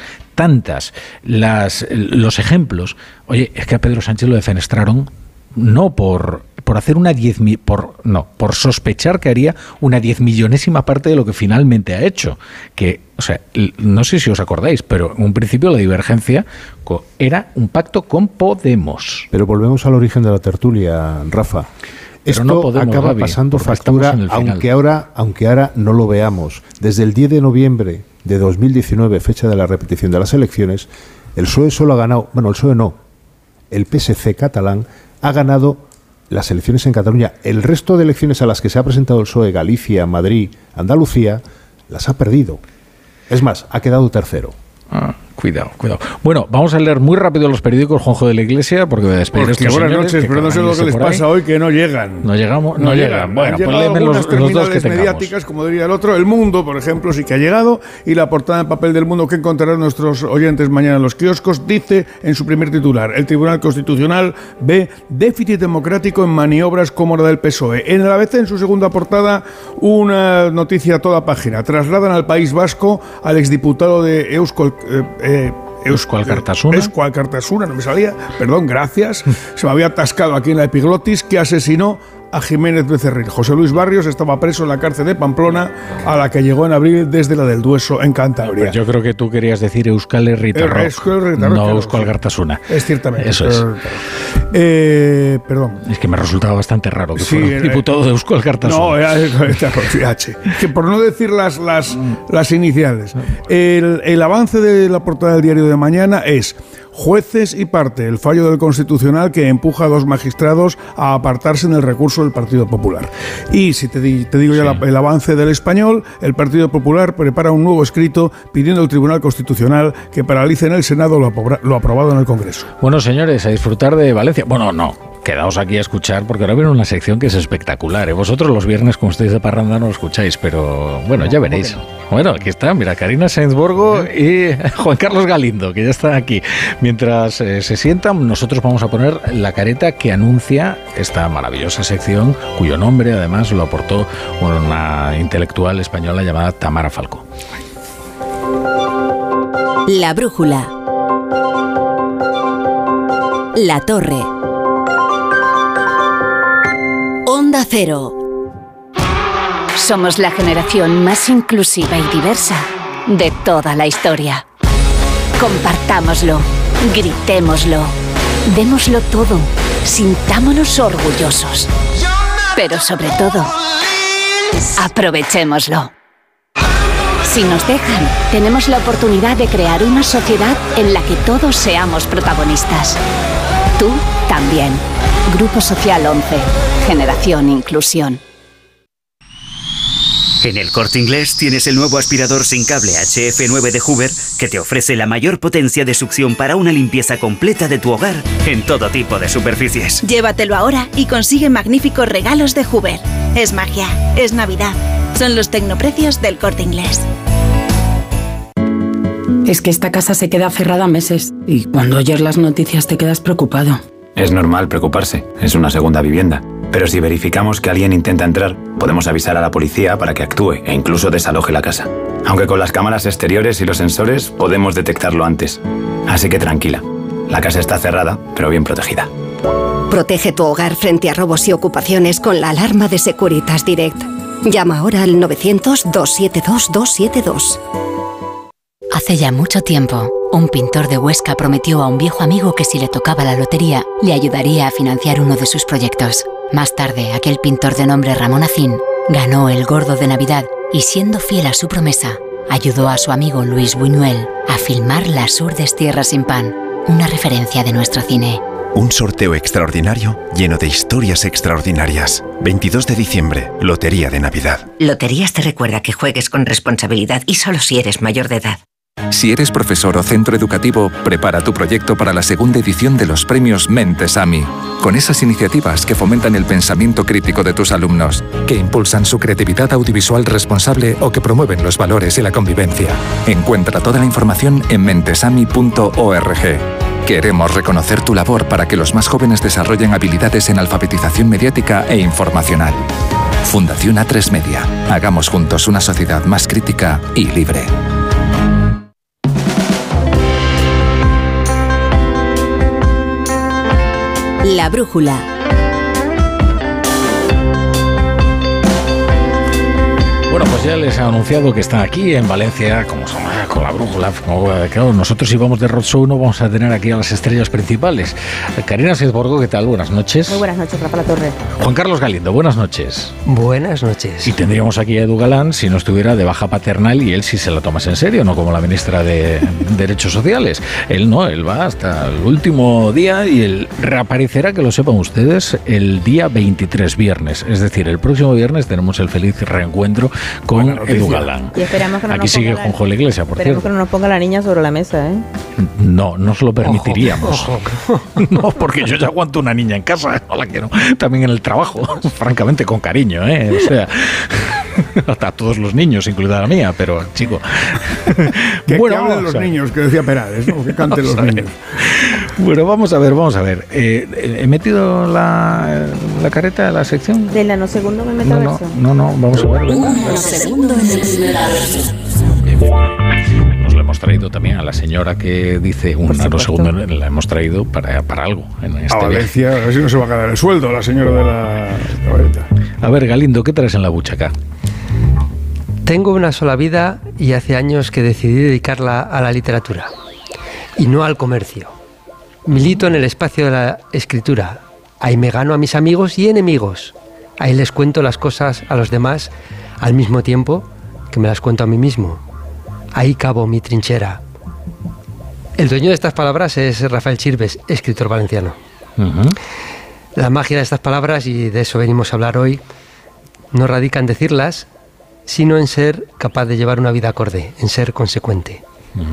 los ejemplos. Oye, es que a Pedro Sánchez lo defenestraron no por hacer por sospechar que haría una 10.000.000ésima parte de lo que finalmente ha hecho. Que, o sea, no sé si os acordáis, pero en un principio la divergencia era un pacto con Podemos. Pero volvemos al origen de la tertulia, Rafa. Esto no podemos, acaba pasando factura, aunque ahora no lo veamos. Desde el 10 de noviembre de 2019, fecha de la repetición de las elecciones, el PSOE solo ha ganado, el PSOE no, el PSC catalán ha ganado las elecciones en Cataluña. El resto de elecciones a las que se ha presentado el PSOE, Galicia, Madrid, Andalucía, las ha perdido. Es más, ha quedado tercero. Cuidado. Bueno, vamos a leer muy rápido los periódicos, Juanjo de la Iglesia, porque voy a despedir a estos buenas noches, pero no sé lo que les pasa hoy, que no llegan. No llegan. Bueno, pues léeme los dos que tengamos. Mediáticas, como diría el otro. El Mundo, por ejemplo, sí que ha llegado, y la portada en papel del Mundo que encontrarán nuestros oyentes mañana en los kioscos dice en su primer titular: el Tribunal Constitucional ve déficit democrático en maniobras como la del PSOE. En el ABC, en su segunda portada, una noticia a toda página. Trasladan al País Vasco al exdiputado de Eusko Alkartasuna, no me salía, perdón, gracias, se me había atascado aquí en la epiglotis, que asesinó a Jiménez Becerril. José Luis Barrios estaba preso en la cárcel de Pamplona, a la que llegó en abril desde la del Dueso, en Cantabria. Pues yo creo que tú querías decir Euskal Herritarrok, no Euskal Alkartasuna. Es ciertamente. Eso es. Perdón. Es que me resultaba bastante raro que fuera diputado de Euskal Alkartasuna. No, H. Que por no decir las iniciales. El avance de la portada del Diario de Mañana es: jueces y parte, el fallo del Constitucional que empuja a 2 magistrados a apartarse en el recurso del Partido Popular. Y si te digo ya el avance del Español, el Partido Popular prepara un nuevo escrito pidiendo al Tribunal Constitucional que paralice en el Senado lo aprobado en el Congreso. Bueno, señores, a disfrutar de Valencia. Bueno, no. Quedaos aquí a escuchar, porque ahora viene una sección que es espectacular. Vosotros los viernes, como estáis de parranda, no lo escucháis, pero bueno, ya veréis. Bueno, aquí está, mira, Karina Sainz-Borgo y Juan Carlos Galindo, que ya están aquí. Mientras se sientan, nosotros vamos a poner la careta que anuncia esta maravillosa sección, cuyo nombre además lo aportó una intelectual española llamada Tamara Falcó. La brújula. La torre. Onda Cero. Somos la generación más inclusiva y diversa de toda la historia. Compartámoslo, gritémoslo, démoslo todo, sintámonos orgullosos. Pero sobre todo, aprovechémoslo. Si nos dejan, tenemos la oportunidad de crear una sociedad en la que todos seamos protagonistas. Tú también. Grupo Social 11. Generación Inclusión. En El Corte Inglés tienes el nuevo aspirador sin cable HF9 de Hoover que te ofrece la mayor potencia de succión para una limpieza completa de tu hogar en todo tipo de superficies. Llévatelo ahora y consigue magníficos regalos de Hoover. Es magia, es Navidad. Son los tecnoprecios del Corte Inglés. Es que esta casa se queda cerrada meses y cuando oyes las noticias te quedas preocupado. Es normal preocuparse, es una segunda vivienda. Pero si verificamos que alguien intenta entrar, podemos avisar a la policía para que actúe e incluso desaloje la casa. Aunque con las cámaras exteriores y los sensores podemos detectarlo antes. Así que tranquila, la casa está cerrada, pero bien protegida. Protege tu hogar frente a robos y ocupaciones con la alarma de Securitas Direct. Llama ahora al 900-272-272. Hace ya mucho tiempo, un pintor de Huesca prometió a un viejo amigo que si le tocaba la lotería, le ayudaría a financiar uno de sus proyectos. Más tarde, aquel pintor de nombre Ramón Acín ganó el Gordo de Navidad y, siendo fiel a su promesa, ayudó a su amigo Luis Buñuel a filmar Las Urdes Tierras sin Pan, una referencia de nuestro cine. Un sorteo extraordinario lleno de historias extraordinarias. 22 de diciembre, Lotería de Navidad. Loterías te recuerda que juegues con responsabilidad y solo si eres mayor de edad. Si eres profesor o centro educativo, prepara tu proyecto para la segunda edición de los premios Mentes AMI, con esas iniciativas que fomentan el pensamiento crítico de tus alumnos, que impulsan su creatividad audiovisual responsable o que promueven los valores y la convivencia. Encuentra toda la información en mentesami.org. Queremos reconocer tu labor para que los más jóvenes desarrollen habilidades en alfabetización mediática e informacional. Fundación A3 Media. Hagamos juntos una sociedad más crítica y libre. La brújula. Bueno, pues ya les he anunciado que están aquí en Valencia, como son con la brújula. Claro, nosotros si vamos de roadshow no vamos a tener aquí a las estrellas principales. Karina Sesborgo, ¿qué tal? Buenas noches. Muy buenas noches, Rafa La Torre. Juan Carlos Galindo, buenas noches. Buenas noches. Y tendríamos aquí a Edu Galán si no estuviera de baja paternal y él sí se la tomase en serio, no como la ministra de Derechos Sociales. Él no, él va hasta el último día y él reaparecerá, que lo sepan ustedes, el día 23, viernes. Es decir, el próximo viernes tenemos el feliz reencuentro con Edu Galán. Y esperamos que no aquí sigue Juanjo la Iglesia, por esperemos cierto. Que no nos ponga la niña sobre la mesa, ¿eh? No, no se lo permitiríamos. No, porque yo ya aguanto una niña en casa, no la quiero. También en el trabajo, francamente, con cariño, ¿eh? O sea, hasta todos los niños, incluida la mía, pero, chico. Que hablen los niños, que decía Perales, ¿no? Que canten los niños. Bueno, vamos a ver. ¿He metido la careta de la sección? ¿De la no segundo me meto No, vamos a ver. Segundo en el primer Nos lo hemos traído también a la señora que dice un nanosegundo, la hemos traído para algo en este a Valencia, a ver si no se va a quedar el sueldo la señora de la caballeta. A ver, Galindo, ¿qué traes en la buchaca? Tengo una sola vida y hace años que decidí dedicarla a la literatura y no al comercio. Milito en el espacio de la escritura. Ahí me gano a mis amigos y enemigos. Ahí les cuento las cosas a los demás al mismo tiempo que me las cuento a mí mismo. Ahí cavo mi trinchera. El dueño de estas palabras es Rafael Chirves, escritor valenciano. La magia de estas palabras, y de eso venimos a hablar hoy, no radica en decirlas, sino en ser capaz de llevar una vida acorde, en ser consecuente.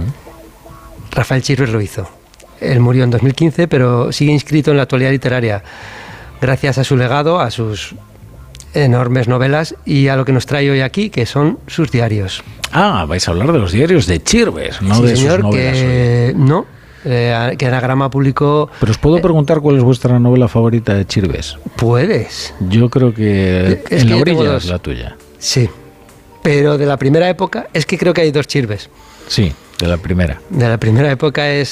Rafael Chirves lo hizo. Él murió en 2015, pero sigue inscrito en la actualidad literaria, gracias a su legado, a sus enormes novelas y a lo que nos trae hoy aquí, que son sus diarios. Ah, vais a hablar de los diarios de Chirves, no sí, de señor, sus novelas. Que Anagrama publicó... Pero os puedo preguntar cuál es vuestra novela favorita de Chirves. Puedes. Yo creo que En la orilla es la tuya. Sí, pero de la primera época, es que creo que hay dos Chirves. Sí, de la primera. De la primera época es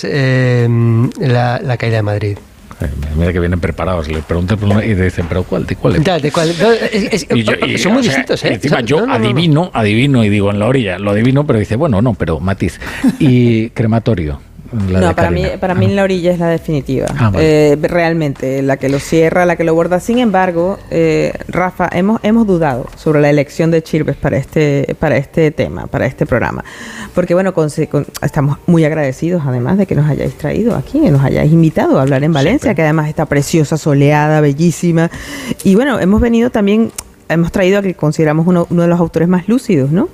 la caída de Madrid. Mira que vienen preparados, les preguntan y dicen, ¿pero cuál? ¿De cuál? ¿De cuál? Son muy distintos, ¿eh? Encima yo adivino y digo en la orilla, lo adivino, pero dice, bueno, no, pero matiz. Y Crematorio. No, para mí en la orilla es la definitiva. Vale. Realmente, la que lo cierra, la que lo borda. Sin embargo, Rafa, hemos dudado sobre la elección de Chirves para este tema, para este programa. Porque bueno, estamos muy agradecidos además de que nos hayáis traído aquí, que nos hayáis invitado a hablar en Valencia, que además está preciosa, soleada, bellísima. Y bueno, hemos traído a que consideramos uno de los autores más lúcidos, ¿no?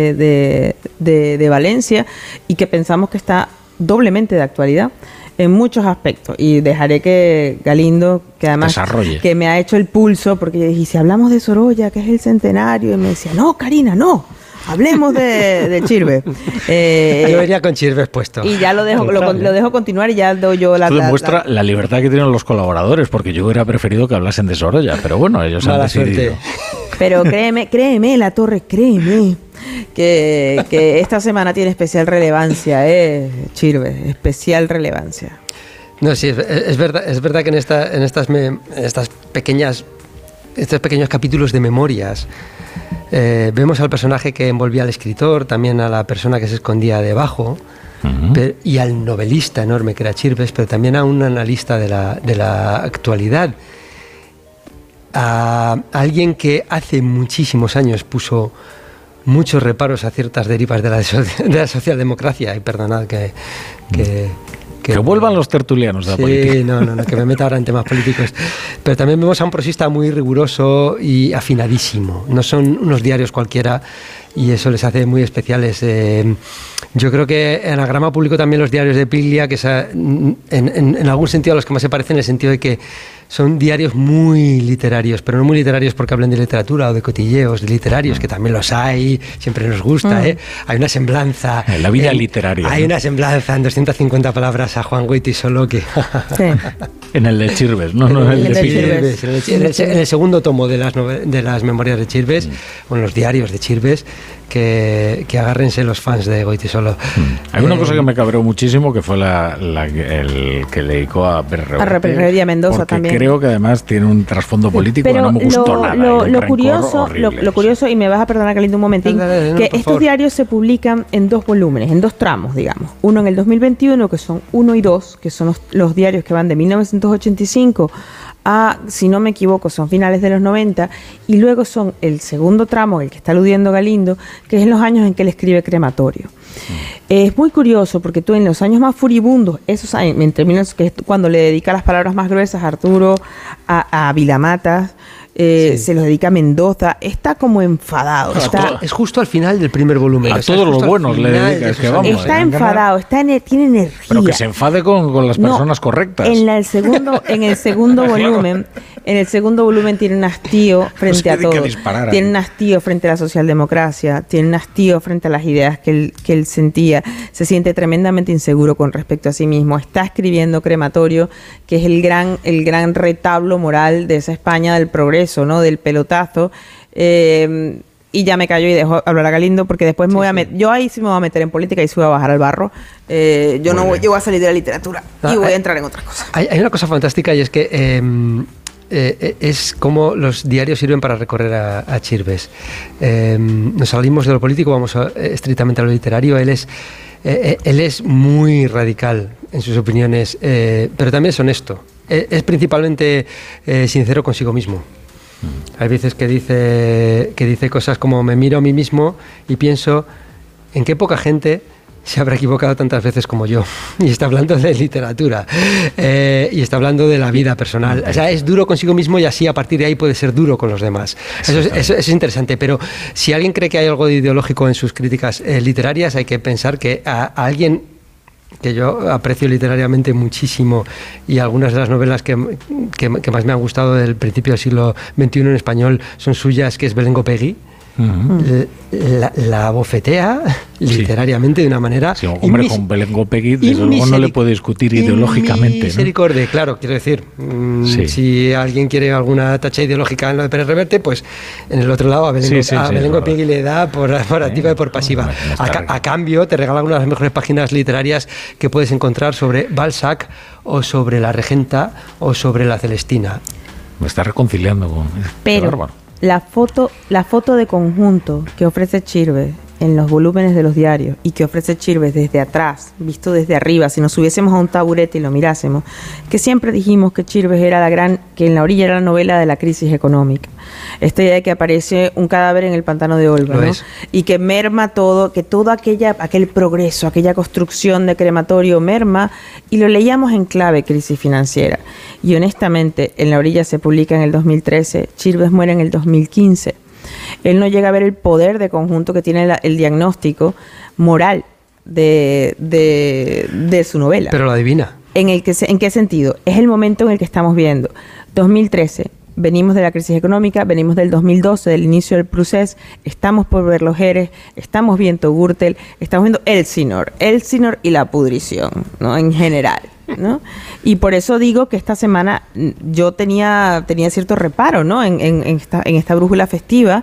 de Valencia, y que pensamos que está doblemente de actualidad en muchos aspectos, y dejaré que Galindo, que además que me ha hecho el pulso, porque yo dije, si hablamos de Sorolla, que es el centenario, y me decía, no, Karina, no, hablemos de Chirves. Yo venía con Chirves puesto. Y ya lo dejo continuar y ya doy yo la... Esto demuestra la libertad que tienen los colaboradores, porque yo hubiera preferido que hablasen de Sorolla, pero bueno, ellos han decidido. Pero créeme, La Torre, créeme, que esta semana tiene especial relevancia, Chirves, especial relevancia. No, sí, es verdad que en estos pequeños capítulos de memorias vemos al personaje que envolvía al escritor, también a la persona que se escondía debajo, y al novelista enorme que era Chirves, pero también a un analista de la actualidad, a alguien que hace muchísimos años puso muchos reparos a ciertas derivas de la socialdemocracia, y perdonad que vuelvan los tertulianos de la política. Sí, no, que me meta ahora en temas políticos. Pero también vemos a un prosista muy riguroso y afinadísimo. No son unos diarios cualquiera, y eso les hace muy especiales. Yo creo que en Anagrama publicó también los diarios de Piglia, que en algún sentido a los que más se parecen, en el sentido de que son diarios muy literarios, pero no muy literarios porque hablen de literatura o de cotilleos, de literarios, que también los hay, siempre nos gusta, Hay una semblanza. En la vida literaria. Hay una semblanza en 250 palabras a Juan Goytisolo que... Sí. En el de Chirves, no en el de Chirves. En el segundo tomo de las memorias de Chirves, o en los diarios de Chirves, que agárrense los fans de Goytisolo. Hay una cosa que me cabreó muchísimo, que fue el que le dedicó a Perreverte y a Mendoza también. Creo que además tiene un trasfondo político que no me gustó nada. Lo curioso, y me vas a perdonar, Galindo, un momentín, que estos diarios se publican en 2 volúmenes, en 2 tramos, digamos. Uno en el 2021, que son 1 y 2, que son los diarios que van de 1985 a, si no me equivoco, son finales de los 90, y luego son el segundo tramo, el que está aludiendo Galindo, que es en los años en que él escribe Crematorio. Es muy curioso porque tú en los años más furibundos, esos años, que es cuando le dedica las palabras más gruesas a Arturo, a Vilamatas, se los dedica a Mendoza, está como enfadado. Es justo al final del primer volumen. A todos los buenos le dedica. Está enfadado, tiene energía. Pero que se enfade con las personas correctas. En el segundo volumen tiene un hastío frente a todo. Tiene un hastío frente a la socialdemocracia, tiene un hastío frente a las ideas que él sentía. Se siente tremendamente inseguro con respecto a sí mismo. Está escribiendo Crematorio, que es el gran retablo moral de esa España del progreso, ¿no? Del pelotazo, y ya me callo y dejo hablar a Galindo, porque después yo ahí sí me voy a meter en política y sí voy a bajar al barro. Yo voy a salir de la literatura y voy a entrar en otras cosas. Hay una cosa fantástica, y es que es como los diarios sirven para recorrer a Chirves. Nos salimos de lo político, vamos estrictamente a lo literario. Él es muy radical en sus opiniones, pero también es honesto. Es principalmente sincero consigo mismo. Hay veces que dice cosas como: me miro a mí mismo y pienso en qué poca gente se habrá equivocado tantas veces como yo. Y está hablando de literatura, y está hablando de la vida personal. O sea, es duro consigo mismo, y así a partir de ahí puede ser duro con los demás. Eso es interesante, pero si alguien cree que hay algo de ideológico en sus críticas literarias, hay que pensar que a alguien que yo aprecio literariamente muchísimo, y algunas de las novelas que más me han gustado del principio del siglo XXI en español son suyas, que es Belén Gopegui. La bofetea literariamente de una manera. Sí, hombre, con Belén Gopegui desde luego no le puede discutir ideológicamente. Misericordia, ¿no? Claro, quiero decir, si alguien quiere alguna tacha ideológica en lo de Pérez Reverte, pues en el otro lado a Belén Gopegui le da por activa y por pasiva. A cambio te regala una de las mejores páginas literarias que puedes encontrar sobre Balzac, o sobre la Regenta, o sobre la Celestina. Me está reconciliando con... Pero la foto de conjunto que ofrece Chirves en los volúmenes de los diarios, y que ofrece Chirves desde atrás, visto desde arriba, si nos subiésemos a un taburete y lo mirásemos, que siempre dijimos que Chirves era que en la orilla era la novela de la crisis económica. Esta idea de que aparece un cadáver en el pantano de Olva, ¿no? Y que merma todo, que todo aquel progreso, aquella construcción de Crematorio merma, y lo leíamos en clave crisis financiera. Y honestamente, en la orilla se publica en el 2013, Chirves muere en el 2015. Él no llega a ver el poder de conjunto que tiene el diagnóstico moral de su novela. Pero lo adivina. ¿En qué sentido? Es el momento en el que estamos viendo. 2013, venimos de la crisis económica, venimos del 2012, del inicio del procés, estamos por ver los ERES, estamos viendo Gürtel, estamos viendo Elsinor y la pudrición, ¿no? En general, ¿no? Y por eso digo que esta semana yo tenía cierto reparo, ¿no? En esta brújula festiva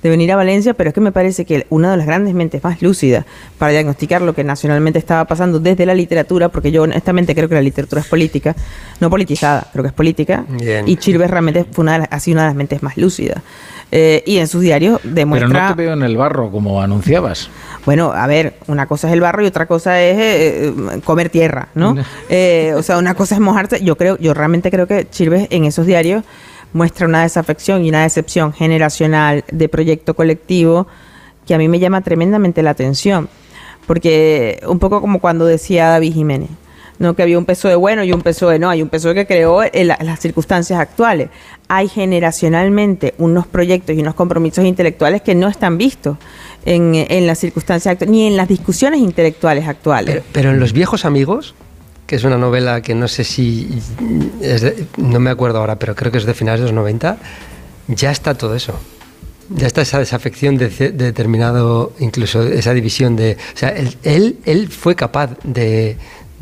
venir a Valencia, pero es que me parece que una de las grandes mentes más lúcidas para diagnosticar lo que nacionalmente estaba pasando desde la literatura, porque yo honestamente creo que la literatura es política, no politizada, creo que es política, Bien. y Chirves realmente ha sido una de las mentes más lúcidas. Y en sus diarios demuestra... Pero no te veo en el barro como anunciabas. Bueno, a ver, una cosa es el barro y otra cosa es comer tierra, ¿no? O sea, una cosa es mojarse. Yo realmente creo que Chirves en esos diarios muestra una desafección y una decepción generacional de proyecto colectivo que a mí me llama tremendamente la atención. Porque un poco como cuando decía David Jiménez, ¿no? Que había un PSOE bueno y un PSOE no, hay un PSOE que creó las circunstancias actuales. Hay generacionalmente unos proyectos y unos compromisos intelectuales que no están vistos en las circunstancias actuales, ni en las discusiones intelectuales actuales. Pero en Los viejos amigos, que es una novela que no sé si no me acuerdo ahora, pero creo que es de finales de los 90, ya está todo eso. Ya está esa desafección de determinado, incluso esa división de... O sea, él fue capaz de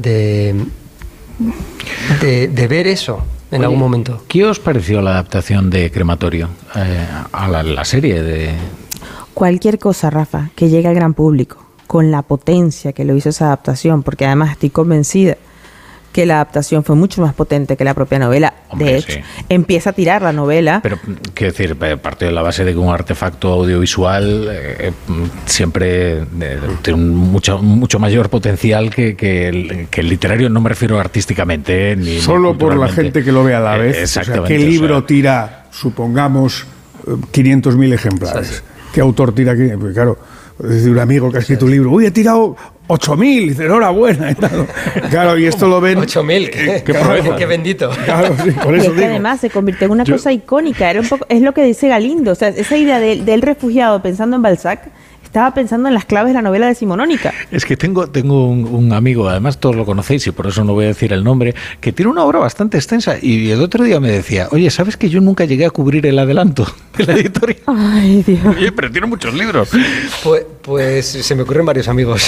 ver eso en algún momento. ¿Qué os pareció la adaptación de Crematorio a la serie de...? Cualquier cosa, Rafa, que llegue al gran público, con la potencia que lo hizo esa adaptación, porque además estoy convencida que la adaptación fue mucho más potente que la propia novela. Hombre, de hecho, sí. Empieza a tirar la novela. Pero, quiero decir, parte de la base de que un artefacto audiovisual siempre tiene un mucho mayor potencial que el literario, no me refiero artísticamente. Ni solo por la gente que lo ve a la vez. Exactamente. O sea, ¿qué libro tira, supongamos, 500.000 ejemplares? Sí. ¿Qué autor tira aquí? Porque claro, desde un amigo que ha escrito un libro, uy, he tirado 8.000, dice, enhorabuena. Y tal. Claro, y esto lo ven... 8.000, qué bendito. Claro, sí, por eso y es que además se convirtió en una cosa icónica, era un poco, es lo que dice Galindo, o sea, esa idea del refugiado pensando en Balzac, estaba pensando en las claves de la novela decimonónica. Es que tengo un amigo, además todos lo conocéis y por eso no voy a decir el nombre, que tiene una obra bastante extensa y el otro día me decía, oye, ¿sabes que yo nunca llegué a cubrir el adelanto de la editorial? Ay, Dios. Oye, pero tiene muchos libros. Pues se me ocurren varios amigos.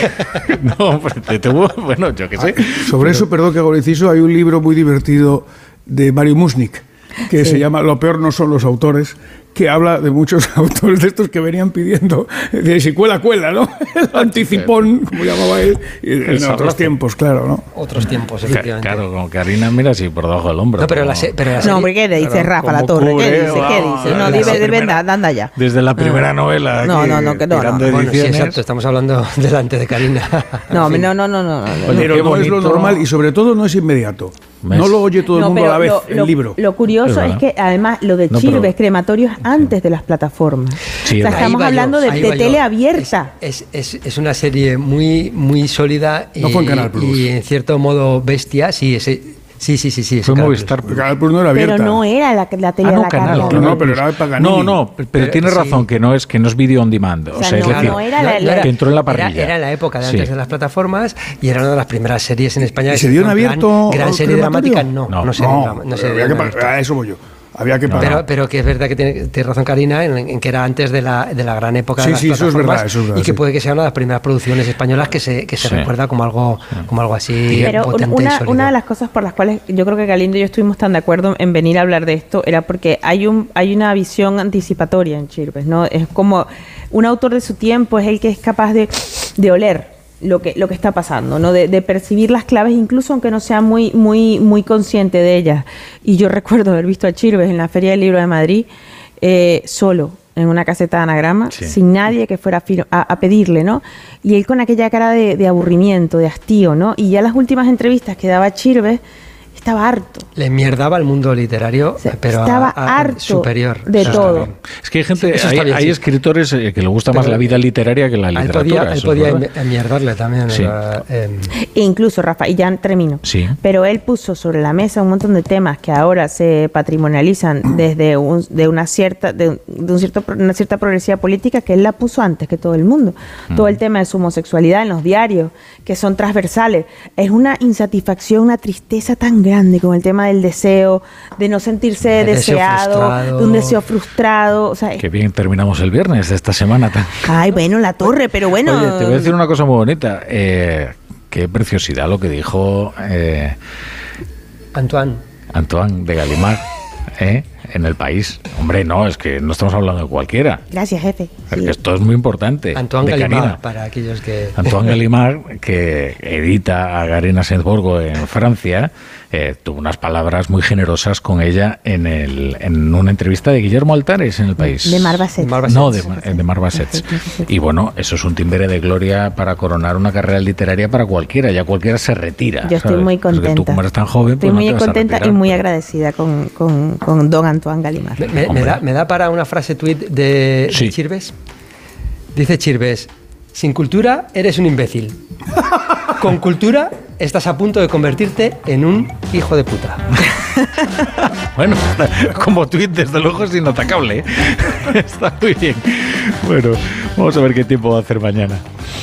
No, bueno, yo qué sé. Sobre eso, perdón que hago el inciso, hay un libro muy divertido de Mario Musnik que se llama Lo peor no son los autores, que habla de muchos autores de estos que venían pidiendo, de si cuela, ¿no? El anticipón, como llamaba él, en otros tiempos, claro, ¿no? Otros tiempos, efectivamente. Claro, como que Karina mira así por debajo del hombro. No, pero la serie... No, hombre, ¿qué dice Rafa La Torre? ¿Qué dice? No, dime, anda ya. Desde la primera novela. No. Bueno, sí, exacto, estamos hablando delante de Karina. No. Pero no es lo normal y sobre todo no es inmediato. No lo oye todo el mundo a la vez, el libro. Lo curioso es que además lo de Chirves, Crematorio, es antes de las plataformas. Sí, o sea, estamos hablando de tele abierta. Es una serie muy sólida y, no fue en Canal Plus. Y en cierto modo bestia. Sí. Fue Movistar. Canal Plus no era abierta. Pero no era la tele de la Canal. No, pero era Paganini. Pero tienes razón, que no es video on demand. O sea, es decir, que entró en la parrilla. Era en la época de antes de las plataformas y era una de las primeras series en España. ¿Y se dio en abierto? Gran serie dramática, no se dio. A eso voy yo. Había que pagar. Pero que es verdad que tiene razón Karina en que era antes de la gran época de las plataformas. Eso es verdad, y que puede que sea una de las primeras producciones españolas que se recuerda como algo así. Pero una de las cosas por las cuales yo creo que Galindo y yo estuvimos tan de acuerdo en venir a hablar de esto era porque hay una visión anticipatoria en Chirves, ¿no? Es como un autor de su tiempo es el que es capaz de oler lo que está pasando, ¿no? De percibir las claves, incluso aunque no sea muy consciente de ellas. Y yo recuerdo haber visto a Chirves en la Feria del Libro de Madrid, solo, en una caseta de anagrama, sin nadie que fuera a pedirle, ¿no? Y él con aquella cara de aburrimiento, de hastío, ¿no? Y ya las últimas entrevistas que daba Chirves, estaba harto. Le mierdaba al mundo literario, pero estaba harto superior de todo. Es que hay gente, hay escritores que le gusta más la vida literaria que la literatura. Él podía mierdarle también. Sí. E incluso, Rafa, y ya termino. Sí. Pero él puso sobre la mesa un montón de temas que ahora se patrimonializan desde una cierta progresividad política que él la puso antes que todo el mundo. Todo el tema de su homosexualidad en los diarios, que son transversales. Es una insatisfacción, una tristeza tan grande con el tema del deseo, de no sentirse deseado, de un deseo frustrado. O sea, qué bien terminamos el viernes de esta semana. Ay, bueno, La Torre, pero bueno. Oye, te voy a decir una cosa muy bonita. Qué preciosidad lo que dijo Antoine de Gallimard. en El País. Hombre, no, es que no estamos hablando de cualquiera. Gracias, jefe. Sí. Esto es muy importante. Antoine Gallimard, para aquellos que... Antoine Gallimard, que edita a Garena Sainsborgo en Francia, tuvo unas palabras muy generosas con ella en una entrevista de Guillermo Altares en El País. De Marbacet. No, de Marbacet. Y bueno, eso es un timbre de gloria para coronar una carrera literaria para cualquiera. Ya cualquiera se retira. Yo estoy muy contenta. Porque tú, como eres tan joven, estoy pues muy no te contenta y muy agradecida con don Antoine Gallimard. ¿Me da para una frase tuit de Chirves? Dice Chirves: sin cultura eres un imbécil. Con cultura estás a punto de convertirte en un hijo de puta. Bueno, como tuit desde luego es inatacable, ¿eh? Está muy bien. Bueno, vamos a ver qué tiempo va a hacer mañana.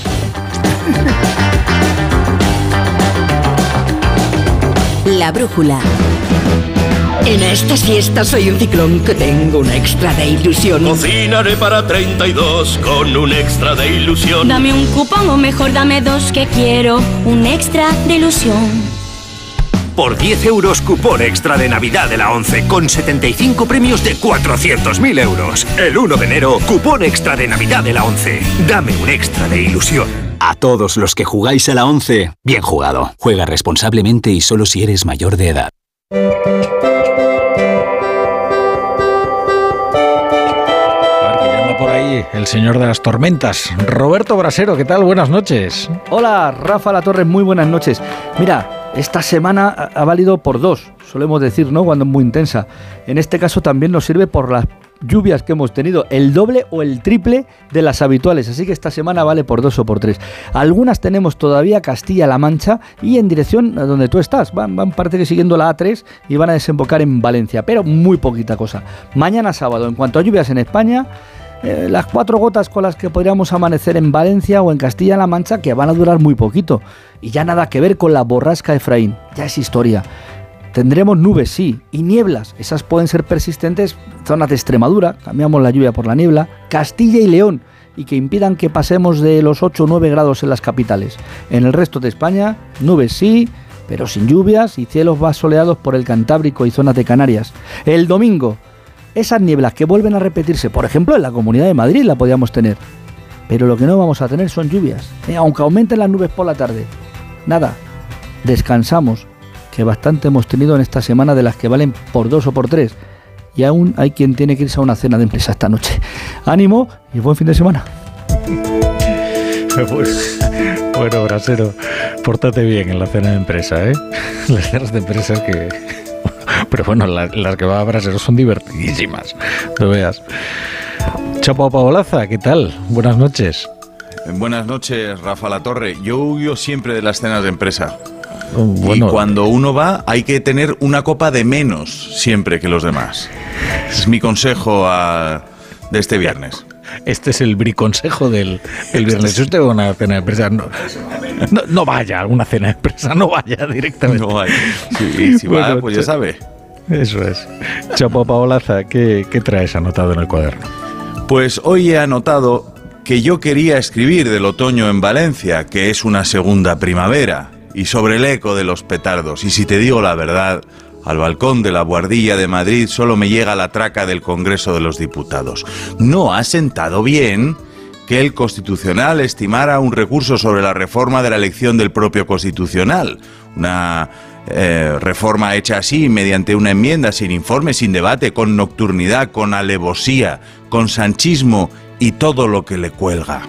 La brújula. En estas fiestas soy un ciclón que tengo un extra de ilusión. Cocinaré para 32 con un extra de ilusión. Dame un cupón o mejor dame dos que quiero un extra de ilusión. Por 10 euros, cupón extra de Navidad de la 11 con 75 premios de 400.000 euros. El 1 de enero, cupón extra de Navidad de la 11. Dame un extra de ilusión. A todos los que jugáis a la 11, bien jugado. Juega responsablemente y solo si eres mayor de edad. Por ahí el señor de las tormentas, Roberto Brasero, ¿qué tal? Buenas noches. Hola, Rafa Latorre, muy buenas noches. Mira, esta semana ha valido por dos, solemos decir, ¿no?, cuando es muy intensa. En este caso también nos sirve por las lluvias que hemos tenido, el doble o el triple de las habituales, así que esta semana vale por 2 o por 3. Algunas tenemos todavía Castilla-La Mancha y en dirección a donde tú estás, van parece que siguiendo la A3 y van a desembocar en Valencia, pero muy poquita cosa. Mañana sábado, en cuanto a lluvias en España, las 4 gotas con las que podríamos amanecer en Valencia o en Castilla-La Mancha, que van a durar muy poquito, y ya nada que ver con la borrasca Efraín, ya es historia. Tendremos nubes, sí, y nieblas, esas pueden ser persistentes, zonas de Extremadura, cambiamos la lluvia por la niebla, Castilla y León, y que impidan que pasemos de los 8 o 9 grados en las capitales. En el resto de España, nubes sí, pero sin lluvias y cielos más soleados por el Cantábrico y zonas de Canarias. El domingo, esas nieblas que vuelven a repetirse, por ejemplo en la Comunidad de Madrid la podíamos tener, pero lo que no vamos a tener son lluvias, aunque aumenten las nubes por la tarde. Nada, descansamos, que bastante hemos tenido en esta semana de las que valen por 2 o por 3, y aún hay quien tiene que irse a una cena de empresa esta noche. Ánimo y buen fin de semana. Bueno, Brasero, pórtate bien en la cena de empresa, ¿eh? Las cenas de empresa es que... Pero bueno, las que va a Brasero son divertidísimas, no veas. Chapo Paolaza, ¿qué tal? Buenas noches. Buenas noches, Rafa Latorre. Yo huyo siempre de las cenas de empresa. Bueno, y cuando uno va, hay que tener una copa de menos siempre que los demás. Es mi consejo de este viernes. Este es el briconsejo del viernes. Si usted va a una cena de empresa, no vaya a una cena de empresa, no vaya directamente. No vaya. Sí, si bueno, va, pues ya sabe. Eso es. Chapo Paolaza, ¿qué traes anotado en el cuaderno? Pues hoy he anotado que yo quería escribir del otoño en Valencia, que es una segunda primavera, y sobre el eco de los petardos. Y si te digo la verdad, al balcón de la Boardilla de Madrid solo me llega la traca del Congreso de los Diputados. No ha sentado bien que el Constitucional estimara un recurso sobre la reforma de la elección del propio Constitucional. Una reforma hecha así, mediante una enmienda, sin informe, sin debate, con nocturnidad, con alevosía, con sanchismo y todo lo que le cuelga.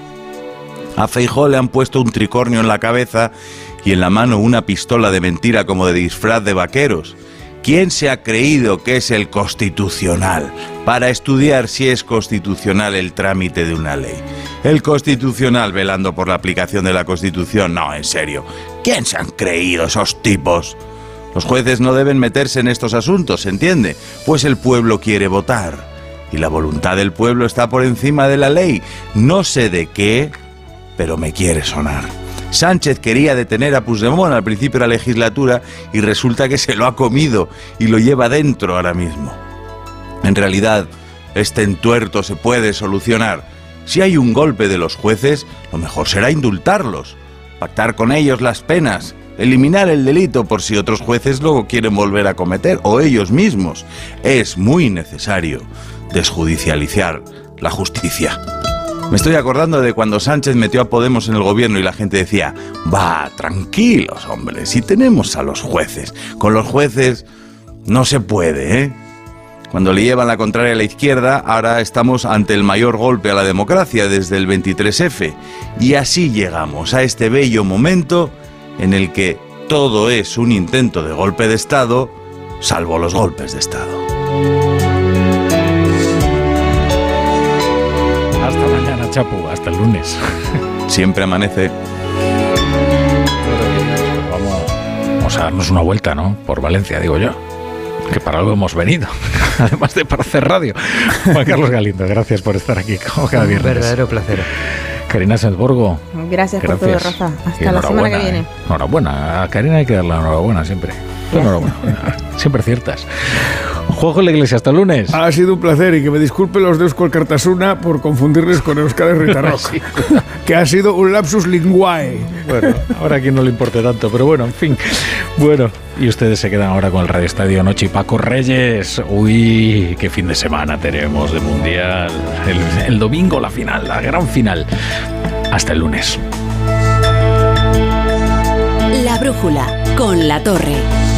A Feijóo le han puesto un tricornio en la cabeza y en la mano una pistola de mentira como de disfraz de vaqueros. ¿Quién se ha creído que es el Constitucional para estudiar si es constitucional el trámite de una ley? El Constitucional velando por la aplicación de la Constitución. No, en serio, ¿quién se han creído esos tipos? Los jueces no deben meterse en estos asuntos, ¿se entiende? Pues el pueblo quiere votar y la voluntad del pueblo está por encima de la ley. No sé de qué, pero me quiere sonar. Sánchez quería detener a Puigdemont al principio de la legislatura y resulta que se lo ha comido y lo lleva dentro ahora mismo. En realidad, este entuerto se puede solucionar. Si hay un golpe de los jueces, lo mejor será indultarlos, pactar con ellos las penas, eliminar el delito por si otros jueces lo quieren volver a cometer, o ellos mismos. Es muy necesario desjudicializar la justicia. Me estoy acordando de cuando Sánchez metió a Podemos en el gobierno y la gente decía, va, tranquilos, hombre, si tenemos a los jueces. Con los jueces no se puede, ¿eh? Cuando le llevan la contraria a la izquierda, ahora estamos ante el mayor golpe a la democracia desde el 23F. Y así llegamos a este bello momento en el que todo es un intento de golpe de Estado, salvo los golpes de Estado. Hasta mañana, Chapu, hasta el lunes. Siempre amanece. Vamos a darnos una vuelta, ¿no? Por Valencia, digo yo. Que para algo hemos venido, además de para hacer radio. Juan Carlos Galindo, gracias por estar aquí como cada viernes. Un verdadero placer. Karina Sanzborgo. Gracias por todo, Rafa. Hasta la semana que viene. Enhorabuena. A Karina hay que darle la enhorabuena siempre. Enhorabuena. Siempre ciertas. Juanjo la Iglesia, hasta el lunes. Ha sido un placer y que me disculpen los de Euskal Kartasuna por confundirles con Euskal Herritarrok. Sí. Que ha sido un lapsus linguae. Bueno, ahora a quien no le importe tanto, pero bueno, en fin. Bueno, y ustedes se quedan ahora con el Radio Estadio Noche y Paco Reyes. Uy, qué fin de semana tenemos de Mundial. El domingo la final, la gran final. Hasta el lunes. La Brújula, con La Torre.